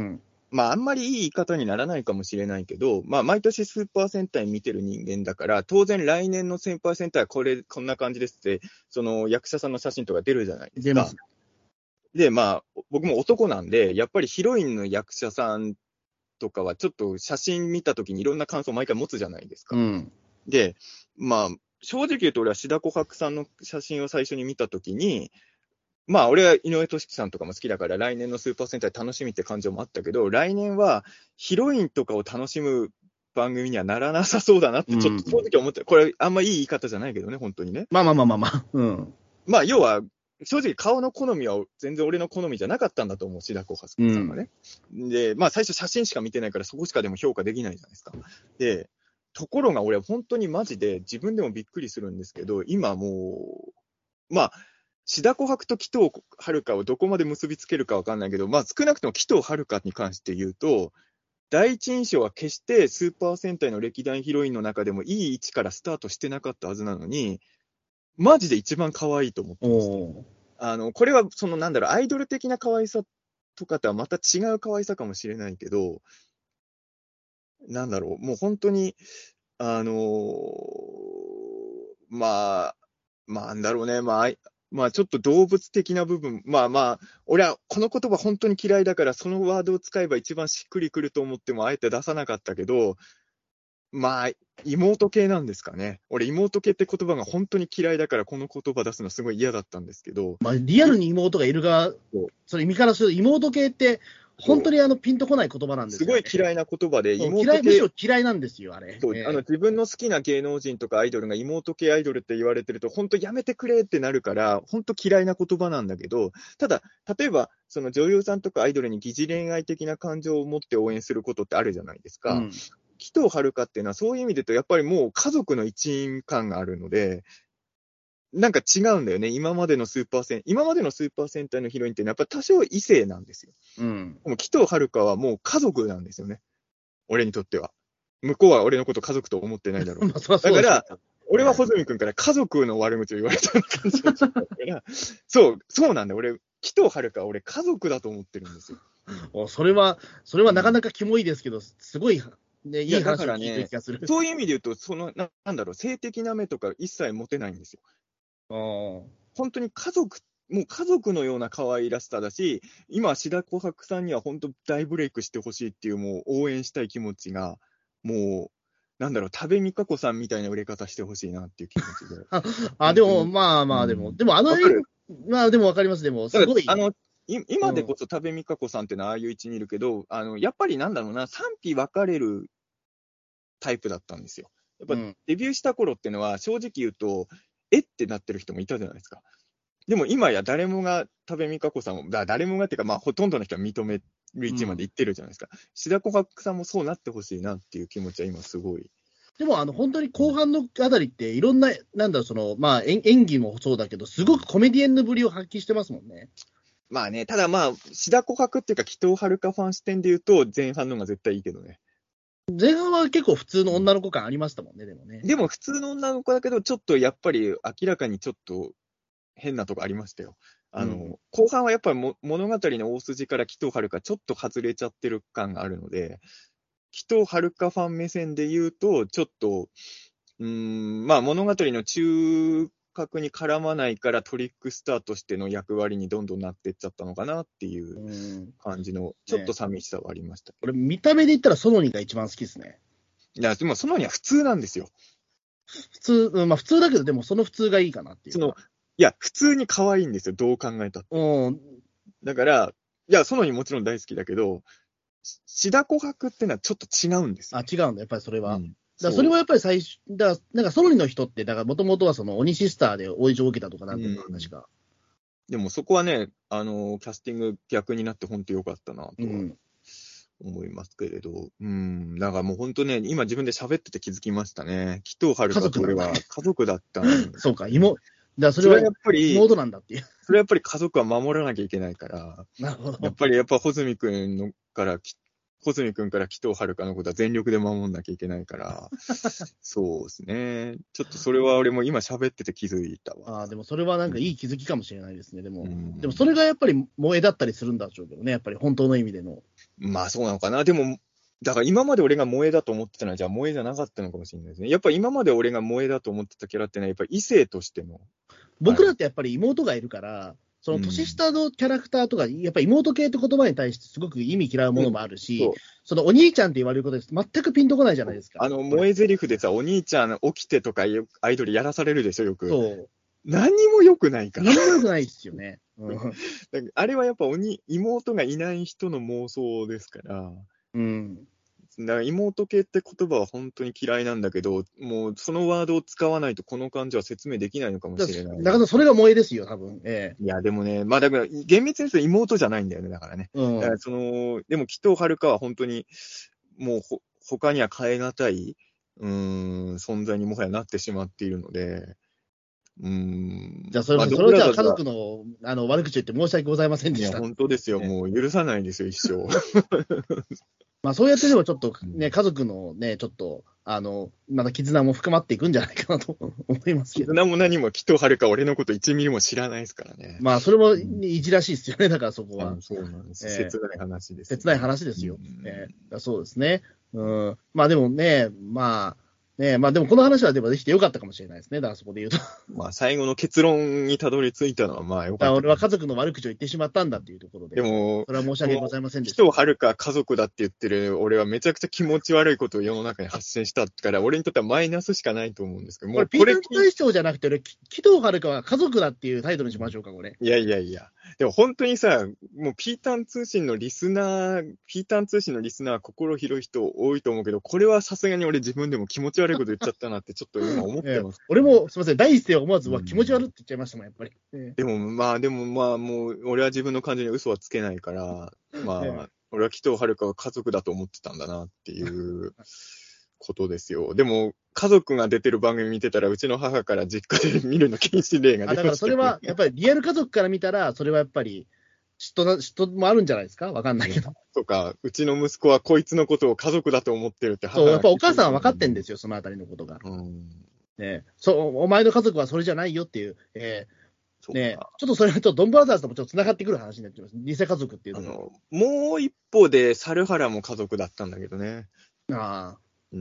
まあ、あんまりいい言い方にならないかもしれないけど、まあ、毎年スーパー戦隊見てる人間だから、当然来年のスーパー戦隊はこれ、こんな感じですって、その役者さんの写真とか出るじゃないですか。 出ます。 で、まあ、僕も男なんで、やっぱりヒロインの役者さんとかはちょっと写真見たときにいろんな感想を毎回持つじゃないですか。 うん。 で、まあ、正直言うと俺は志田琥珀さんの写真を最初に見たときに、まあ、俺は井上俊樹さんとかも好きだから、来年のスーパー戦隊楽しみって感情もあったけど、来年はヒロインとかを楽しむ番組にはならなさそうだなって、ちょっと正直思って、うん、これあんまいい言い方じゃないけどね、本当にね。 まあまあまあまあまあ。うん。 まあ、要は、正直顔の好みは全然俺の好みじゃなかったんだと思う、志田琥珀さんがね、うん。で、まあ最初写真しか見てないからそこしかでも評価できないじゃないですか。で、ところが俺は本当にマジで自分でもびっくりするんですけど、今もう、まあ、志田琥珀と紀藤遥をどこまで結びつけるかわかんないけど、まあ少なくとも紀藤遥に関して言うと、第一印象は決してスーパー戦隊の歴代ヒロインの中でもいい位置からスタートしてなかったはずなのに、マジで一番可愛いと思ってます、ね。あの、これはそのなんだろう、アイドル的な可愛さとかとはまた違う可愛さかもしれないけど、なんだろう、もう本当に、あのー、まあ、まあなんだろうね、まあ、まあちょっと動物的な部分、まあまあ、俺はこの言葉本当に嫌いだから、そのワードを使えば一番しっくりくると思ってもあえて出さなかったけど、まあ、妹系なんですかね。俺、妹系って言葉が本当に嫌いだから、この言葉出すのすごい嫌だったんですけど。 まあ、リアルに妹がいる側、それ意味からすると、妹系って、本当にあのピンとこない言葉なんですよ、ね。 すごい嫌いな言葉で、妹系。嫌い、むしろ嫌いなんですよ、あれ。 そう、えー、あの自分の好きな芸能人とかアイドルが妹系アイドルって言われてると、本当やめてくれってなるから、本当嫌いな言葉なんだけど、ただ、例えば、その女優さんとかアイドルに疑似恋愛的な感情を持って応援することってあるじゃないですか。うん、紀藤遥っていうのはそういう意味で言うと、やっぱりもう家族の一員感があるので、なんか違うんだよね。今までのスーパー戦、今までのスーパー戦隊のヒロインっていうのはやっぱ多少異性なんですよ。うん。もう紀藤遥はもう家族なんですよね。俺にとっては。向こうは俺のこと家族と思ってないだろう。だから、俺は穂積君から家族の悪口を言われたような感じがしたから、そう、そうなんだ。俺、紀藤遥は俺家族だと思ってるんですよ。 おそれは、それはなかなかキモいですけど、すごい、ね、いい話を聞いてる気がする。 ね、そういう意味で言うと、そのな、なんだろう、性的な目とか一切持てないんですよ。 あ本当に家族、もう家族のような可愛らしさだし、今、志田琥珀さんには本当大ブレイクしてほしいっていう、もう応援したい気持ちが、もう、なんだろう、多部未華子さんみたいな売れ方してほしいなっていう気持ちで。 あ、でも、まあまあ、でも、うん、でもあの、まあでもわかります、でも、すごい。 あの、今でこそ多部未華子さんってのはああいう位置にいるけど、あの、やっぱりなんだろうな、賛否分かれるタイプだったんですよ。やっぱデビューした頃っていうのは、正直言うと、えってなってる人もいたじゃないですか。でも今や誰もが多部未華子さんを、だ誰もがっていうか、まあほとんどの人は認める位置まで行ってるじゃないですか。うん、志田琥珀さんもそうなってほしいなっていう気持ちは今すごい。 でも、あの、本当に後半のあたりって、いろんな、なんだろう、その、まあ演、演技もそうだけど、すごくコメディエンヌぶりを発揮してますもんね。 まあね、ただまあ、志田琥珀っていうか、紀藤遥ファン視点で言うと、前半のが絶対いいけどね。 前半は結構普通の女の子感ありましたもんね、でもね。 でも普通の女の子だけど、ちょっとやっぱり明らかにちょっと変なとこありましたよ。あの、うん、後半はやっぱりも物語の大筋から紀藤遥ちょっと外れちゃってる感があるので、紀藤遥ファン目線で言うと、ちょっと、うーん、まあ物語の中核に絡まないからトリックスターとしての役割にどんどんなっていっちゃったのかなっていう感じの、ちょっと寂しさはありました、ね。 これ見た目で言ったらソノニが一番好きですね。 いや、でもソノニは普通なんですよ。 普通、まあ普通だけど、でもその普通がいいかなっていう。 その、いや、普通に可愛いんですよ、どう考えたって。 うん。 だから、いや、ソノニもちろん大好きだけど、志田琥珀ってのはちょっと違うんですよ、 ね。あ、違うんだ、やっぱりそれは。うん、だそれはやっぱり最初、だからなんかソノニの人って、だからもともとはその鬼シスターでオーディションを受けたとかなんていう話が、うん。 でもそこはね、あの、キャスティング逆になって本当良かったなと思いますけれど、うん、うんだからもう本当ね、今自分で喋ってて気づきましたね。紀藤遥と俺は家族だったんそうか、妹。だそれはやっぱり妹なんだっていう。 それはやっぱり家族は守らなきゃいけないから、 なるほど。 やっぱりやっぱ穂積君のから、穂積君から紀藤遥のことは全力で守んなきゃいけないから、そうですね。ちょっとそれは俺も今喋ってて気づいたわ。 ああ、でもそれはなんかいい気づきかもしれないですね。でも、うん、でもそれがやっぱり萌えだったりするんだでしょうけどね、やっぱり本当の意味での。 まあそうなのかな。でも、だから今まで俺が萌えだと思ってたのは、じゃあ萌えじゃなかったのかもしれないですね。やっぱ今まで俺が萌えだと思ってたキャラってのは、やっぱり異性としての。 僕らってやっぱり妹がいるから、その年下のキャラクターとか、やっぱり妹系って言葉に対してすごく意味嫌うものもあるし、 うん、そ, そのお兄ちゃんって言われることです全くピンとこないじゃないですか。 あの、萌え台詞でさ、お兄ちゃん起きてとかよアイドルやらされるでしょ、よく。 そう。 何にも良くないから。 何も良くないですよね。うん、 あれはやっぱおに妹がいない人の妄想ですから。 うん。 だから妹系って言葉は本当に嫌いなんだけど、もうそのワードを使わないとこの感じは説明できないのかもしれない。 だからそれが萌えですよ、多分。ええ、 いや、でもね、まあだから厳密に言うと妹じゃないんだよね、だからね。 うん、 だからその、でも紀藤遥は本当に、もうほ他には変え難い、うーん、存在にもはやなってしまっているので、うーん。 じゃあそれ、まあ、それをじゃあ家族のあの悪口言って申し訳ございませんでした。 いや、本当ですよ。もう許さないですよ、一生。 まあそうやってでもちょっとね、家族のね、ちょっと、あの、また絆も深まっていくんじゃないかなと思いますけど。 絆も何も紀藤遥俺のこといちミリも知らないですからね。 まあそれもいじらしいですよね、だからそこは。 うん、そうなんです。 えー、 切ない話です、 ね。切ない話ですよ。うん、えー、そうですね。うん。まあでもね、まあ、ねまあでもこの話はでもできてよかったかもしれないですね。だからそこで言うと。 まあ最後の結論にたどり着いたのはまあよかった。 俺は家族の悪口を言ってしまったんだっていうところで。 でも、 それは申し訳ございませんでした。 紀藤遥家族だって言ってる俺はめちゃくちゃ気持ち悪いことを世の中に発信したから、俺にとってはマイナスしかないと思うんですけど、もうこれ、ピーター大賞じゃなくて、俺、紀藤遥は家族だっていうタイトルにしましょうか、これ。 いやいやいや。でも本当にさ、もうピータン通信のリスナー、ピータン通信のリスナーは心広い人多いと思うけど、これはさすがに俺自分でも気持ち悪いこと言っちゃったなってちょっと今思ってます。 ええ、俺も、すみません、第一声思わず、は気持ち悪いって言っちゃいましたもん、やっぱり。ええ、でもまあ、でもまあ、もう俺は自分の感情に嘘はつけないから、まあ、ええ、俺は紀藤遥は家族だと思ってたんだなっていうことですよ。でも、家族が出てる番組見てたら、うちの母から実家で見るの禁止令が出ました、ね。 だからそれは、やっぱりリアル家族から見たら、それはやっぱり、嫉妬な、嫉妬もあるんじゃないですか、わかんないけど。 とか、うちの息子はこいつのことを家族だと思ってるって母が。そう、やっぱお母さんは分かってんですよ、そのあたりのことが。うん。ね、そう、お前の家族はそれじゃないよっていう、えー、ね、ちょっとそれはちょっとドンブラザーズともちょっと繋がってくる話になってます。偽家族っていうのももう一方で、猿原も家族だったんだけどね。 ああ。 うん。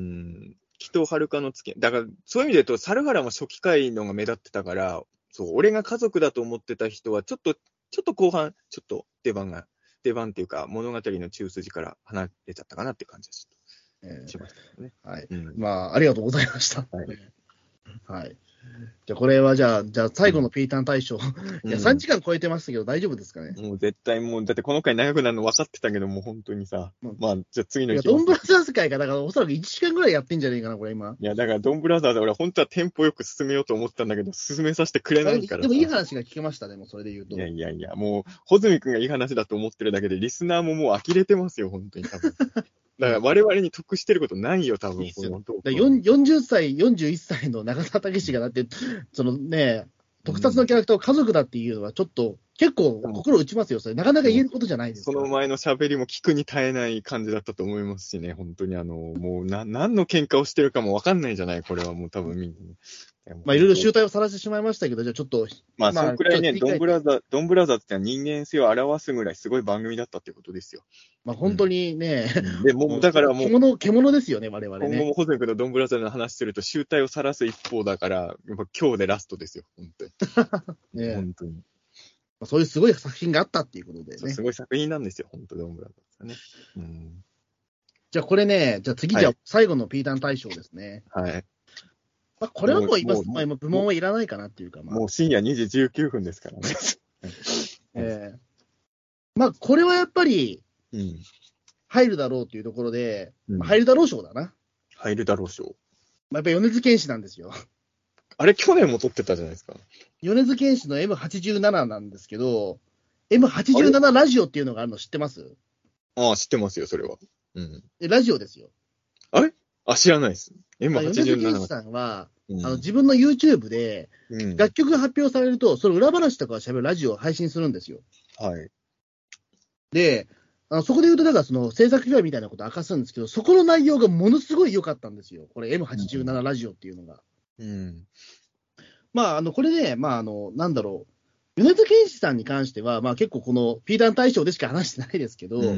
紀藤遥の付け、だから、そういう意味で言うと、猿原も初期回のが目立ってたから、そう、俺が家族だと思ってた人は、ちょっと、ちょっと後半、ちょっと出番が、出番っていうか、物語の中筋から離れちゃったかなって感じです。えー、しましたね。 はい、うん。まあ、ありがとうございました。はい。はい。じゃあ、これはじゃあ、じゃあ最後のピータン大賞。うん、いや、さんじかん超えてましたけど、大丈夫ですかね。 もう絶対もう、だってこの回長くなるの分かってたけど、もう本当にさ。うん、まあ、じゃあ次のいや、ドンブラザーズ会が、だからおそらくいちじかんぐらいやってんじゃねえかな、これ今。 いや、だからドンブラザーズ、俺本当はテンポよく進めようと思ったんだけど、進めさせてくれないから。 でもいい話が聞けましたね、もうそれで言うと。 いやいやいや、もう、穂積君がいい話だと思ってるだけで、リスナーももう呆れてますよ、本当に多分。だから我々に得してることないよ、多分。いいこのよんじゅっさい、よんじゅういっさいの中澤武史がだって、そのね、特撮のキャラクターを家族だっていうのはちょっと、結構心打ちますよ、それ。なかなか言えることじゃないですか。 その前の喋りも聞くに耐えない感じだったと思いますしね、本当にあの、もうな、何の喧嘩をしてるかもわかんないじゃない、これはもう多分みんな。 まあいろいろ集大をさらしてしまいましたけど、じゃあちょっと。 まあ、そのくらいね、ドンブラザー、ドンブラザーって人間性を表すぐらいすごい番組だったってことですよ。 まあ本当にね、 うん、でもうだからもう、 獣、獣ですよね、我々ね。 今後もホゼン君のドンブラザーの話すると集大をさらす一方だから、やっぱ今日でラストですよ、本当に。ね、本当に。 そういうすごい作品があったっていうことでね。 すごい作品なんですよ、本当ドンブラザーね。うん、 じゃあこれね、じゃあ次じゃあ最後のピータン大賞ですね。 はい。 まあ、これはもう今、まあ、部門はいらないかなっていうか、 まあ、もう深夜にじじゅうきゅうふんですからね。 えー、まあ、これはやっぱり、 うん、 入るだろうというところで、うんまあ、入るだろう賞だな。 入るだろう賞。 まあ、やっぱ米津玄師なんですよ。 あれ、去年も撮ってたじゃないですか。 米津玄師の エムはちじゅうなな なんですけど、エムはちじゅうなな ラジオっていうのがあるの知ってます？ ああ、知ってますよ、それは。うん。 ラジオですよ。 あれあ、知らないです。エムはちじゅうなな。 米津玄師さんは、うん、あの自分の YouTube で、楽曲が発表されると、その裏話とかを喋るラジオを配信するんですよ。 はい。 で、あのそこで言うと、だからその制作秘話みたいなことを明かすんですけど、そこの内容がものすごい良かったんですよ。これ エムはちじゅうなな ラジオっていうのが。 うん。 まあ、あの、これね、まあ、あの、なんだろう。米津玄師さんに関しては、まあ結構このピータン大賞でしか話してないですけど、うん、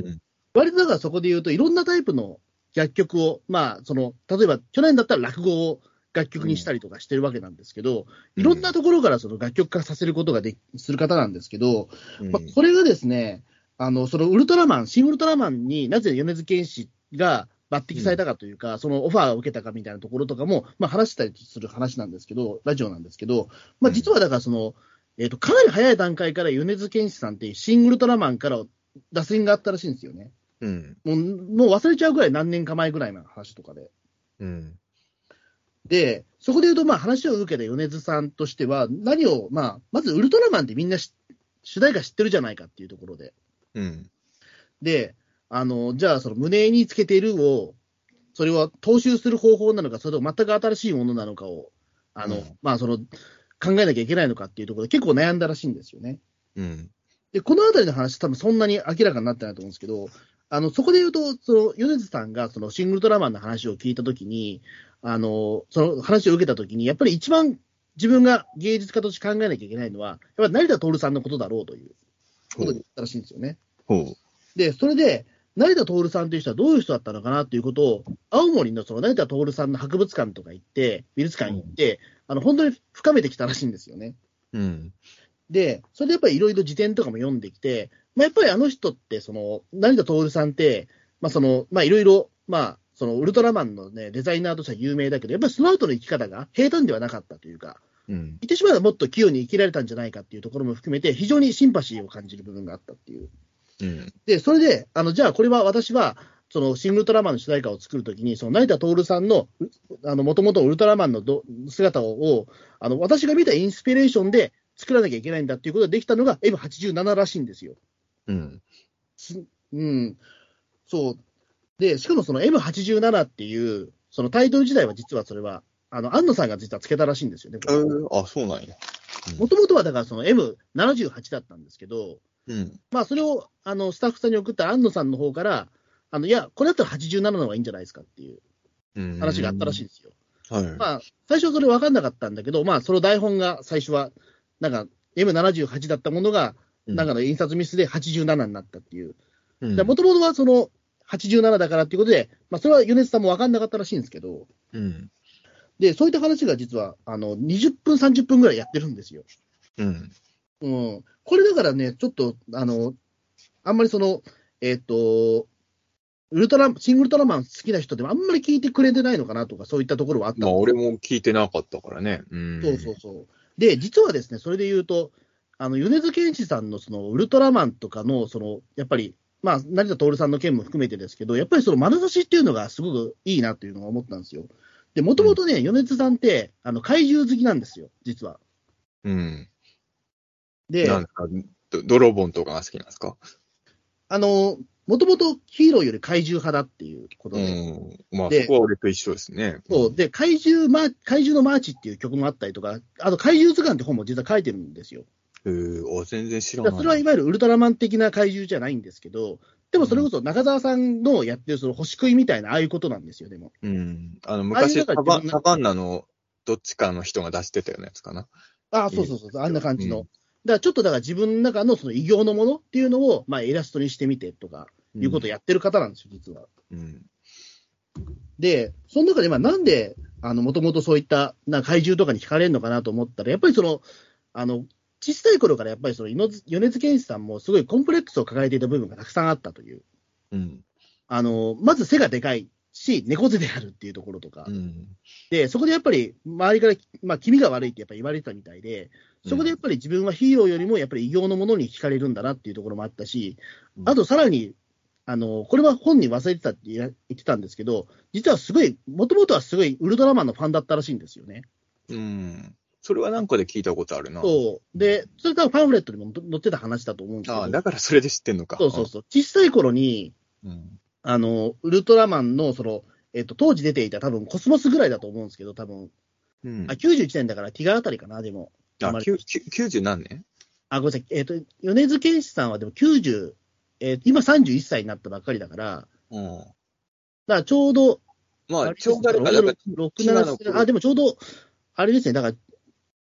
割とだからそこで言うと、いろんなタイプの楽曲を、まあ、その、例えば去年だったら落語を楽曲にしたりとかしてるわけなんですけど、 うん、 いろんなところからその楽曲化させることができする方なんですけど、 うん、 まあ、これがですね、あの、そのウルトラマン、新ウルトラマンになぜ米津玄師が抜擢されたかというか、うん、そのオファーを受けたかみたいなところとかも、まあ話したりする話なんですけど、ラジオなんですけど、まあ実はだからその、えっと、かなり早い段階から米津玄師さんって新ウルトラマンから打線があったらしいんですよね。 うん。 もう、もう忘れちゃうぐらい何年か前ぐらいの話とかで。 うん。 で、そこで言うと、まあ話を受けた米津さんとしては、何を、まあ、まずウルトラマンってみんな主題歌知ってるじゃないかっていうところで。 うん。 で、あの、じゃあその胸につけているを、それは踏襲する方法なのか、それとも全く新しいものなのかを、あの、 うん、 まあその、考えなきゃいけないのかっていうところで結構悩んだらしいんですよね。 うん。 で、このあたりの話、多分そんなに明らかになってないと思うんですけど、あの、そこで言うと、その、米津さんが、その、シン・ウルトラマンの話を聞いたときに、あの、その話を受けたときに、やっぱり一番自分が芸術家として考えなきゃいけないのは、やっぱり成田徹さんのことだろうということに言ったらしいんですよね。 ほう。 で、それで、成田徹さんという人はどういう人だったのかなということを、青森のその成田徹さんの博物館とか行って、美術館行って、うん、あの、本当に深めてきたらしいんですよね。 うん。 で、それでやっぱりいろいろ辞典とかも読んできて、まあ、やっぱりあの人って、その、成田徹さんって、まあ、その、まあ、いろいろ、まあ、その、ウルトラマンのね、デザイナーとしては有名だけど、やっぱりその後の生き方が平坦ではなかったというか、 うん。 言ってしまえばもっと器用に生きられたんじゃないかっていうところも含めて、非常にシンパシーを感じる部分があったっていう。 うん。 で、それで、あの、じゃあこれは私は、その、シン・ウルトラマンの主題歌を作るときに、その、成田徹さんの、あの、もともとウルトラマンのど姿を、あの、私が見たインスピレーションで作らなきゃいけないんだっていうことができたのが エムはちじゅうなな らしいんですよ。 うん。 うん。そう。で、しかもその エムはちじゅうなな っていう、そのタイトル自体は実はそれは、あの、安野さんが実はつけたらしいんですよね。 えー、あ、そうなんや。 もともとはだからその エムななじゅうはち だったんですけど、 うん。 まあそれをあのスタッフさんに送ったら安野さんの方から、あの、いや、これだったらはちじゅうななの方がいいんじゃないですかっていう話があったらしいんですよ。 はい。 まあ、最初それ分かんなかったんだけど、まあ、その台本が最初は、なんか エムななじゅうはち だったものが、なんかの印刷ミスではちじゅうななになったっていう。もともとはそのはちじゅうななだからっていうことで、まあ、それは米津さんも分かんなかったらしいんですけど、 うん。 で、そういった話が実は、あの、にじゅっぷん、さんじゅっぷんぐらいやってるんですよ。 うん。 うん。これだからね、ちょっと、あの、あんまりその、えっと、ウルトラ、シン・ウルトラマン好きな人でもあんまり聞いてくれてないのかなとか、そういったところはあったまあ、俺も聞いてなかったからね。うん。 そうそうそう。で、実はですね、それで言うと、あの、米津玄師さんのその、ウルトラマンとかの、その、やっぱり、まあ、成田徹さんの件も含めてですけど、やっぱりその眼差しっていうのがすごくいいなっていうのが思ったんですよ。で、もともとね、米津さんって、あの、怪獣好きなんですよ、実は。 うん。 で、 なんか、ドロボンとかが好きなんですか？ あの、もともとヒーローより怪獣派だっていうことで。 うん。まあ、そこは俺と一緒ですね。 そう。で、怪獣マ、怪獣のマーチっていう曲もあったりとか、あと怪獣図鑑って本も実は書いてるんですよ。 へえー、あ、全然知らない。 それはいわゆるウルトラマン的な怪獣じゃないんですけど、でもそれこそ中澤さんのやってるその星食いみたいな、ああいうことなんですよ、でも。 うん。あの、昔サバ、サバンナのどっちかの人が出してたようなやつかな。 ああ、そうそうそう、あんな感じの。うん、だからちょっとだから自分の中のその異形のものっていうのを、まあイラストにしてみてとか、いうことをやってる方なんですよ、実は。 うん。 で、その中で、まあなんで、あの、もともとそういったな怪獣とかに惹かれるのかなと思ったら、やっぱりその、あの、小さい頃からやっぱりその米津玄師さんもすごいコンプレックスを抱えていた部分がたくさんあったという。 うん。 あの、まず背がでかいし、猫背であるっていうところとか。 うん、 で、そこでやっぱり周りから、まあ、気味が悪いってやっぱり言われてたみたいで、そこでやっぱり自分はヒーローよりもやっぱり異形のものに惹かれるんだなっていうところもあったし、あとさらに、あの、これは本人忘れてたって言ってたんですけど、実はすごい、もともとはすごいウルトラマンのファンだったらしいんですよね。 うん。それはなんかで聞いたことあるな。 そう。で、それ多分パンフレットにも載ってた話だと思うんですけど。 ああ、だからそれで知ってんのか。 そうそうそう。小さい頃に、 うん、 あの、ウルトラマンの、その、えっと、当時出ていた多分コスモスぐらいだと思うんですけど、多分。うん、あ、きゅうじゅういちねんだからティガーあたりかな、でも。 あ、きゅうじゅう何年？ あ、ごめんなさい。えっと、米津玄師さんはでもきゅうじゅう、えー、今さんじゅういっさいになったばっかりだから、うん。だからちょうど、 まあ、ちょうどあれか、だから、 ろく、なな、あ、でもちょうど、あれですね、だから、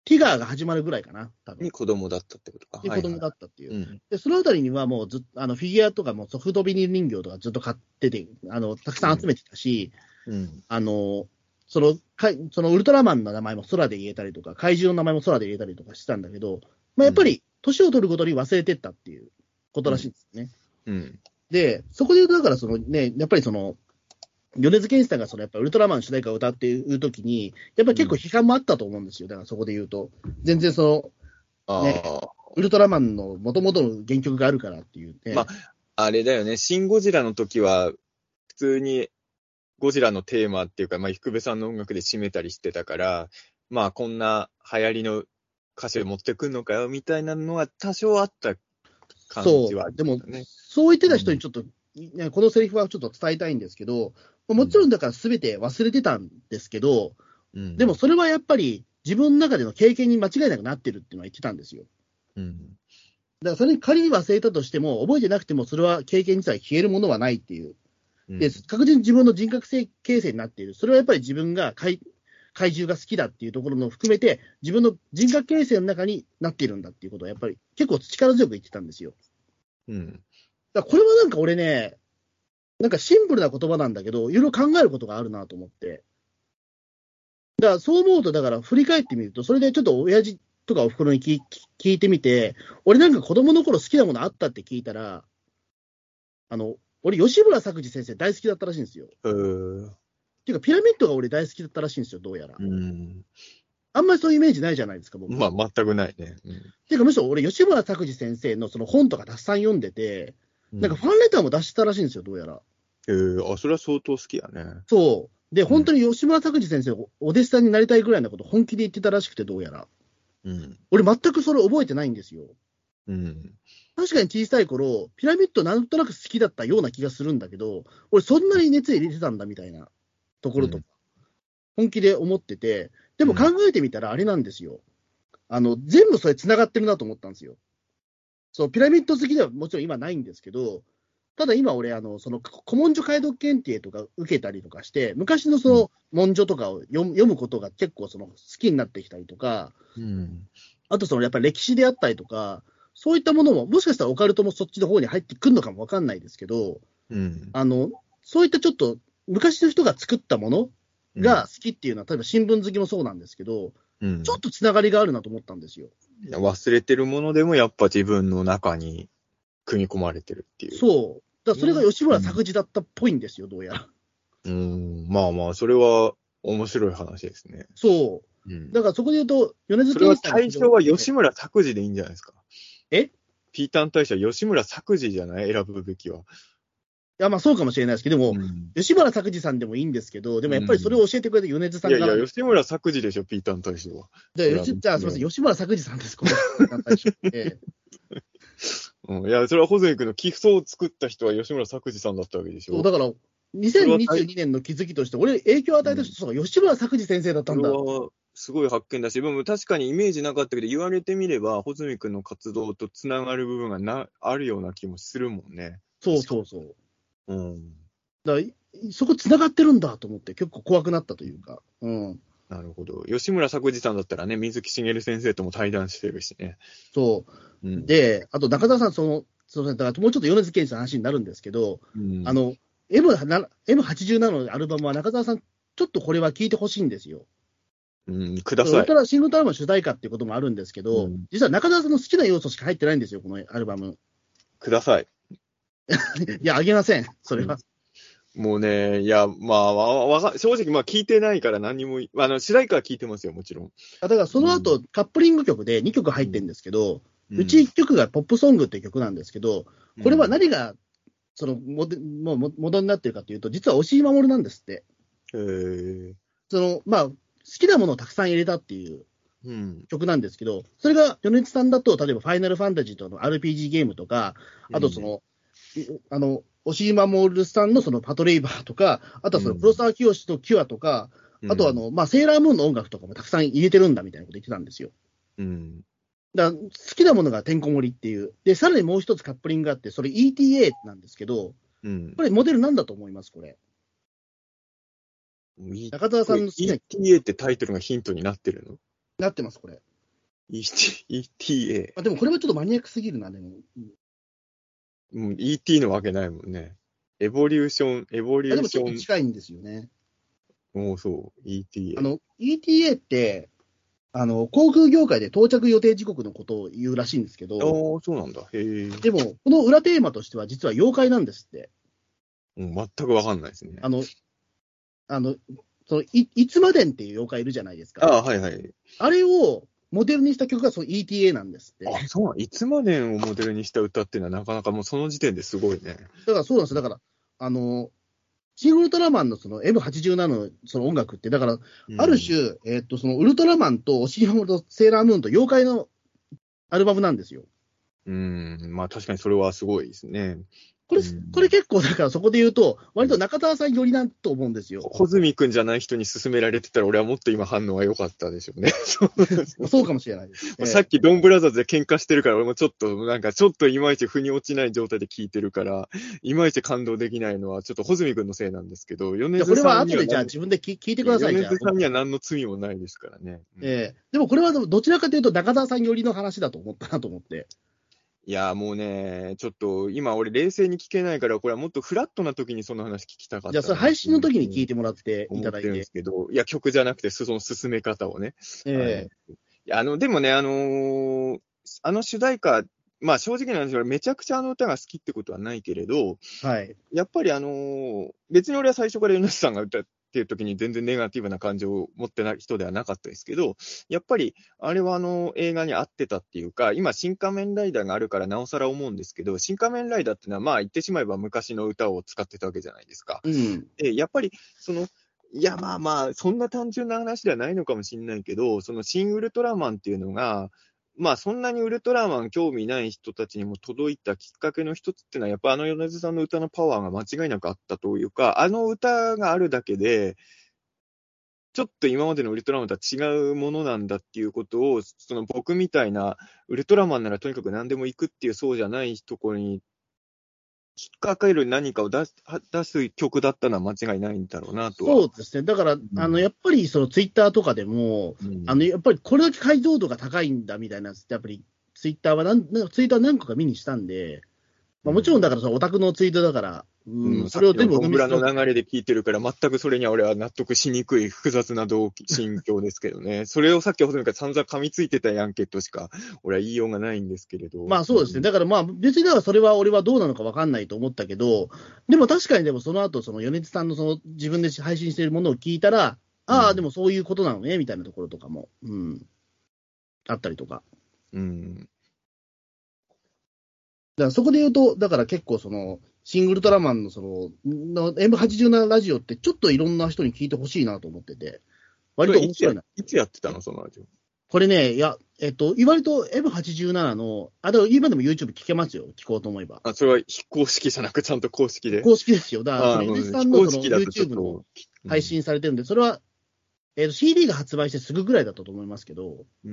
ティガーが始まるぐらいかな、多分。 に子供だったってことか。 で、子供だったっていう。 はいはい、うん、 で、そのあたりにはもうずっと、あの、フィギュアとかもソフトビニール人形とかずっと買ってて、あの、たくさん集めてたし、 うん、 あの、その、かそのウルトラマンの名前も空で言えたりとか、怪獣の名前も空で言えたりとかしてたんだけど、まあ、やっぱり、年を取るごとに忘れてったっていうことらしいんですよね。 うんうん、 で、そこで言うと、だからそのね、やっぱりその、米津玄師さんがそのやっぱウルトラマンの主題歌を歌っているときに、やっぱり結構批判もあったと思うんですよ。だからそこで言うと。全然その、ね、ウルトラマンの元々の原曲があるからっていうね。 まあ、あれだよね、シン・ゴジラの時は、普通にゴジラのテーマっていうか、まあ、福部さんの音楽で締めたりしてたから、まあ、こんな流行りの歌詞を持ってくんのかよ、みたいなのは多少あった感じはある、ね。 そう。でも、そう言ってた人にちょっと、うん、このセリフはちょっと伝えたいんですけど、もちろんだから全て忘れてたんですけど、うん、でもそれはやっぱり自分の中での経験に間違いなくなってるっていうのは言ってたんですよ。うん、だからそれに仮に忘れたとしても、覚えてなくてもそれは経験自体消えるものはないっていう。で、確実に自分の人格形成になっている。それはやっぱり自分が怪怪獣が好きだっていうところも含めて、自分の人格形成の中になっているんだっていうことは、やっぱり結構力強く言ってたんですよ。うん。だからこれはなんか俺ね、なんかシンプルな言葉なんだけど、いろいろ考えることがあるなと思って。だからそう思うと、だから振り返ってみると、それでちょっと親父とかお袋に聞聞いてみて、俺なんか子供の頃好きなものあったって聞いたら、あの、俺、吉村作治先生大好きだったらしいんですよ。へー。っていうか、ピラミッドが俺大好きだったらしいんですよ、どうやら。うん。あんまりそういうイメージないじゃないですか、僕。 まあ、全くないね。 うん、っていうか、むしろ俺、吉村作治先生のその本とかたくさん読んでて、うん、なんかファンレターも出したらしいんですよ、どうやら。 へー、あ、それは相当好きやね。 そう。で、本当に吉村作治先生、お弟子さんになりたいぐらいのこと本気で言ってたらしくて、どうやら。うん。俺、全くそれ覚えてないんですよ。うん。確かに小さい頃、ピラミッドなんとなく好きだったような気がするんだけど、俺そんなに熱入れてたんだみたいなところとか、本気で思ってて、でも考えてみたらあれなんですよ。あの、全部それ繋がってるなと思ったんですよ。そう、ピラミッド好きではもちろん今ないんですけど、ただ今俺、あの、その古文書解読検定とか受けたりとかして、昔のその文書とかを読む、読むことが結構その好きになってきたりとか、うん、あとそのやっぱり歴史であったりとか、そういったものも、もしかしたらオカルトもそっちの方に入ってくるのかもわかんないですけど、うん、あの、そういったちょっと昔の人が作ったものが好きっていうのは、うん、例えば新聞好きもそうなんですけど、うん、ちょっとつながりがあるなと思ったんですよ。 忘れてるものでもやっぱ自分の中に組み込まれてるっていう。 そう。だからそれが吉村作治だったっぽいんですよ、うん、どうやら。 うん、まあまあ、それは面白い話ですね。 そう。うん、だからそこで言うと、米津玄師さん。それは対象は吉村作治でいいんじゃないですか。 えピーターン大使は吉村作治じゃない？選ぶべきは。いや、まあそうかもしれないですけど、でも、うん、吉村作治さんでもいいんですけど、でもやっぱりそれを教えてくれた米津さんから、 うん。いやいや、吉村作治でしょ、ピーターン大使は。 で、じゃあすみません、吉村作治さんです、このピーターン大使って。 うん、いや、それはホゼミ君の基礎を作った人は吉村作治さんだったわけでしょ。 そう、だから、にせんにじゅうにねんの気づきとして、俺、影響を与えた人、うん、そう、吉村作治先生だったんだ。 それはすごい発見だし、でも確かにイメージなかったけど、言われてみれば、ホズミ君の活動とつながる部分がなあるような気もするもんね。 そうそうそう。うん。だからそこつながってるんだと思って、結構怖くなったというか。うん。 なるほど。吉村作治さんだったらね、水木しげる先生とも対談してるしね。 そう。うん、で、あと中澤さん、その、そのだからもうちょっと米津玄師の話になるんですけど、うん、あの、エムはちじゅうなな のアルバムは中澤さん、ちょっとこれは聞いてほしいんですよ。 うん、ください。ウルトラ、新ウルトラマン主題歌っていうこともあるんですけど、うん、実は中澤さんの好きな要素しか入ってないんですよ、このアルバム。 ください。 いや、あげません、それは。 うん、もうね、いや、まあ、わわか正直、まあ、聞いてないから何も、あの、主題歌は聞いてますよ、もちろん。 だから、その後、うん、カップリング曲でにきょく入ってるんですけど、うん、うちいっきょくがポップソングっていう曲なんですけど、これは何が、そのモデ、もうモデルになってるかというと、実は押井守なんですって。へー。その、まあ、好きなものをたくさん入れたっていう曲なんですけど、うん、それが米津さんだと、例えばファイナルファンタジーとかの アールピージー ゲームとか、あとその、うん、あの、押井守さんのそのパトレイバーとか、あとはその黒沢清とキュアとか、うん、あとはあの、まあ、セーラームーンの音楽とかもたくさん入れてるんだみたいなこと言ってたんですよ。うん。だから好きなものがてんこ盛りっていう。で、さらにもう一つカップリングがあって、それ イーティーエー なんですけど、うん、これモデルなんだと思います、これ。中澤さんの好きな。 イーティーエー ってタイトルがヒントになってるの？ なってます、これ。 イーティーエー。 あでもこれはちょっとマニアックすぎるな、でも。 うん、イーティー のわけないもんね。エボリューション、エボリあでもちょっとューション、 近いんですよね。 もうそう、イーティーエー。 あの、イーティーエー って、あの、航空業界で到着予定時刻のことを言うらしいんですけああ、 ど、 そうなんだ。へえ。 でも、この裏テーマとしては実は妖怪なんですって。 うん、全くわかんないですね。 あの、あの、そのい、いつまでんっていう妖怪いるじゃないですか。 ああ、はいはい。 あれをモデルにした曲がその イーティーエー なんですって。 あ、そうなん、いつまでをモデルにした歌っていうのはなかなかもうその時点ですごいね。 だからそうなんですよ。だから、あの、シン・ウルトラマンのその エムはちじゅうなな のその音楽って、だから、 うん、 ある種、えっと、そのウルトラマンとオシリマモとセーラームーンと妖怪のアルバムなんですよ。 うん、まあ確かにそれはすごいですね。 これ、 うん、 これ結構、だからそこで言うと、割と中田さん寄りなんと思うんですよ。 穂積くんじゃない人に勧められてたら俺はもっと今反応は良かったでしょうね。 そうかもしれないです。えさっきドンブラザーズで喧嘩してるから俺もちょっとなんかちょっといまいち腑に落ちない状態で聞いてるから、いまいち感動できないのはちょっと穂積くんのせいなんですけど、米じゃこ津れは後でさんには何じゃあ自分で聞聞いてください、じゃあ。 米津さんには何の罪もないですからね。うん、 えー、でもこれはどちらかというと中田さん寄りの話だと思ったなと思って。 いや、もうね、ちょっと今俺冷静に聞けないから、これはもっとフラットな時にその話聞きたかっじゃあそれたなっていう配信の時にふうに聞いてもらってい思ってるんでただいて。 すけど、いや、曲じゃなくて、その進め方をね。はい。 えいや、あの、でもね、あのーあの主題歌、まあ正直な話、俺めちゃくちゃあの歌が好きってことはないけれど、 ー、はい。 やっぱりあのー別に俺は最初から米津さんが歌っていう時に全然ネガティブな感情を持ってない人ではなかったですけど、やっぱりあれはあの映画に合ってたっていうか、今新仮面ライダーがあるからなおさら思うんですけど、新仮面ライダーってのはまあ言ってしまえば昔の歌を使ってたわけじゃないですか。 うん。 で、やっぱりその、いやまあまあ、そんな単純な話ではないのかもしれないけど、その新ウルトラマンっていうのが、まあそんなにウルトラマン興味ない人たちにも届いたきっかけの一つっていうのは、やっぱあの米津さんの歌のパワーが間違いなくあったというか、あの歌があるだけで、ちょっと今までのウルトラマンとは違うものなんだっていうことを、その僕みたいな、ウルトラマンならとにかく何でも行くっていうそうじゃないところに引っかかる何かを出す出す曲だったのは間違いないんだろうなとは。 そうですね。だから、 うあの、 ん。 やっぱりそのツイッターとかでも、 うん。 あの、やっぱりこれだけ解像度が高いんだみたいなやつって、やっぱりツイッターはなん、なんツイッター何個か見にしたんで、まあ、もちろんだからそのオタクのツイートだから、うん、 うん、 それをさっきの全部鵜呑みしドンブラの流れで聞いてるから、全くそれには俺は納得しにくい複雑な動機、心境ですけどね。それをさっきほどから散々噛みついてたやんけとしか、俺は言いようがないんですけれど。 まあそうですね。だからまあ別にだからそれは俺はどうなのか分かんないと思ったけど、でも確かにでもその後、その米津さんのその自分で配信しているものを聞いたら、ああ、 うんでもそういうことなのね、みたいなところとかも、うん、あったりとか。 うん。 だからそこで言うと、だから結構その、シン・ウルトラマンのその、の エムはちじゅうなな ラジオってちょっといろんな人に聞いてほしいなと思ってて、割とそれいつや、 面白いな。 いつやってたのそのラジオ。 これね、いや、えっと、割と エムはちじゅうなな の、あ、でも今でも YouTube 聞けますよ。聞こうと思えば。 あ、それは非公式じゃなくちゃんと公式で。 公式ですよ。だから、そああ、 の、 うん、 米津さ非んのその公式だとちょっ YouTube のと、 配信されてるんで、それは、えっと、シーディー が発売してすぐぐらいだったと思いますけど、 うん。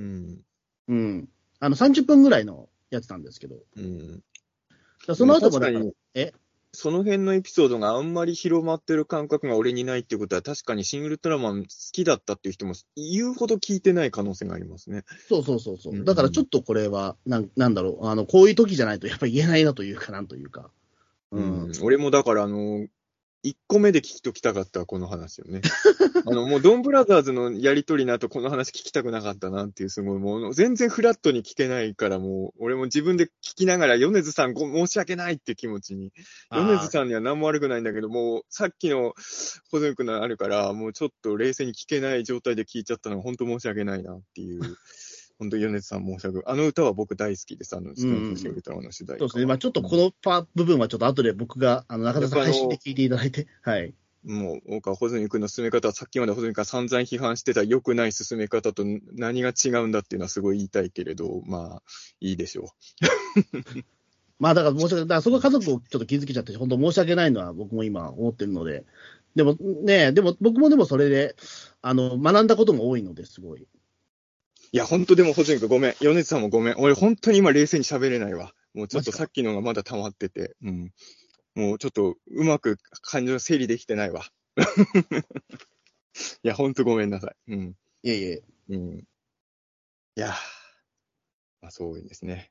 うん。あの、さんじゅっぷんぐらいのやつなんですけど。だかうん。 らそでもの後もだから、 確かに、 え、 その辺のエピソードがあんまり広まってる感覚が俺にないっていうことは、確かにシン・ウルトラマン好きだったっていう人も言うほど聞いてない可能性がありますね。 そうそうそうそう。 うんだからちょっとこれは、なん、なんだろう、あの、こういう時じゃないとやっぱり言えないなというかなんというか。 ううん。 ん、俺もだから、あの、いっこめで聞きときたかったこの話よね。あの、もうドンブラザーズのやりとりの後、この話聞きたくなかったなっていう、すごい、もう全然フラットに聞けないから、もう、俺も自分で聞きながら、米津さんご申し訳ないって気持ちに。米津あさんには何も悪くないんだけど、もう、さっきの保存君のあるから、もうちょっと冷静に聞けない状態で聞いちゃったのが、本当申し訳ないなっていう。本当、米津さん申し訳ない。あの歌は僕大好きです。あの、ストーンズ・シングルトラマンの主題歌は。 そうですね。まあちょっとこのパ部分はちょっと後で僕が、あの、中田さんやっぱあの配信で聞いていただいて、はい。 もう、僕は穂積君の進め方は、さっきまで穂積君が散々批判してた良くない進め方と何が違うんだっていうのはすごい言いたいけれど、まあ、いいでしょまあだから申し訳ない。だからそこは家族をちょっと気づけちゃって、本当申し訳ないのは僕も今思ってるので。でもね、でも僕もでもそれで、あの、学んだことも多いので、すごい。 う。いや、本当でも穂積君ごめん。米津さんもごめん。俺本当に今冷静に喋れないわ。もうちょっとさっきのがまだ溜まってて。うん。もうちょっとうまく感情整理できてないわ。いや、本当ごめんなさい。うん。 いえいえ。 うん。いやまあ、そうですね。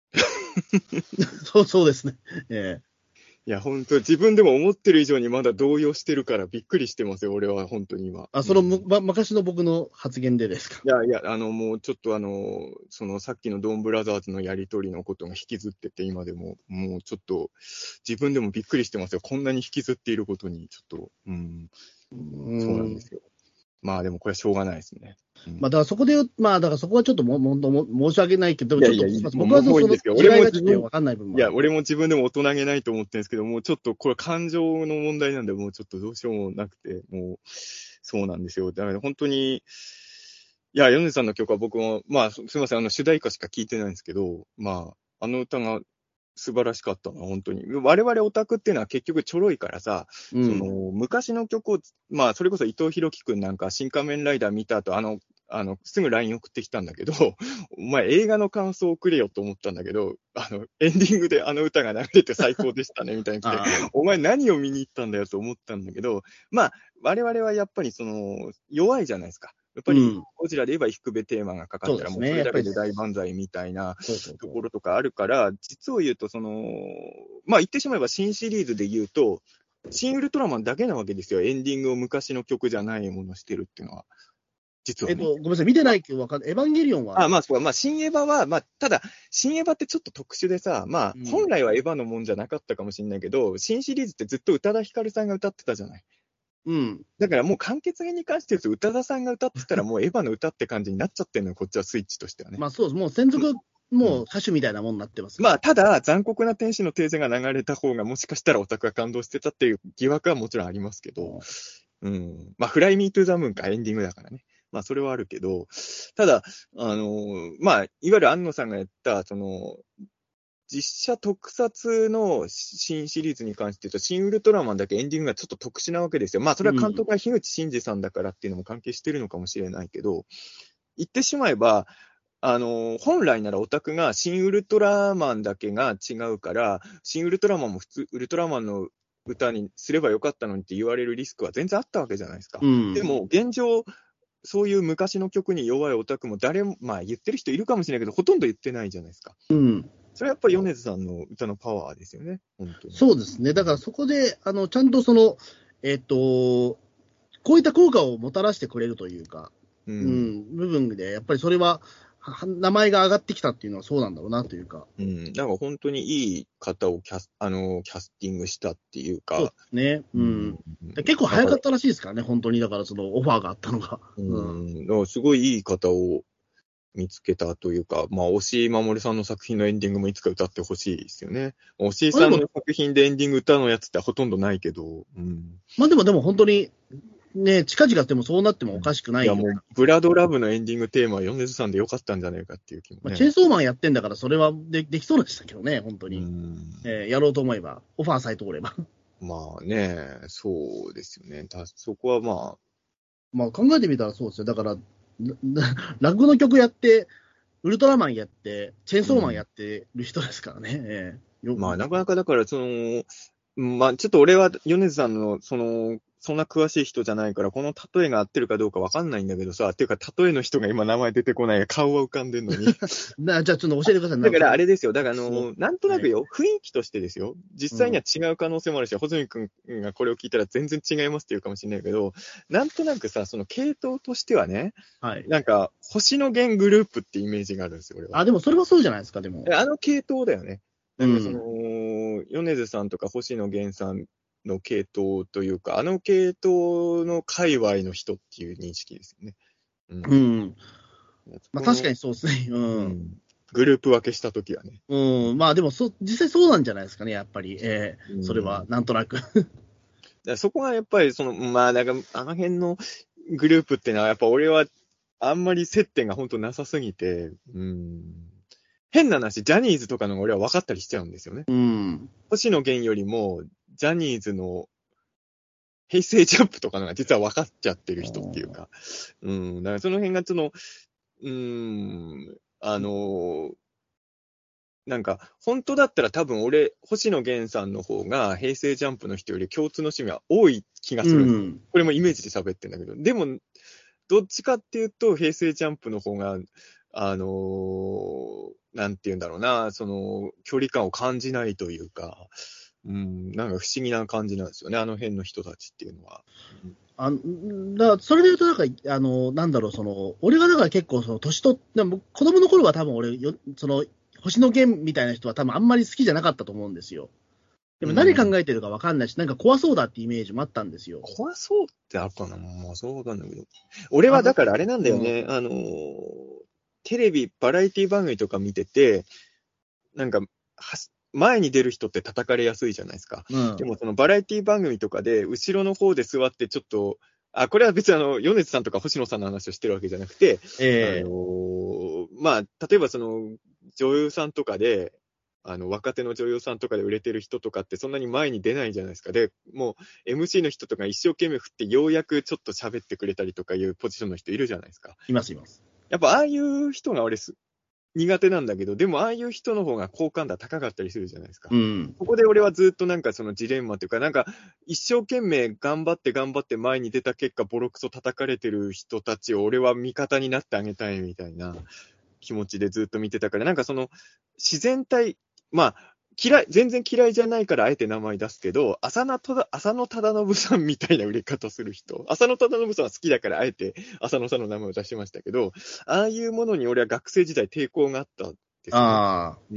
そう、そうですね。ええいや、本当自分でも思ってる以上にまだ動揺してるからびっくりしてますよ、俺は、本当に今。 あ、 うん、 そのむ、ま、昔の僕の発言でですか。 いやいや、あの、もうちょっとあの、そのさっきのドンブラザーズのやりとりのことが引きずってて、今でも、もうちょっと、自分でもびっくりしてますよ。こんなに引きずっていることに、ちょっと、うん、 うそうなんでん。 すよ。まあでもこれはしょうがないですね。うん、 まあ、だからそこで、まあ、だからそこはちょっとも、も、も申し訳ないけど、 いやいや、 ちょっと、 いいもう、 僕はそそのもういいんですよ。俺違いがちょっとも自分、 わかんない部分いや、 もあるんで。 俺も自分でも大人げないと思ってるんですけど、もうちょっとこれ感情の問題なんで、もうちょっとどうしようもなくて、もう、そうなんですよ。だから本当に、いや、米津さんの曲は僕も、まあ、すすみません、あの、主題歌しか聞いてないんですけど、まあ、あの歌が素晴らしかったのは、本当に。我々オタクっていうのは結局ちょろいからさ、その、 うん。 昔の曲を、まあ、それこそ伊藤博樹くんなんか、新仮面ライダー見た後、あの、あの、すぐ ライン 送ってきたんだけど、お前映画の感想をくれよと思ったんだけど、あの、エンディングであの歌が流れて最高でしたね、みたいに来て、 あお前何を見に行ったんだよと思ったんだけど、まあ、我々はやっぱりその、弱いじゃないですか。やっぱり、 うん。 ゴジラで言えば低べテーマがかかったら、 そうですね。 もうそれだやっぱり、 けで大万歳みたいなそうそうとそう。 ころとかあるから、実を言うと、その、まあ言ってしまえば新シリーズで言うと、新ウルトラマンだけなわけですよ。エンディングを昔の曲じゃないものをしてるっていうのは。実はね。 えっと、ごめんなさい、見てないけどわかんない。エヴァンゲリオンは、 あ、まあ、そうか。まあ、新エヴァは、まあ、ただ、新エヴァってちょっと特殊でさ、まあ、 うん。 本来はエヴァのもんじゃなかったかもしれないけど、新シリーズってずっと宇多田ヒカルさんが歌ってたじゃない。 うん。 だからもう完結編に関して言うと、宇多田さんが歌ってたらもうエヴァの歌って感じになっちゃってるのよ、こっちはスイッチとしてはね。 まあそうです。もう専属、 うんもう歌手みたいなもんになってますから。 まあ、ただ、残酷な天使のテーゼが流れた方が、もしかしたらオタクが感動してたっていう疑惑はもちろんありますけど、うん。まあ、フライミートゥーザムーンかエンディングだからね。まあ、それはあるけど、ただ、あのまあ、いわゆる安野さんがやった、その、実写特撮の新シリーズに関して言うと、新ウルトラマンだけエンディングがちょっと特殊なわけですよ。まあ、それは監督が樋口真嗣さんだからっていうのも関係してるのかもしれないけど、言ってしまえば、あの、本来ならオタクが新ウルトラマンだけが違うから、新ウルトラマンも普通、ウルトラマンの歌にすればよかったのにって言われるリスクは全然あったわけじゃないですか。 うん。 でも、現状、そういう昔の曲に弱いオタクも誰も、まあ言ってる人いるかもしれないけど、ほとんど言ってないじゃないですか。 うん。 それはやっぱり米津さんの歌のパワーですよね、本当に。 そうですね。だからそこで、あの、ちゃんとその、えっと、こういった効果をもたらしてくれるというか、 ううんん、部分で、やっぱりそれは、は名前が上がってきたっていうのはそうなんだろうなというか。 うん、なんか本当にいい方をキャスあのキャスティングしたっていうそうでか、 すね。ううんん。結構だから、 早かったらしいですからね、本当に。だからそのオファーがあったのが。 ううん。 ん、だからすごいいい方を見つけたというか、まあ、押井守さんの作品のエンディングもいつか歌ってほしいですよね。押井まあでも、 さんの作品でエンディング歌のやつってほとんどないけど、うん。 まあでも、でも本当に、ね、近々でもそうなってもおかしくないいや、 よ。 もう、ブラドラブのエンディングテーマは米津さんでよかったんじゃないかっていう気もまあ、 ね。 チェーンソーマンやってんだから、それはでできそうでしたけどね、本当うに。 ん。 えーやろうと思えば、オファーさえ通れば。 まあね、そうですよね。たそこはまあ、 まあ考えてみたらそうですよ。だから、なラッグの曲やって、ウルトラマンやって、チェーンソーマンやってる人ですからね。えーよまあ、なかなかだから、その、まあ、ちょっと俺は米津さんの、その、そんな詳しい人じゃないから、この例えが合ってるかどうかわかんないんだけどさ、っていうか、例えの人が今名前出てこない、顔は浮かんでんのに。 なじゃあちょっと教えてください。 だからあれでですよ。だからあの、なんとなくよ、雰囲気としてですよ。実際には違う可能性もあるし、細見くんがこれを聞いたら全然違いますって言うかもしれないけど、なんとなくさ、その系統としてはね、 はい。 なんか、星野源グループってイメージがあるんですよ、俺は。 あ、でもそれはそうじゃないですか、でも。 あの系統だよね。なんかその、 うん米津さんとか星野源さんの系統というか、あの系統の界隈の人っていう認識ですよね。うん。 うん。まあ確かに、 にそうですね。う。 うんん。グループ分けしたときはね。 うん。まあでもそ、実際そうなんじゃないですかね、やっぱり。えーそれは、 うん。 なんとなく。 だからそこがやっぱり、その、まあ、なんか、あの辺のグループっていうのは、やっぱ俺は、あんまり接点が本当なさすぎて、うん。変な話、ジャニーズとかのが俺は分かったりしちゃうんですよね。 うん。 星野源よりも、ジャニーズの平成ジャンプとかのが実は分かっちゃってる人っていうか、うん。だからその辺がその、うん、あの、なんか、本当だったら多分俺、星野源さんの方が平成ジャンプの人より共通の趣味は多い気がするんですよ。 うん。 これもイメージで喋ってんだけど。でも、どっちかっていうと、平成ジャンプの方が、あのーなんて言うんだろうな、その、距離感を感じないというか、うん、なんか不思議な感じなんですよね、あの辺の人たちっていうのは。うんあだからそれで言うと、なんか、あの、なんだろう、その、俺がだから結構、その、年と、でも子供の頃は多分俺よ、その、星野源みたいな人は多分あんまり好きじゃなかったと思うんですよ。でも何考えてるか分かんないし、なんか怖そうだってイメージもあったんですよ。 怖そうってあるかな、まあそうわかんないけど。俺はだからあれなんだよね、あのー、テレビ、バラエティ番組とか見てて、なんか、は前に出る人って叩かれやすいじゃないですか。 うん。 でもそのバラエティ番組とかで、後ろの方で座ってちょっと、あ、これは別にあの、米津さんとか星野さんの話をしてるわけじゃなくて、あええのーまあ、例えばその、女優さんとかで、あの、若手の女優さんとかで売れてる人とかってそんなに前に出ないじゃないですか。で、もう エムシー の人とか一生懸命振ってようやくちょっと喋ってくれたりとかいうポジションの人いるじゃないですか。 います、います。 やっぱああいう人が俺す苦手なんだけど、でもああいう人の方が好感度高かったりするじゃないですか。 うん。 ここで俺はずっとなんかそのジレンマというか、なんか一生懸命頑張って頑張って前に出た結果、ボロクソ叩かれてる人たちを俺は味方になってあげたいみたいな気持ちでずっと見てたから、なんかその自然体、まあ、嫌い、全然嫌いじゃないからあえて名前出すけど、浅野忠浅野忠信さんみたいな売れ方する人。浅野忠信さんは好きだからあえて浅野さんの名前を出しましたけど、ああいうものに俺は学生時代抵抗があったんですよね。 ああ。 うん、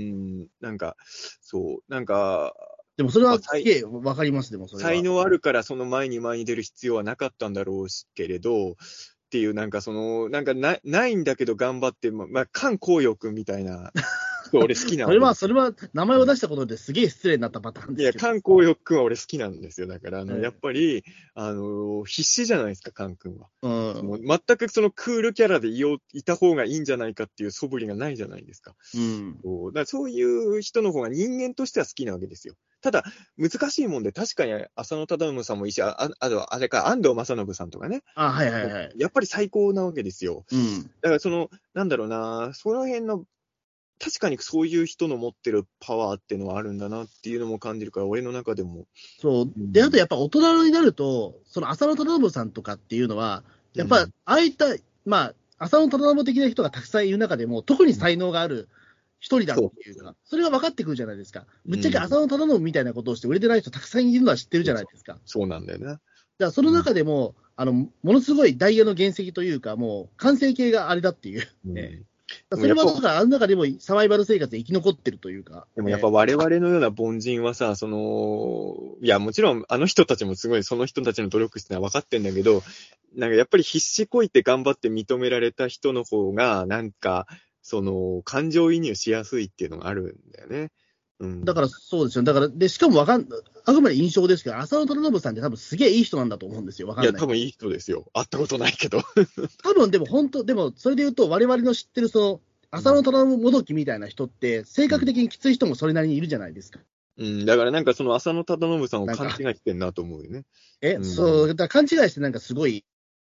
なんか、そう、なんか、 でもそれまあ、 はすげえわかります、でもそれは。 才能あるからその前に前に出る必要はなかったんだろうしけれど、っていう、なんかその、なんかなないんだけど頑張って、ま、まあ、菅光陽君みたいな、俺好きなそれは、 わけですよ。 それは、名前を出したことですげえ失礼になったパターンいや、 ですけど。 菅光陽君は俺好きなんですよ。だから、あの、 ええやっぱり、あの、必死じゃないですか、菅君は。 うん。 その全くそのクールキャラでいよういた方がいいんじゃないかっていう素振りがないじゃないですか。 うん。 そうだからそういう人の方が人間としては好きなわけですよ。ただ、難しいもんで、確かに浅野忠信さんもいいし、あ、ああと、あれか、安藤正信さんとかね。 あ、はいはいはい。 やっぱり最高なわけですよ。 うん。 だからその、なんだろうな、その辺の、確かにそういう人の持ってるパワーっていうのはあるんだなっていうのも感じるから、俺の中でも。 そう。 うん、 で、あとやっぱ大人になると、その浅野忠信さんとかっていうのは、やっぱ、ああいった、まあ、浅野忠信的な人がたくさんいる中でも、特に才能がある一人だっていうか、それが分かってくるじゃないですか。ぶっちゃけ浅野忠信みたいなことをして売れてない人たくさんいるのは知ってるじゃないですか。 そうなんだよね。 だからその中でも、あの、ものすごいダイヤの原石というか、もう完成形があれだっていう。 うんねだからそれはだから、あの中でもサバイバル生活で生き残ってるというか。 でもやっぱ我々のような凡人はさ、その、いやもちろんあの人たちもすごいその人たちの努力してのは分かってんだけど、なんかやっぱり必死こいて頑張って認められた人の方が、なんか、その、感情移入しやすいっていうのがあるんだよね。うん。 だからそうですよ。だから、で、しかもわかん、あくまで印象ですけど、浅野忠信さんって多分すげえいい人なんだと思うんですよ。わかいや、 んない。 多分いい人ですよ。会ったことないけど。 多分でも本当、でもそれで言うと、我々の知ってるその、浅野忠信もどきみたいな人って、性格的にきつい人もそれなりにいるじゃないですか。 うん、だからなんかその浅野忠信さんを勘違いしてんなと思うよね。 え、 うん、 そう、だから勘違いしてなんかすごい、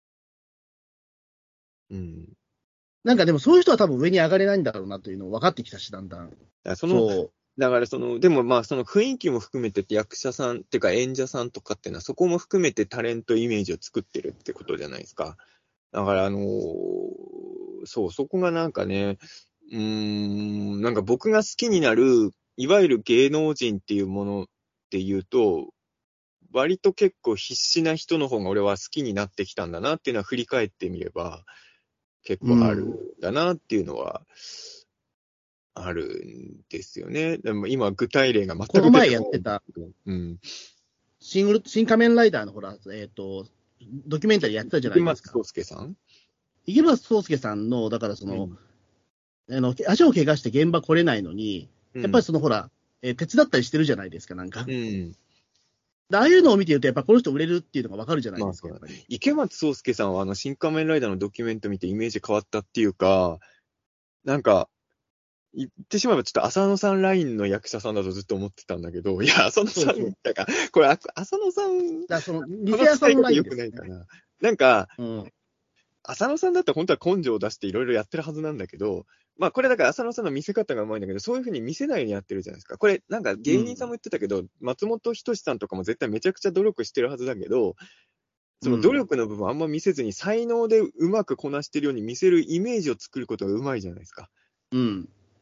うん。 なんかでもそういう人は多分上に上がれないんだろうなというのを分かってきたし、だんだん。 だからその、 そう。 だからその、でもまあその雰囲気も含めてって役者さんっていうか演者さんとかっていうのはそこも含めてタレントイメージを作ってるってことじゃないですか。だからあのーそう、そこがなんかね、うーん、なんか僕が好きになる、いわゆる芸能人っていうものっていうと、割と結構必死な人の方が俺は好きになってきたんだなっていうのは振り返ってみれば結構あるんだなっていうのは、あるんですよね。でも今、具体例が全く出てこない。 この前やってた、 うん。 シングル、新仮面ライダーのほら、えっ、と、ドキュメンタリーやってたじゃないですか。 池松壮亮さん池松壮亮さんの、だからその、 うん、 あの、足を怪我して現場来れないのに、やっぱりそのほら、えー手伝ったりしてるじゃないですか、なんか。 うん。 でああいうのを見てると、やっぱこの人売れるっていうのがわかるじゃないまあ、 ですか、やっぱり。 池松壮亮さんはあの、新仮面ライダーのドキュメント見てイメージ変わったっていうか、なんか、言ってしまえばちょっと浅野さんラインの役者さんだとずっと思ってたんだけど、いや、浅野さん、 そうそう。 だから、これ、あ浅野さん、 だからその、 こ偽の使い方良浅野ラインですね。 くないかな。なんか、 うん。 浅野さんだって本当は根性を出していろいろやってるはずなんだけど、まあこれだから浅野さんの見せ方がうまいんだけど、そういう風に見せないようにやってるじゃないですか。これなんか芸人さんも言ってたけど、うん、松本人志さんとかも絶対めちゃくちゃ努力してるはずだけど、その努力の部分あんま見せずに才能でうまくこなしてるように見せるイメージを作ることがうまいじゃないですか。 うん。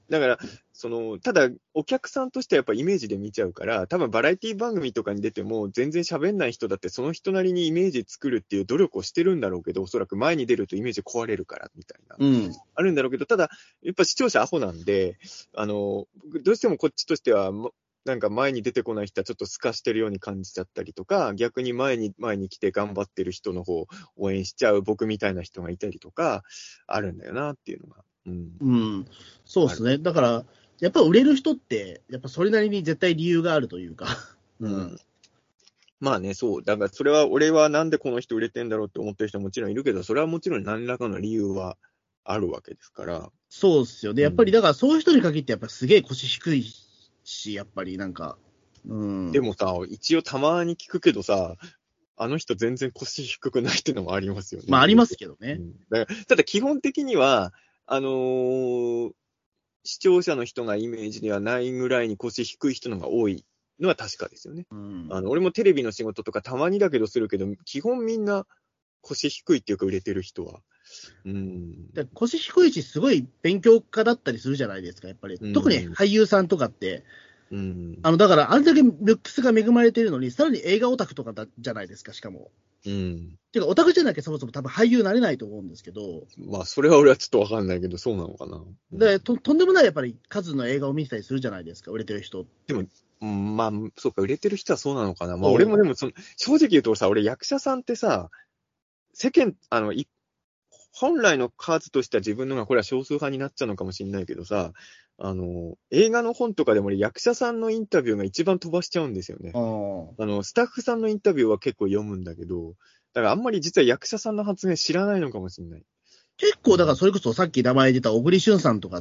だから、その、ただ、お客さんとしてはやっぱイメージで見ちゃうから、多分バラエティ番組とかに出ても、全然喋んない人だって、その人なりにイメージ作るっていう努力をしてるんだろうけど、おそらく前に出るとイメージ壊れるから、みたいな。 うん。 あるんだろうけど、ただ、やっぱ視聴者アホなんで、あの、どうしてもこっちとしては、なんか前に出てこない人はちょっと透かしてるように感じちゃったりとか、逆に前に、前に来て頑張ってる人の方を応援しちゃう僕みたいな人がいたりとか、あるんだよなっていうのが。うん。 うん。そうですね。だから、やっぱ売れる人って、やっぱそれなりに絶対理由があるというか。 うん。まあね、そう。だからそれは、俺はなんでこの人売れてんだろうって思ってる人ももちろんいるけど、それはもちろん何らかの理由はあるわけですから。 そうですよね。やっぱり、だからそういう人に限ってやっぱすげえ腰低いし、やっぱりなんか。うん。 でもさ、一応たまに聞くけどさ、あの人全然腰低くないっていうのもありますよね。 まあありますけどね。 うん、だからただ基本的には、あのー、視聴者の人がイメージではないぐらいに腰低い人の方が多いのは確かですよね。 うん、 あの俺もテレビの仕事とかたまにだけどするけど、基本みんな腰低いっていうか売れてる人は。うん、 で腰低いし、すごい勉強家だったりするじゃないですか、やっぱり。 うん、 特に俳優さんとかって。 うん、 あの、だから、あれだけルックスが恵まれてるのに、さらに映画オタクとかだじゃないですか、しかも。 うん。 ていうか、オタクじゃなきゃそもそも多分俳優になれないと思うんですけど、 まあ、それは俺はちょっとわかんないけど、そうなのかな。 でととんでもないやっぱり数の映画を見てたりするじゃないですか、売れてる人。 でも、うん、まあ、そうか、売れてる人はそうなのかな。まあ、俺もでもその、正直言うとさ、俺役者さんってさ、世間、あの、い本来の数としては自分のがこれは少数派になっちゃうのかもしれないけどさ、あの、映画の本とかでも俺役者さんのインタビューが一番飛ばしちゃうんですよね。 あーあの、スタッフさんのインタビューは結構読むんだけど、だからあんまり実は役者さんの発言知らないのかもしれない。 結構、だからそれこそさっき名前出た小栗旬さんとかって、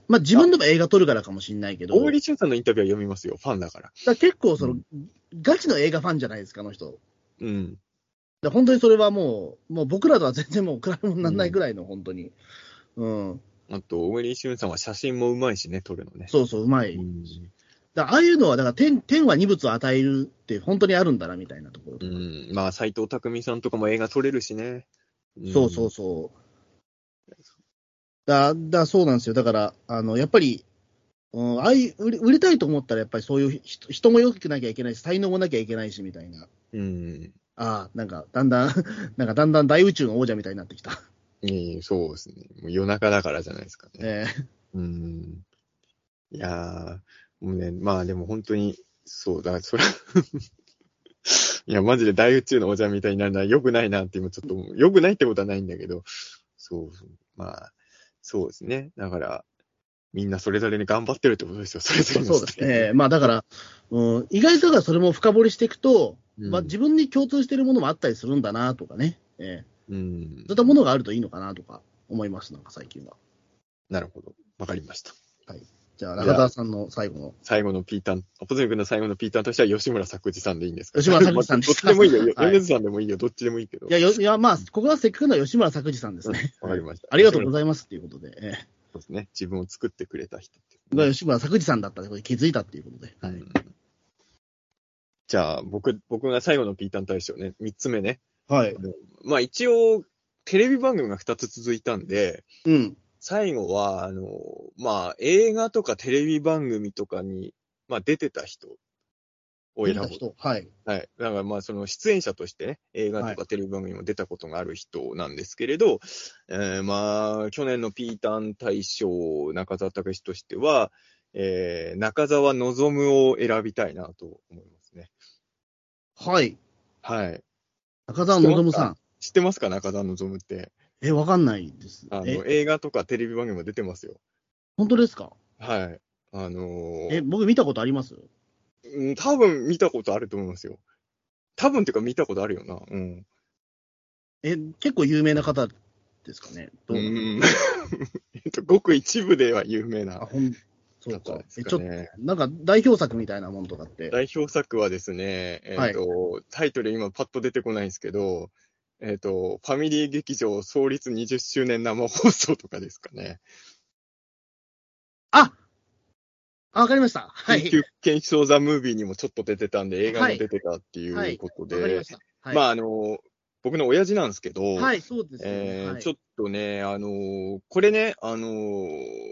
まあ自分でも映画撮るからかもしれないけど、 小栗旬さんのインタビューは読みますよ、ファンだから。 だから結構その、 うん、 ガチの映画ファンじゃないですか、あの人。 うん。 で本当にそれはもう、もう僕らとは全然もう比べ物にならないうん、 ぐらいの、本当に。うん。 あと、小栗旬さんは写真もうまいしね、撮るのね。 そうそう、うまい。 うん、 だからああいうのは、だから天、天は二物を与えるって本当にあるんだな、みたいなところうとか。 ん、まあ、斎藤工さんとかも映画撮れるしね。うん、 そうそうそう。だ、だ、そうなんですよ。だから、あの、やっぱり、うん、ああいう売れ、売れたいと思ったら、やっぱりそういう人、人も良くなきゃいけないし、才能もなきゃいけないし、みたいな。 うん。 ああ、なんか、だんだん、なんか、だんだん大宇宙の王者みたいになってきた。 いい、そうですね。もう夜中だからじゃないですかね。 ええうん。いやー、もうね、まあでも本当に、そうだ、それいや、マジで大宇宙の王者みたいになるのは良くないなって今ちょっと思う、良くないってことはないんだけど、そうそう、まあ、そうですね。だから、みんなそれぞれに頑張ってるってことですよ、それぞれのそうですスタイル。 ね。まあだから、うん、意外とだからそれも深掘りしていくと、 うん、 まあ自分に共通しているものもあったりするんだなとかね。ええうん。 そういったものがあるといいのかなとか思います、なんか最近は。 なるほど。わかりました。 はい。じゃあ、中澤さんの最後の。 最後のピータン、オポズミ君の最後のピータンとしては吉村作治さんでいいんですか？ 吉村作治さんですどっちでもいいよ。 はい米津さんでもいいよ。どっちでもいいけど。 いや、よいやまあ、ここはせっかくのは吉村作治さんですね。 わ、うん、かりました。 ありがとうございますっていうことで。ええそうですね。自分を作ってくれた人っていう、 がね。 吉村作治さんだったということで気づいたっていうことで。はい。 うん、じゃあ、僕、僕が最後のピータン大賞ね。三つ目ね。 はい。 まあ一応、テレビ番組が二つ続いたんで、 うん。 最後は、あの、まあ映画とかテレビ番組とかに、まあ出てた人を選ぶ。 出た人。はい。 はい。だからまあその出演者としてね、映画とかテレビ番組にも出たことがある人なんですけれど、はい、えー、まあ、去年のピータン大賞、中澤武史としては、えー、中澤望を選びたいなと思いますね。 はい。 はい。 中澤望さん。 知ってますか、中澤望って。 え、わかんないです。 あの、映画とかテレビ番組も出てますよ。 本当ですか？ はい。あのー、 え、僕見たことあります？ うん、多分見たことあると思いますよ。多分っていうか見たことあるよな。うん。 え、結構有名な方ですかね。どうなの？ うんえっと、ごく一部では有名な。 あ、ほん、そうか。 かえ、ちょっと、なんか代表作みたいなものとかって。 代表作はですね、えっ、と、はい、タイトル今パッと出てこないんですけど、えっ、と、ファミリー劇場創立にじゅっしゅうねん生放送とかですかね。 あわかりました。はい。 緊急検証ザ・ムービーにもちょっと出てたんで、映画も出てたっていうことで、はいはい、ま, まあ、あの、僕の親父なんですけど、 はい、そうですね。 えーはい、 ちょっとね、あの、これね、あの、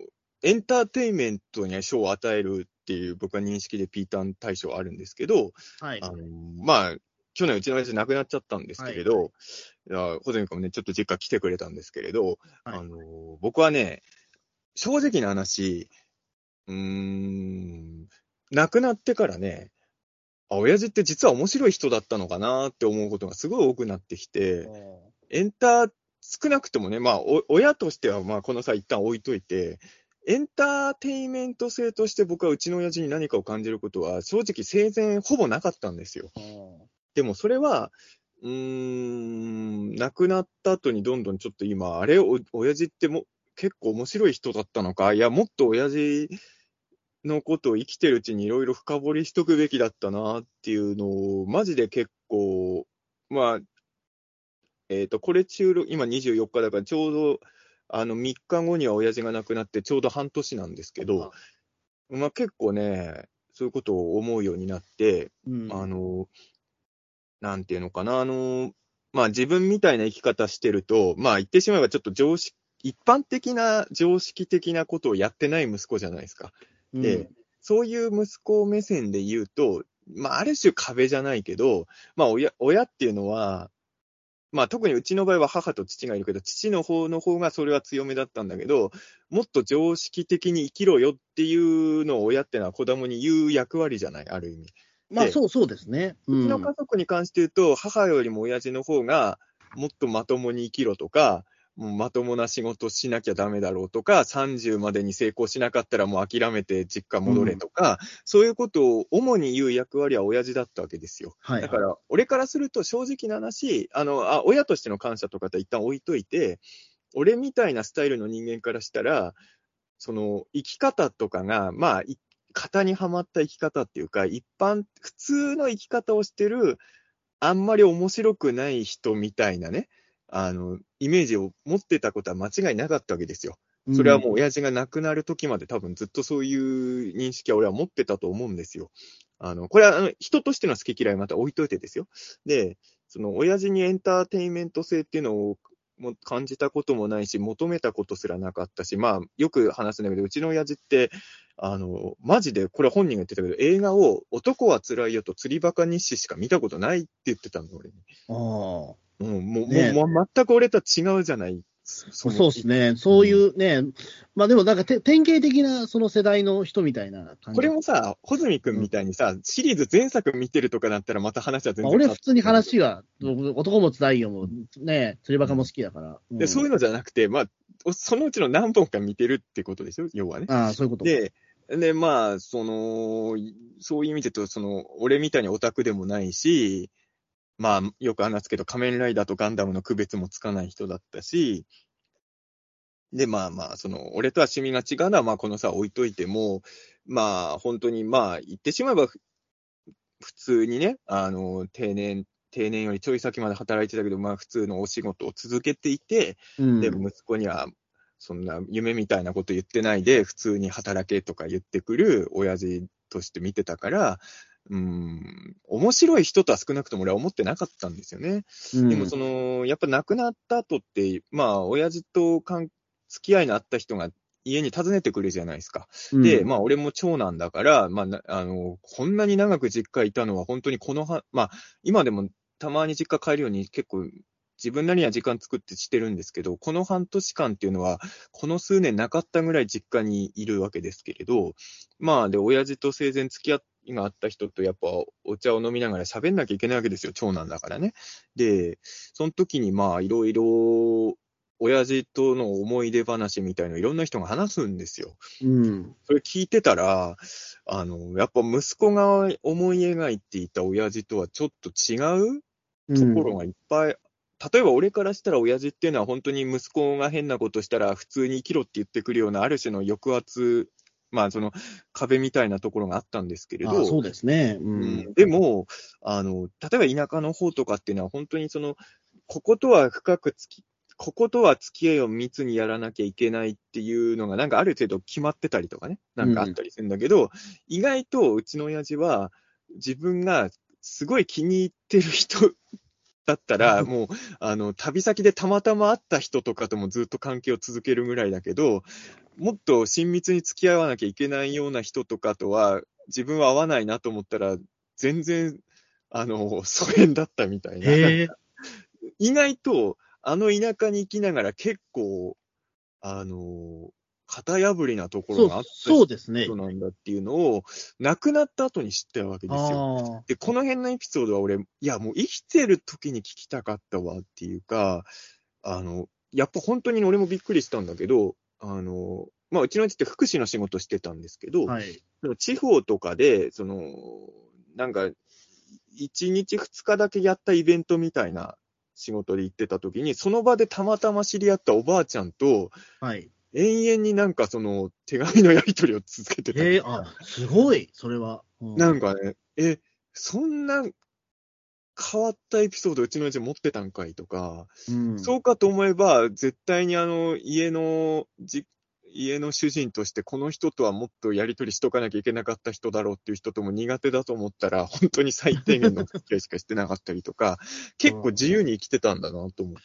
エンターテインメントに賞を与えるっていう僕は認識でピーターン大賞あるんですけど、 はい。 あの、まあ、去年うちの親父亡くなっちゃったんですけれど、 はいいや、穂積君もね、ちょっと実家来てくれたんですけれど、 はいあの、僕はね、正直な話、うーん、亡くなってからね、あ、親父って実は面白い人だったのかなって思うことがすごい多くなってきて、エンター、少なくともね、まあ、お親としては、まあ、この際一旦置いといて、エンターテインメント性として僕はうちの親父に何かを感じることは、正直生前ほぼなかったんですよ。でもそれは、うーん、亡くなった後にどんどんちょっと今、あれ、お親父っても結構面白い人だったのか、いや、もっと親父のことを生きてるうちにいろいろ深掘りしとくべきだったなっていうのを、マジで結構、まあ、えっと、これ中ろ、今にじゅうよっかだからちょうど、あの、みっかごには親父が亡くなってちょうど半年なんですけど、まあ結構ね、そういうことを思うようになって、 うん。 あの、なんていうのかな、あの、まあ自分みたいな生き方してると、まあ言ってしまえばちょっと常識、一般的な常識的なことをやってない息子じゃないですか。 うんで、そういう息子目線で言うと、まあある種壁じゃないけど、まあ親、親っていうのは、まあ特にうちの場合は母と父がいるけど、父の方の方がそれは強めだったんだけど、もっと常識的に生きろよっていうのを親ってのは子供に言う役割じゃない、ある意味。 まあ、そうそうですね。 うちの家族に関して言うと、母よりも親父の方が、もっとまともに生きろとか、もうまともな仕事しなきゃダメだろうとか、さんじゅうまでに成功しなかったらもう諦めて実家戻れとか、そういうことを主に言う役割は親父だったわけですよ。 はい。 だから、俺からすると正直な話、あの、あ、親としての感謝とかって一旦置いといて、俺みたいなスタイルの人間からしたら、その生き方とかが、まあ、い型にはまった生き方っていうか、一般、普通の生き方をしてる、あんまり面白くない人みたいなね、あの、イメージを持ってたことは間違いなかったわけですよ。それはもう親父が亡くなる時まで多分ずっとそういう認識は俺は持ってたと思うんですよ。あの、これはあの人としての好き嫌いまた置いといてですよ。で、その親父にエンターテインメント性っていうのをも感じたこともないし、求めたことすらなかったし、まあ、よく話すんだけど、うちの親父って、あの、マジで、これ本人が言ってたけど、映画を男は辛いよと釣りバカ日誌しか見たことないって言ってたの、俺に。 ああ。 うん、もう、 ねもう、もう全く俺とは違うじゃない。そそうですね。そういうね、まあでもなんかて典型的なその世代の人みたいな感じ。 これもさ、穂積君みたいにさ、うん、シリーズ全作見てるとかだったらまた話は全然変わって、 まあ、俺普通に話が、男も辛いよもね、釣りバカも好きだから、 うんで。そういうのじゃなくて、まあ、そのうちの何本か見てるってことでしょ、要はね。 ああ、そういうこと。 で、で、まあ、その、そういう意味で言うと、その、俺みたいにオタクでもないし、まあ、よく話すけど、仮面ライダーとガンダムの区別もつかない人だったし、で、まあまあ、その、俺とは趣味が違うのは、まあ、このさ、置いといても、まあ、本当に、まあ、言ってしまえば、普通にね、あの、定年、定年よりちょい先まで働いてたけど、まあ、普通のお仕事を続けていて、うん、で、息子には、そんな夢みたいなこと言ってないで、普通に働けとか言ってくる親父として見てたから、うん、面白い人とは少なくとも俺は思ってなかったんですよね。うん、でもその、やっぱ亡くなった後って、まあ、親父と関付き合いのあった人が家に訪ねてくるじゃないですか。うん、で、まあ、俺も長男だから、まあ、あの、こんなに長く実家いたのは本当にこのは、まあ、今でもたまに実家帰るように結構、自分なりには時間作ってしてるんですけど、この半年間っていうのは、この数年なかったぐらい実家にいるわけですけれど、まあ、で、親父と生前付き合いがあった人とやっぱお茶を飲みながら喋んなきゃいけないわけですよ、長男だからね。で、その時にまあ、いろいろ、親父との思い出話みたいのいろんな人が話すんですよ。 うん。 それ聞いてたら、あの、やっぱ息子が思い描いていた親父とはちょっと違うところがいっぱい、うん、例えば俺からしたら親父っていうのは本当に息子が変なことしたら普通に生きろって言ってくるようなある種の抑圧、まあその壁みたいなところがあったんですけれど、 あそうですね。うんうん、でも、あの、例えば田舎の方とかっていうのは本当にその、こことは深くつき、こことは付き合いを密にやらなきゃいけないっていうのがなんかある程度決まってたりとかね、なんかあったりするんだけど、うん、意外とうちの親父は自分がすごい気に入ってる人だったら、もう、あの、旅先でたまたま会った人とかともずっと関係を続けるぐらいだけど、もっと親密に付き合わなきゃいけないような人とかとは、自分は合わないなと思ったら、全然、あの、疎遠だったみたいな。 へえ。 意外と、あの田舎に生きながら結構、あの、型破りなところそう、 があったそうですね。 人なんだっていうのを、亡くなった後に知ったわけですよ。 ああ。 で、この辺のエピソードは俺、いや、もう生きてる時に聞きたかったわっていうか、あの、やっぱ本当に俺もびっくりしたんだけど、あの、まあ、うちのうちって福祉の仕事してたんですけど、 はい。 その地方とかで、その、なんか、いちにちふつかだけやったイベントみたいな仕事で行ってた時に、その場でたまたま知り合ったおばあちゃんと、 はい。 永遠になんかその手紙のやり取りを続けてたへえ、 りとか。 あ、すごい、それは。うん、 なんかね、え、そんな変わったエピソードうちのうち持ってたんかいとか、 うん。 そうかと思えば、絶対にあの、家の、じ、家の主人としてこの人とはもっとやりとりしとかなきゃいけなかった人だろうっていう人とも苦手だと思ったら、本当に最低限の付き合いしかしてなかったりとか、結構自由に生きてたんだなと思って。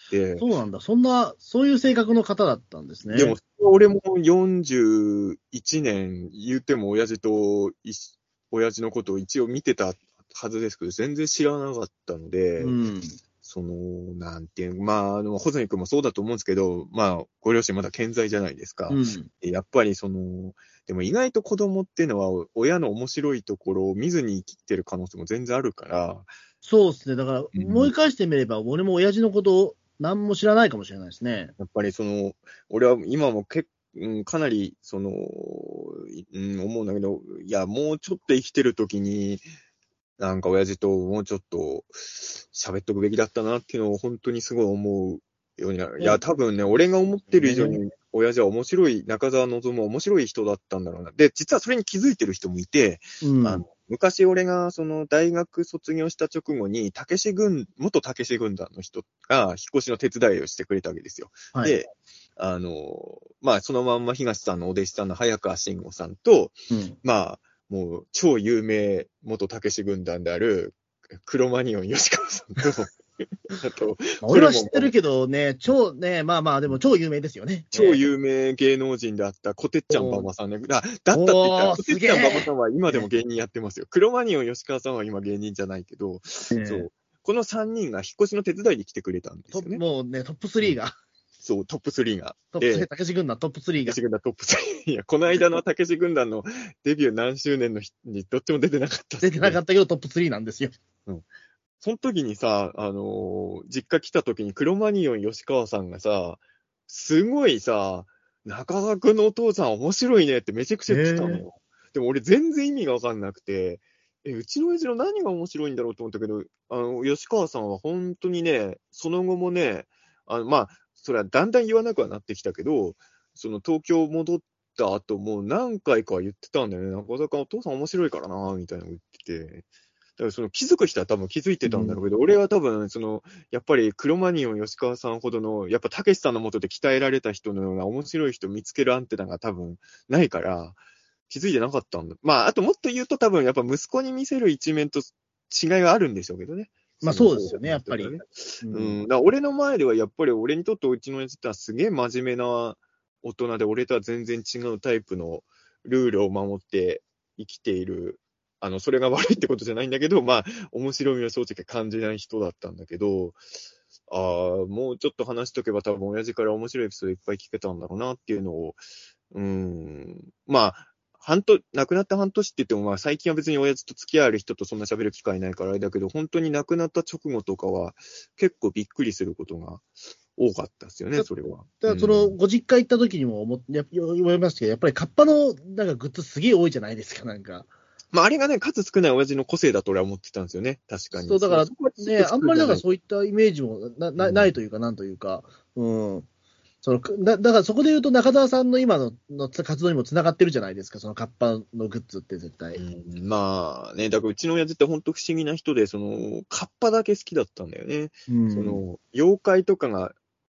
そうなんだ。そんな、そういう性格の方だったんですね。 でも、俺もよんじゅういちねん言うても親父といし、親父のことを一応見てたはずですけど、全然知らなかったので、 うん。 その、なんていう、まあ、あの、穂積君もそうだと思うんですけど、まあ、ご両親まだ健在じゃないですか。 うん。 やっぱりその、でも意外と子供っていうのは、親の面白いところを見ずに生きてる可能性も全然あるから、 そうですね。だから、 うん、 思い返してみれば、俺も親父のことを何も知らないかもしれないですね。 やっぱりその、俺は今も結うん、かなり、その、うん、思うんだけど、いや、もうちょっと生きてる時に、なんか親父ともうちょっと喋っとくべきだったなっていうのを本当にすごい思うようになる。いや、多分ね、俺が思ってる以上に、親父は面白い、中澤望も面白い人だったんだろうな。で、実はそれに気づいてる人もいて、 うん。 あの昔俺がその大学卒業した直後に、たけし軍、元たけし軍団の人が引っ越しの手伝いをしてくれたわけですよ。 はい。 で、あの、まあ、そのまんま東さんのお弟子さんの早川慎吾さんと、 うん。 まあ、もう超有名元たけし軍団であるクロマニオン吉川さんと、あと、 まあ、俺は知ってるけどね、超ね、まあまあ、でも超有名ですよね。 超有名芸能人であったコテッチャン馬場さんね。だだったって言ったら、 おー、 コテッチャン馬場さんは今でも芸人やってますよ。クロマニオン吉川さんは今芸人じゃないけど、 えそう。このさんにんが引っ越しの手伝いで来てくれたんですとよね。 もうね、トップスリーが。 そう、トップスリーが。 トップスリー、 で、 たけし軍団トップスリーが。 たけし軍団トップスリー。いや、この間のたけし軍団のデビュー何周年の日にどっちも出てなかったっす出てなかったけどトップスリーなんですよ。 うん。その時にさ、あのー実家来た時にクロマニオン吉川さんがさ、すごいさ、中澤くんのお父さん面白いねってめちゃくちゃ言ってたのよ。でも俺全然意味がわかんなくて、え、うちの親父の何が面白いんだろうと思ったけど、あの、吉川さんは本当にね、その後もね、あの、まあ、それはだんだん言わなくはなってきたけど、その東京戻った後も何回かは言ってたんだよね。中澤くんお父さん面白いからな、みたいなの言ってて。だからその気づく人は多分気づいてたんだろうけど、うん、俺は多分、その、やっぱりクロマニオン吉川さんほどの、やっぱたけしさんの下で鍛えられた人のような面白い人見つけるアンテナが多分ないから、気づいてなかったんだ。まあ、あともっと言うと多分やっぱ息子に見せる一面と違いがあるんでしょうけどね。 まあそうですよね、やっぱり。 うん。だから俺の前ではやっぱり俺にとってうちの親父ってのはすげえ真面目な大人で、俺とは全然違うタイプのルールを守って生きている。あの、それが悪いってことじゃないんだけど、まあ、面白みを正直感じない人だったんだけど、ああ、もうちょっと話しとけば多分親父から面白いエピソードいっぱい聞けたんだろうなっていうのを、うーん、まあ、半年、亡くなった半年って言っても、まあ最近は別に親父と付き合える人とそんな喋る機会ないからあれだけど、本当に亡くなった直後とかは結構びっくりすることが多かったですよね、それは。 だからその、ご実家行った時にも思や思いましたけど、やっぱりカッパのなんかグッズすげえ多いじゃないですか、なんか。 まあ、あれがね、数少ない親父の個性だと俺は思ってたんですよね。確かに。 そう、だからね、あんまりなんかそういったイメージもななないというか、なんというか、うん。そのだだからそこで言うと中澤さんの今のの活動にもつながってるじゃないですか、そのカッパのグッズって絶対。 うん、まあね、だからうちの親父って本当不思議な人で、その、カッパだけ好きだったんだよね。うん、その、妖怪とかが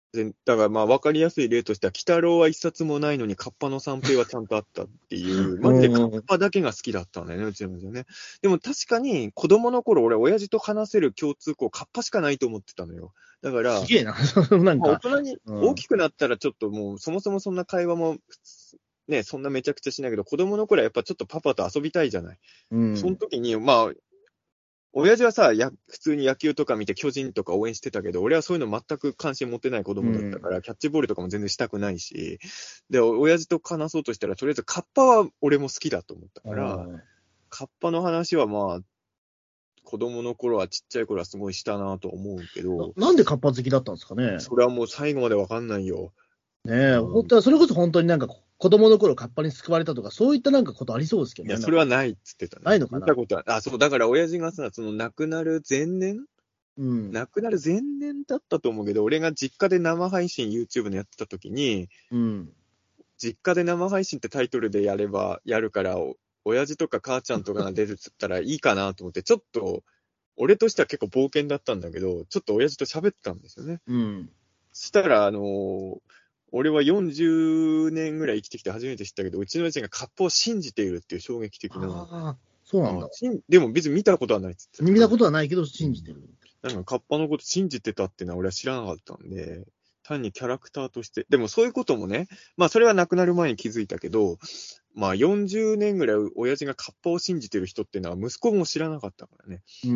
全だからまあ分かりやすい例としては、鬼太郎は一冊もないのに、カッパの三平はちゃんとあったっていう、マジでカッパだけが好きだったんだよね、うちの親父はね。でも確かに子供の頃、俺、親父と話せる共通項、カッパしかないと思ってたのよ。だから、 すげえな。なんまあ、大か、 人に大きくなったらちょっともう、そもそもそんな会話も、ね、そんなめちゃくちゃしないけど、子供の頃はやっぱちょっとパパと遊びたいじゃない。 うん、 その時に、まあ、親父はさ、や、普通に野球とか見て巨人とか応援してたけど、俺はそういうの全く関心持ってない子供だったから、うん、キャッチボールとかも全然したくないし、で、親父と話そうとしたら、とりあえずカッパは俺も好きだと思ったから、カッパの話はまあ、子供の頃はちっちゃい頃はすごいしたなと思うけど。 な、なんでカッパ好きだったんですかね。 それはもう最後までわかんないよ。 ねえ、うん、本当は、それこそ本当になんか子供の頃カッパに救われたとか、そういったなんかことありそうですけどね。 いや、それはないっつってたね。 ないのかな。 見たことは、あ、そう、だから親父がさ、その亡くなる前年うん、 亡くなる前年だったと思うけど、俺が実家で生配信 YouTube のやってた時に、 うん、 実家で生配信ってタイトルでやれば、やるから、親父とか母ちゃんとかが出るっつったらいいかなと思って、ちょっと、俺としては結構冒険だったんだけど、ちょっと親父と喋ってたんですよね。 うん。 そしたら、あのー、俺はよんじゅうねんぐらい生きてきて初めて知ったけど、うちの親父がカッパを信じているっていう衝撃的な。 ああ、そうなんだ。 でも別に見たことはないっつってた。 見たことはないけど信じてる。 なんかカッパのこと信じてたっていうのは俺は知らなかったんで、単にキャラクターとして、でもそういうこともね、まあそれは亡くなる前に気づいたけど、まあよんじゅうねんぐらい親父がカッパを信じてる人っていうのは息子も知らなかったからね。 うん。うん、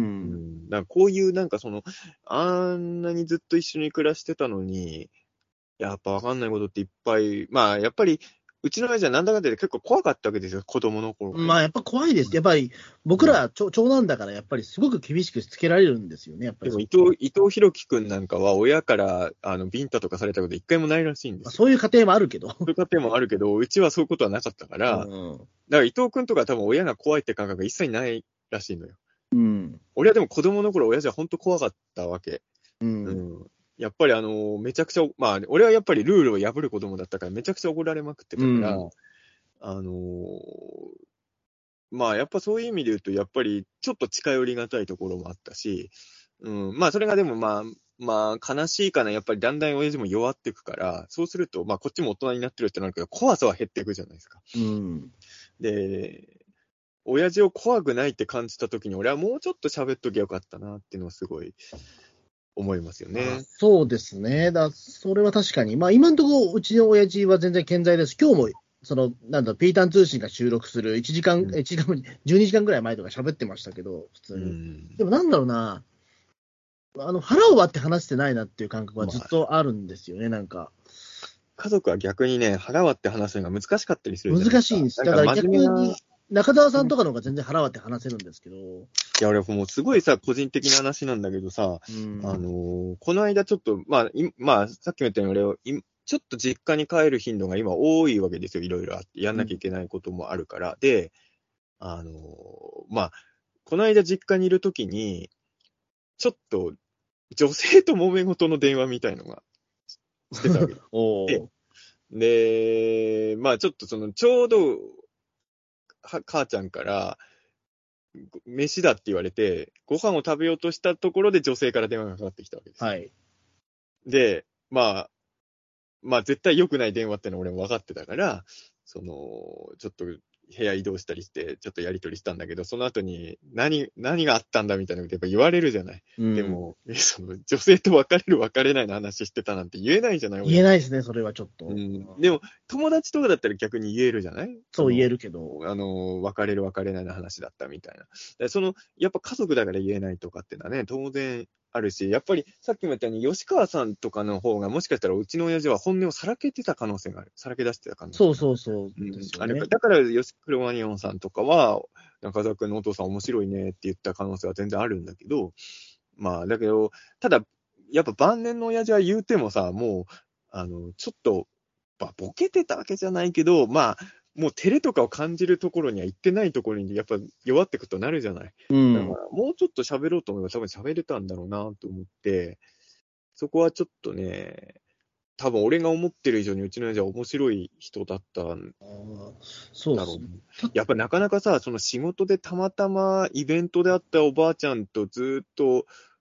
だからこういうなんかその、あんなにずっと一緒に暮らしてたのに、やっぱわかんないことっていっぱい、まあやっぱり、うちの親父はなんだかんだで結構怖かったわけですよ、子供の頃から。 まあやっぱ怖いです。やっぱり僕ら長男だからやっぱりすごく厳しくしつけられるんですよね、やっぱり。 でも伊藤、伊藤博樹くんなんかは親からあのビンタとかされたこと一回もないらしいんですよ。 そういう家庭もあるけど。 そういう家庭もあるけど、うちはそういうことはなかったから、うん、だから伊藤くんとか多分親が怖いって感覚が一切ないらしいのよ。 うん。 俺はでも子供の頃親父は本当怖かったわけ。 うん。 うん、やっぱりあの、めちゃくちゃ、まあ、俺はやっぱりルールを破る子供だったからめちゃくちゃ怒られまくってたから、うん、あのー、まあやっぱそういう意味で言うと、やっぱりちょっと近寄りがたいところもあったし、うん、まあそれがでもまあ、まあ悲しいかな、やっぱりだんだん親父も弱っていくから、そうすると、まあこっちも大人になってるってなるけど、怖さは減っていくじゃないですか。 うん。 で、親父を怖くないって感じたときに、俺はもうちょっと喋っときゃよかったなっていうのはすごい思いますよね。 そうですね。だそれは確かに。まあ今のところ、うちの親父は全然健在です。今日も、その、なんだ、ピータン通信が収録するいちじかん、うん、いちじかん、じゅうにじかんぐらい前とか喋ってましたけど、普通に。うん、でもなんだろうな、あの、腹を割って話してないなっていう感覚はずっとあるんですよね、まあ、なんか。 家族は逆にね、腹割って話すのが難しかったりするじゃないですか。難しいんです。だから逆に、中澤さんとかの方が全然腹割って話せるんですけど。いや、俺もうすごいさ、個人的な話なんだけどさ、うん、あのー、この間ちょっと、まあ、まあ、さっきも言ったように俺、ちょっと実家に帰る頻度が今多いわけですよ。いろいろあって、やんなきゃいけないこともあるから。うん、で、あのー、まあ、この間実家にいるときに、ちょっと、女性と揉め事の電話みたいのがしてたわけで。で、まあちょっとその、ちょうど、は、母ちゃんから、飯だって言われて、ご飯を食べようとしたところで女性から電話がかかってきたわけです。 はい。 で、まあ、まあ絶対良くない電話ってのは俺も分かってたから、その、ちょっと部屋移動したりして、ちょっとやりとりしたんだけど、その後に何、何があったんだみたいなことやっぱ言われるじゃない。うん、でも、その女性と別れる別れないの話してたなんて言えないじゃない。 言えないですね、それはちょっと。 うん、でも、友達とかだったら逆に言えるじゃない。 そう言えるけど。 あの、別れる別れないの話だったみたいな。その、やっぱ家族だから言えないとかってのはね、当然あるし、やっぱりさっきも言ったように、吉川さんとかの方がもしかしたらうちの親父は本音をさらけてた可能性がある。さらけ出してた可能性がある。 そうそうそうですよね。 うん、あれだから、吉クロマニオンさんとかは、中澤君のお父さん面白いねって言った可能性は全然あるんだけど、まあ、だけど、ただ、やっぱ晩年の親父は言うてもさ、もう、あの、ちょっと、まあ、ボケてたわけじゃないけど、まあ、もう照れとかを感じるところには行ってないところに、やっぱ弱ってくとなるじゃない。うん。だから、もうちょっと喋ろうと思えば多分喋れたんだろうなと思って、そこはちょっとね、多分俺が思ってる以上にうちの親父は面白い人だったんだろうね。 そうですね。 やっぱなかなかさ、その仕事でたまたまイベントであったおばあちゃんとずっと、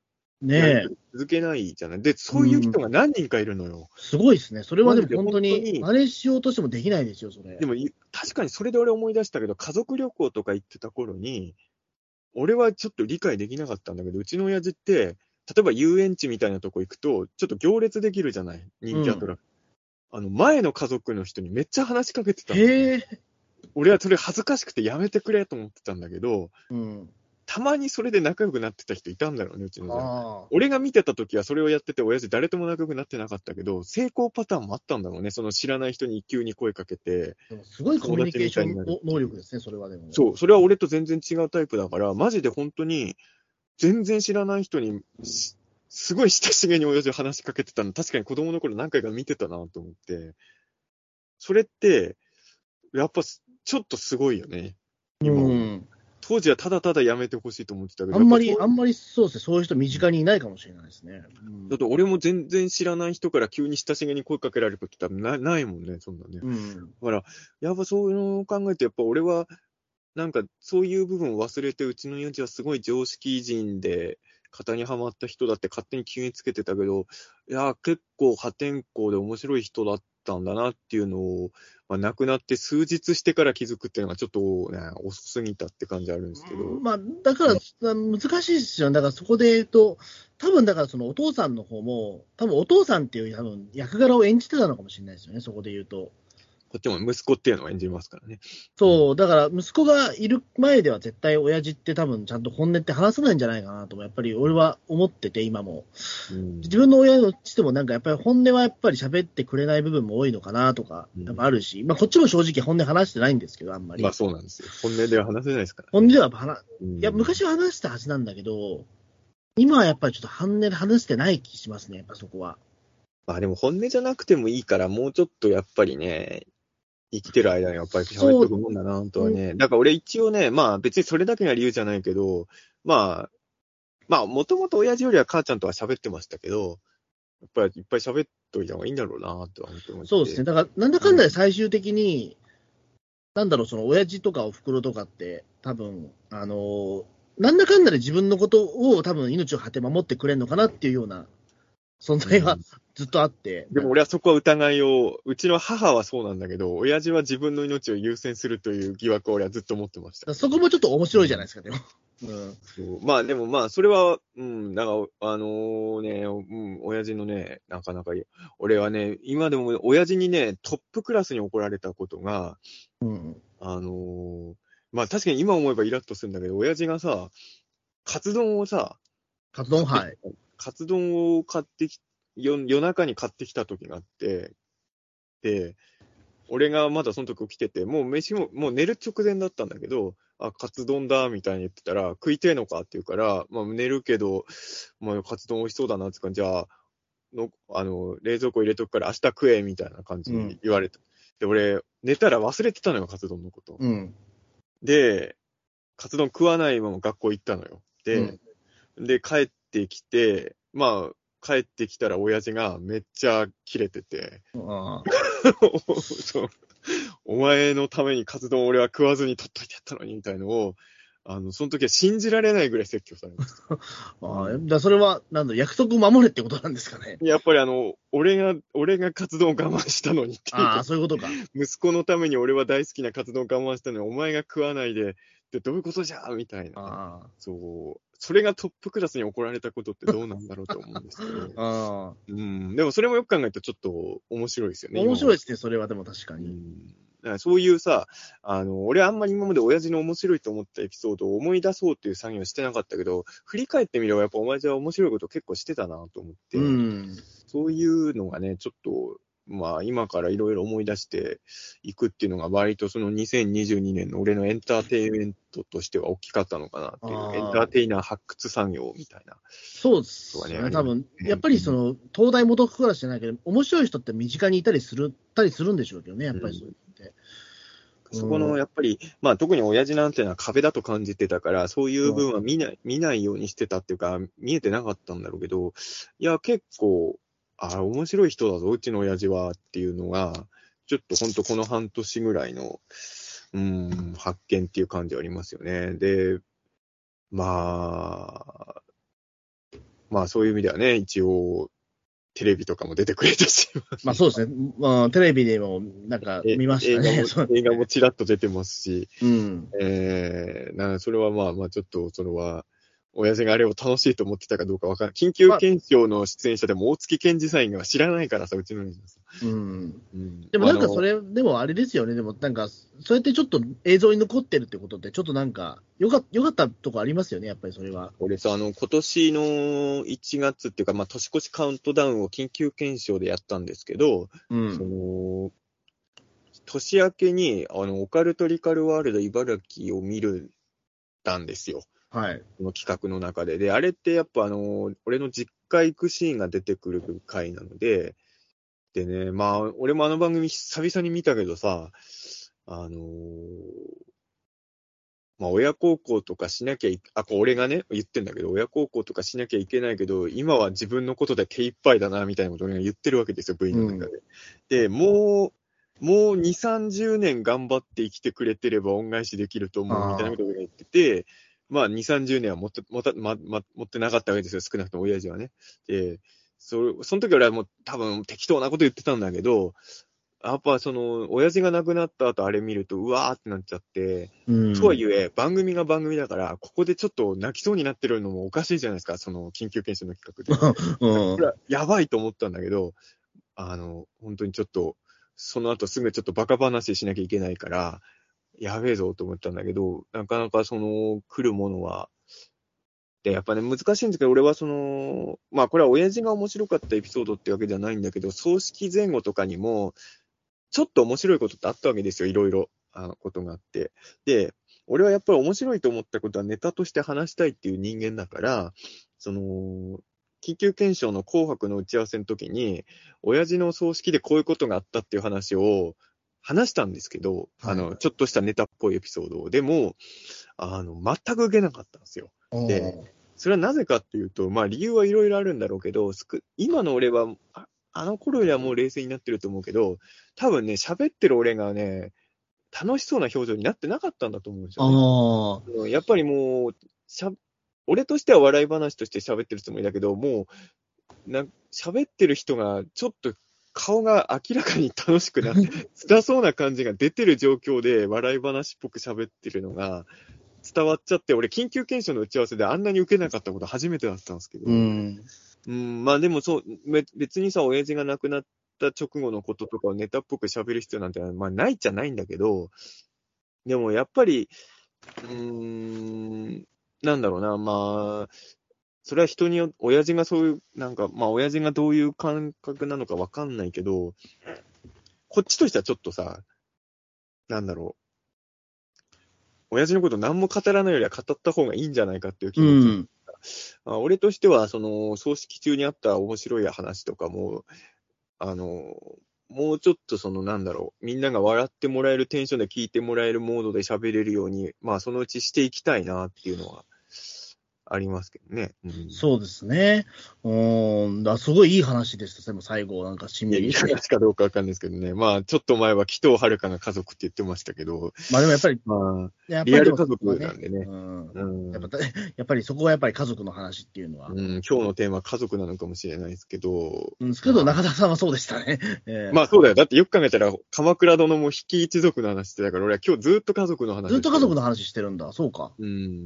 ねえ。 続けないじゃない。で、そういう人が何人かいるのよ。うん、 すごいですね。それはでも本当に、真似しようとしてもできないですよ、それ。 でも、確かにそれで俺思い出したけど、家族旅行とか行ってた頃に、俺はちょっと理解できなかったんだけど、うちの親父って、例えば遊園地みたいなとこ行くと、ちょっと行列できるじゃない、人気アトラクション。うん、あの、前の家族の人にめっちゃ話しかけてたの、ね。へー。俺はそれ恥ずかしくてやめてくれと思ってたんだけど、うん、たまにそれで仲良くなってた人いたんだろうね、うちの親。俺が見てた時はそれをやってて、親父誰とも仲良くなってなかったけど、成功パターンもあったんだろうね。その知らない人に急に声かけて。 でもすごいコミュニケーション能力ですね、それはでも。 そう、それは俺と全然違うタイプだから、マジで本当に、全然知らない人に、すごい親しげに親父話しかけてたの、確かに子供の頃何回か見てたなと思って。それって、やっぱちょっとすごいよね。今、うん、当時はただただやめてほしいと思ってたけど。 あんまり、あんまりそうですね、そういう人身近にいないかもしれないですね。 うん、だって俺も全然知らない人から急に親しげに声かけられることってなないもんね、そんなね。うん、だから、やっぱそういうのを考えて、やっぱ俺は、なんかそういう部分を忘れて、うちの親父はすごい常識人で、型にはまった人だって勝手に決めつけてたけど、いや、結構破天荒で面白い人だったんだなっていうのを、まあ、亡くなって数日してから気づくっていうのがちょっとね、遅すぎたって感じあるんですけど。 まあ、だから、難しいですよね。だからそこで言うと、多分だからそのお父さんの方も、多分お父さんっていう多分役柄を演じてたのかもしれないですよね、そこで言うと。 こっちも息子っていうのを演じますからね。 そう、だから息子がいる前では絶対親父って多分ちゃんと本音って話さないんじゃないかなとも、やっぱり俺は思ってて、今も。うん、自分の親のしてもなんかやっぱり本音はやっぱり喋ってくれない部分も多いのかなとか、やっぱあるし、うん、まあこっちも正直本音話してないんですけど、あんまり。 まあそうなんですよ。本音では話せないですから、ね。 本音では話、うん、いや、昔は話したはずなんだけど、今はやっぱりちょっと本音で話してない気しますね、やっぱそこは。 まあでも本音じゃなくてもいいから、もうちょっとやっぱりね、生きてる間にやっぱり喋っとくもんだなとはね。だから俺一応ね、まあ別にそれだけが理由じゃないけど、まあ、まあもともと親父よりは母ちゃんとは喋ってましたけど、やっぱりいっぱい喋っといた方がいいんだろうなとは思ってまして。 そうですね。だからなんだかんだで最終的に、うん、なんだろう、その親父とかお袋とかって多分、あのー、なんだかんだで自分のことを多分命を張って守ってくれるのかなっていうような存在はずっとあって、 うん、でも俺はそこは疑いを、うちの母はそうなんだけど、親父は自分の命を優先するという疑惑を俺はずっと持ってました。 そこもちょっと面白いじゃないですか、うん、でも。 うん、そうまあでもまあ、それは、うん、なんか、あのー、ね、うん、親父のね、なかなかいい。俺はね、今でも親父にね、トップクラスに怒られたことが、うん、あのー、まあ確かに今思えばイラッとするんだけど、親父がさ、カツ丼をさ、 カツ丼はい。 カツ丼を買ってき、夜夜中に買ってきた時があって、で、俺がまだその時起きてて、もう飯も、もう寝る直前だったんだけど、あ、カツ丼だ、みたいに言ってたら、食いてえのかって言うから、まあ寝るけど、まあカツ丼美味しそうだなって感じ、じゃあ、の、あの、冷蔵庫入れとくから明日食え、みたいな感じに言われた。うん、で、俺、寝たら忘れてたのよ、カツ丼のこと。うん、で、カツ丼食わないまま学校行ったのよ。で、うん、で、帰ってきて、まあ、帰ってきたら親父がめっちゃキレてて。あそうお前のためにカツ丼俺は食わずに取っといてやったのにみたいのを、あの、その時は信じられないぐらい説教されました。 ああ、だそれは、なんだ、約束を守れってことなんですかね。 やっぱりあの、俺が、俺がカツ丼を我慢したのにっていう。 ああ、そういうことか。 息子のために俺は大好きなカツ丼を我慢したのに、お前が食わないで、ってどういうことじゃみたいな。あそう。それがトップクラスに怒られたことってどうなんだろうと思うんですけど。あうん。でもそれもよく考えるとちょっと面白いですよね。 面白いですね、それはでも確かに。うんだからそういうさ、あの、俺はあんまり今まで親父の面白いと思ったエピソードを思い出そうっていう作業してなかったけど、振り返ってみればやっぱお前じゃ面白いこと結構してたなと思って、うん、そういうのがね、ちょっと、まあ今からいろいろ思い出していくっていうのが割とそのにせんにじゅうにねんの俺のエンターテインメントとしては大きかったのかなっていう、エンターテイナー発掘作業みたいな。 そうですね。多分、やっぱりその、東大元暮らしじゃないけど、面白い人って身近にいたりする、たりするんでしょうけどね、やっぱりそういうのって。 うん、そこの、やっぱり、まあ特に親父なんていうのは壁だと感じてたから、そういう部分は見ない、見ないようにしてたっていうか、見えてなかったんだろうけど、いや、結構、ああ、面白い人だぞ、うちの親父はっていうのが、ちょっとほんとこの半年ぐらいの、うん、発見っていう感じはありますよね。で、まあ、 まあそういう意味ではね、一応、テレビとかも出てくれたし。 まあそうですね。まあ、テレビでもなんか見ましたね。 映画も、映画もちらっと出てますし、 うん。 えー、な、それはまあまあちょっと、それは、親父があれを楽しいと思ってたかどうかわかんない。緊急まあ、 検証の出演者でも大月健二さんが知らないからさ、うちの親父はさ。 うん。 うん。 でもまあ、あの、 なんかそれ、でもあれですよね。でもなんか、そうやってちょっと映像に残ってるってことって、ちょっとなんか、よか、よかったとこありますよね、やっぱりそれは。 俺さ、あの、今年のいちがつっていうか、まあ、年越しカウントダウンを緊急検証でやったんですけど、そうん。 の、年明けに、あの、オカルトリカルワールド茨城を見るたんですよ。 はい。 この企画の中で。で、あれってやっぱあの、俺の実家行くシーンが出てくる回なので、でね、まあ、俺もあの番組久々に見たけどさ、あのーまあ、親孝行とかしなきゃい、あ、こう俺がね、言ってんだけど、親孝行とかしなきゃいけないけど、今は自分のことで手一杯だな、みたいなことを俺が言ってるわけですよ、ブイ の中で。で、もう、もうに、さんじゅうねん頑張って生きてくれてれば恩返しできると思う、みたいなことを俺が言ってて、まあ、に、さんじゅうねんは持って、持た、ま、ま、持ってなかったわけですよ、少なくとも親父はね。で、そ、その時俺はもう多分適当なこと言ってたんだけど、やっぱその、親父が亡くなった後あれ見ると、うわーってなっちゃって、 うん。 とはいえ、番組が番組だから、ここでちょっと泣きそうになってるのもおかしいじゃないですか、その緊急検証の企画で。 うん。 これはやばいと思ったんだけど、あの、本当にちょっと、その後すぐちょっとバカ話しなきゃいけないから、やべえぞと思ったんだけど、なかなかその、来るものは、で、やっぱね、難しいんですけど、俺はその、まあこれは親父が面白かったエピソードってわけじゃないんだけど、葬式前後とかにも、ちょっと面白いことってあったわけですよ、いろいろ、あの、ことがあって。で、俺はやっぱり面白いと思ったことはネタとして話したいっていう人間だから、その、緊急検証の紅白の打ち合わせの時に、親父の葬式でこういうことがあったっていう話を話したんですけど、あはい。 の、ちょっとしたネタっぽいエピソードを。でも、あの、全く受けなかったんですよ。で、それはなぜかっていうと、まあ理由はいろいろあるんだろうけど、すく今の俺は、ああの頃よりはもう冷静になってると思うけど、多分ね、喋ってる俺がね、楽しそうな表情になってなかったんだと思うんですよね。 ああ。 うんやっぱりもう、しゃ、俺としては笑い話として喋ってるつもりだけど、もう、な、喋ってる人がちょっと顔が明らかに楽しくなって、辛そうな感じが出てる状況で笑い話っぽく喋ってるのが伝わっちゃって、俺緊急検証の打ち合わせであんなに受けなかったこと初めてだったんですけど、 うん。 うん、まあでもそう、べ別にさ、親父が亡くなった直後のこととかをネタっぽく喋る必要なんて、まあないっちゃないんだけど、でもやっぱり、うーん、なんだろうな、まあ、それは人によって、親父がそういう、なんか、まあ親父がどういう感覚なのかわかんないけど、こっちとしてはちょっとさ、なんだろう、親父のこと何も語らないよりは語った方がいいんじゃないかっていう気う持ちも、 ん。 まあ、俺としては、その、葬式中にあった面白い話とかも、あの、もうちょっとそのなんだろう、みんなが笑ってもらえるテンションで聞いてもらえるモードで喋れるように、まあそのうちしていきたいなっていうのはありますけどね。うん、 そうですね。うん。だすごいいい話でした。でも最後、なんか締いや、いいめにして。 話かどうかわかんないですけどね。まあちょっと前は紀藤遥が家族って言ってましたけど、 まあでもやっぱり、 まあ、 やっぱりでもリアル家そこはね、 族なんでね。 うん。 うん。 やっぱ、やっぱりそこはやっぱり家族の話っていうのは。 うん、今日のテーマは家族なのかもしれないですけど、 うん、ですけど、 まあ、 中田さんはそうでしたね。ええまあそうだよ。だってよく考えたら、鎌倉殿も比企一族の話してたから、俺は今日ずっと家族の話ずっをしてる。 と家族の話してるんだ。そうか。 うん。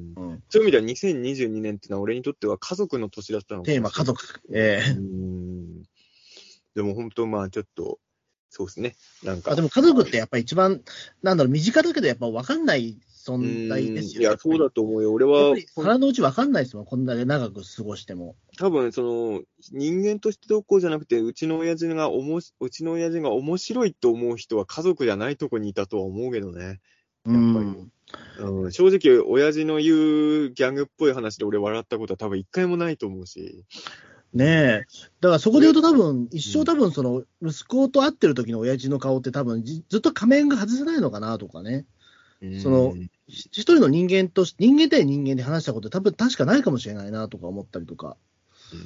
うん。 そういう意味ではにせんにじゅうにねんってのは俺にとっては家族の年だったのかテーマ、 もしれない。 家族。えうえん。でも本当まあちょっと、そうですね。なんあ、 か、 でも家族ってやっぱり一番、なんだろう、身近だけどやっぱ分かんないう存在でん、 すよね。 いや、そうやっぱり。 だと思うよ。俺やっぱりはほん、 腹の内分かんないですもん。こんだけ長く過ごしても。 多分その、人間としてどうこうじゃなくて、うちの親父がおもし、うちの親父が面白いと思う人は家族じゃないとこにいたとは思うけどね。 うやっぱり。 ん。 うん、正直、親父の言うギャグっぽい話で俺笑ったことは多分一回もないと思うし。 ねえ。だからそこで俺、 言うと多分、一うん、 生多分その、息子と会ってる時の親父の顔って多分じ、ずっと仮面が外せないのかなとかね。 うその、 ん、 ひ一人の人間とし、人間対人間で話したこと多分確かないかもしれないなとか思ったりとか。 うん、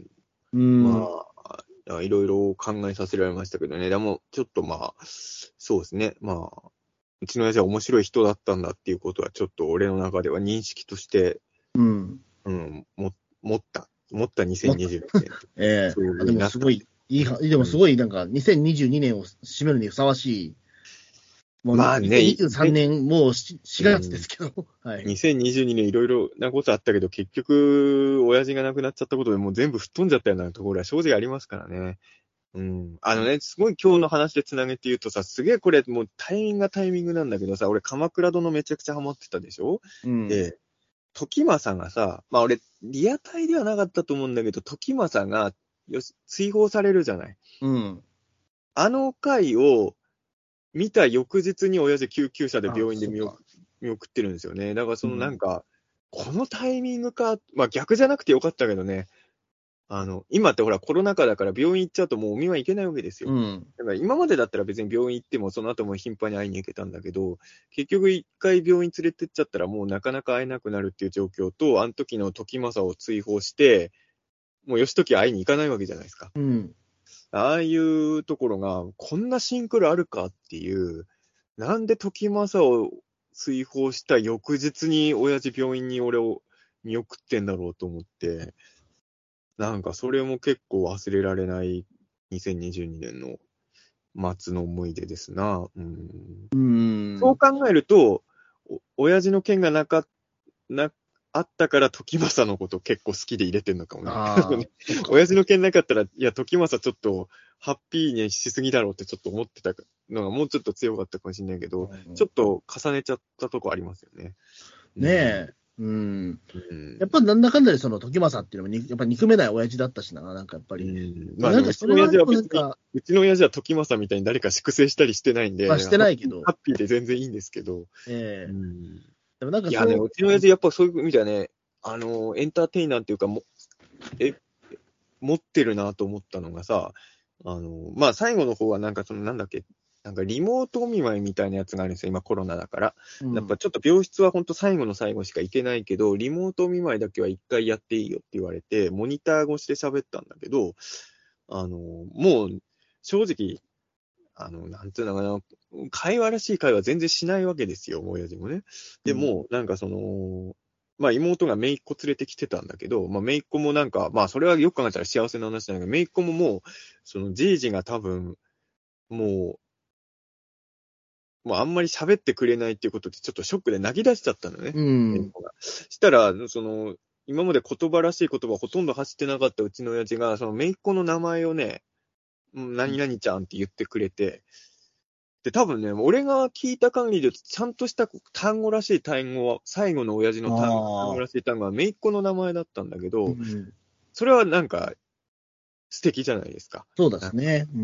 うん。 まあ、いろいろ考えさせられましたけどね。でも、ちょっとまあ、そうですね。まあ、うちの親父は面白い人だったんだっていうことは、ちょっと俺の中では認識として、 うん。 うん、も、持った思ったにせんにじゅうろくねん。 ええそういうあでもすごい、いいは、でもすごいなんか、にせんにじゅうにねんを締めるにふさわしい、もう、 まあね、 にせんにじゅうさんねん、もうししがつですけど、はい。 にせんにじゅうにねんいろいろなことあったけど、結局、親父が亡くなっちゃったことでもう全部吹っ飛んじゃったようなところは正直ありますからね。うん。あのね、すごい今日の話でつなげて言うとさ、すげえこれもうタイミングがタイミングなんだけどさ、俺鎌倉殿めちゃくちゃハマってたでしょ。 うん。 で、時政がさ、まあ俺、リアタイではなかったと思うんだけど、時政が、よし、追放されるじゃない。 うん。 あの回を見た翌日に親父救急車であ、 病院で見送そっか。 見送ってるんですよね。だからそのなんうん。 か、このタイミングか、まあ逆じゃなくてよかったけどね。あの、今ってほらコロナ禍だから病院行っちゃうともうお見舞い行けないわけですよ。 うん。 だから今までだったら別に病院行ってもその後も頻繁に会いに行けたんだけど、結局一回病院連れてっちゃったらもうなかなか会えなくなるっていう状況と、あの時の時政を追放して、もう義時会いに行かないわけじゃないですか。 うん。 ああいうところが、こんなシンクロあるかっていう、なんで時政を追放した翌日に親父病院に俺を見送ってんだろうと思って、なんかそれも結構忘れられないにせんにじゅうにねんの末の思い出ですな。うん、 うん。 そう考えると、お親父の件がなかなあったから時政のこと結構好きで入れてんのかもね。 ああ、そっか。 親父の件なかったら、いや、時政ちょっとハッピーにしすぎだろうってちょっと思ってたのがもうちょっと強かったかもしれないけど、 うんちょっと重ねちゃったとこありますよね。 ねえ。うん。 うん。 やっぱなんだかんだでその時政っていうのもに、やっぱ憎めない親父だったしな、なんかやっぱうり。 ん、まあでも、 なんかうちの親それはやっぱな父は別に、 んか、 うちの親父は時政みたいに誰か粛清したりしてないんで、 まあしてないけど、 ハッピーで全然いいんですけど。 ええうん、 でもなんかいやね、 そう、 うちの親父やっぱそういう意味ではね、あの、エンターテイナーっていうかも、え、持ってるなと思ったのがさ、あの、まあ、最後の方はなんかそのなんだっけ、なんかリモートお見舞いみたいなやつがあるんですよ、今コロナだから。 うん、 やっぱちょっと病室は本当最後の最後しか行けないけど、リモートお見舞いだけは一回やっていいよって言われて、モニター越しで喋ったんだけど、あの、もう正直、あの、なんていうのかな、会話らしい会話全然しないわけですよ、親父もね。でも、なんかその、まあ妹が姪っ子連れてきてたんだけど、まあ姪っ子もなんか、まあそれはよく考えたら幸せな話なんだけど、姪っ子ももう、そのじいじが多分、もう、もうあんまり喋ってくれないっていうことでちょっとショックで泣き出しちゃったのね。 う姪っん、 子が。したら、その、今まで言葉らしい言葉ほとんど発してなかったうちの親父が、その姪っ子の名前をね、うん何々ちゃんって言ってくれて、で、多分ね、俺が聞いた限りで言うと、ちゃんとした単語らしい単語は、最後の親父の単単語ああ、 らしい単語は、姪っ子の名前だったんだけど、 うん、 それはなんか素敵じゃないですか。 そうですね。うん、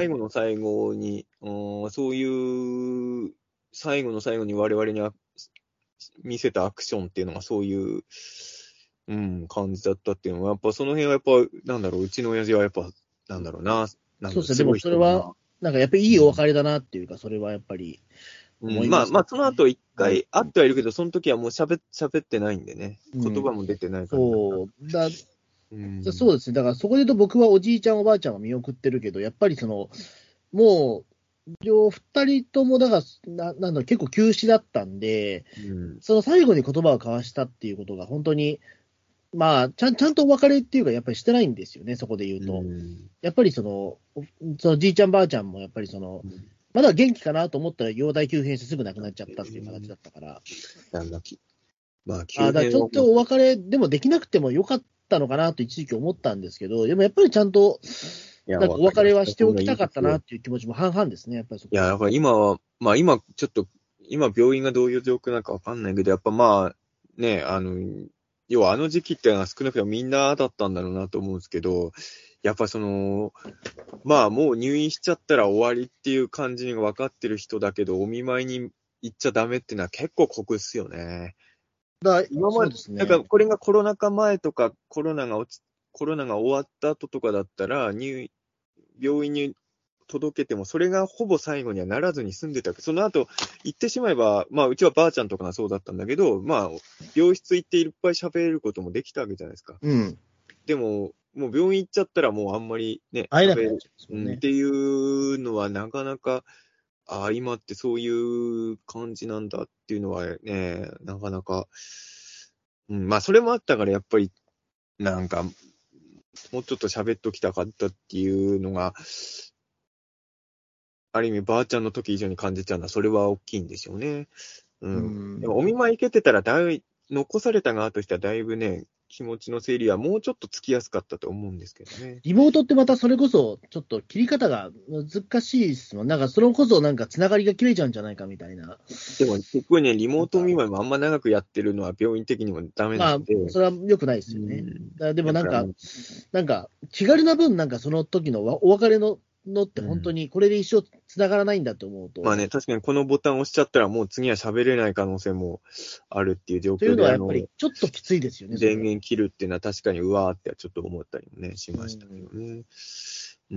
最後の最後に、うん、そういう、最後の最後に我々にあ見せたアクションっていうのがそういう、うん、感じだったっていうのは、やっぱその辺はやっぱ、なんだろう、うちの親父はやっぱ、なんだろうな、なんだろう、 そうですね。でもすごいそれは、 人だな。 なんかやっぱりいいお別れだなっていうか、それはやっぱりうん、 思いました、 まあまあ、その後一うん。 回会ってはいるけど、その時はもう喋喋ってないんでね。言葉うん、 も出てない感じだった。 そう、だ、 うん。 そうですね。だからそこで言うと僕はおじいちゃんおばあちゃんは見送ってるけど、やっぱりその、もう、両二人とも、だから、ななんだろう、結構休止だったんで、 うん。 その最後に言葉を交わしたっていうことが本当に、まあ、ちゃん、ちゃんとお別れっていうか、やっぱりしてないんですよね、そこで言ううと。 ん。 やっぱりその、そのじいちゃんばあちゃんもやっぱりその、まだ元気かなと思ったら、容体急変してすぐ亡くなっちゃったっていう形だったから、 なんだき。まあ、 あだから急変は、 ちょっとお別れでもできなくてもよかったのかなと一時期思ったんですけど、でもやっぱりちゃんと、 いや、 なんかお別れはしておきたかったなっいていう気持ちも半々ですね、やっぱりそこや、 は。 だから今は、まあ今、ちょっと、今病院がどういう状況なのかわかんないけど、やっぱまあ、ね、あの、要はあの時期ってのは少なくともみんなだったんだろうなと思うんですけど、やっぱその、まあもう入院しちゃったら終わりっていう感じに分かってる人だけど、お見舞いに行っちゃダメっていうのは結構酷っすよね。 だ今まで、 そうですなんかね。 これがコロナ禍前とか、コロナが落ち、コロナが終わった後とかだったら、入病院に届けても、それがほぼ最後にはならずに済んでた。その後、行ってしまえば、まあ、うちはばあちゃんとかがそうだったんだけど、まあ、病室行っていっぱい喋れることもできたわけじゃないですか。 うん。 でも、もう病院行っちゃったらもうあんまりね、 会えなく喋る、 なっちゃうんですもんうん、っね。 ていうのはなかなか、ああ、今ってそういう感じなんだっていうのはね、なかなか、うん、まあ、それもあったから、やっぱり、なんか、 もうちょっと喋っときたかったっていうのが、ある意味ばあちゃんの時以上に感じちゃうのは、それは大きいんでしょうね。うん。 うんでもお見舞い行けてたら、だいぶ、残された側としてはだいぶね、気持ちの整理はもうちょっとつきやすかったと思うんですけどね。 リモートってまたそれこそ、ちょっと切り方が難しいですもん。なんか、それこそなんかつながりが切れちゃうんじゃないかみたいな。 でも、結構ね、リモート見舞いもあんま長くやってるのは病院的にもダメまあなんで。、 それは良くないですよね。 うんだからでもなんかだからもう、 なんか、気軽な分、なんかその時のわお別れののって本当にこれで一生つながらないんだと思うと。 まあね、確かにこのボタンを押しちゃったらもう次は喋れない可能性もあるっていう状という況で、あの、 のはやっぱりちょっときついですよね。それ電源切るっていうのは確かにうわーってちょっと思ったりもね、しましたけどね。うん。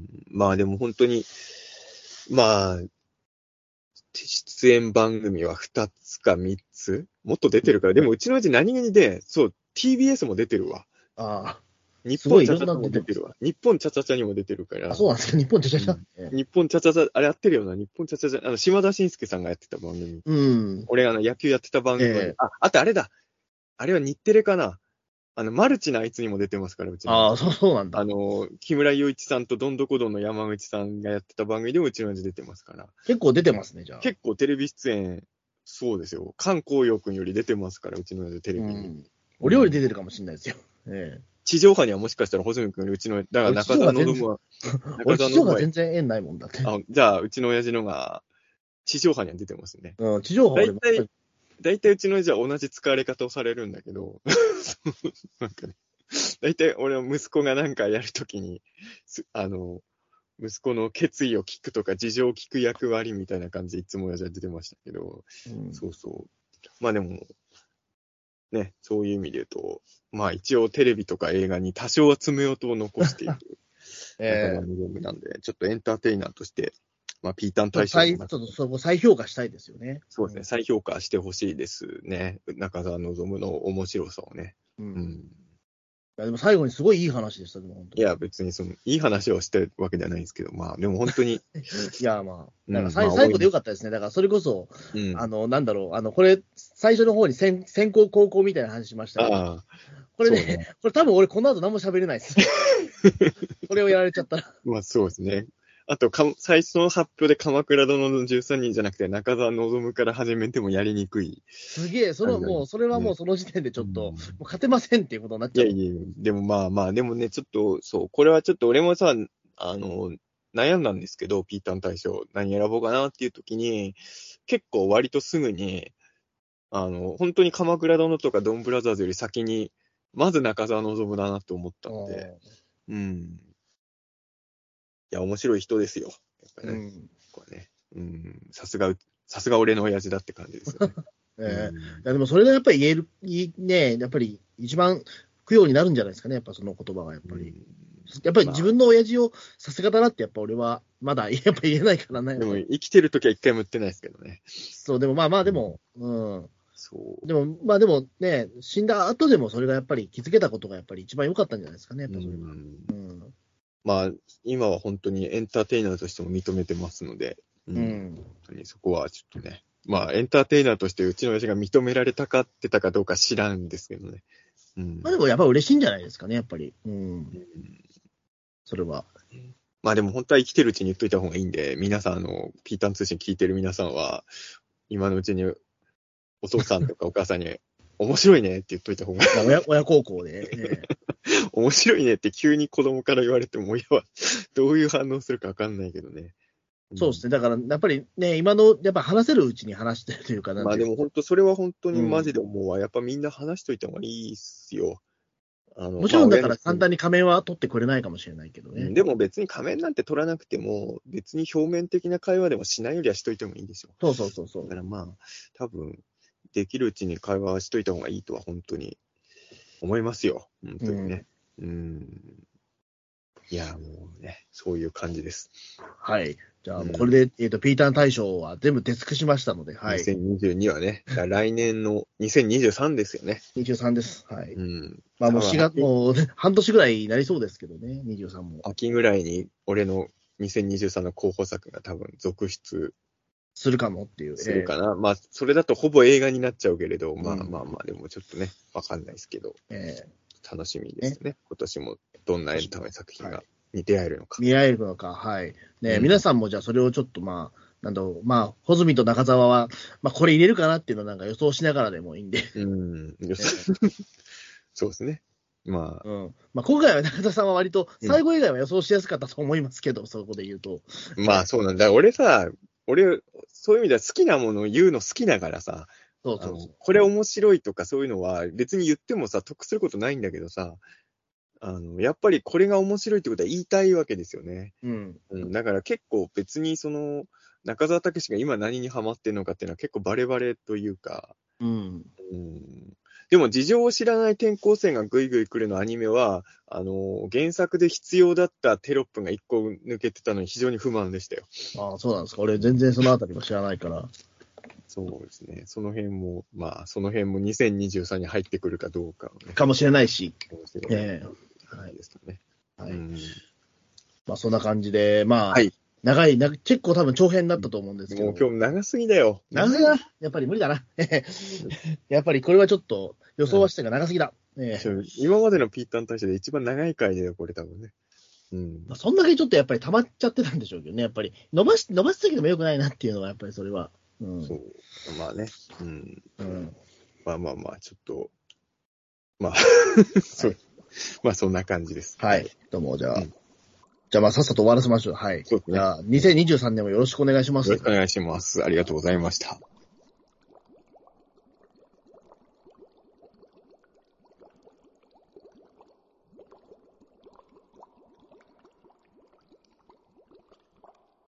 まあでも本当に、まあ、出演番組はふたつかみっつもっと出てるから、でもうちのうち何気にで、そう、ティービーエス も出てるわ。 ああ。 日すごいい本チャチャチャろんな出てますも出てるわ。日本チャチャチャにも出てるから。 あ、そうなんですか。日本ちょちょちょ。 うん日本チャチャチャ、あれやってるよな。日本チャチャチャ、あの、島田紳介さんがやってた番組。 うん。 俺があの野球やってた番組、 ええあ、あとあれだ。あれは日テレかな。あの、マルチなあいつにも出てますから、うちの。 ああ、そうそうなんだ。 あの、木村祐一さんとどんどこどんの山口さんがやってた番組でもうちの味出てますから。 結構出てますね、じゃあ。 結構テレビ出演、そうですよ。菅光陽くんより出てますから、うちの味テレビに。 うん。お料理出てるかもしれないですよ。ええ。 地上波にはもしかしたら細見くんよりうちの、だから中澤のどもは、 俺、地上波は全然縁ないもんだって。 あ、じゃあ、うちの親父のが、地上波には出てますね。 うん、地上波俺も。 大体、大体うちの親父は同じ使われ方をされるんだけど、なんかね、大体俺の息子がなんかやるときに、あの、息子の決意を聞くとか事情を聞く役割みたいな感じでいつも親父は出てましたけど、 うん、 そうそう。まあでも、ね、そういう意味で言うと、まあ一応テレビとか映画に多少は爪痕を残しているえ中村組なんで、ちょっとエンターテイナーとして、まあピータンちょっと大賞再ちょっとそこ再評価したいですよね。 そうですね、再評価してほしいですね。中澤望の面白さをね。 うん。 ううん、いやでも最後にすごいいい話でした、でも本当に。 いや、別にその、いい話をしてるわけではないんですけど、まあ、でも本当に。 いや、まあ、なんかうんさい、 まあ最後でよかったですね。だからそれこそ、 うん、 あの、なんだろう、あの、これ、最初の方に先先行高校みたいな話しましたけど、 ああ、 これね、 そうねこれ多分俺この後何も喋れないです。これをやられちゃったら。 まあそうですね。あとか、最初の発表で鎌倉殿のじゅうさんにんじゃなくて中澤望から始めてもやりにくい。 すげえ、その、もう、それはもうその時点でちょっと、 うんもう勝てませんっていうことになっちゃう。 いやいやいや、でもまあまあ、でもね、ちょっと、そう、これはちょっと俺もさ、あの、悩んだんですけど、ピータン大賞、何選ぼうかなっていう時に、結構割とすぐに、あの、本当に鎌倉殿とかドンブラザーズより先に、まず中澤望だなって思ったんで、うん。いや、面白い人ですよ。やっぱね。 うん。 これね。うん。さすが、さすが俺の親父だって感じですよね。 ええうんいやでもそれがやっぱり言える、いいね、やっぱり一番供養になるんじゃないですかね、やっぱその言葉がやっぱり。やっぱり自分の親父をさすがだなって、やっぱ俺はまだやっぱ言えないからね。 でも生きてる時は一回も言ってないですけどね。 そう、でもまあまあでも、うん。 そう。 でも、まあでもね、死んだ後でもそれがやっぱり気づけたことがやっぱり一番良かったんじゃないですかね、やっぱそれが。 うんうん。 まあ、今は本当にエンターテイナーとしても認めてますので、ううん。 本当にそこはちょっとね、まあ、エンターテイナーとしてうちの親父が認められたかってたかどうか知らんですけどね。うん。 まあでもやっぱ嬉しいんじゃないですかね、やっぱり。うん。 うんそれは。 まあでも本当は生きてるうちに言っといた方がいいんで、皆さん、あの、ピータン通信聞いてる皆さんは、今のうちにお父さんとかお母さんに、面白いねって言っといた方がいい。 まあ親親孝行で、ええ面白いねって急に子供から言われても、親はどういう反応するかわかんないけどね。 そうですね。だから、やっぱりね、今の、やっぱ話せるうちに話してるというかなんまあていうかでも本当、それは本当にマジで思うわ。やっぱみんな話しといた方がいいっすよ。あのもちろんだからまあ簡単に仮面は取ってくれないかもしれないけどね。 うんでも別に仮面なんて取らなくても、別に表面的な会話でもしないよりはしといてもいいんですよ。 そうそうそうそう。 だからまあ、多分、できるうちに会話はしといた方がいいとは本当に思いますよ。本当にね。うん。うんいや、もうね、そういう感じです。 はい。じゃあ、 うんこれで、えっ、と、ピーターン大賞は全部出尽くしましたので、はい。 にせんにじゅうにはね、だから来年のにせんにじゅうさんですよね。 にじゅうさんです。はい。 うん。 まあもうしがつ、 多分もう半年ぐらいになりそうですけどね、にじゅうさんも。 秋ぐらいに俺のにせんにじゅうさんの候補作が多分続出するかもっていう。 するかな。まあ、それだとほぼ映画になっちゃうけれど、まあうんまあまあ、でもちょっとね、わかんないですけど、 えーえ楽しみですね。今年もどんなエンタメ作品がに出会えるのか。 見会えるのか、はい。ね、 うん、 皆さんもじゃあそれをちょっとまあ、なんだろう、まあ、穂積と中澤は、まあ、これ入れるかなっていうのをなんか予想しながらでもいいんで。 うん。予想そうですね。まあ。 うん。まあ、今回は中田さんは割と、最後以外は予想しやすかったと思いますけど、うん、そこで言うと。 まあ、そうなんだ。俺さ、俺、そういう意味では好きなものを言うの好きだからさ、 そうそうそう。 これ面白いとかそういうのは別に言ってもさ、得することないんだけどさ、あの、やっぱりこれが面白いってことは言いたいわけですよね。 うん。 うん、だから結構別にその、中澤武史が今何にハマってんのかっていうのは結構バレバレというか、 うん。 うん、でも事情を知らない転校生がぐいぐい来るのアニメは、あの、原作で必要だったテロップが一個抜けてたのに非常に不満でしたよ。 ああ、そうなんですか。俺全然そのあたりも知らないから。 そうですね。その辺も、まあ、その辺もにせんにじゅうさんに入ってくるかどうか、ね、 かもしれないし。 ええー、はい。ですね。 はい。うん、まあ、そんな感じで、まあ、 はい、 長い、結構多分長編だったと思うんですけど。 もう今日長すぎだよ。 長すぎだ。やっぱり無理だな。やっぱりこれはちょっと予想はしてが長すぎだ。 うんええ、今までのピータン大社で一番長い回だよ、これ多分ね。うん。 まあ、そんだけちょっとやっぱり溜まっちゃってたんでしょうけどね。やっぱり伸ばし、伸ばしすぎても良くないなっていうのは、やっぱりそれは。うん、 そう。まあね。うん。 うん、 まあまあまあ、ちょっと、まあ、そう。まあそんな感じです。 はい。どうも、じゃあ。うん、じゃあまあさっさと終わらせましょう。はい。 そうですね。 じゃあ、にせんにじゅうさんねんもよろしくお願いします。 よろしくお願いします。ありがとうございました。